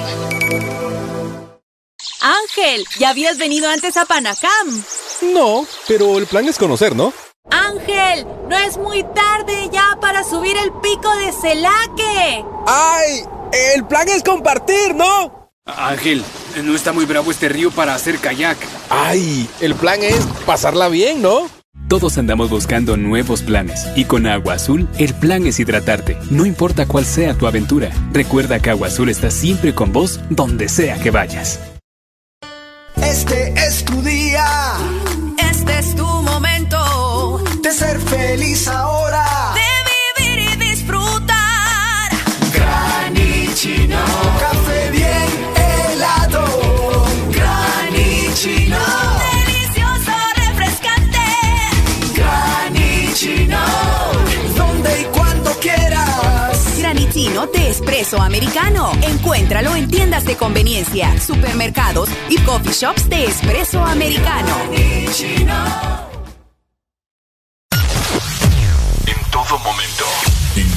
Ángel, ¿ya habías venido antes a Panacam? No, pero el plan es conocer, ¿no? Ángel, no es muy tarde ya para subir el pico de Celaque. ¡Ay! El plan es compartir, ¿no? Ángel, no está muy bravo este río para hacer kayak. ¡Ay! El plan es pasarla bien, ¿no? Todos andamos buscando nuevos planes y con Agua Azul el plan es hidratarte, no importa cuál sea tu aventura. Recuerda que Agua Azul está siempre con vos donde sea que vayas. Este es tu día, este es tu momento de ser feliz ahora, de vivir y disfrutar. Granichino, café bien helado. Granichino, delicioso, refrescante. Granichino, donde y cuando quieras. Granichino de espresso americano. Encuéntralo en tiendas de conveniencia, supermercados y coffee shops de espresso americano. Granichino.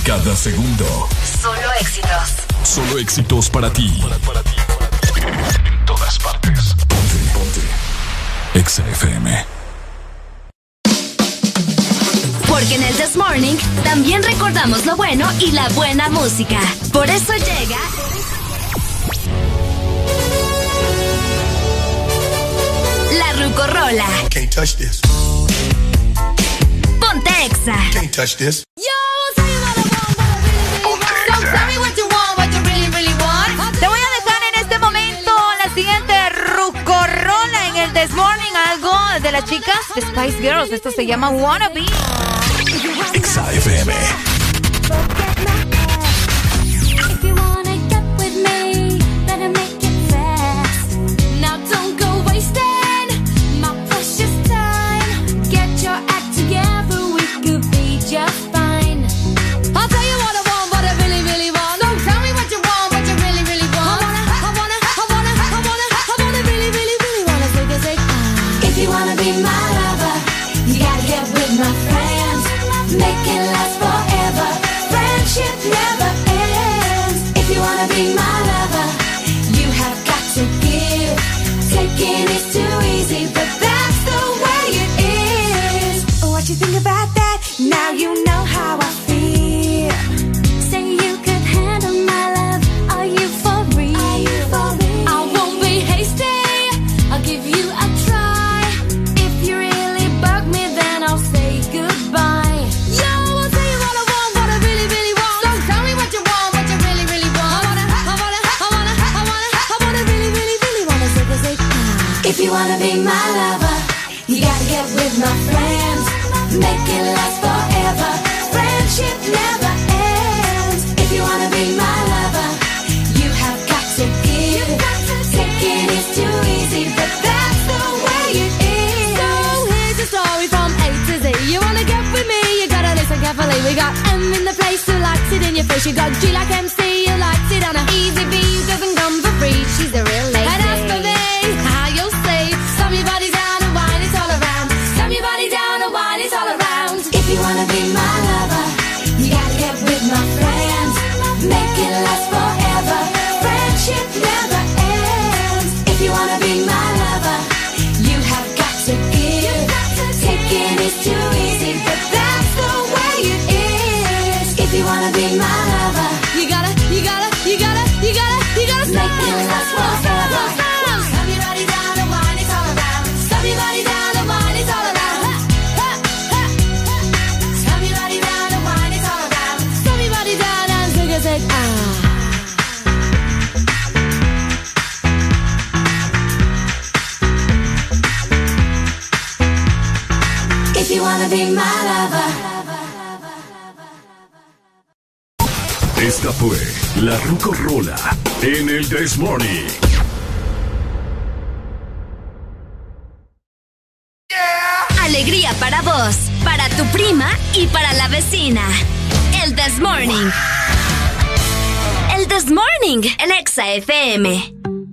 cada segundo. Solo éxitos. Solo éxitos para ti. Para, para ti, para ti. En todas partes. Ponte, ponte. Exa F M. Porque en el This Morning también recordamos lo bueno y la buena música. Por eso llega... La Rucorola. Can't touch this. Ponte Exa. Can't touch this. Te voy a dejar en este momento la siguiente Rucorola en el This Morning. Algo de las chicas de Spice Girls. Esto se llama Wanna Be. Exa F M. Be my lover, you have got to give. Taking is too easy, but that's the way it is. What you think about that? Now you know how I feel. Say you could handle my love. Are you for real? Are you for real? I won't be hasty. I'll give you a try. If you really bug me, then I'll say goodbye. Yo, I'll tell you what I want, what I really, really want. So tell me what you want, what you really, really want. If you wanna be my lover, you gotta get with my friends. Make it last forever. Friendship never ends. If you wanna be my lover, you have got to give. Taking is too easy, but that's the way it is. So here's the story from A to Z. You wanna get with me, you gotta listen carefully. We got M in the place who likes it in your face. You got G like M C, who likes it on a easy B, who doesn't come for free. She's the real lady. And as for me, your body down and wine, it's all around. Slam your body down and wine, it's all around. If you wanna be my lover, you gotta get with my friends. Make it last forever. Friendship never ends. If you wanna be my lover, you have got to give. Taking is too easy, but that's the way it is. If you wanna be my lover, you gotta, you gotta, you gotta, you gotta, you gotta make it last forever. If you wanna be my lover. Esta fue la Rucorola en el This Morning. Yeah. Alegría para vos, para tu prima y para la vecina. El This Morning. El This Morning en Exa F M.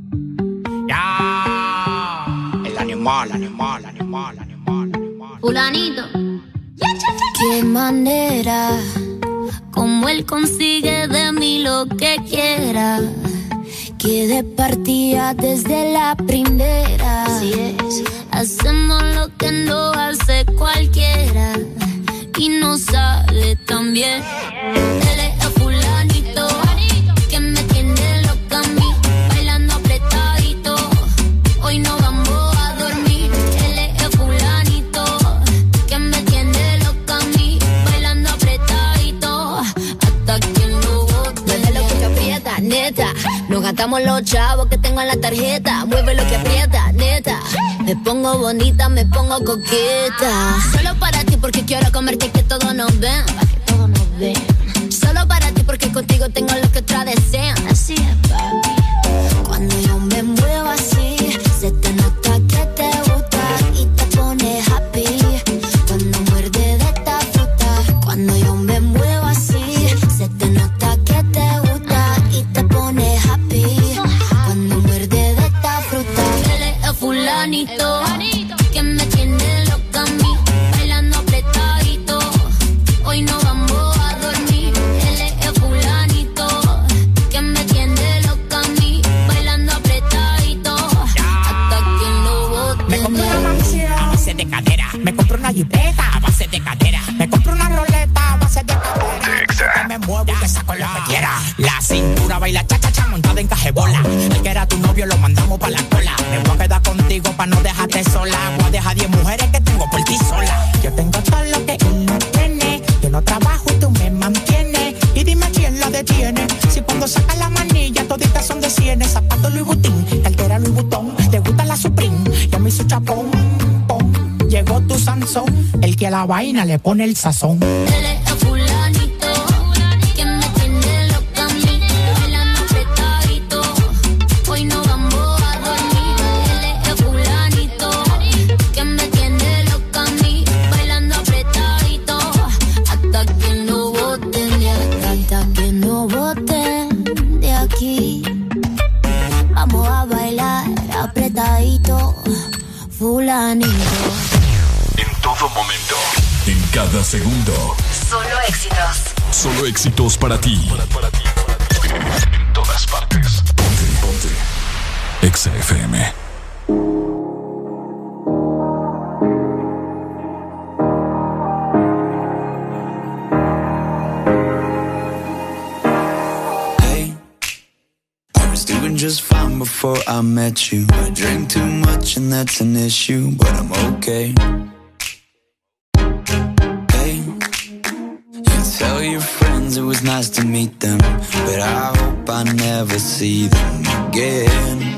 Ya. El animal, animal, animal, animal, animal. Fulanito. Qué manera, como él consigue de mí lo que quiera. Que de partida desde la primera. Así es. Hacemos lo que no hace cualquiera. Y no sale tan bien. Él es el fulanito que me tiene loca a mí, bailando apretadito. Hoy no vamos a dormir. Él es el fulanito que me tiene loca a mí, bailando apretadito. Hasta que lo bote. Mueve lo que te aprieta, neta. Nos gastamos los chavos que tengo en la tarjeta. Mueve lo que aprieta, neta. Me pongo bonita, me pongo coqueta. Solo para ti porque quiero comerte y que todos nos ven. Para que todos nos ven. Solo para ti porque contigo tengo lo que otras desean. Así es, papi. Cuando yo me muevo así, se te nota que te gusta y te pone happy. Cuando muerde de esta fruta. Cuando yo me muevo así, se te nota que te gusta y te pone happy. Cuando muerde de esta fruta. Él es el fulanito que me tiene loca a mí, bailando apretadito. Hoy no vamos a dormir. compro una jipeta a base de cadera. Me compro una roleta a base de cadera. Que me muevo y te saco lo que quiera. La cintura baila cha cha cha montada en cajebola. El que era tu novio lo mandamos pa' la cola. Me voy a quedar contigo pa' no dejarte sola. Voy a dejar diez mujeres que tengo por ti sola. Yo tengo todo lo que él no tiene. Yo no trabajo y tú me mantienes. Y dime quién la detiene. Si cuando saca la manilla toditas son de cienes. Zapatos Louis Vuitton, cartera Louis Vuitton. Te gusta la Supreme, ya me hizo chapón. Pom. Llegó tu Sansón, el que a la vaina le pone el sazón. Fulanito. En todo momento, en cada segundo. Solo éxitos. Solo éxitos para ti. Para, para ti, para ti. En todas partes. Ponte, ponte. Exa F M. Just fine before I met you. I drink too much and that's an issue, but I'm okay. Hey, you tell your friends it was nice to meet them, but I hope I never see them again.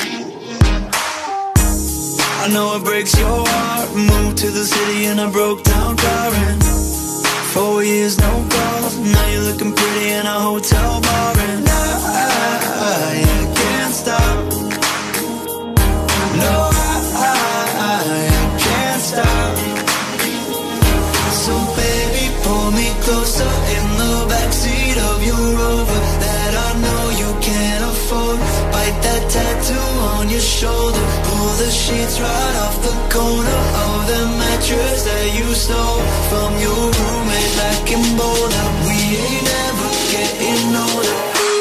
I know it breaks your heart. Moved to the city and I broke down crying. Four years no calls, now you're looking pretty in a hotel bar, and I, I stop. No, I, I, I can't stop. So baby, pull me closer in the backseat of your Rover that I know you can't afford. Bite that tattoo on your shoulder. Pull the sheets right off the corner of the mattress that you stole from your roommate back in Boulder. We ain't ever getting older.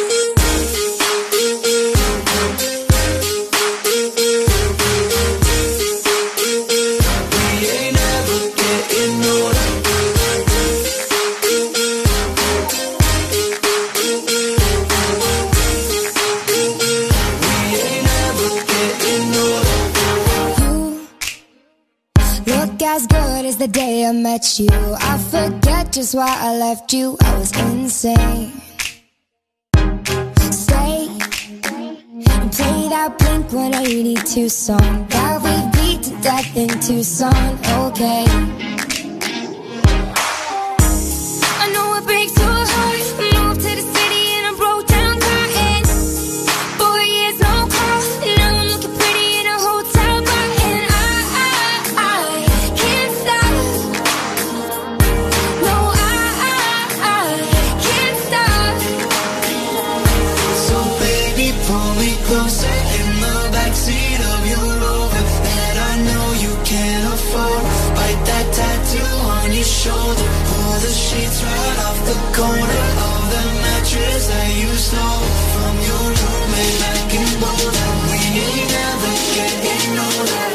As good as the day I met you, I forget just why I left you. I was insane. Stay and play that Blink one eighty-two song that we beat to death in Tucson. Okay, I know it breaks your heart. Moved to the city and I broke down crying. Four years no call, now I'm looking pretty in a hotel bar, and I, I, I can't stop. No, I, I, I can't stop. So baby, pull me closer in the backseat of your Rover that I know you can't afford. Bite that tattoo on your shoulder. Pull the sheets right off the corner of the mattress that you stole from your roommate back in Boulder. We ain't never getting older.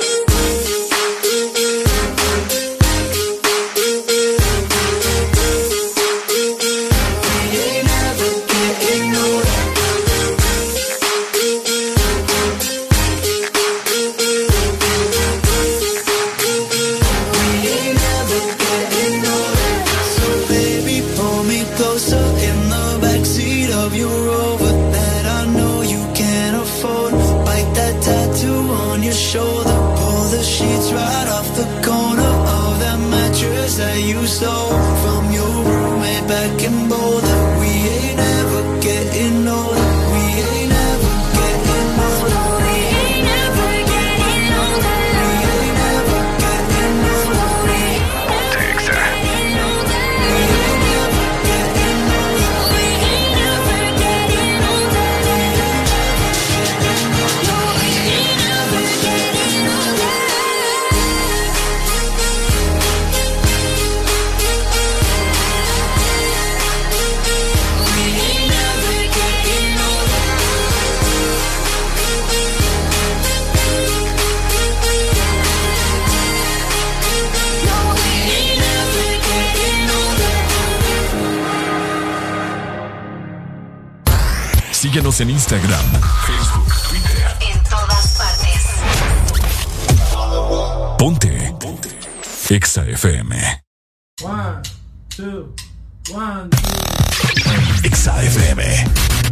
Shoulder, pull the sheets right off the corner of that mattress that you stole from your roommate back in Boulder. We ain't ever getting older. We ain't ever getting older. We ain't ever getting older. We ain't ever getting older. We ain't ever getting older. We ain't ever getting older. We ain't ever getting older. We ain't ever getting older. Síguenos en Instagram, Facebook, Twitter. En todas partes. Ponte. Ponte. Exa F M. One, two, one, two. Exa F M.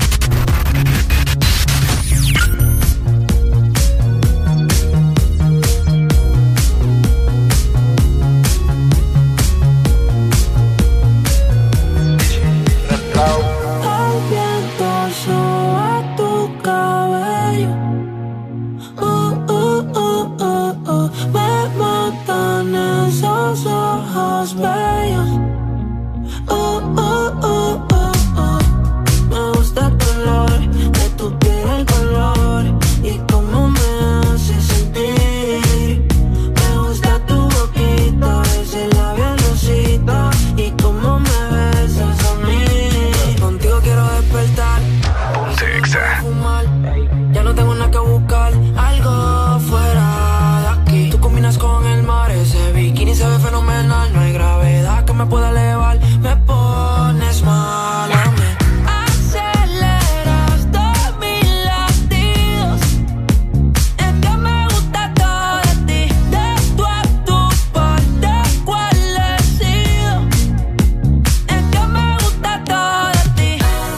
El viento sube tu cabello. Uh, uh, uh, uh, uh. Me matan esos ojos bellos. Uh, uh, uh, uh, uh. Me gusta el color de tu piel, el color y cómo me hace sentir. Me gusta tu boquita, ese labial rosita y cómo me besas a mí. Contigo quiero despertar, fumar. Ya no tengo nada que buscar, algo fuera de aquí. Tú combinas con el mar, ese bikini se ve fenomenal. No hay gravedad que me pueda elevar, me pones mal a mí. Aceleras todos mis latidos. Es que me gusta todo de ti, de tu a tu parte, cuál he sido. Es que me gusta todo de ti.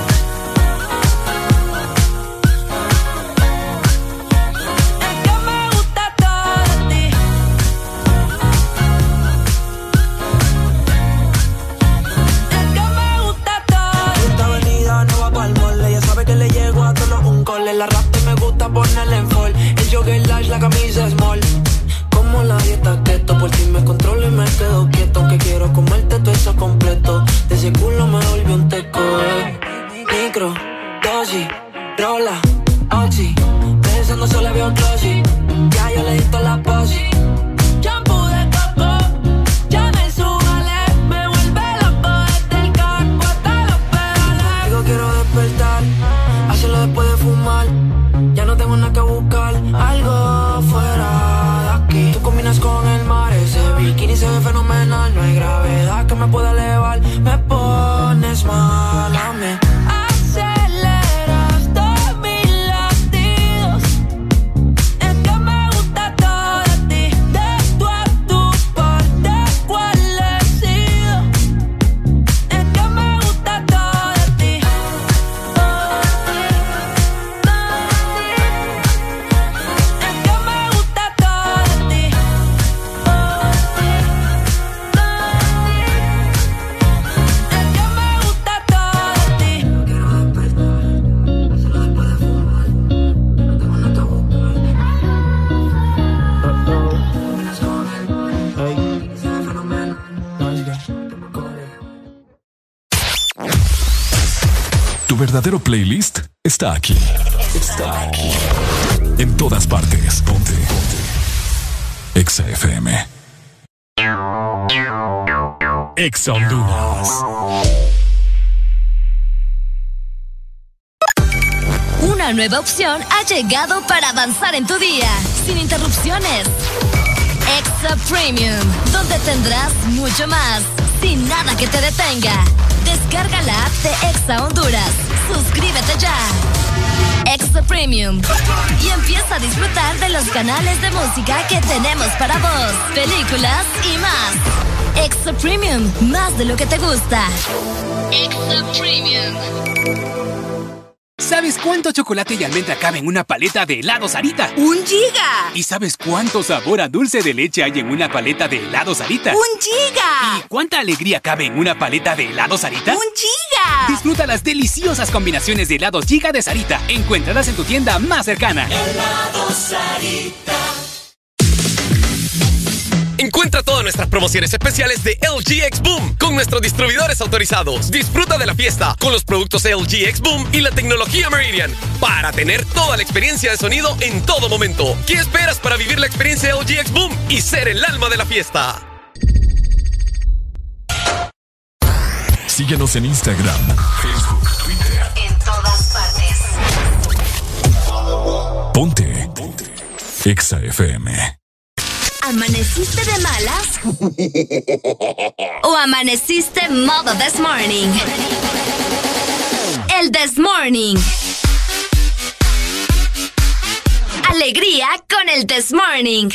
Es que me gusta todo de ti. Es que me gusta todo. Esta avenida no va pa'l mole, ella sabe que le llego a todos un cole. La rap me gusta ponerle en fall, el jogger large, la camisa small. Como la dieta keto, por ti me controlo y me quedo quieto. Que quiero comerte todo eso completo. De ese culo me volvió un teco, eh. Micro, dosis, rola, oxi. Pensando solo había un glossy. Ya yo le di toda la posi. Shampoo de coco, ya me subale. Me vuelve loco desde el carro hasta los pedales. Digo quiero despertar, hacerlo después de fumar. Ya no tengo nada que buscar, algo fuera de aquí. Tú combinas con el mar, ese bikini se ve fenomenal. No hay gravedad que me pueda elevar, me pones mal a mí. Aceleras todos mis latidos. Es que me gusta todo de ti, de tu a tu parte, cuál he sido. Es que me gusta todo de ti. Es que me gusta todo de ti. Es que me gusta todo de ti. Quiero despertar, hacerlo después de fumar. No tengo nada que buscar. Combinas con el mar, se ve fenomenal. Tu verdadero playlist está aquí. Está aquí. En todas partes. Ponte. Ponte. Exa F M. Exa Honduras. Una nueva opción ha llegado para avanzar en tu día, sin interrupciones. Exa Premium, donde tendrás mucho más, sin nada que te detenga. Descarga la app de Exa Honduras. Suscríbete ya. Exa Premium. Y empieza a disfrutar de los canales de música que tenemos para vos, películas y más. Exa Premium, más de lo que te gusta. Exa Premium. ¿Sabes cuánto chocolate y almendra cabe en una paleta de helado Sarita? ¡Un giga! ¿Y sabes cuánto sabor a dulce de leche hay en una paleta de helado Sarita? ¡Un giga! ¿Y cuánta alegría cabe en una paleta de helado Sarita? ¡Un giga! Disfruta las deliciosas combinaciones de helados Giga de Sarita. Encuéntralas en tu tienda más cercana. Helado Sarita. Encuentra todas nuestras promociones especiales de L G X Boom con nuestros distribuidores autorizados. Disfruta de la fiesta con los productos L G X Boom y la tecnología Meridian para tener toda la experiencia de sonido en todo momento. ¿Qué esperas para vivir la experiencia L G X Boom y ser el alma de la fiesta? Síguenos en Instagram, Facebook, Twitter. En todas partes. Ponte. Ponte. Exa F M. ¿Amaneciste de malas? ¿O amaneciste modo This Morning? El This Morning. alegría con el This Morning.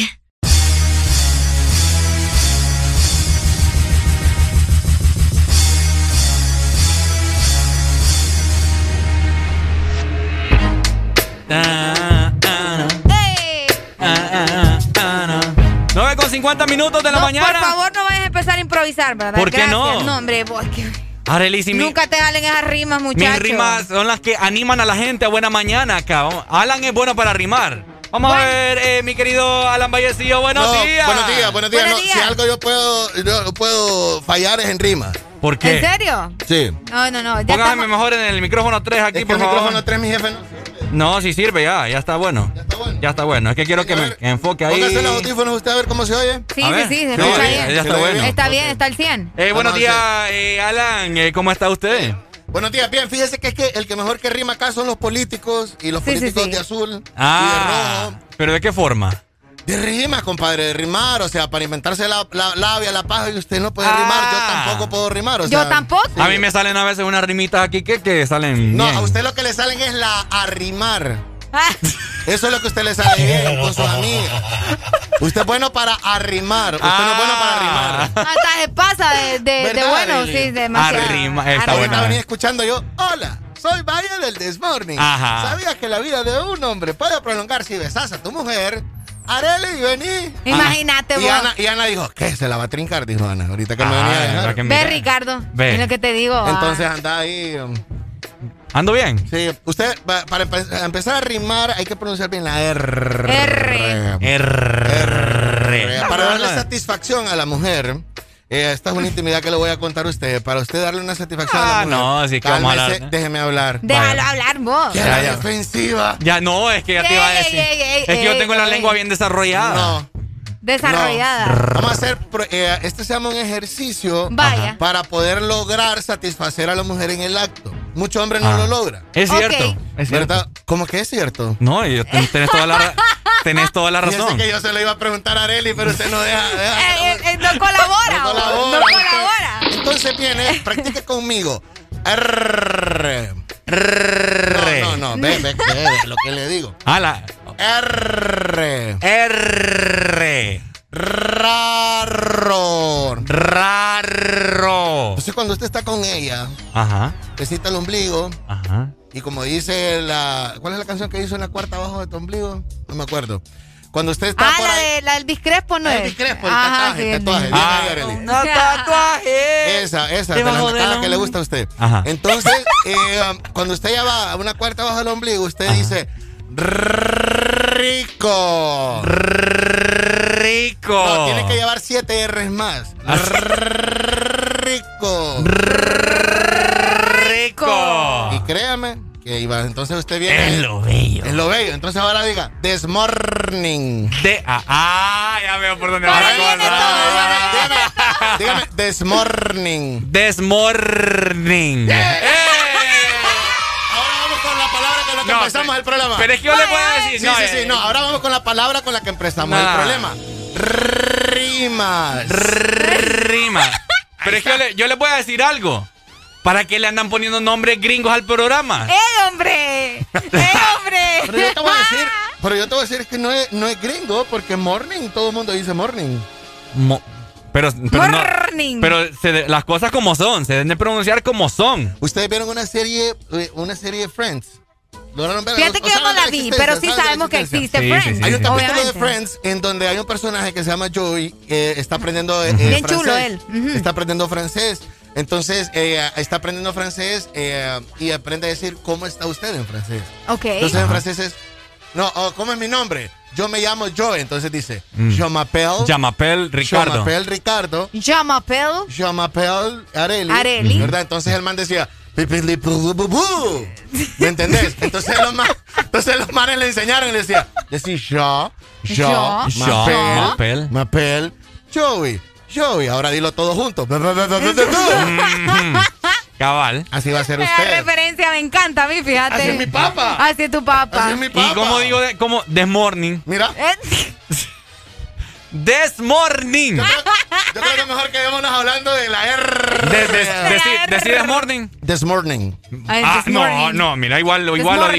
Ah, ah, ¡Ey! ah, ah, ah, ah. nueve con cincuenta minutos de la No, mañana. por favor, no vayas a empezar a improvisar, ¿verdad? ¿Por qué Gracias. no? No, hombre, vos que... Arely, si mi- Nunca te jalen esas rimas, muchachos. mis rimas son las que animan a la gente a buena mañana acá. Vamos- Alan es bueno para rimar. Vamos Bueno. a ver, eh, mi querido Alan Vallecillo, buenos No, días. Buenos días, buenos días. Buenos No, días. si algo yo puedo, yo puedo fallar es en rima. ¿Por qué? ¿En serio? Sí. No, no, no. Ya Póngame estamos... mejor en el micrófono tres aquí, Es que por el favor. micrófono tres, mi jefe, no. No, sí sirve ya, ya está bueno. Ya está bueno. Ya está bueno. Es que quiero que me que enfoque ahí. Póngase los audífonos usted a ver cómo se oye. Sí, A sí, ver. sí, se Sí, escucha ya- bien. ya está bueno. Está bien, está al cien. Eh, buenos Vamos a días, eh, Alan. eh, ¿Cómo está usted? Buenos días, bien, fíjese que es que el que mejor que rima acá son los políticos y los Sí, sí, políticos sí. de azul Ah, y de rojo. ¿pero de qué forma? De rima, compadre, de rimar, o sea, para inventarse la, la labia, la paja, y usted no puede Ah. rimar, yo tampoco puedo rimar, o Yo sea, tampoco. sí. A mí me salen a veces unas rimitas aquí que, que salen No, bien. a usted lo que le salen es la arrimar. Ah, Eso es lo que a usted le sale bien con sus amigas. Usted es bueno para arrimar, usted no es bueno para arrimar. hasta se pasa de, de, de ¿Verdad, bueno, Arely? sí, demasiado. Arrima, está Ahorita buena. venía escuchando yo, hola, soy Vaya del This Morning. Ajá. ¿Sabías que la vida de un hombre puede prolongar si besas a tu mujer? Arely, vení. Imagínate Y vos. Ana, y Ana dijo, ¿qué? Se la va a trincar, dijo Ana, ahorita que me Ah, venía a ¿verdad dejar. que Ve, mira? Ricardo. Ve. Es lo que te digo. ah. Entonces anda ahí. um, ¿Ando bien? Sí, usted, pa- para empe- empezar a rimar, hay que pronunciar bien la R. R. R. Para darle satisfacción a la mujer, eh, esta es una intimidad que le voy a contar a usted. Para usted darle una satisfacción Ah, a la mujer. no, sí que vamos a cálmese, hablar, ¿no? déjeme hablar. Déjalo Vaya. hablar vos. ¿Qué Ya, era ya. defensiva? Ya no, es que ya te iba a Ey, decir. ey, ey, es que yo ey, tengo la ey. lengua bien desarrollada. No. Desarrollada. Vamos a hacer, pro- eh, este se llama un ejercicio Vaya. para poder lograr satisfacer a la mujer en el acto. Muchos hombres no Ah. lo logran. Es Ok. cierto. Es cierto. ¿Verdad? ¿Cómo que es cierto? No, y ten- tenés toda la, ra- tenés toda la Fíjese razón. que yo se lo iba a preguntar a Arely, pero usted no deja. deja que Eh, la- eh, eh, no colabora. No vos. colabora, No usted. colabora. Entonces viene, practique conmigo. R. R. No, no, no, ve, ve, ve, ve lo que le digo. Ah, la R. R. Raro. Raro. Entonces cuando usted está con ella, Ajá. besita el ombligo Ajá. y como dice la... ¿Cuál es la canción que hizo en la cuarta abajo de tu ombligo? No me acuerdo. Cuando usted está Ah, por la, ahí... de, la del Biscrespo, ¿no El es? Biscrespo, el Ajá, tatuaje, sí, el tatuaje. el- Bien Ah, ahí, Arely. un tatuaje. Esa, esa, de Debajo la del cara que le om- gusta a usted. Ajá. Entonces, eh, um, cuando usted ya va a una cuarta bajo del ombligo, usted Ajá. dice rico. Rico. No, tiene que llevar siete R's más. Rico. Rico. Y créame que iba, entonces usted viene. Es lo bello. Es lo bello. Entonces ahora diga, this morning. De, ah, ah, ya veo por dónde va Por la ahí viene cosa. Dígame, dígame, this morning. This morning. Ahora vamos con la palabra con la que No, empezamos pero- el programa. Pero es que yo le voy a decir. Sí, no, sí, eh, sí, no, ahora vamos con la palabra con la que empezamos Nah. el problema. Rimas. Rima. Pero es que yo le, yo le voy a decir algo. ¿Para qué le andan poniendo nombres gringos al programa? ¡Eh, hombre! ¡Eh, hombre! Pero yo te voy a decir, pero yo te voy a decir que no es, no es gringo, porque morning, todo el mundo dice morning. Mo- pero pero, no- Morning. pero se de- las cosas como son, se deben de pronunciar como son. Ustedes vieron una serie, eh, una serie de Friends. ¿Lograron verla? Fíjate ¿O que yo no saben de la vi, existencia? pero sí ¿Saben de la sabemos que existencia? existe Sí, Friends. sí, sí, Hay un sí. capítulo Obviamente. de Friends en donde hay un personaje que se llama Joey, que está aprendiendo eh, Bien francés. chulo él. Ujú. Está aprendiendo francés. Entonces, eh, está aprendiendo francés eh, y aprende a decir cómo está usted en francés. Ok. Entonces, en francés es, no, oh, ¿cómo es mi nombre? Yo me llamo Joey. Entonces dice, Mm. je m'appelle. Yamapel Je Ricardo. m'appelle Ricardo. Je m'appelle. Je m'appelle Arely. Arely. ¿Verdad? Entonces el man decía, "Pipili pu- bu- bu". ¿Me entendés? Entonces los, ma- entonces los manes le enseñaron y le decía, decía yo, yo, Yo, m'appelle, m'appelle. m'appelle Joey, Joey. Ahora dilo todo junto. Mhm. Cabal. Así va a ser Esa usted. referencia me encanta a mí, fíjate. Así es mi papa. Así es tu papá. Así es mi ¿Y papa. cómo digo de, como this morning? Mira, Eh, This morning. yo creo que es mejor que quedémonos hablando de la R. De, de, deci- decí this morning. This morning. Ay, Ah, this no, morning. no, mira, igual, This igual lo morning. dijo.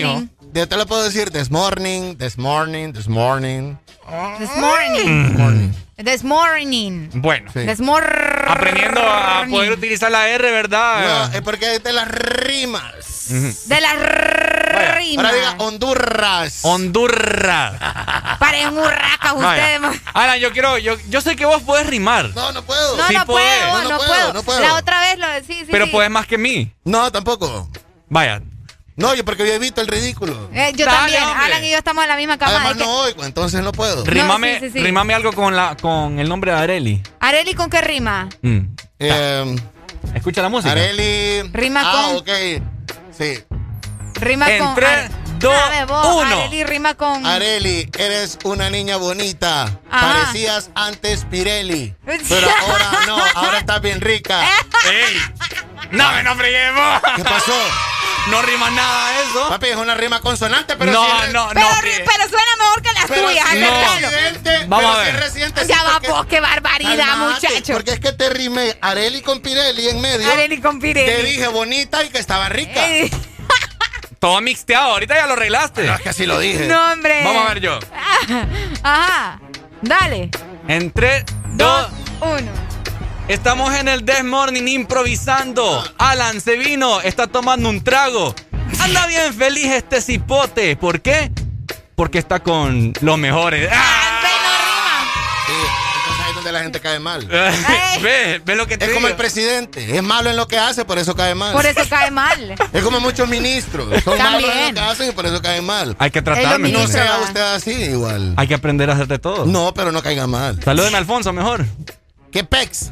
yo te lo puedo decir this morning, this morning, this morning. This morning. This morning. This morning. Bueno. Sí. This morning. Aprendiendo a poder utilizar la R, ¿verdad? No, es porque es de las rimas. Ujú. De las rimas. Ahora diga Honduras. Honduras. Parecen urracas ustedes. Vaya. Alan, yo quiero, yo, yo sé que vos podés rimar. No, no puedo. No, Sí no puede. puedo, No, no, no puedo, puedo, no puedo. La otra vez lo sí, sí. Pero sí. podés más que mí. No, tampoco. Vaya. No, yo porque yo evito el ridículo. Eh, yo Dale, también. hombre. Alan y yo estamos en la misma cama. Además Es que- no oigo, entonces no puedo. Rímame, sí, sí, sí. rímame algo con la, con el nombre de Areli. Areli, ¿con qué rima? Mm. Eh, Escucha la música. Areli. Rima ah, con- ok. Sí. Rima En con. tres, Are- dos, Sabe vos, uno. Areli rima con. Areli, eres una niña bonita. Ajá. Parecías antes Pirelli. Pero ahora no, ahora estás bien rica. ¡Ey! ¡No me no freguemos! ¿Qué pasó? No rima nada eso. Papi, es una rima consonante, pero no, si es- no, Pero, no. ri- que- pero suena mejor que las pero tuyas, si es aceptalo. residente, Vamos pero a si ver. es residente, sí, Ya va, porque- vos, qué barbaridad, Calmate, muchacho. Porque es que te rimé Areli con Pirelli en medio. Areli con Pirelli. Te dije bonita y que estaba rica. Eh, Todo mixteado. Ahorita ya lo arreglaste. No, es que así lo dije. no, hombre. Vamos a ver yo. Ajá. Dale. En tres, dos, Uno. estamos en el This Morning improvisando. Alan se vino, está tomando un trago. Anda bien feliz este cipote. ¿Por qué? Porque está con los mejores. ¡Ah! Sí, entonces ahí es donde la gente cae mal. Ve, ve lo que te Es como digo. el presidente. Es malo en lo que hace, por eso cae mal. Por eso cae mal. Es como muchos ministros. Son malos en También. lo que hacen y por eso caen mal. Hay que Es lo tratarme. mismo. No entonces. sea usted así igual. Hay que aprender a hacer de todo. No, pero no caiga mal. Salúdeme a Alfonso mejor. ¿Qué pex?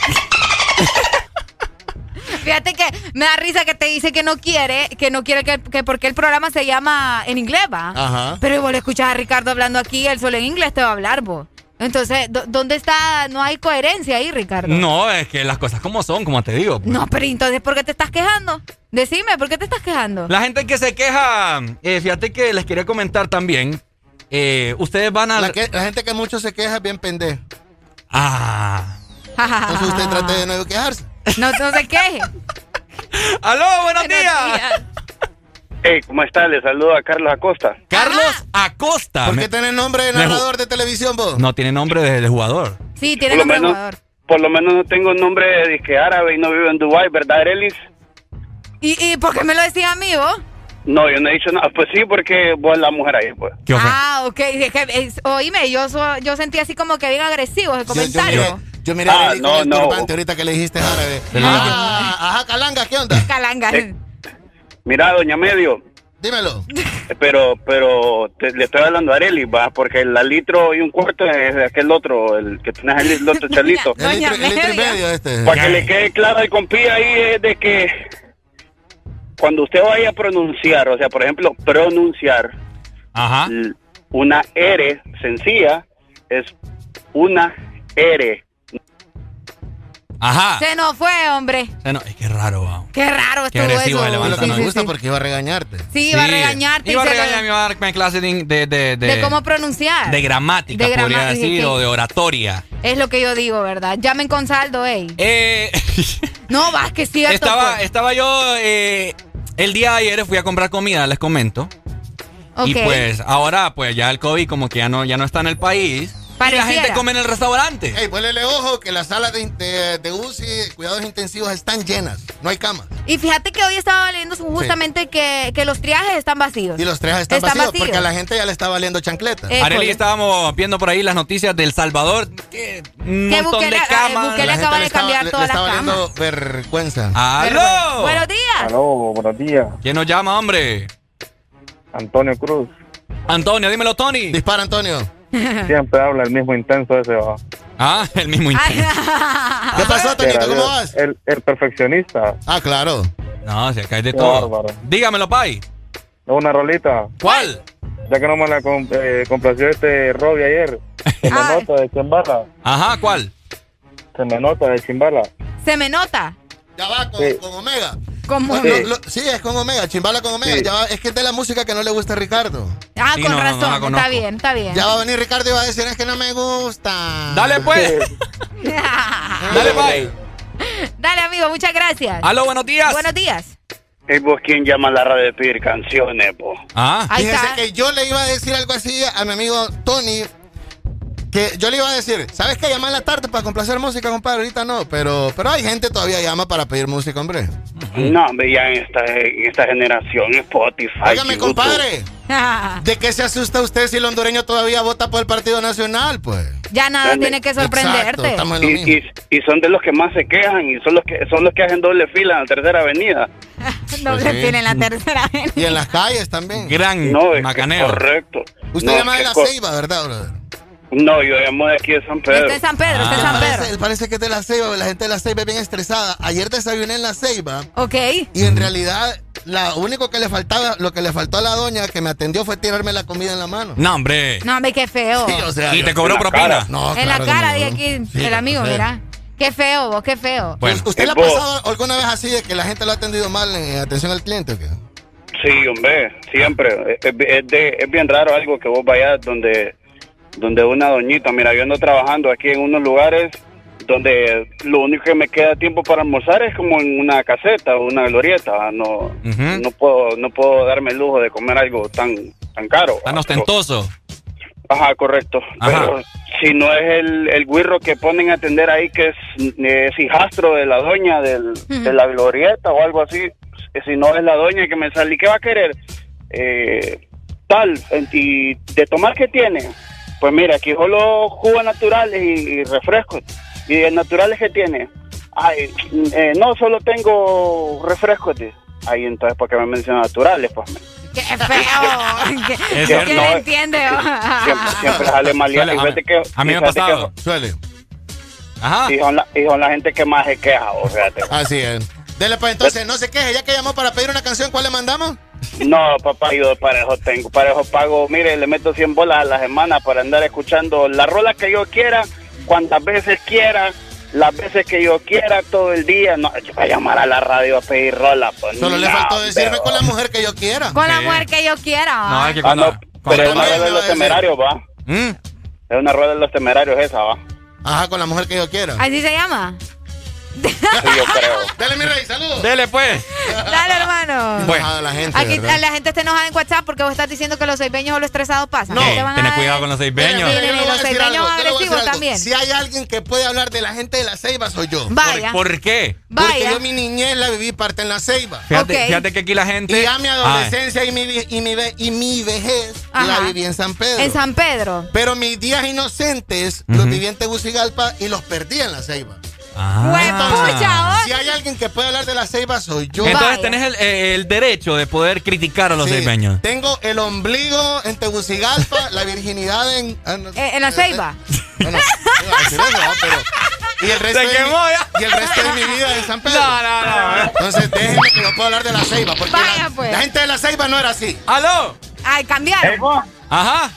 Fíjate que me da risa que te dice que no quiere, que no quiere que, que porque el programa se llama en inglés, va. Ajá. Pero vos le escuchas a Ricardo hablando aquí, él solo en inglés te va a hablar, vos. Entonces, ¿dó- ¿dónde está? No hay coherencia ahí, Ricardo. No, es que las cosas como son, como te digo. No, pero entonces, ¿por qué te estás quejando? Decime, ¿por qué te estás quejando? La gente que se queja, eh, fíjate que les quería comentar también. eh, ustedes van a. La, que- la gente que mucho se queja es bien pendeja. Ah. Entonces usted trate de no quejarse. No, no se queje. ¡Aló, buenos días! Hey, ¿cómo está? Le saludo a Carlos Acosta. Carlos Acosta. ¿Por Me- qué tenés nombre de Me- narrador de televisión vos? No tiene nombre de, de jugador. Sí, tiene Por lo nombre de menos- jugador. Por lo menos no tengo nombre de disque árabe y no vivo en Dubái, ¿verdad, Arelis? ¿Y, ¿Y por qué me lo decís a mí, vos? No, yo no he dicho nada. Pues sí, porque vos la mujer ahí, pues. ¿Qué ofe- Ah, ok. Es que, es- oíme, yo, so- yo sentí así como que bien agresivo el Yo, yo comentario. miré, yo miré Ah, a Arely no, con el no. turbante ahorita que le dijiste árabe. De la- Ah, ajá, Calanga, ¿qué onda? Calanga. Eh. Mira, doña Medio, Dímelo. pero pero te- le estoy hablando a Arelis, va, porque la litro y un cuarto es de aquel otro, el que tenés el, el otro chalito. El litro, el litro y Medio. medio este. Para que le quede claro al compía ahí es de que cuando usted vaya a pronunciar, o sea, por ejemplo, pronunciar Ajá. l- una R sencilla es una R. Ajá. Se nos fue, hombre. Eh, no, es que raro, wow. Qué raro Qué estuvo agresivo eso. se levanta, Lo que ¿no? me Sí, gusta sí, porque iba a regañarte. sí, iba a regañarte. Iba a y se lo- regañarme, iba a darme clase de, de, de, de cómo pronunciar. de gramática, De podría grama- decir, ¿qué? o de oratoria. Es lo que yo digo, ¿verdad? Llamen con saldo, ey. Eh, No, vas que es cierto. estaba, pues. estaba yo eh, el día de ayer, fui a comprar comida, les comento. Y Ok. pues ahora, pues ya el COVID como que ya no, ya no está en el país. Y la Pareciera. gente come en el restaurante. Ey, ponle ojo que las salas de, de, de U C I, cuidados intensivos, están llenas. No hay camas. Y fíjate que hoy estaba leyendo justamente que, que los triajes están vacíos. Y los tres están, Están vacíos, vacíos. porque a la gente ya le está valiendo chancleta. Eh, Arely, École. estábamos viendo por ahí las noticias del Salvador. Que un Que montón Bukele- de eh, camas. Bukele La gente acaba le de estaba- cambiar le- todas le está las valiendo vergüenza. ¡Aló! Buenos días. Aló, buenos días. ¿Quién nos llama, hombre? Antonio Cruz. Antonio, dímelo, Tony. Dispara, Antonio. Siempre habla el mismo intenso ese, va. Ah, el mismo intenso. ¿Qué pasó, Tonito? ¿Cómo vas? El, el perfeccionista. Ah, claro. No, si acá hay de Qué todo. bárbaro. Dígamelo, Pai. Una rolita. ¿Cuál? Ya que no me la com- eh, complació este Robbie ayer. Se me Ay. nota de Chimbala. Ajá, ¿cuál? Se me nota de Chimbala. Se me nota. Ya va, con, Sí. con Omega. Como... Lo- lo- sí, es con Omega, Chimbala con Omega. Sí. Ya va, es que es de la música que no le gusta a Ricardo. Ah, Sí, con no, no, no la razón. conozco. Está bien, está bien. Ya va a venir Ricardo y va a decir, es que no me gusta. Dale, pues. Dale, Pai. Dale, amigo, muchas gracias. Aló, buenos días. Buenos días. ¿Es vos quien llama a la radio de pedir canciones, po? Ah. Fíjese que yo le iba a decir algo así a mi amigo Tony. Que yo le iba a decir, ¿sabes qué? Llama en la tarde para complacer música, compadre. Ahorita no, pero, pero hay gente todavía llama para pedir música, hombre. No, hombre, ya en esta, en esta generación, Spotify. Óigame, compadre. ¿De qué se asusta usted si el hondureño todavía vota por el Partido Nacional, pues? Ya nada tiene que sorprenderte. Exacto, en lo y, y, y son de los que más se quejan y son los que son los que hacen doble fila en la tercera avenida. Doble Pues sí. fila en la tercera avenida. Y en las calles también. Gran No, es macaneo. correcto. Usted No, llama de es La co- Ceiba, ¿verdad, brother? No, yo llamo de aquí de San Pedro. Está en San Pedro, está en Él San Pedro. parece, él parece que es de La Ceiba, la gente de La Ceiba es bien estresada. Ayer desayuné en La Ceiba. Ok. Y en realidad, lo único que le faltaba, lo que le faltó a la doña que me atendió fue tirarme la comida en la mano. No, hombre. No, hombre, qué feo. Sí, o sea, ¿Y yo- te cobró en la propina? cara. No, en claro la cara, que de no. aquí, Sí, el amigo, o sea. mira. Qué feo, vos, qué feo. Bueno. ¿Usted le ha vos- pasado alguna vez así de que la gente lo ha atendido mal en atención al cliente o qué? Sí, hombre, siempre. Es, es de- es bien raro algo que vos vayas donde, donde una doñita, mira, yo ando trabajando aquí en unos lugares donde lo único que me queda tiempo para almorzar es como en una caseta o una glorieta. No, no puedo, no puedo darme el lujo de comer algo tan, tan caro. Tan ostentoso. Ajá, correcto. Ajá. Pero si no es el, el güirro que ponen a atender ahí, que es, es hijastro de la doña del, de la glorieta o algo así, eh, si no es la doña que me sale, ¿y qué va a querer? Eh, tal, en- y de tomar, ¿qué tiene? Pues mira, aquí solo jugos naturales y, y refrescos. ¿Y de naturales qué tiene? Ay, eh, no, solo tengo refrescos. dice. Ay, entonces, ¿por qué me menciona naturales? Pues me- Qué feo. ¿Qué, Es ¿qué cierto, le no, entiende? siempre, siempre sale mal. Suele, Y a, fíjate que- a mí me ha fíjate que- pasado. Suele. Ajá. Y son, la, y son la gente que más se queja, o sea. te- Así es. Dele, pues entonces, no se queje, ya que llamó para pedir una canción, ¿cuál le mandamos? No, papá, yo para eso tengo, para eso pago, mire, le meto cien bolas a la semana para andar escuchando la rola que yo quiera, cuantas veces quiera, las veces que yo quiera, todo el día. No, yo voy a llamar a la radio a pedir rola. Pues, Solo le no, faltó decirme pero- con la mujer que yo quiera. Con la mujer que yo quiera. No, es que Ah, cuando, no, pero cuando- es una rueda de me va a los decir. temerarios, va. ¿Mm? Es una rueda de los temerarios esa, va. Ajá, con la mujer que yo quiera. ¿Así se llama? Sí, yo creo. Dele, mi rey, saludos. Dele, pues. Dale, hermano. Bueno. Enojada la gente, Aquí ¿verdad? la gente está enojada en WhatsApp porque vos estás diciendo que los seibeños o los estresados pasan. No. ¿Qué te van a Ten dar? cuidado con los seibeños. Sí, Mire, yo le voy a los decir seibeños algo, yo le voy a decir agresivos algo. también. Si hay alguien que puede hablar de la gente de la Ceiba, soy yo. Vaya. ¿Por, por qué? Porque Vaya. yo mi niñez la viví parte en la Ceiba. Fíjate, Ok. fíjate que aquí la gente. Y ya mi adolescencia y mi, vi- y, mi, ve- y mi vejez Ajá. la viví en San Pedro. En San Pedro. Pero mis días inocentes los viví en Tegucigalpa y los perdí en la Ceiba. Ah. Huepucha, vos. Si hay alguien que puede hablar de la Ceiba, soy yo. Entonces Vaya. tenés el, el derecho de poder criticar a los Sí, seibeños. tengo el ombligo en Tegucigalpa, la virginidad en... ah, no, Eh, en la Ceiba. Bueno, iba a decir eso, ¿no? Pero... Y el, resto Se de quemó mi, ya. y el resto de mi vida en San Pedro. No, no, no. Entonces déjenme que yo pueda hablar de la Ceiba. Porque Vaya, la, pues. la gente de la Ceiba no era así. ¡Aló! Ay, cambiaron. Ajá.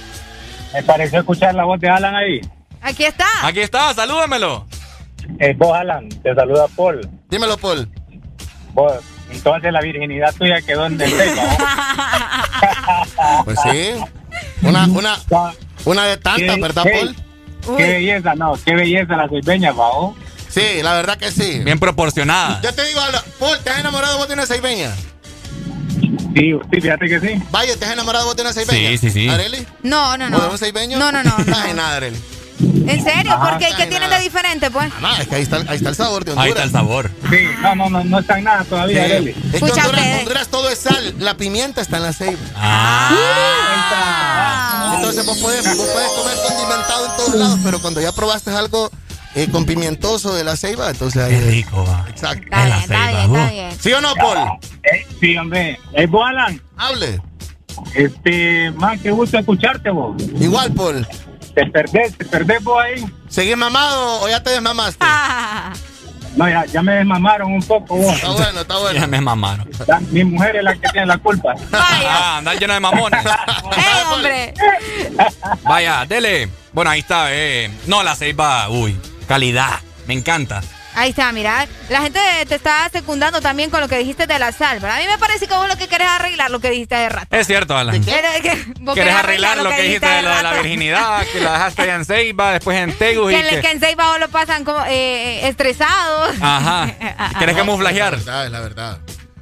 Me pareció escuchar la voz de Alan ahí. Aquí está. Aquí está, salúdamelo. Eh, vos, Alan, te saluda Paul. Dímelo, Paul. Vos, entonces la virginidad tuya quedó en el Ceiba, ¿no? Pues sí. Una, una, una de tantas, ¿Qué- ¿verdad, qué- Paul? Qué belleza, no, qué belleza la ceibeña, ¿no? Sí, la verdad que sí. Bien proporcionada. Yo te digo, Paul, ¿te has enamorado vos de una ceibeña? Sí, sí, fíjate que sí. Vaya, ¿te has enamorado vos de una ceibeña? Sí, sí, sí. ¿Areli? No, no, ¿O de no. un ceibeño? No, no, no. no. Ay, nada, Areli. ¿En serio? Ajá. ¿Por qué? ¿Y qué Ay, tienen nada. de diferente, pues? Nada, es que ahí está, ahí está el sabor de Honduras. Ahí está el sabor. Sí, no, no, no, no está en nada todavía, Sí. Arely. Es que Escucha, Honduras, ustedes. Honduras todo es sal. La pimienta está en la ceiba. Ah. Entonces vos puedes, vos puedes comer condimentado en todos lados, pero cuando ya probaste algo eh, con pimientoso de la ceiba, entonces ahí Qué rico, va. Exacto. Está bien, está bien, está bien. ¿Sí o no, Paul? Eh, sí, hombre. Eh, vos, Alan, Hable. este, man, qué gusto escucharte, vos. Igual, Paul. Te perdés, te perdés vos ahí. ¿Seguís mamado o ya te desmamaste? Ah. No, ya, ya me desmamaron un poco, vos. Está bueno, está Ya bueno. me mamaron. La- mi mujer es la que tiene la culpa. Vaya. Ah, andar lleno de mamones. ¡Ey, hombre! Vaya, dele. Bueno, ahí está, eh. No, la ceiba, uy, calidad. Me encanta. Ahí está, mira. La gente te está secundando también con lo que dijiste de la sal, ¿verdad? A mí me parece que vos lo que querés es arreglar lo que dijiste de rato. Es cierto, Alan. Eres- que vos Quieres arreglar lo que dijiste de lo de la rato. virginidad, que la dejaste allá en Ceiba, después en Tegus y Que, le- que que... en Ceiba vos lo pasan como eh, estresados. Ajá. ¿Quieres camuflajear? Es la verdad, es la verdad.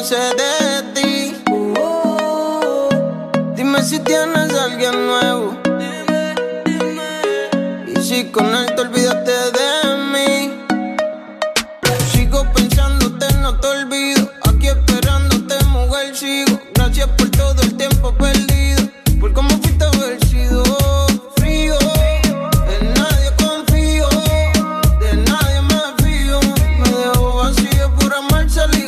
no sé de ti. Dime si tienes a alguien nuevo. Y si con él te olvidaste de mí. Sigo pensándote, no te olvido. Aquí esperándote, mujer, sigo. Gracias por todo el tiempo perdido. Por cómo fuiste vencido. Frío, en nadie confío. De nadie me fío. Me dejo vacío por amar salir.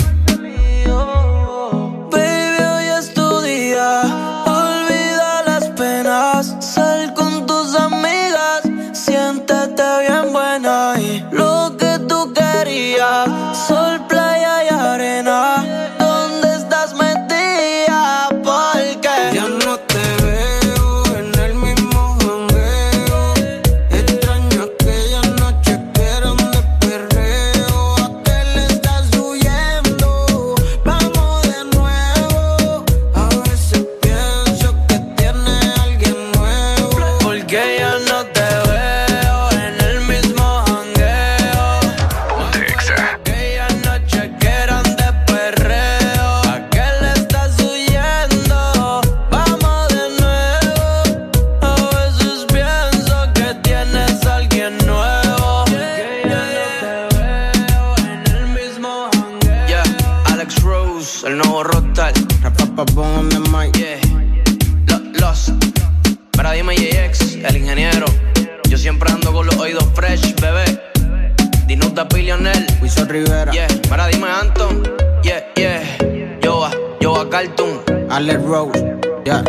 Baby, hoy es tu día. Olvida las penas. Sal con tus amigas. Siéntete bien buena. Y lo que tú querías. Sol, playa y arena. ¿Dónde estás metida? Porque ya no te veo en el mismo jangueo. Extraño aquella noche que eran de perreo. ¿A qué le estás huyendo? Vamos de nuevo. A veces pienso que tienes alguien nuevo. Porque ya no te veo en el mismo jangueo. Aquella noche que eran de perreo. ¿A qué le estás huyendo? Vamos de nuevo. A veces pienso que tienes alguien nuevo. Que ya no te veo en el mismo jangueo. Yeah, Alex Rose, el nuevo rockstar. Rapapapón on the mic. Yeah, Lo- Los. Para dime J X, el ingeniero. Yo siempre ando con los oídos fresh, bebé. Dinuta Pillonel, Wiso Rivera. Yeah, para dime Anton. Yeah, yeah. Yo a, yo a Cartoon. Alex Rose. Yeah.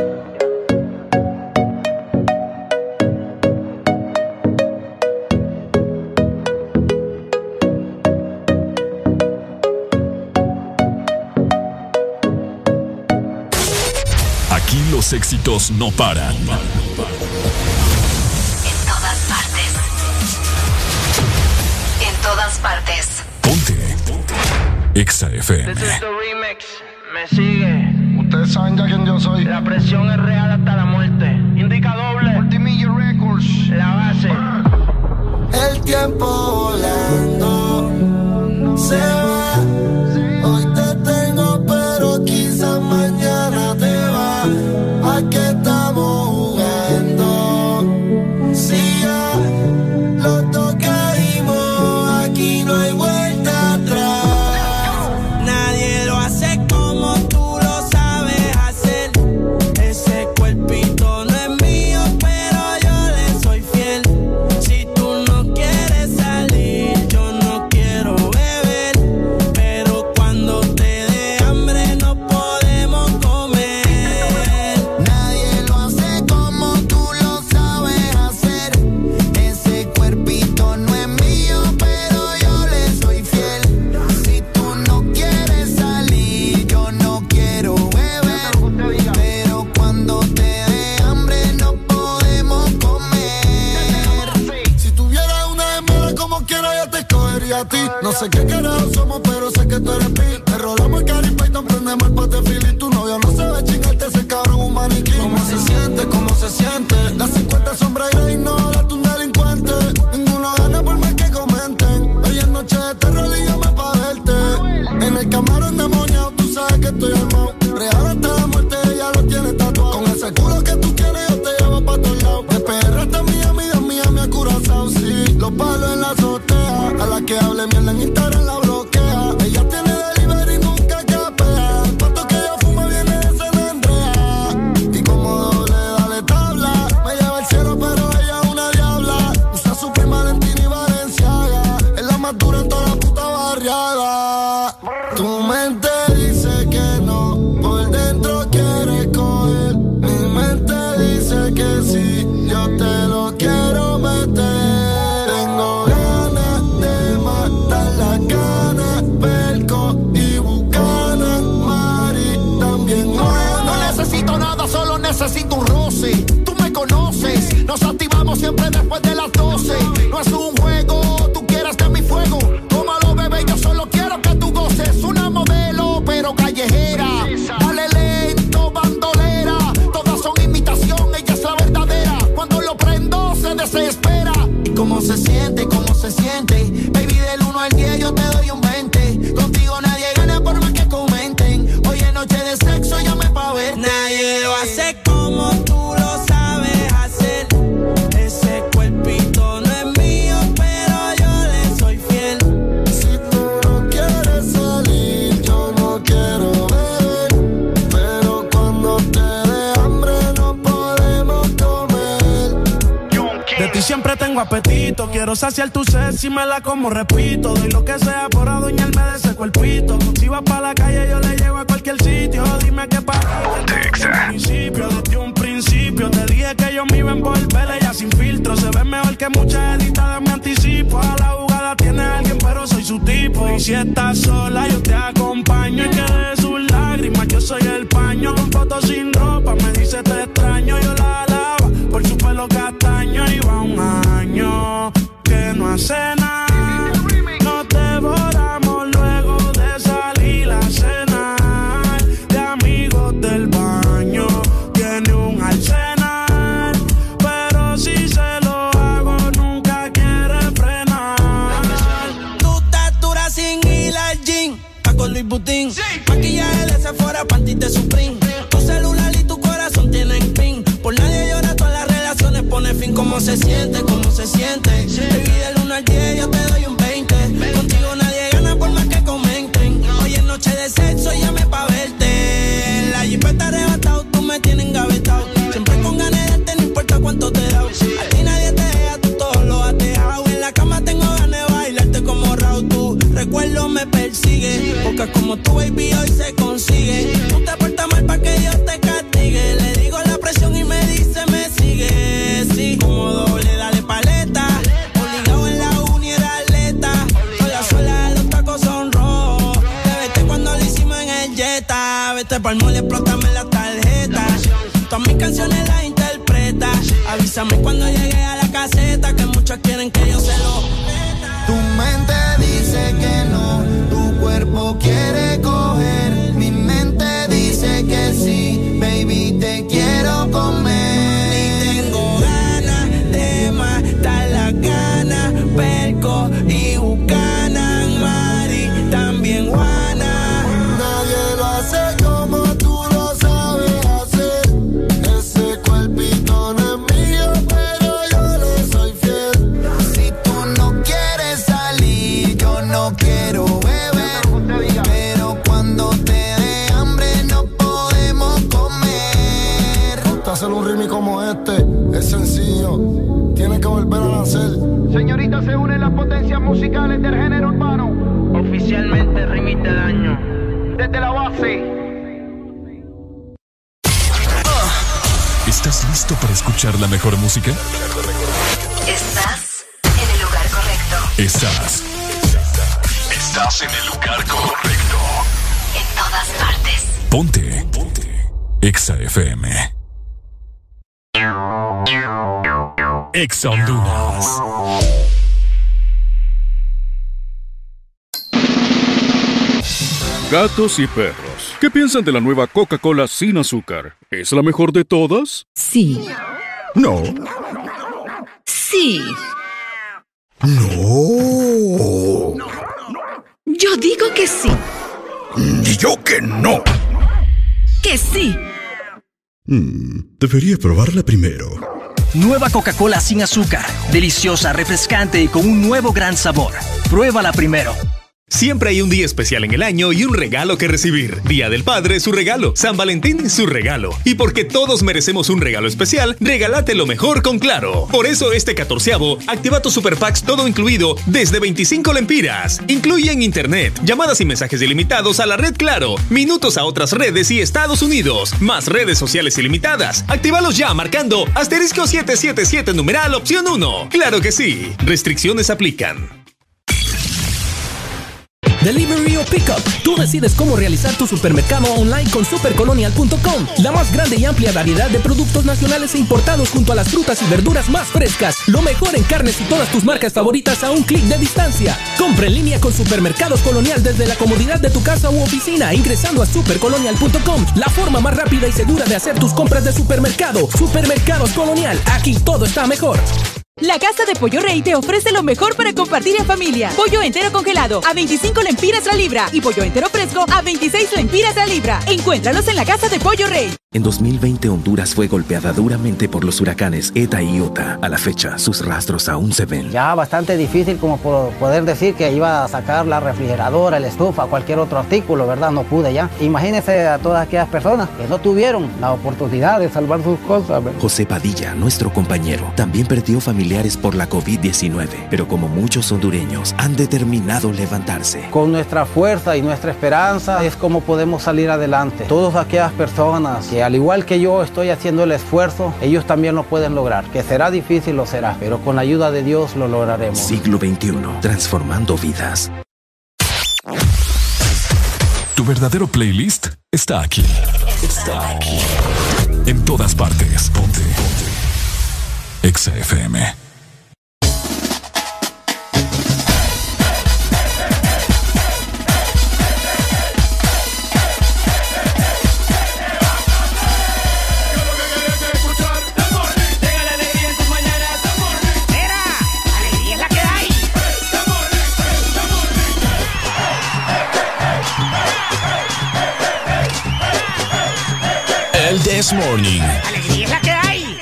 Aquí los éxitos no paran. En todas partes. En todas partes. Ponte. Exa F M. This is the remix. Me sigue. Ustedes saben ya quién yo soy. La presión es real hasta la muerte. Indica doble. Multimillia Records. La base. El tiempo volando se va. Hoy te tengo, pero quizás mañana te va. ¿A qué estamos jugando? Si ya los dos caímos, aquí no hay vuelta atrás. Nadie lo hace como tú lo sabes hacer. Ese cuerpito no es mío, pero yo le soy fiel. Si tú no quieres salir, yo no quiero beber. Pero cuando te dé hambre no podemos comer. Nadie lo hace como tú lo sabes hacer. Ese cuerpito no es mío, pero yo le soy fiel. Si tú no quieres salir, yo no quiero beber. Pero cuando te dé hambre no podemos comer. Si tuviera una hembra como quiera yo te escogería a ti. No sé qué carajo somos, pero sé que tú eres pi. Te rolamos el Cari Python, prendemos el pate fili. Tu novio no se ve chingarte ese cabrón un maniquí. ¿Cómo se siente? ¿Cómo se siente? Las cincuenta sombras y la ignora, tú un delincuente. Ninguno gana por más que comenten. Hoy es noche de terror y llama pa' verte. En el camarón demoniado, tú sabes que estoy armado. Real hasta la muerte, ella lo tiene tatuado. Con ese culo que tú tienes, yo te llevo pa' todos lados. De P R hasta Miami, de Miami a Curazao, sí. Los palos en la azotea, a la que hable mierda en Instagram la bloquea. Ella tiene delivery y nunca capea. El pato que ella fuma viene de San Andrea. Y como doble dale tabla, me lleva al cielo pero ella es una diabla. Usa su prima Valentina y Valenciaga. Es la más dura en toda la puta barriada. Tu mente dice que no, por dentro quiere coger. Mi mente dice que sí, yo te lo quiero meter. Tengo ganas de matar la cana, Perco y Bucana, Mari también. No, no necesito nada, solo necesito un roce. Tú me conoces, nos activamos siempre después de las doce. No es un juego, tú quieres de mi fuego. Tómalo, bebé, yo solo quiero que tú goces. Una modelo, pero callejera. Dale lento, bandolera. Todas son imitación, ella es la verdadera. Cuando lo prendo, se desespera. ¿Cómo se siente? ¿Cómo se siente? Baby, del uno al diez yo te doy un veinte. Contigo nadie gana por más que comenten. De ti siempre tengo apetito. Quiero saciar tu sed si me la como, repito. Doy lo que sea por adueñarme de ese cuerpito. Si vas pa' la calle yo le llego a cualquier sitio. Dime qué pasa. Principio, desde un principio te dije que yo me iba a envolver, ella sin filtro. Se ve mejor que muchas editadas, me anticipo. A la jugada tiene alguien, pero soy su tipo. Y si estás sola, yo te acompaño. Y que de sus lágrimas, yo soy el paño. Con fotos sin ropa, me dice te extraño. Yo la alaba por su pelo castaño. Y va un año que no hace nada. Nos devoramos luego de salir a cenar. De amigos del baño, tiene un arsenal. Pero si se lo hago, nunca quiere frenar. Tu estatura sin hilar jean, con Luis Butín. Sí. Maquillaje de Sephora, panty de Supreme. Tu celular y tu corazón tienen pin. Por nadie llora, todas las relaciones pone fin. ¿Cómo se siente? ¿Cómo se siente? Sí. Baby, del uno al diez yo te doy un veinte. Contigo nadie gana por más que comenten. Hoy es noche de sexo, llame pa' verte. La jipeta arrebatado, tú me tienes engavetado. Siempre con ganas de darte, no importa cuánto te da. A ti nadie te deja, tú todo lo has dejado. En la cama tengo ganas de bailarte como Raúl. Tu recuerdo me persigue, porque como tu baby hoy se consigue. Tú te portas mal pa' que Dios te castigue. Le digo la presión y me dice me sigue. Sí, como doble, dale paleta. Obligado en la uni era atleta. Con la suela de los tacos son rojos. Te vete cuando lo hicimos en el Jetta. Vete pa'l mall, explótame la tarjeta. Todas mis canciones las interpreta. Avísame cuando llegue a la caseta, que muchos quieren que yo se lo meta. Tu mente dice que no, tu cuerpo quiere coger. Mi mente dice que sí, baby, te quiero comer. Y tengo ganas de matar las ganas. Perco y Buchanan, Mari, también Juana. Nadie lo hace como tú lo sabes hacer. Ese cuerpito no es mío, pero yo le soy fiel. Si tú no quieres salir, yo no quiero beber. Pero cuando te dé hambre no podemos comer. Hacer un ritmo como este es sencillo, tiene que volver a nacer. Señorita, se unen las potencias musicales del género urbano. Oficialmente remite daño. Desde la base. ¿Estás listo para escuchar la mejor música? Estás en el lugar correcto. Estás. Estás en el lugar correcto. En todas partes. Ponte. Ponte. Exa F M. Exa Honduras. Gatos y perros, ¿qué piensan de la nueva Coca-Cola sin azúcar? ¿Es la mejor de todas? Sí. No. Sí. No. Yo digo que sí. Y yo que no. Que sí. Mm, debería probarla primero. Nueva Coca-Cola sin azúcar. Deliciosa, refrescante y con un nuevo gran sabor. Pruébala primero. Siempre hay un día especial en el año y un regalo que recibir. Día del Padre, su regalo. San Valentín, su regalo. Y porque todos merecemos un regalo especial, regálate lo mejor con Claro. Por eso este catorceavo, activa tu Super Packs todo incluido desde veinticinco lempiras. Incluyen internet, llamadas y mensajes ilimitados a la red Claro, minutos a otras redes y Estados Unidos, más redes sociales ilimitadas. Actívalos ya marcando asterisco siete siete siete numeral opción uno. Claro que sí. Restricciones aplican. Delivery o Pickup. Tú decides cómo realizar tu supermercado online con supercolonial punto com. La más grande y amplia variedad de productos nacionales e importados junto a las frutas y verduras más frescas. Lo mejor en carnes y todas tus marcas favoritas a un clic de distancia. Compra en línea con Supermercados Colonial desde la comodidad de tu casa u oficina ingresando a supercolonial punto com. La forma más rápida y segura de hacer tus compras de supermercado. Supermercados Colonial. Aquí todo está mejor. La Casa de Pollo Rey te ofrece lo mejor para compartir en familia. Pollo entero congelado a veinticinco lempiras la libra y pollo entero fresco a veintiséis lempiras la libra. Encuéntralos en la Casa de Pollo Rey. En dos mil veinte, Honduras fue golpeada duramente por los huracanes Eta y Iota. A la fecha, sus rastros aún se ven. Ya bastante difícil como por poder decir que iba a sacar la refrigeradora, la estufa, cualquier otro artículo, ¿verdad? No pude ya. Imagínense a todas aquellas personas que no tuvieron la oportunidad de salvar sus cosas, ¿verdad? José Padilla, nuestro compañero, también perdió familiares por la COVID diecinueve, pero como muchos hondureños, han determinado levantarse. Con nuestra fuerza y nuestra esperanza es como podemos salir adelante. Todas aquellas personas que al igual que yo estoy haciendo el esfuerzo, ellos también lo pueden lograr. Que será difícil, lo será, pero con la ayuda de Dios lo lograremos. Siglo veintiuno, transformando vidas. Tu verdadero playlist está aquí. Está aquí. En todas partes. Ponte. Ponte. Exa F M. El This Morning. ¡Alegría es la que hay!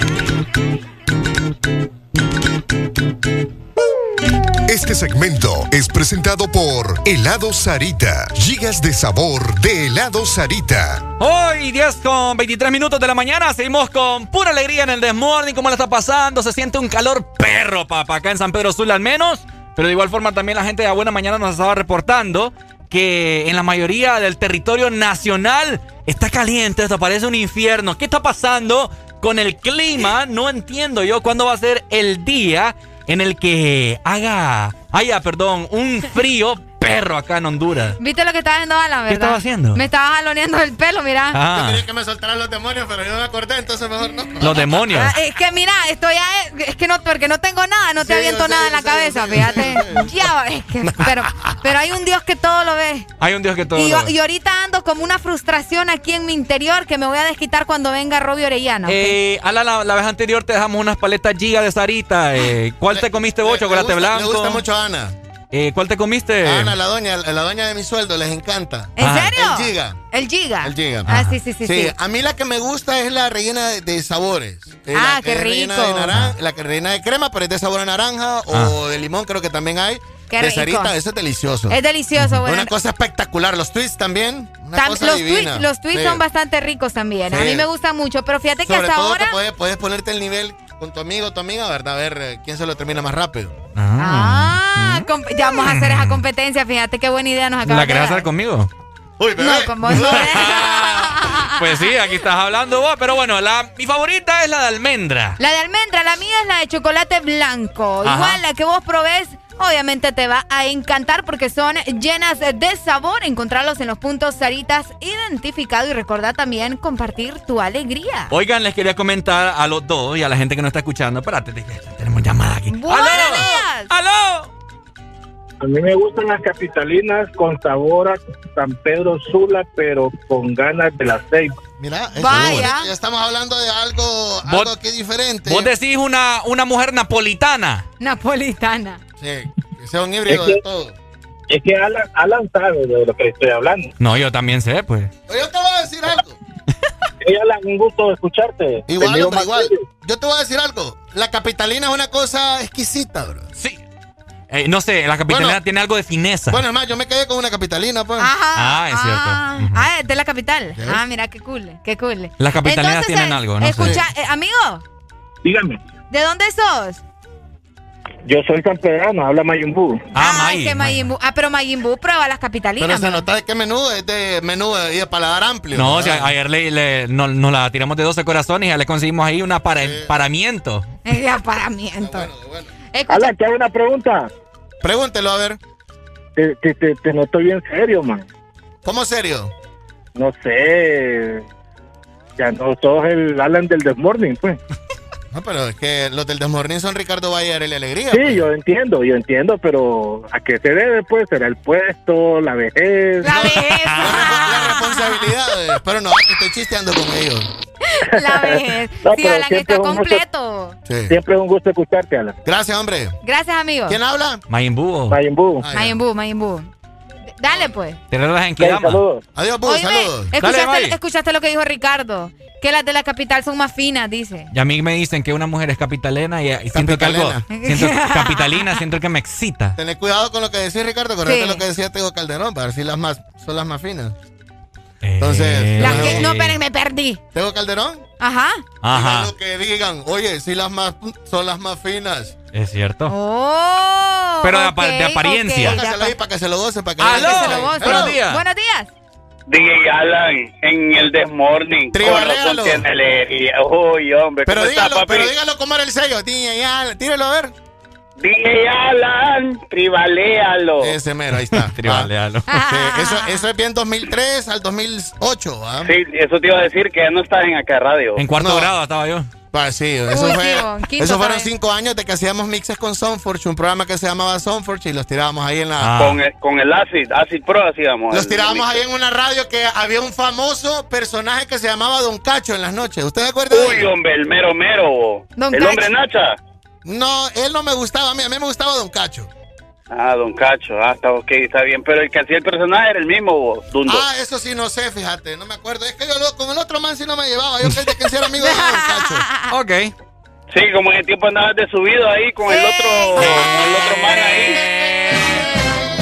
Este segmento es presentado por Helado Sarita. Gigas de sabor de Helado Sarita. Hoy diez con veintitrés minutos de la mañana. Seguimos con pura alegría en el This Morning. ¿Cómo la está pasando? Se siente un calor perro, papá, acá en San Pedro Sula al menos. Pero de igual forma también la gente de Buena Mañana nos estaba reportando que en la mayoría del territorio nacional está caliente, esto parece un infierno. ¿Qué está pasando con el clima? No entiendo yo cuándo va a ser el día en el que haga, haya, perdón, un frío perro acá en Honduras. ¿Viste lo que estaba haciendo Alan, verdad? ¿Qué estaba haciendo? Me estaba jaloneando el pelo, mira. Ah. Yo quería que me soltaran los demonios, pero yo no me acordé, entonces mejor no. Los demonios. Ah, es que mira, estoy a, es que no, porque no tengo nada, no te Sí, aviento yo sé, nada en yo la sé, cabeza, yo sé, fíjate. yo sé. Ya, es que, pero, pero hay un Dios que todo lo ve. Hay un Dios que todo Y, lo yo- ve. y ahorita ando como una frustración aquí en mi interior que me voy a desquitar cuando venga Robbie Orellana. ¿ok? Eh, Ala, la, la vez anterior te dejamos unas paletas giga de Sarita. Eh, ¿Cuál te comiste vos? Chocolate le gusta, blanco. Le gusta mucho a Ana. Eh, ¿Cuál te comiste? Ana, la doña, la doña de mi sueldo, les encanta. ¿En Ah. serio? El Giga. El Giga. El Giga. Ah, sí, sí, sí, sí. a mí la que me gusta es la rellena de, de sabores. Eh, Ah, la que qué es rellena rico. de naran- la que rellena de crema, pero es de sabor a naranja o de limón, creo que también hay. Qué de rico. Sarita, eso es delicioso. Es delicioso, bueno. Una cosa espectacular. Los twists también. Una Tam- cosa los divina. tweets, los tweets Sí. son bastante ricos también. A Sí. mí me gustan mucho, pero fíjate que Sobre hasta todo ahora. que puedes, puedes ponerte el nivel con tu amigo o tu amiga, ¿verdad? A ver eh, quién se lo termina más rápido. Ah, com- ya vamos a hacer esa competencia. Fíjate qué buena idea nos acaba ¿La de querés dar. hacer conmigo? Uy, No, con vos no. Pues sí, aquí estás hablando vos. Pero bueno, la, mi favorita es la de almendra. La de almendra, la mía es la de chocolate blanco. Ajá. Igual la que vos probés, obviamente te va a encantar porque son llenas de sabor. Encontrarlos en los puntos Saritas identificado y recordá también compartir tu alegría. Oigan, les quería comentar a los dos y a la gente que nos está escuchando. Espérate, te- tenemos llamada aquí. ¡Buenos días! ¡Aló! A mí me gustan las capitalinas con sabor a San Pedro Sula, pero con ganas de la ceiba. Mira, eso Vaya. es bonito. Ya estamos hablando de algo, Vos- algo que es diferente. Vos decís una, una mujer napolitana. Napolitana. Sí, que sea un híbrido Es que- de todo. Es que Alan, Alan sabe de lo que estoy hablando. No, yo también sé, pues. Pero yo te voy a decir algo. Hey, Alan, un gusto escucharte. Igual, Te miro hombre, más igual. serio. Yo te voy a decir algo. La capitalina es una cosa exquisita, bro. Sí. Eh, no sé, la capitalina Bueno. tiene algo de fineza. Bueno, además, yo me quedé con una capitalina, pues. Ajá. Ah, es cierto. Ah, Ujú. ah, es de la capital. Yes. Ah, mira, qué cool, qué cool. Las capitalinas Entonces, tienen eh, algo, no sé. Escucha, eh, amigo, Dígame, ¿de dónde sos? yo soy sanpedrano, habla Mayumbú. Ah, Ay, May, que May. Mayimbu. Ah, pero Mayimbu prueba las capitalinas. Pero se man. nota de qué menú es de menú y de paladar amplio. No, o sea, ¿verdad? ayer le, le- no- nos la tiramos de doce corazones y ya le conseguimos ahí una para, paramiento. Es de aparamiento. Bueno, bueno. Escucha, Alan, te hago una pregunta. Pregúntelo, a ver. Te, te, te, te noto bien serio, man. ¿Cómo serio? No sé. Ya no sos el Alan del This Morning, pues. No, pero es que los del Desmorning son Ricardo Valle y la Alegría. Sí, pues. yo entiendo, yo entiendo, pero ¿a qué se debe, pues? ¿Será el puesto, la vejez? la vejez. La, repo- la responsabilidad. eh, Pero no, aquí estoy chisteando con ellos. La vejez. No, Sí, pero Alan siempre está es un gusto- completo. Sí. Siempre es un gusto escucharte, Alan. Gracias, hombre. Gracias, amigo. ¿Quién habla? Mayimbu. Mayumbú. Ah, ya. Mayimbu, Mayimbu. Dale, pues. Te las en Ok, Kidama. saludos. Adiós, Bus, Oíme, saludos. Dale, escuchaste, May. escuchaste lo que dijo Ricardo. Que las de la capital son más finas, dice. Y a mí me dicen que una mujer es capitalena y, y siento que algo... Siento, capitalina, siento que me excita. Tened cuidado con lo que decís, Ricardo. Correcto, Sí. lo que decía Tego Calderón, para ver si las más, son las más finas. Entonces... Las que, no, esperen, me perdí. ¿Tego Calderón? Ajá. Ajá. Digan lo que digan. Oye, si las más son las más finas. Es cierto. Oh. Pero de, okay, apa- de apariencia. okay, Póngaselo ahí para que se lo goce. Para que ¡Aló! vean que Se lo goce. Buenos días. Buenos días. D J Alan en el Desmorning. Tribaléalo. Tiene alegría. Uy, hombre. Pero ¿cómo está, dígalo, papi? pero dígalo cómo era el sello. D J Alan, tírelo a ver. D J Alan, tribaléalo. Ese mero, ahí está. Tribaléalo. Ah, sí, eso, eso es bien dos mil tres al dos mil ocho. ¿Ah? Sí, eso te iba a decir que ya no estás en acá radio. En cuarto No. grado estaba yo. Pa, sí, eso, Uy, fue, tío, quinto eso fueron todavía. cinco años de que hacíamos mixes con Soundforge, un programa que se llamaba Soundforge y los tirábamos ahí en la... Ah. Con, el, con el Acid, Acid Pro hacíamos. Los el- tirábamos el- ahí en una radio que había un famoso personaje que se llamaba Don Cacho en las noches. ¿Usted se acuerda de Uy, él? hombre, el mero mero. Don el Cacho. hombre Nacha. No, él no me gustaba a mí, a mí me gustaba Don Cacho. Ah, Don Cacho. Ah, está ok, está bien. Pero el que hacía el personaje era el mismo, vos, Dundo. Ah, eso sí no sé, fíjate, no me acuerdo. Es que yo lo- con el otro man sí no me llevaba. Yo creía que sí era amigo de Don Cacho. Ok. Sí, como en el tiempo andabas de subido ahí con el otro, con el otro man ahí.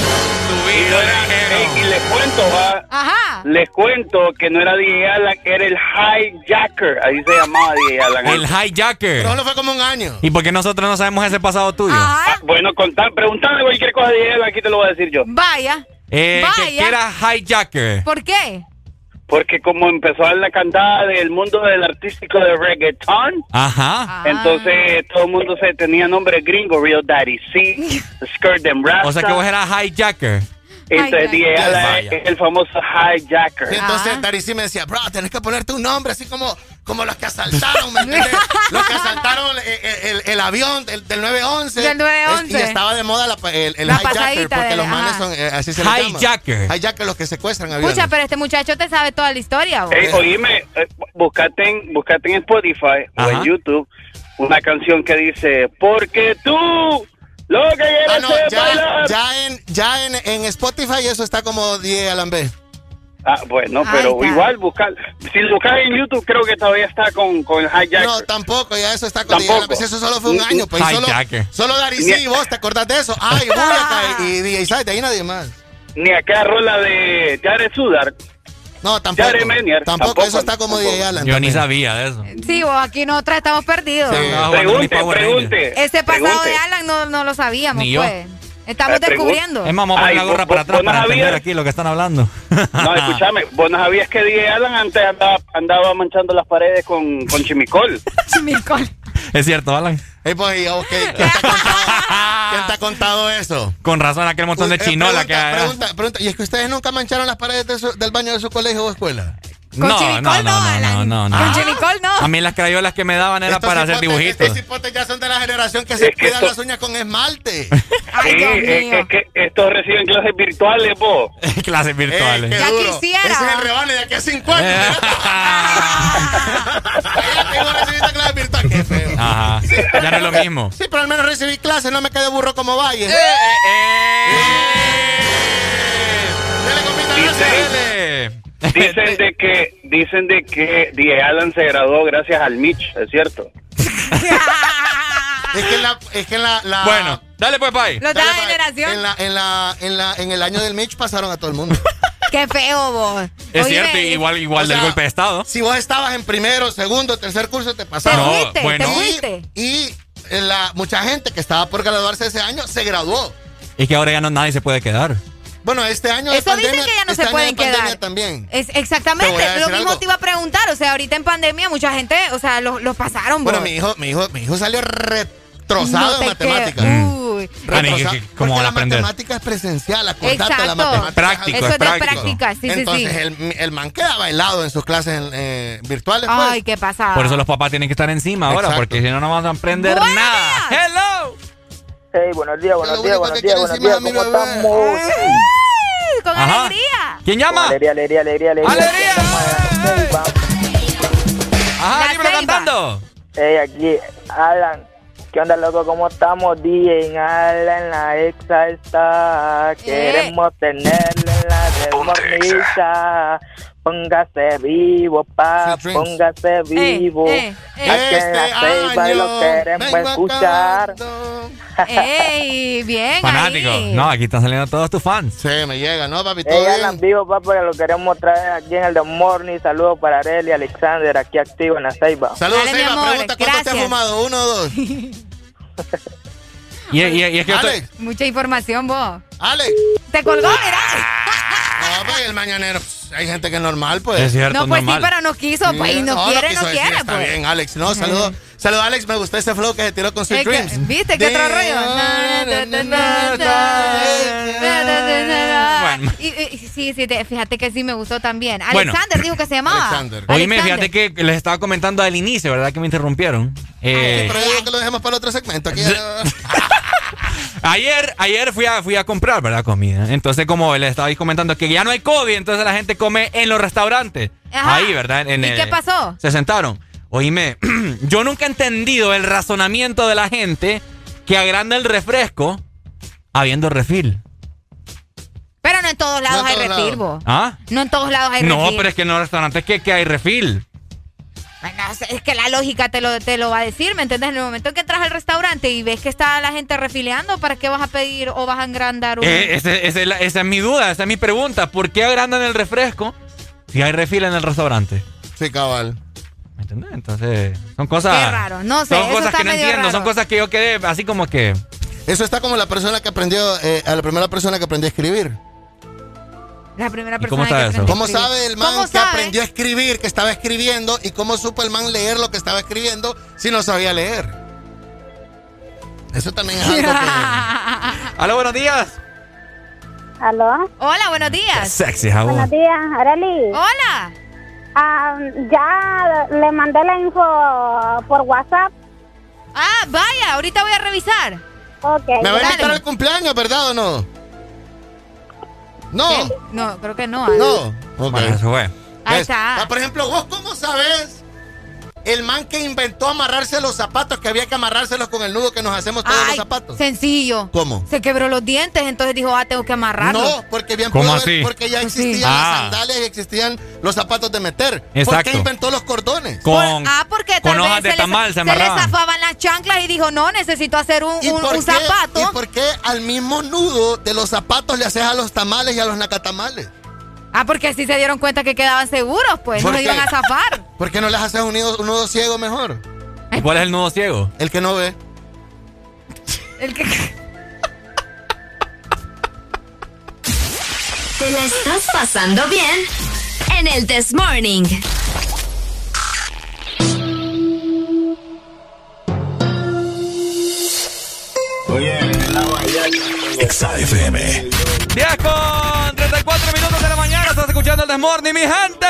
Y, no era- ey, y les cuento, va. Ajá. Les cuento que no era D J Alan, era el Hijacker. Ahí se llamaba D J Alan. El hijacker. Pero solo fue como un año. ¿Y por qué nosotros no sabemos ese pasado tuyo? Ajá. Ah, bueno, contar, preguntame cualquier cosa de D J Alan, aquí te lo voy a decir yo. Vaya. Eh, que, Vaya. que era hijacker. ¿Por qué? Porque como empezó a la cantada del mundo del artístico de reggaeton, Ajá. Ah. entonces todo el mundo se tenía nombre gringo, Real Daddy C, Skirt and Rasta. O sea que vos eras hijacker. Entonces D J Alan Vaya. es el famoso Hijacker. Sí, entonces Ah. Darcy me decía, bro, tenés que ponerte un nombre así como, como los que asaltaron, ¿me entiendes? Los que asaltaron el, el- el avión del, del nueve once. Del nueve once. Es- Y estaba de moda la, el, el La hijacker, pasadita porque de- los manes ajá. son, eh, así se les llama. Hijacker. Hijacker, los que secuestran aviones. Escucha, pero este muchacho te sabe toda la historia, vos. Ey, oíme, eh, buscate en, buscate en Spotify o Ajá. en YouTube una canción que dice, porque tú lo que quieres Ah, no, es ya, bailar. ya, en, ya en, en Spotify eso está como D J Alan B. Ah, bueno, Ahí pero está. igual buscar, si lo buscas en YouTube creo que todavía está con, con el Hijacker. No, tampoco, ya eso está con D J Alan B. Tampoco. Eso solo fue un año. Pues, y solo, Hijacker. solo Darcy y vos te acordás de eso. Ay, Buyaka y D J Side, de ahí nadie más. Ni acá rola de Jared Sudar. No, tampoco. Jared Menier, Tampoco, tampoco, eso está como tampoco. D J Alan. Yo ni también. sabía de eso. Sí, vos aquí nosotros estamos perdidos. Sí. Estaba jugando Pregunte, mi Power Ranger. pregunte. Ese pasado pregunte. de Alan no, no lo sabíamos, Ni yo. pues. Estamos Eh, pregun- descubriendo. Es más, vamos a poner Ay, la gorra vos- para atrás vos no para entender sabías. aquí lo que están hablando. No, escúchame, vos no sabías que D J Alan antes andaba, andaba manchando las paredes con, con chimicol. Chimicol. Es cierto, Alan. Ey, pues, ¿y a vos qué- ¿quién, te ha contado, quién te ha contado eso? Con razón, aquel montón de Eh, chinola pregunta, que hay. pregunta, pregunta. ¿Y es que ustedes nunca mancharon las paredes de su- del baño de su colegio o escuela? Con No, chimicol no, no, no, no, Alan. no, no, Con no. chimicol no. A mí las crayolas que me daban era Estos para hacer hipotes- dibujitos. Estos hipotes ya son de la generación que se Es que cuidan esto- las uñas con esmalte. Ay, Sí, Dios es, mío. es que estos reciben clases virtuales, vos. Clases Eh, virtuales. qué Ya duro. quisiera. Ese es el rebane de aquí a cinco años. Eh. Ya tengo recibiendo clases virtuales. Qué feo. Ajá. Ya no es lo mismo. Sí, pero al menos recibí clases, no me quedé burro como Valle. Eh, eh, Dale, compita, Dice- gracias. eh. Dicen de que dicen de que D J Alan se graduó gracias al Mitch, ¿es cierto? Es que en la, es que en la, la- Bueno, dale pues, Pai. Los de dale, la pa- generación. En la, en la, en la, en el año del Mitch pasaron a todo el mundo. Qué feo vos. Es Oye, cierto, igual, igual o del sea, golpe de Estado. Si vos estabas en primero, segundo, tercer curso, te Te pasaron. No, fuiste, bueno. te Y, fuiste. y la, mucha gente que estaba por graduarse ese año se graduó. Es que ahora ya no nadie se puede quedar. Bueno, este año de Eso dicen pandemia, que ya no este se año pueden de pandemia quedar. también. Es, Te exactamente, voy a lo decir mismo algo. te iba a preguntar. O sea, ahorita en pandemia mucha gente, o sea, los los pasaron, Bueno, vos. mi hijo, mi hijo, mi hijo salió retrosado No en te matemáticas. creo. Uy. Ah, ni que- Retrosado, que- ¿cómo porque van a la aprender? matemática es presencial, acordate, Exacto. la matemática Práctico, Eso es es de práctico. práctica, sí, Entonces, sí, sí. El, el man queda bailado en sus clases eh, virtuales. Pues. Ay, qué pasada. Por eso los papás tienen que estar encima ahora, Exacto. porque si no, no van a aprender ¡Buenos nada. días! ¡Hello! Hey, buenos días, Lo buenos único días, que buenos te días, quiero buenos encima días, es mi ¿cómo bebé. estamos? Ay, con Ajá. alegría. ¿Quién Con llama? alegría, alegría, alegría, alegría. ¡Alegría! Hey, vamos. Ajá, La dímelo Ceiba. cantando. Hey, aquí, Alan. ¿Qué onda, loco? ¿Cómo estamos? D J Alan, la exa está. Queremos tenerle en la desmorniza. Póngase vivo, pa, póngase vivo. Eh, eh, Aquí este en la Ceiba lo queremos escuchar. ¡Ey! Bien, fanático. Ahí. No, aquí están saliendo todos tus fans. Sí, me llega, ¿no, papi? Todo Ella bien. Vivo, papá, que lo queremos traer aquí en el The Morning. Saludos para Arely, Alexander, aquí activo en la Ceiba. Saludos, Dale, Ceiba. Pregunta, ¿cuánto te has fumado? ¿Uno o dos? y, y, y es que Alex. Estoy... Mucha información, vos. Alex. Te colgó, mira. No, pues el mañanero, hay gente que es normal, pues. Es cierto, no, pues normal. sí, pero no quiso, pues, y no, no quiere, no, no quiere, decir, pues. Está bien, Alex. No, saludos. Saludos, Alex, me gustó ese flow que se tiró con Sweet Dreams. ¿Viste qué otro rollo? Bueno. Y, y, sí, sí, te, fíjate que sí me gustó también. Alexander bueno. dijo que se llamaba. Alexander. Oíme, fíjate que les estaba comentando al inicio, ¿verdad? Que me interrumpieron. Eh, Ay, pero digo que lo dejemos para el otro segmento. Aquí Ayer, ayer fui a, fui a comprar, ¿verdad? Comida. Entonces, como les estaba comentando que ya no hay COVID, entonces la gente come en los restaurantes. Ajá. Ahí, ¿verdad? En ¿Y el, qué pasó? Se sentaron. Oíme, yo nunca he entendido el razonamiento de la gente que agranda el refresco habiendo refil. Pero no en todos lados no en hay todos refil, lados. ¿Ah? No en todos lados hay no, refil. No, pero es que en los restaurantes que, que hay refil. Bueno, es que la lógica te lo, te lo va a decir, ¿me entiendes? En el momento en que entras al restaurante y ves que está la gente refileando, ¿para qué vas a pedir o vas a agrandar un...? Eh, ese, ese, la, esa es mi duda, esa es mi pregunta. ¿Por qué agrandan el refresco si hay refil en el restaurante? Sí, cabal. ¿Me entiendes? Entonces, son cosas... Qué raro, no sé, Son eso cosas está que no entiendo, raro. son cosas que yo quedé así como que... Eso está como la persona que aprendió, eh, a la primera persona que aprendió a escribir. La primera persona cómo está que eso? aprendió ¿Cómo a escribir. sabe el man ¿Cómo que sabe? aprendió a escribir, que estaba escribiendo, y cómo supo el man leer lo que estaba escribiendo si no sabía leer? Eso también es algo que... Aló, buenos días. ¿Aló? Hola, buenos días. Qué sexy, Jabón. Buenos días, Arely. Hola. Um, ya le mandé la info por WhatsApp. Ah, vaya, ahorita voy a revisar. Ok. Me va a invitar dale. al cumpleaños, ¿verdad o no? No. ¿Qué? No, creo que no. Alex. No. Ok. Bueno, eso fue. Ahí ¿Ves? está. Ah, por ejemplo, ¿vos cómo sabés el man que inventó amarrarse los zapatos, que había que amarrárselos con el nudo que nos hacemos todos Ay, los zapatos? Sencillo. ¿Cómo? Se quebró los dientes, entonces dijo, ah, tengo que amarrarlo. No, porque bien ¿Cómo pudo así? haber- porque ya Pues sí. existían las Ah. sandalias y existían los zapatos de meter. ¿Por Exacto. qué inventó los cordones? Con, ah, porque con tal hojas vez de se, tamal le, se se le amarraban. zafaban las chanclas y dijo, no, necesito hacer un, ¿Y un, por un qué- zapato. ¿Y por qué al mismo nudo de los zapatos le haces a los tamales y a los nacatamales? Ah, porque así se dieron cuenta que quedaban seguros, pues, no ¿Por se qué? iban a zafar. ¿Por qué no les haces un nudo, un nudo ciego mejor? ¿Y cuál es el nudo ciego? El que no ve. El que... ¿Te la estás pasando bien? En el This Morning. Exa F M. diez con treinta y cuatro minutos de la mañana. Estás escuchando el This Morning, mi gente.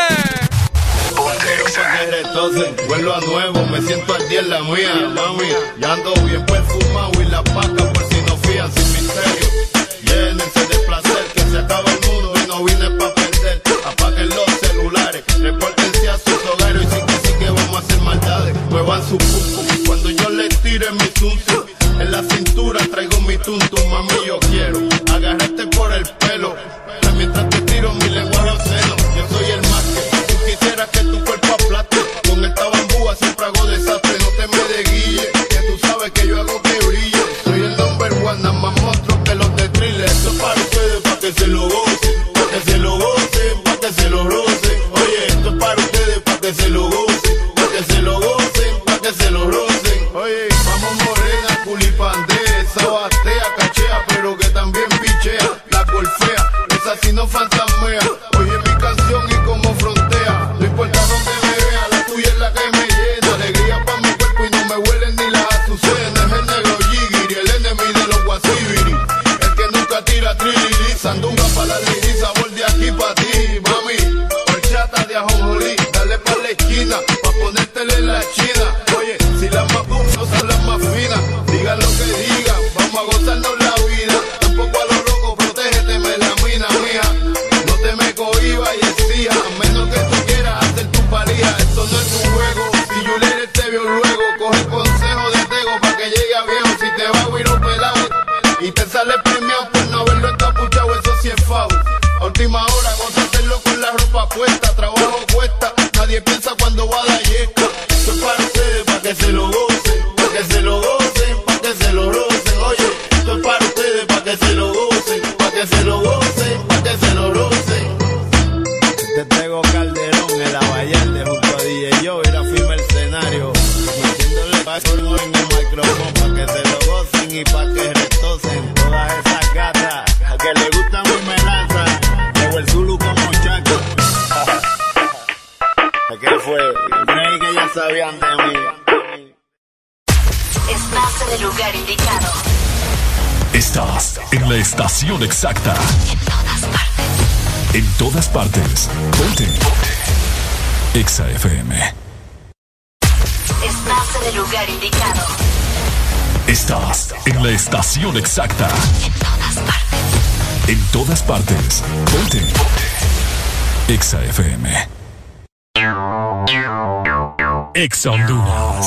Entonces, vuelvo a nuevo, me siento al día en la mía, mami. Ya ando bien perfumado y la paca por si no fían sin misterio. Llénense de placer, que se acaba el mundo y no vine pa' perder. Apaguen los celulares, repórtense a sus hogares y sí que sí que vamos a hacer maldades. Muevan su pum pum cuando yo les tire mi tuntum. En la cintura traigo mi tuntum, mami, yo quiero agarrarte por el pelo. Mientras te tiro mi lenguaje obsceno, yo soy el más que tú quisieras que tu cuerpo aplaste. Con esta bambúa siempre hago desastre, no te me desguille, que tú sabes que yo hago que brille. Soy el number one, nada más monstruo que los de thriller. Esto es para ustedes, pa' que se lo gocen, pa' que se lo gocen, pa' que se lo rocen. Oye, esto es para ustedes, pa' que se lo gocen, pa' que se lo gocen, pa' que se lo rocen. Oye, vamos morena, culipandea, esa batea, cachea, pero que también pichea, la golfea, esa sí no fantasmea. Oye mi canción y como frontea, no importa dónde en el lugar indicado. Estás en la estación exacta. En todas partes. En todas partes. Ponte. Exa F M. Estás en el lugar indicado. Estás en la estación exacta. En todas partes. En todas partes. Ponte. Exa F M. Exa Honduras.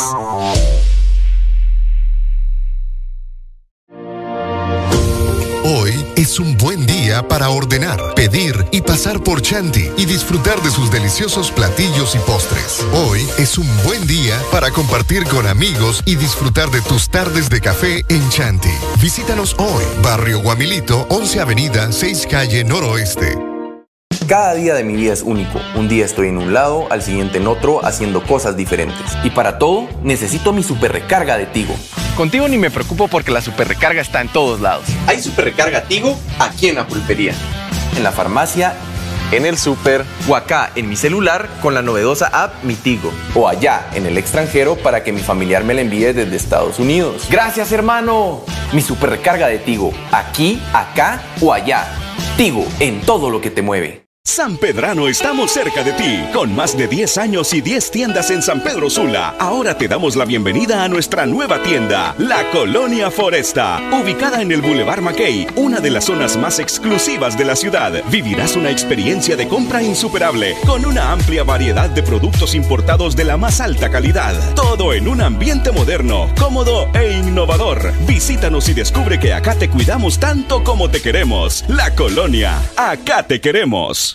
Hoy es un buen día para ordenar, pedir y pasar por Chanti y disfrutar de sus deliciosos platillos y postres. Hoy es un buen día para compartir con amigos y disfrutar de tus tardes de café en Chanti. Visítanos hoy, Barrio Guamilito, once Avenida, seis Calle Noroeste. Cada día de mi vida es único. Un día estoy en un lado, al siguiente en otro, haciendo cosas diferentes. Y para todo, necesito mi super recarga de Tigo. Contigo ni me preocupo porque la super recarga está en todos lados. Hay super recarga Tigo aquí en la pulpería, en la farmacia, en el súper o acá en mi celular con la novedosa app Mi Tigo. O allá en el extranjero para que mi familiar me la envíe desde Estados Unidos. ¡Gracias, hermano! Mi super recarga de Tigo, aquí, acá o allá. Tigo, en todo lo que te mueve. San Pedrano, estamos cerca de ti. Con más de diez años y diez tiendas en San Pedro Sula, ahora te damos la bienvenida a nuestra nueva tienda, La Colonia Foresta. Ubicada en el Boulevard Mackay, una de las zonas más exclusivas de la ciudad, vivirás una experiencia de compra insuperable, con una amplia variedad de productos importados de la más alta calidad. Todo en un ambiente moderno, cómodo e innovador. Visítanos y descubre que acá te cuidamos tanto como te queremos. La Colonia, acá te queremos.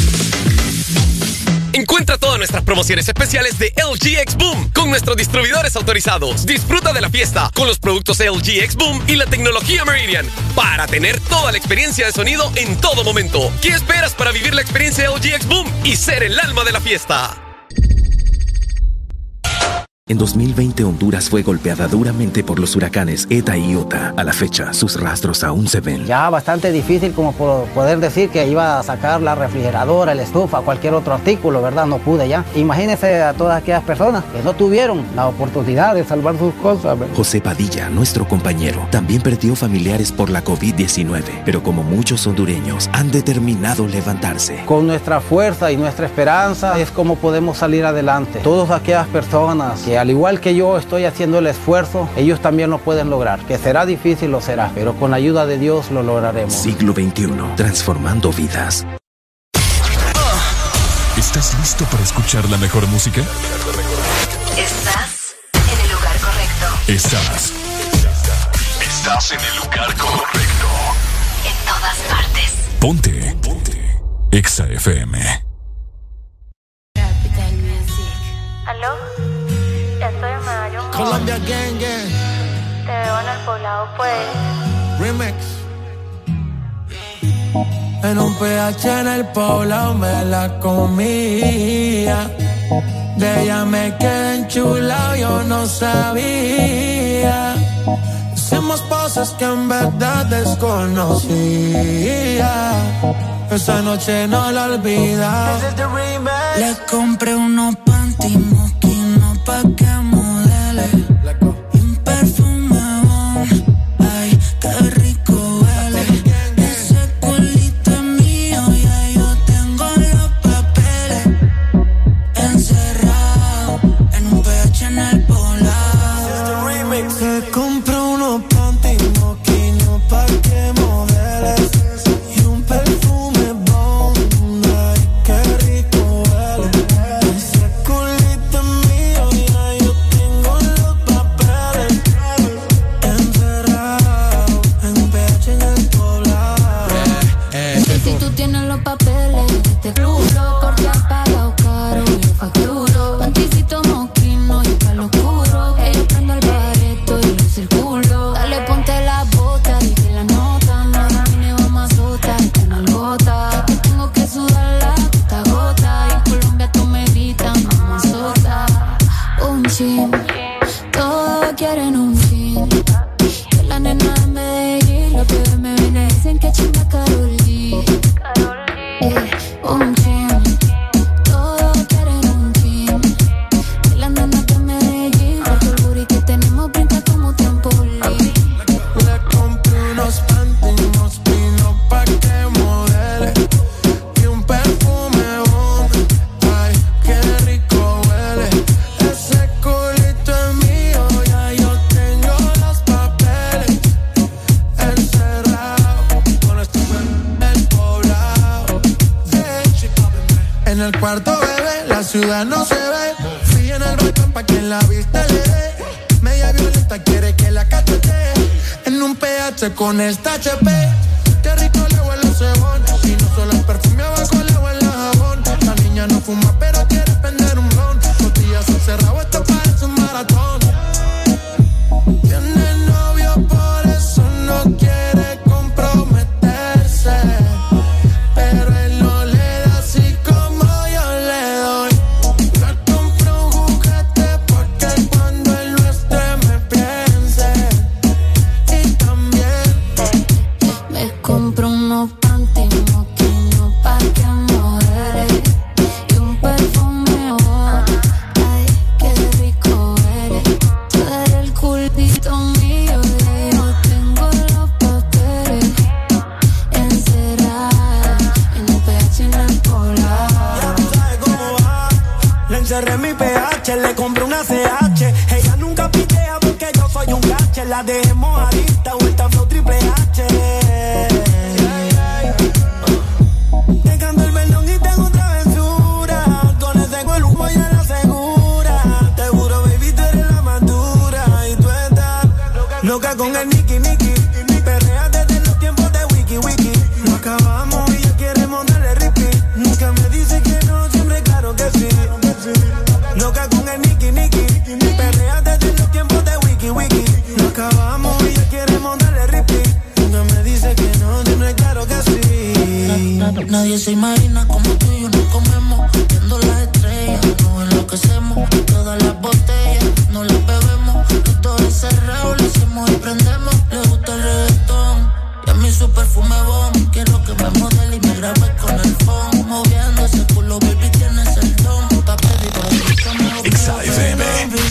Encuentra todas nuestras promociones especiales de L G X Boom con nuestros distribuidores autorizados. Disfruta de la fiesta con los productos L G X Boom y la tecnología Meridian para tener toda la experiencia de sonido en todo momento. ¿Qué esperas para vivir la experiencia L G X Boom y ser el alma de la fiesta? En dos mil veinte, Honduras fue golpeada duramente por los huracanes Eta y Iota. A la fecha, sus rastros aún se ven. Ya bastante difícil como por poder decir que iba a sacar la refrigeradora, la estufa, cualquier otro artículo, ¿verdad? No pude ya. Imagínense a todas aquellas personas que no tuvieron la oportunidad de salvar sus cosas, ¿verdad? José Padilla, nuestro compañero, también perdió familiares por la COVID diecinueve, pero como muchos hondureños, han determinado levantarse. Con nuestra fuerza y nuestra esperanza es como podemos salir adelante. Todas aquellas personas que al igual que yo estoy haciendo el esfuerzo, ellos también lo pueden lograr. Que será difícil, lo será, pero con la ayuda de Dios lo lograremos. Siglo veintiuno, transformando vidas. ¿Estás listo para escuchar la mejor música? Estás en el lugar correcto. Estás. Estás en el lugar correcto. En todas partes. Ponte. Ponte. Exa F M. ¿Aló? Ya estoy en Medallo. Colombia Gang Gang. Te veo en el poblado, pues. Remix. En un P H en el poblado me la comía. De ella me quedé enchulado, yo no sabía. Hicimos cosas que en verdad desconocía. Esa noche no la olvida. Le compré unos panty moquinos pa' que modele y un perfume bon. Ay, qué rico huele. Ese culito es mío, ya yo tengo los papeles. Encerrado en un P H en el poblado. Le compré unos panty moquinos pa' que modele y un perfume bon. Ay, qué rico huele. Ese culito es mío, ya yo tengo los papeles. Encerrado en un P H en el poblado. Si tú tienes los papeles, te juro, corte apagado caro, yo facturo. Panticito moquino y palo oscuro, que yo prendo el bareto y lo circulo. Dale, ponte la bota y que la nota, no define o más sota, esta nalgota. Que tengo que sudar la gota a gota, y en Colombia tú me gritan como sota. Un chin, todos quieren un chin. Que la nena de Medellín, los pibes me ven y dicen que chinga Karol G. Eh, un chin, todos quieren un chin. Que la nena de Medellín, por el booty que tenemos brinca como trampolín. el cuarto, bebé, la ciudad no se ve. Fui en el balcón pa' que en la vista le dé. Media violenta quiere que la cachetee. En un P H con esta H P. Qué rico le huele el cebón. Y no solo el perfume abajo le huele el jabón. La niña no fuma pero quiere prender un blon. Botellas encerrado, esto parece un maratón. Tiene novio, por eso no quiere comprometerse. Pero él no le da así como yo le doy. Le compro un juguete porque cuando él no esté me piense. Y también me compro unos panties moquinos pa' que modere. Y un perfume, oh, ay, qué rico eres. Tú eres el cultito mío y yo tengo los papeles encerrados en un P H en el polar. ya tú sabes cómo va. Le encerré mi P H, le compré una C H. Ella nunca pitea porque yo soy un cache. La dejé mojadita, vuelta flow triple H. Te canto el perdón y tengo travesura. Con ese cuerpo humo ya la segura. Te juro, baby, tú eres la madura. Y tú estás loca con el Nicky Nicky. Perrea desde los tiempos de Wiki Wiki. No acabamos y ya quiere montarle repeat. Nunca me dice que no, siempre claro que sí. Loca con el Nicky Nicky. Perrea desde los tiempos de Wiki Wiki. No acabamos y ya quiere montarle repeat. Nunca me dice que no, siempre claro que sí. Nadie se imagina como tú y yo nos comemos. Viendo las estrellas, nos enloquecemos. Todas las botellas, no las bebemos. Los dos encerrados, lo hacemos y prendemos. Le gusta el reggaetón y a mí su perfume bomb. Quiero que me modele y me grabe con el phone. Moviendo ese culo, baby, tienes el don. Está pedido, Exa F M.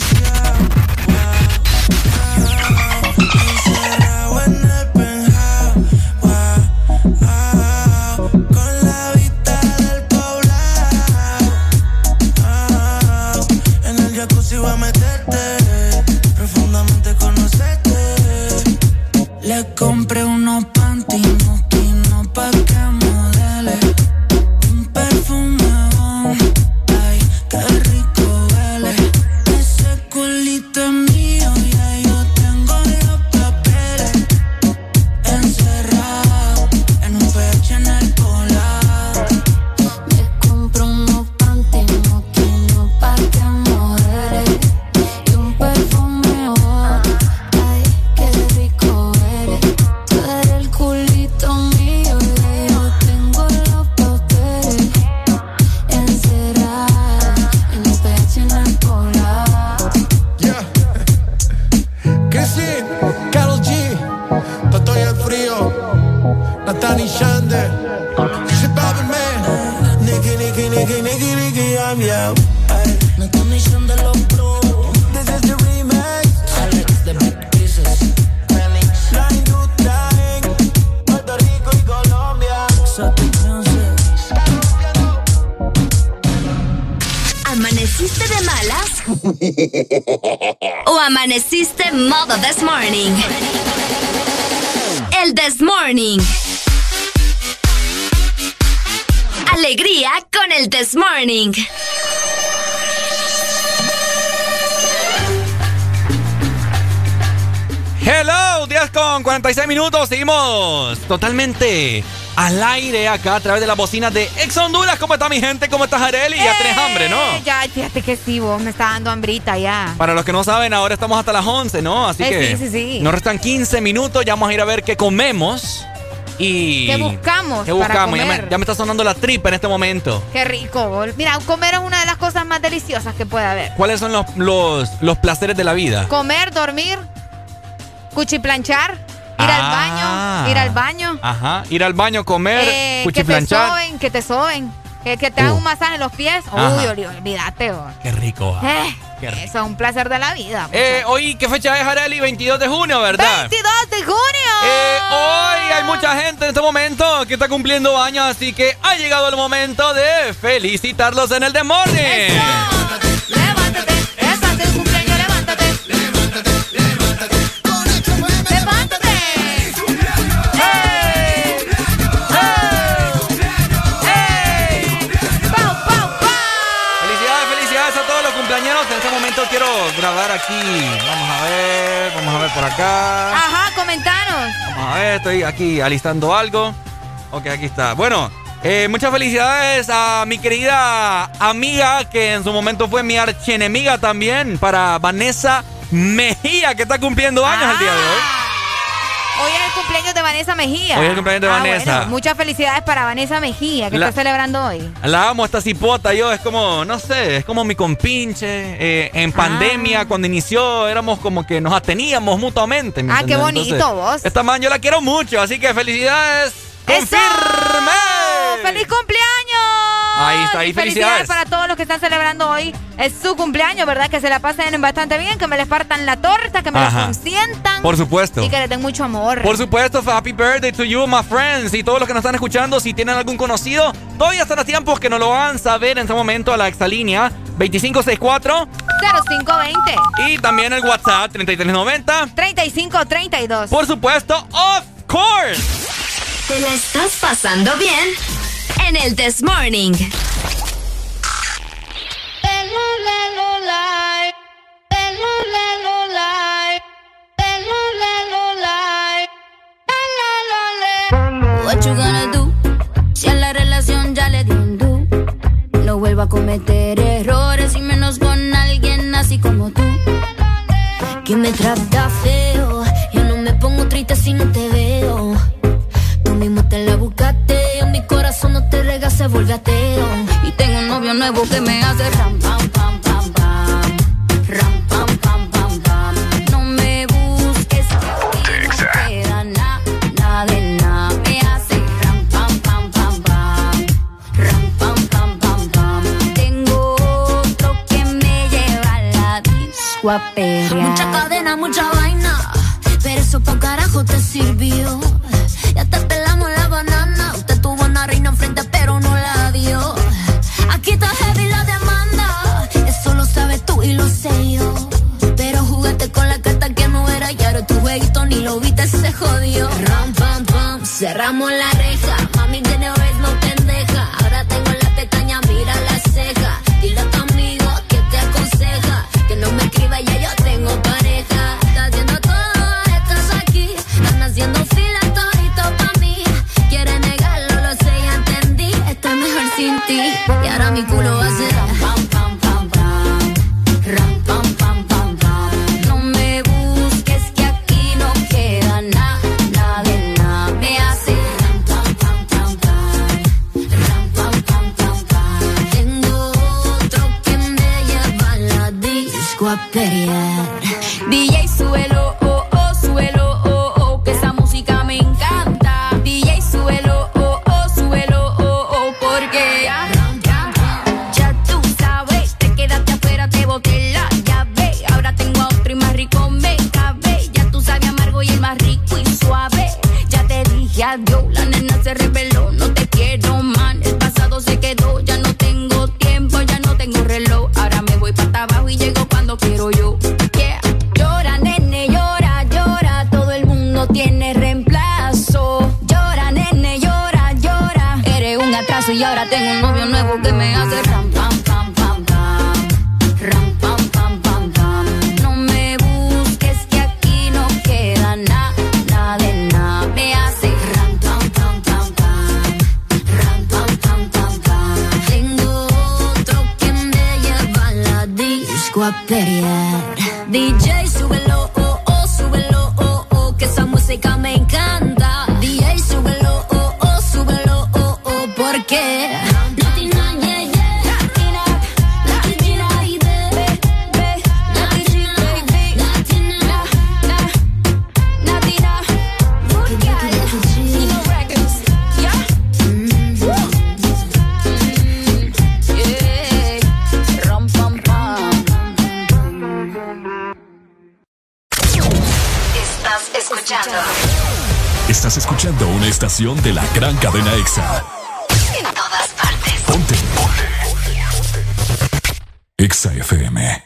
Encerrado en el penthouse, wow, wow, con la vista del poblado, wow, en el jacuzzi voy a meterte, profundamente conocerte. Le compré unos panties moquinos pa' que modele, un perfume bomb, ay, qué rico huele. Ese culito es mío, ya yo tengo los papeles encerrados en un P H en el polar. me compro unos panties moquinos pa' que modere. Y un perfume, oh, ay, qué rico eres. Tú eres el culito mío y yo tengo los papeles encerrados en un P H en el polar. Yeah. Chrissy, Karol G, Toto y el Frío, Nathan y Shande, Shit Bobby Man, Nicky, Nicky, Nicky, Nicky, Nicky, I'm yo. No condición de los bros. This is the remix. Alex de Big Pieces. Remix. La industria en Puerto Rico y Colombia. ¿Amaneciste de malas? ¿O amaneciste modo this morning? El This Morning. Alegría con el This Morning. Hello, diez con cuarenta y seis minutos. Seguimos totalmente al aire acá a través de las bocinas de Ex Honduras. ¿Cómo está mi gente? ¿Cómo estás, Arely? Ya tenés hambre, ¿no? Ya, fíjate que sí, vos me está dando hambrita ya. Para los que no saben, ahora estamos hasta las once, ¿no? Así Eh, que sí, sí, sí. nos restan quince minutos. Ya vamos a ir a ver qué comemos y... ¿Qué buscamos ¿Qué para buscamos? Ya comer? me, ya me está sonando la tripa en este momento. Qué rico, bol. Mira, comer es una de las cosas más deliciosas que puede haber. ¿Cuáles son los, los, los placeres de la vida? Comer, dormir, cuchiplanchar, ir Ah. al baño, ir al baño. Ajá, ir al baño, comer, Eh, que te cuchiplanchar. soben, que te soben. Que, que te hagan Uh. un masaje en los pies. Ajá. Uy, oli- olvídate, bol. Qué rico. ah. Eh, Qué rico. eso es un placer de la vida. Eh, hoy, ¿qué fecha es, Arely? veintidós de junio, ¿verdad? veintidós de junio. Eh, hoy hay mucha gente en este momento que está cumpliendo años, así que ha llegado el momento de felicitarlos en el The Morning. Levántate, es antes de cumpleaños, levántate. Levántate, levántate. Levántate. ¡Hey! ¡Hey! ¡Pau, pau! aquí. Vamos a ver, vamos a ver por acá. Ajá, comentanos. Vamos a ver, estoy aquí alistando algo. Ok, aquí está. Bueno, eh, muchas felicidades a mi querida amiga, que en su momento fue mi archienemiga también, para Vanessa Mejía, que está cumpliendo años ah. el día de hoy. Hoy es el cumpleaños de Vanessa Mejía. Hoy es el cumpleaños de ah, Vanessa. Bueno, muchas felicidades para Vanessa Mejía, que La, está celebrando hoy. La amo, esta cipota. Yo es como, no sé, es como mi compinche. Eh, en pandemia, ah. cuando inició, éramos como que nos ateníamos mutuamente. Ah, qué bonito. Entonces, vos. Esta man yo la quiero mucho, así que felicidades. ¡Confirme! ¡Feliz cumpleaños! Ahí está, ahí y felicidades. felicidades para todos los que están celebrando hoy. Es su cumpleaños, ¿verdad? Que se la pasen bastante bien, que me les partan la torta, que me Ajá. la consientan. Por supuesto. Y que les den mucho amor. Por supuesto, happy birthday to you, my friends. Y todos los que nos están escuchando, si tienen algún conocido, todavía están a tiempo que nos lo van a saber en ese momento a la exalínea veinticinco sesenta y cuatro cero cinco veinte. Y también el WhatsApp treinta y tres noventa treinta y cinco treinta y dos. Por supuesto, of course. ¿Te la estás pasando bien? En el This Morning. What you gonna do? Si a la relación ya le di un do. No vuelvo a cometer errores y menos con alguien así como tú, que me trata feo. Yo no me pongo triste si no te veo. Tú mismo te la buscaste. En mi corazón no te rega, se vuelve ateo. Y tengo un novio nuevo que me hace ram, pam, pam, pam, pam. Ram, pam, pam, pam, pam. No me busques, que no queda nada, nada de nada. Me hace ram, pam, pam, pam, pam. Ram, pam, pam, pam, pam. Tengo otro que me lleva a la disco a pelear. Mucha cadena, mucha vaina, pero eso pa' carajo te sirvió. Ya te pelamos la banana. Usted tuvo una reina enfrente pero no la dio. Aquí está heavy la demanda. Eso lo sabes tú y lo sé yo. Pero jugaste con la carta que no era. Y ahora tu jueguito ni lo viste, se jodió. Ram, pam, pam, cerramos la reja. Mami tiene vez no pendeja. Ahora tengo la pestaña, mira la ceja. Dile a tu amigo que te aconseja que no me escriba, ya yo tengo pareja. Está haciendo todo, estás aquí. Están haciendo fila todito pa' mí. Quiere negarlo, lo sé, ya entendí. Estoy mejor sin ti. Y ahora mi culo va a ser ram, pam, pam, pam, pam. Ram, pam, pam, pam, pam. No me busques que aquí no queda nada, nada de nada. Me hace ram, pam, pam, pam, pam. Ram, pam, pam, pam, pam. Tengo otro que me lleva a la disco a pelear. D J, súbelo, oh, oh, súbelo, oh, oh, que esa música me encanta. D J, súbelo, oh, oh, súbelo, oh, oh, porque ya, ya tú sabes, te quedaste afuera, te boté la llave. Ahora tengo a otro y más rico me cabe. Ya tú sabes amargo y el más rico y suave. Ya te dije adiós, la nena se reveló. No te quiero, man, el pasado se quedó. Ya no tengo tiempo, ya no tengo reloj. Ahora me voy para abajo y llego cuando quiero yo. Yeah. Llora, nene, llora, llora. Todo el mundo tiene reemplazo. Llora, nene, llora, llora. Eres un atraso y ahora tengo un novio nuevo que me hace ram, pam, pam, pam, pam. Ram, pam, pam, pam, pam. No me busques que aquí no queda nada, nada de nada. Me hace ram, pam, pam, pam, pam. Ram, pam, pam, pam, pam. Tengo otro que me lleva a la disco a pelear. D J, súbelo, oh, oh, súbelo, oh, oh, que esa música me encanta. D J, súbelo, oh, oh, súbelo, oh, oh, porque Latina, yeah, yeah. Latina, Latina, baby, baby. Latina, baby. Latina, Latina, porque Latino Records, yeah. Yeah, ram, pam, pam. Estás escuchando Estás escuchando una estación de la gran cadena EXA. en todas partes. Ponte. Ponte. EXA F M.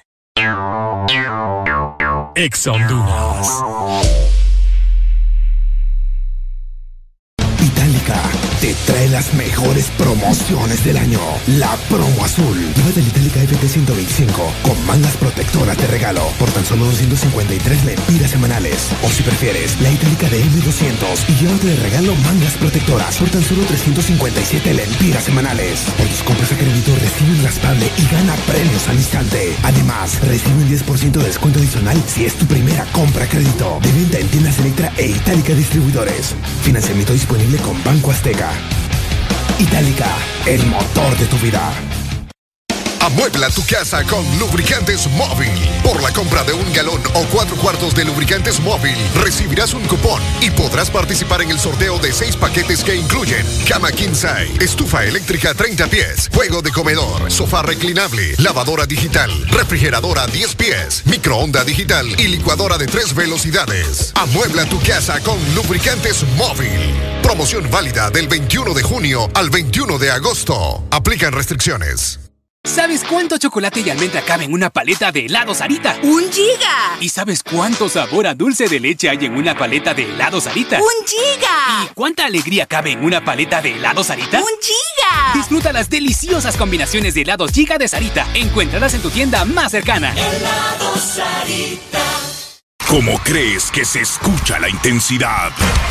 EXA Honduras. Itálica te trae las mejores promociones del año. La promo azul. Llévate la Itálica F T ciento veinticinco con mangas protectoras de regalo por tan solo doscientos cincuenta y tres lempiras semanales. O si prefieres, la Itálica de M doscientos y llévate de regalo mangas protectoras por tan solo trescientos cincuenta y siete lempiras semanales. Por tus compras a crédito recibe un raspable y gana premios al instante. Además, recibe un diez por ciento de descuento adicional si es tu primera compra a crédito. De venta en tiendas Electra e Itálica Distribuidores. Financiamiento disponible con Banco Azteca. Itálica, el motor de tu vida. Amuebla tu casa con Lubricantes Móvil. Por la compra de un galón o cuatro cuartos de Lubricantes Móvil, recibirás un cupón y podrás participar en el sorteo de seis paquetes que incluyen cama king size, estufa eléctrica treinta pies, juego de comedor, sofá reclinable, lavadora digital, refrigeradora diez pies, microonda digital y licuadora de tres velocidades. Amuebla tu casa con Lubricantes Móvil. Promoción válida del veintiuno de junio al veintiuno de agosto. Aplican restricciones. ¿Sabes cuánto chocolate y almendra cabe en una paleta de helado Sarita? ¡Un giga! ¿Y sabes cuánto sabor a dulce de leche hay en una paleta de helado Sarita? ¡Un giga! ¿Y cuánta alegría cabe en una paleta de helado Sarita? ¡Un giga! Disfruta las deliciosas combinaciones de helados Giga de Sarita. Encuéntralas en tu tienda más cercana. Helado Sarita. ¿Cómo crees que se escucha la intensidad?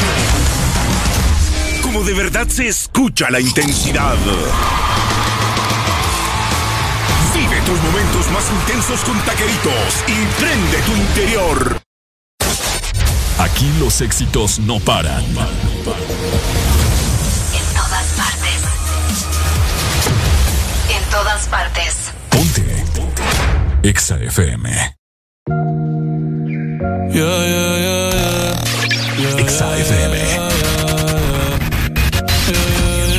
¿Cómo de verdad se escucha la intensidad? Vive tus momentos más intensos con Taqueritos y prende tu interior. Aquí los éxitos no paran. En todas partes. En todas partes. Ponte. Exa F M. Yeah, yeah, yeah, yeah. Yeah, Exa F M. yeah, yeah,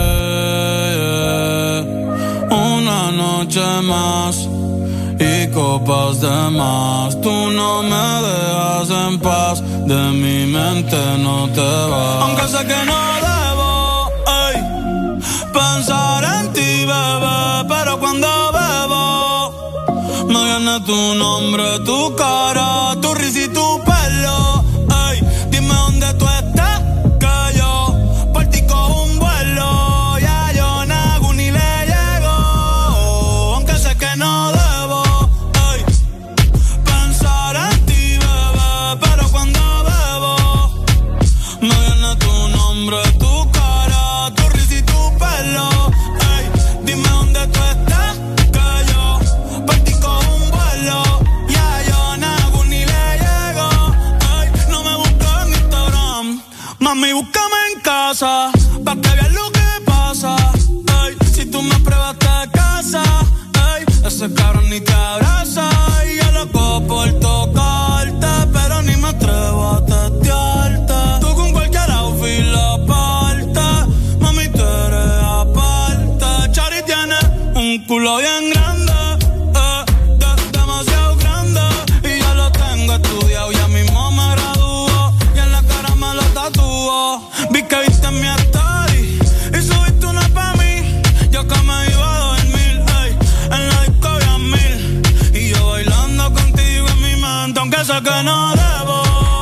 yeah, yeah. Una noche más y copas de más. Tú no me dejas en paz, de mi mente no te vas. Aunque sé que no debo, ey, pensar en ti, bebé, pero cuando bebo me viene tu nombre, tu cara, tu risa y tu pelo. Ey, dime dónde tú estás, que yo por ti cojo un vuelo. Ya yo nago ni le llego, aunque sé que no debo, ey, pensar en ti, bebé, pero cuando bebo me viene tu nombre, tu cara, tu risa y tu pelo. Ey, dime dónde tú estás, que yo por ti cojo un vuelo. Ya yo nago ni le llego. Ey, no me busques en Instagram, mami, búscame en casa, pa' que veas lo que pasa. Ey, si tú me pruebas te casa, ey, ese cabrón ni te abraza. Y yo loco por tocarte, pero ni me atrevo a testearte. Tú con cualquier outfit la parte, mami, tú eres aparte. Chari tiene un culo bien grande, eh, de- demasiado grande, y ya lo tengo estudiado, ya mismo me gradúo, y en la cara me lo tatúo. Vi que viste mi story y subiste una pa' mí, yo que me iba a dormir, ey, en la disco había mil, y yo bailando contigo en mi mente, aunque sé que no debo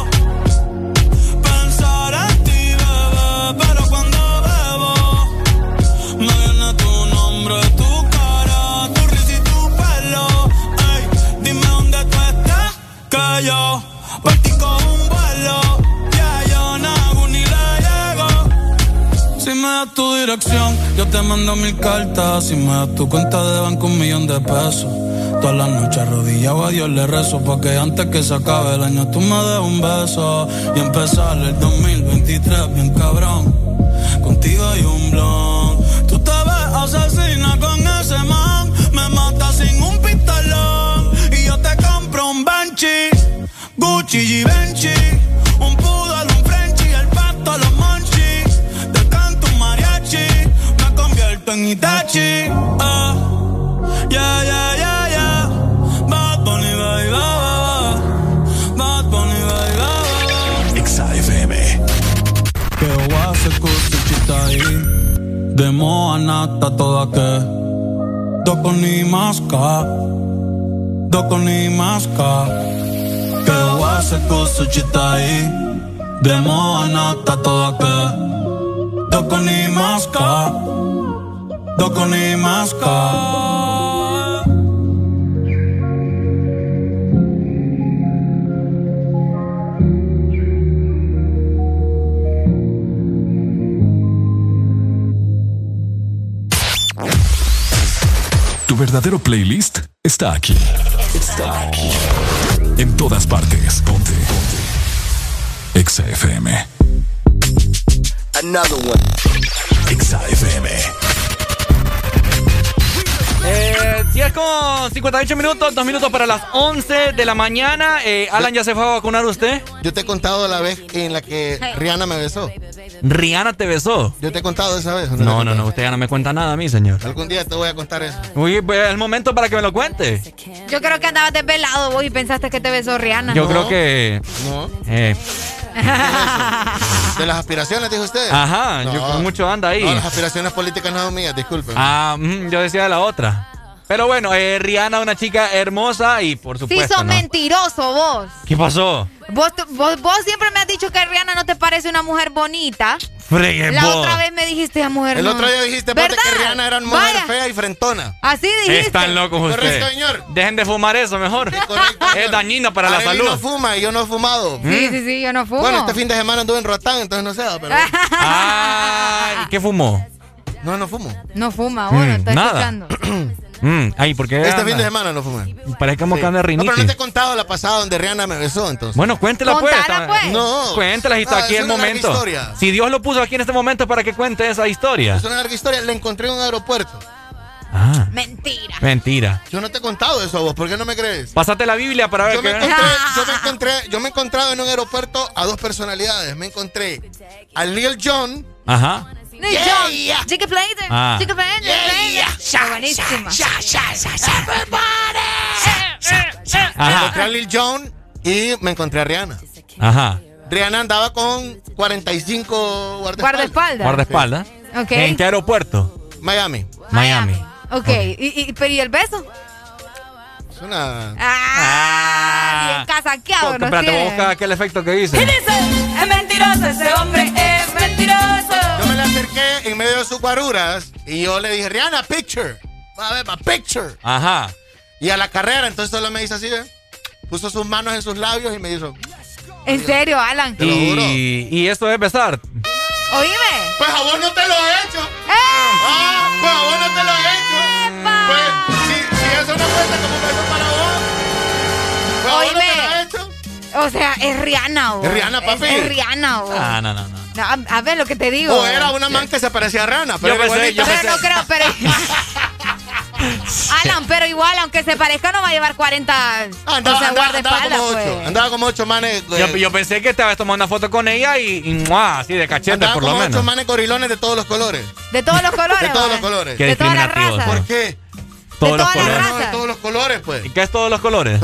pensar en ti, bebé, pero cuando bebo me viene tu nombre, tu cara, tu risa y tu pelo. Ey, dime dónde tú estás, que yo por ti cojo un vuelo. Ya yo nago ni le llego. Si me das tu dirección, yo te mando mil cartas. Si me das tu cuenta de banco, un millón de pesos. Todas las noches arrodillado a Dios le rezo, porque antes que se acabe el año tú me des un beso y empezar el dos mil veintitrés bien cabrón. Contigo hay un blon. Tú te ves asesina con ese man, me mata sin un pistolón. Y yo te compro un Banshee, Gucci y Benchi, un poodle, un Frenchie, el pato, los monchis. Te canto un mariachi, me convierto en Itachi. Ah, yeah, yeah, yeah, yeah. Bad Bunny, baby, ba, Bad Bunny, baby, ba. Exa F M. Che ho se questo città demo anata toda che doko ni maska doko ni maska che ho se questo città demo anata toda che Doko ni maska, doko ni maska. Tu verdadero playlist está aquí. Está aquí. En todas partes. Ponte. Ponte. Exa F M. Another one. Exa F M. Eh, diez con cincuenta y ocho minutos, dos minutos para las once de la mañana. Eh, Alan, ¿ya se fue a vacunar usted? Yo te he contado la vez en la que Rihanna me besó. ¿Rihanna te besó? Yo te he contado esa vez. No, no, no, usted ya no me cuenta nada a mí, señor. Algún día te voy a contar eso. Uy, pues es el momento para que me lo cuente. Yo creo que andabas desvelado vos y pensaste que te besó Rihanna. Yo no. creo que... No. Eh, ¿De las aspiraciones, dijo usted? Ajá, no, yo con mucho anda ahí. No, las aspiraciones políticas no son mías, disculpen. Ah, mm, yo decía de la otra. Pero bueno, eh, Rihanna, una chica hermosa y por supuesto, Sí, sos ¿no? mentiroso vos. ¿Qué pasó? Vos, vos. Vos siempre me has dicho que Rihanna no te parece una mujer bonita. Fregue La vos. otra vez me dijiste a mujer El no. otro día dijiste aparte, que Rihanna era mujer Vaya. fea y frentona. Así dijiste. Están locos ustedes. Correcto, señor. Dejen de fumar eso mejor. Sí, correcto, es dañino para la Aeli salud. no fuma y yo no he fumado. Sí, sí, sí, yo no fumo. Bueno, este fin de semana anduve en Rotán, entonces no sé, pero... Ah, ¿y qué fumó? No, no fumo. No fuma, bueno, Mm, está nada. escuchando. Mm, ay, ¿por qué Este anda? fin de semana no fumé. Parece como Sí. que anda No, rinitis. pero no te he contado la pasada donde Rihanna me besó, entonces. Bueno, cuéntela pues. Contala, pues. No. Cuéntela, si está No, aquí es el una larga momento. historia. Si Dios lo puso aquí en este momento para que cuente esa historia. Es una larga historia. La encontré en un aeropuerto. Ah, Mentira. mentira. Yo no te he contado eso a vos. ¿Por qué no me crees? Pásate la Biblia para ver Yo me, qué. encontré, yo, me encontré, yo me he encontrado en un aeropuerto a dos personalidades. Me encontré al Lil Jon. Ajá. Nick Jones, Chicken Plater, Ah. Chicken Plater, Plater. Buenísima. Me Ajá. encontré a Lil Jon y me encontré a Rihanna. Ajá. Rihanna andaba con cuarenta y cinco guardaespaldas. Guardaespaldas. Guardaespaldas. Ok. ¿En qué aeropuerto? Miami. Miami. Ok, ¿Y, y, pero ¿y el beso? Es una... Ah, bien casaqueado, ¿no? Espérate, voy a tiene? buscar aquel efecto que dice. Y dice, es mentiroso ese hombre, es mentiroso. Yo me le acerqué en medio de sus guaruras y yo le dije, Rihanna, picture. A ver, ma, picture. Ajá. Y a la carrera, entonces solo me hizo así, ¿eh? Puso sus manos en sus labios y me hizo... ¿En serio, Alan? Te lo juro. Y, y esto es besar. Oíme. Pues a vos no te lo he hecho. ¡Eh! Ah, pues a vos no te lo he hecho. Pues si, si eso no cuenta como beso para vos. Pues a vos no te lo he hecho. O sea, es Rihanna, vos. Es Rihanna, papi. Es, es Rihanna, vos. Ah, no, no, no. No, a, a ver lo que te digo. O era una man que se parecía a Rihanna. Pero Yo era pensé, igualita. yo Pero no creo, pero... Alan, pero igual, aunque se parezca, no va a llevar cuarenta Andaba, o sea, andaba, andaba guardaespaldas, como ocho. pues. Andaba como ocho manes. eh, Yo, yo pensé que te habías tomado una foto con ella y, y ¡mua! Así de cachete, andaba por lo como ocho menos. manes gorilones de todos los colores. De todos los colores, De todos ¿vale? los colores. Qué de todas las discriminativos, razas. ¿no? ¿Por qué? Todos los todas las colores. razas. De todos los colores, pues. ¿Y qué es todos los colores?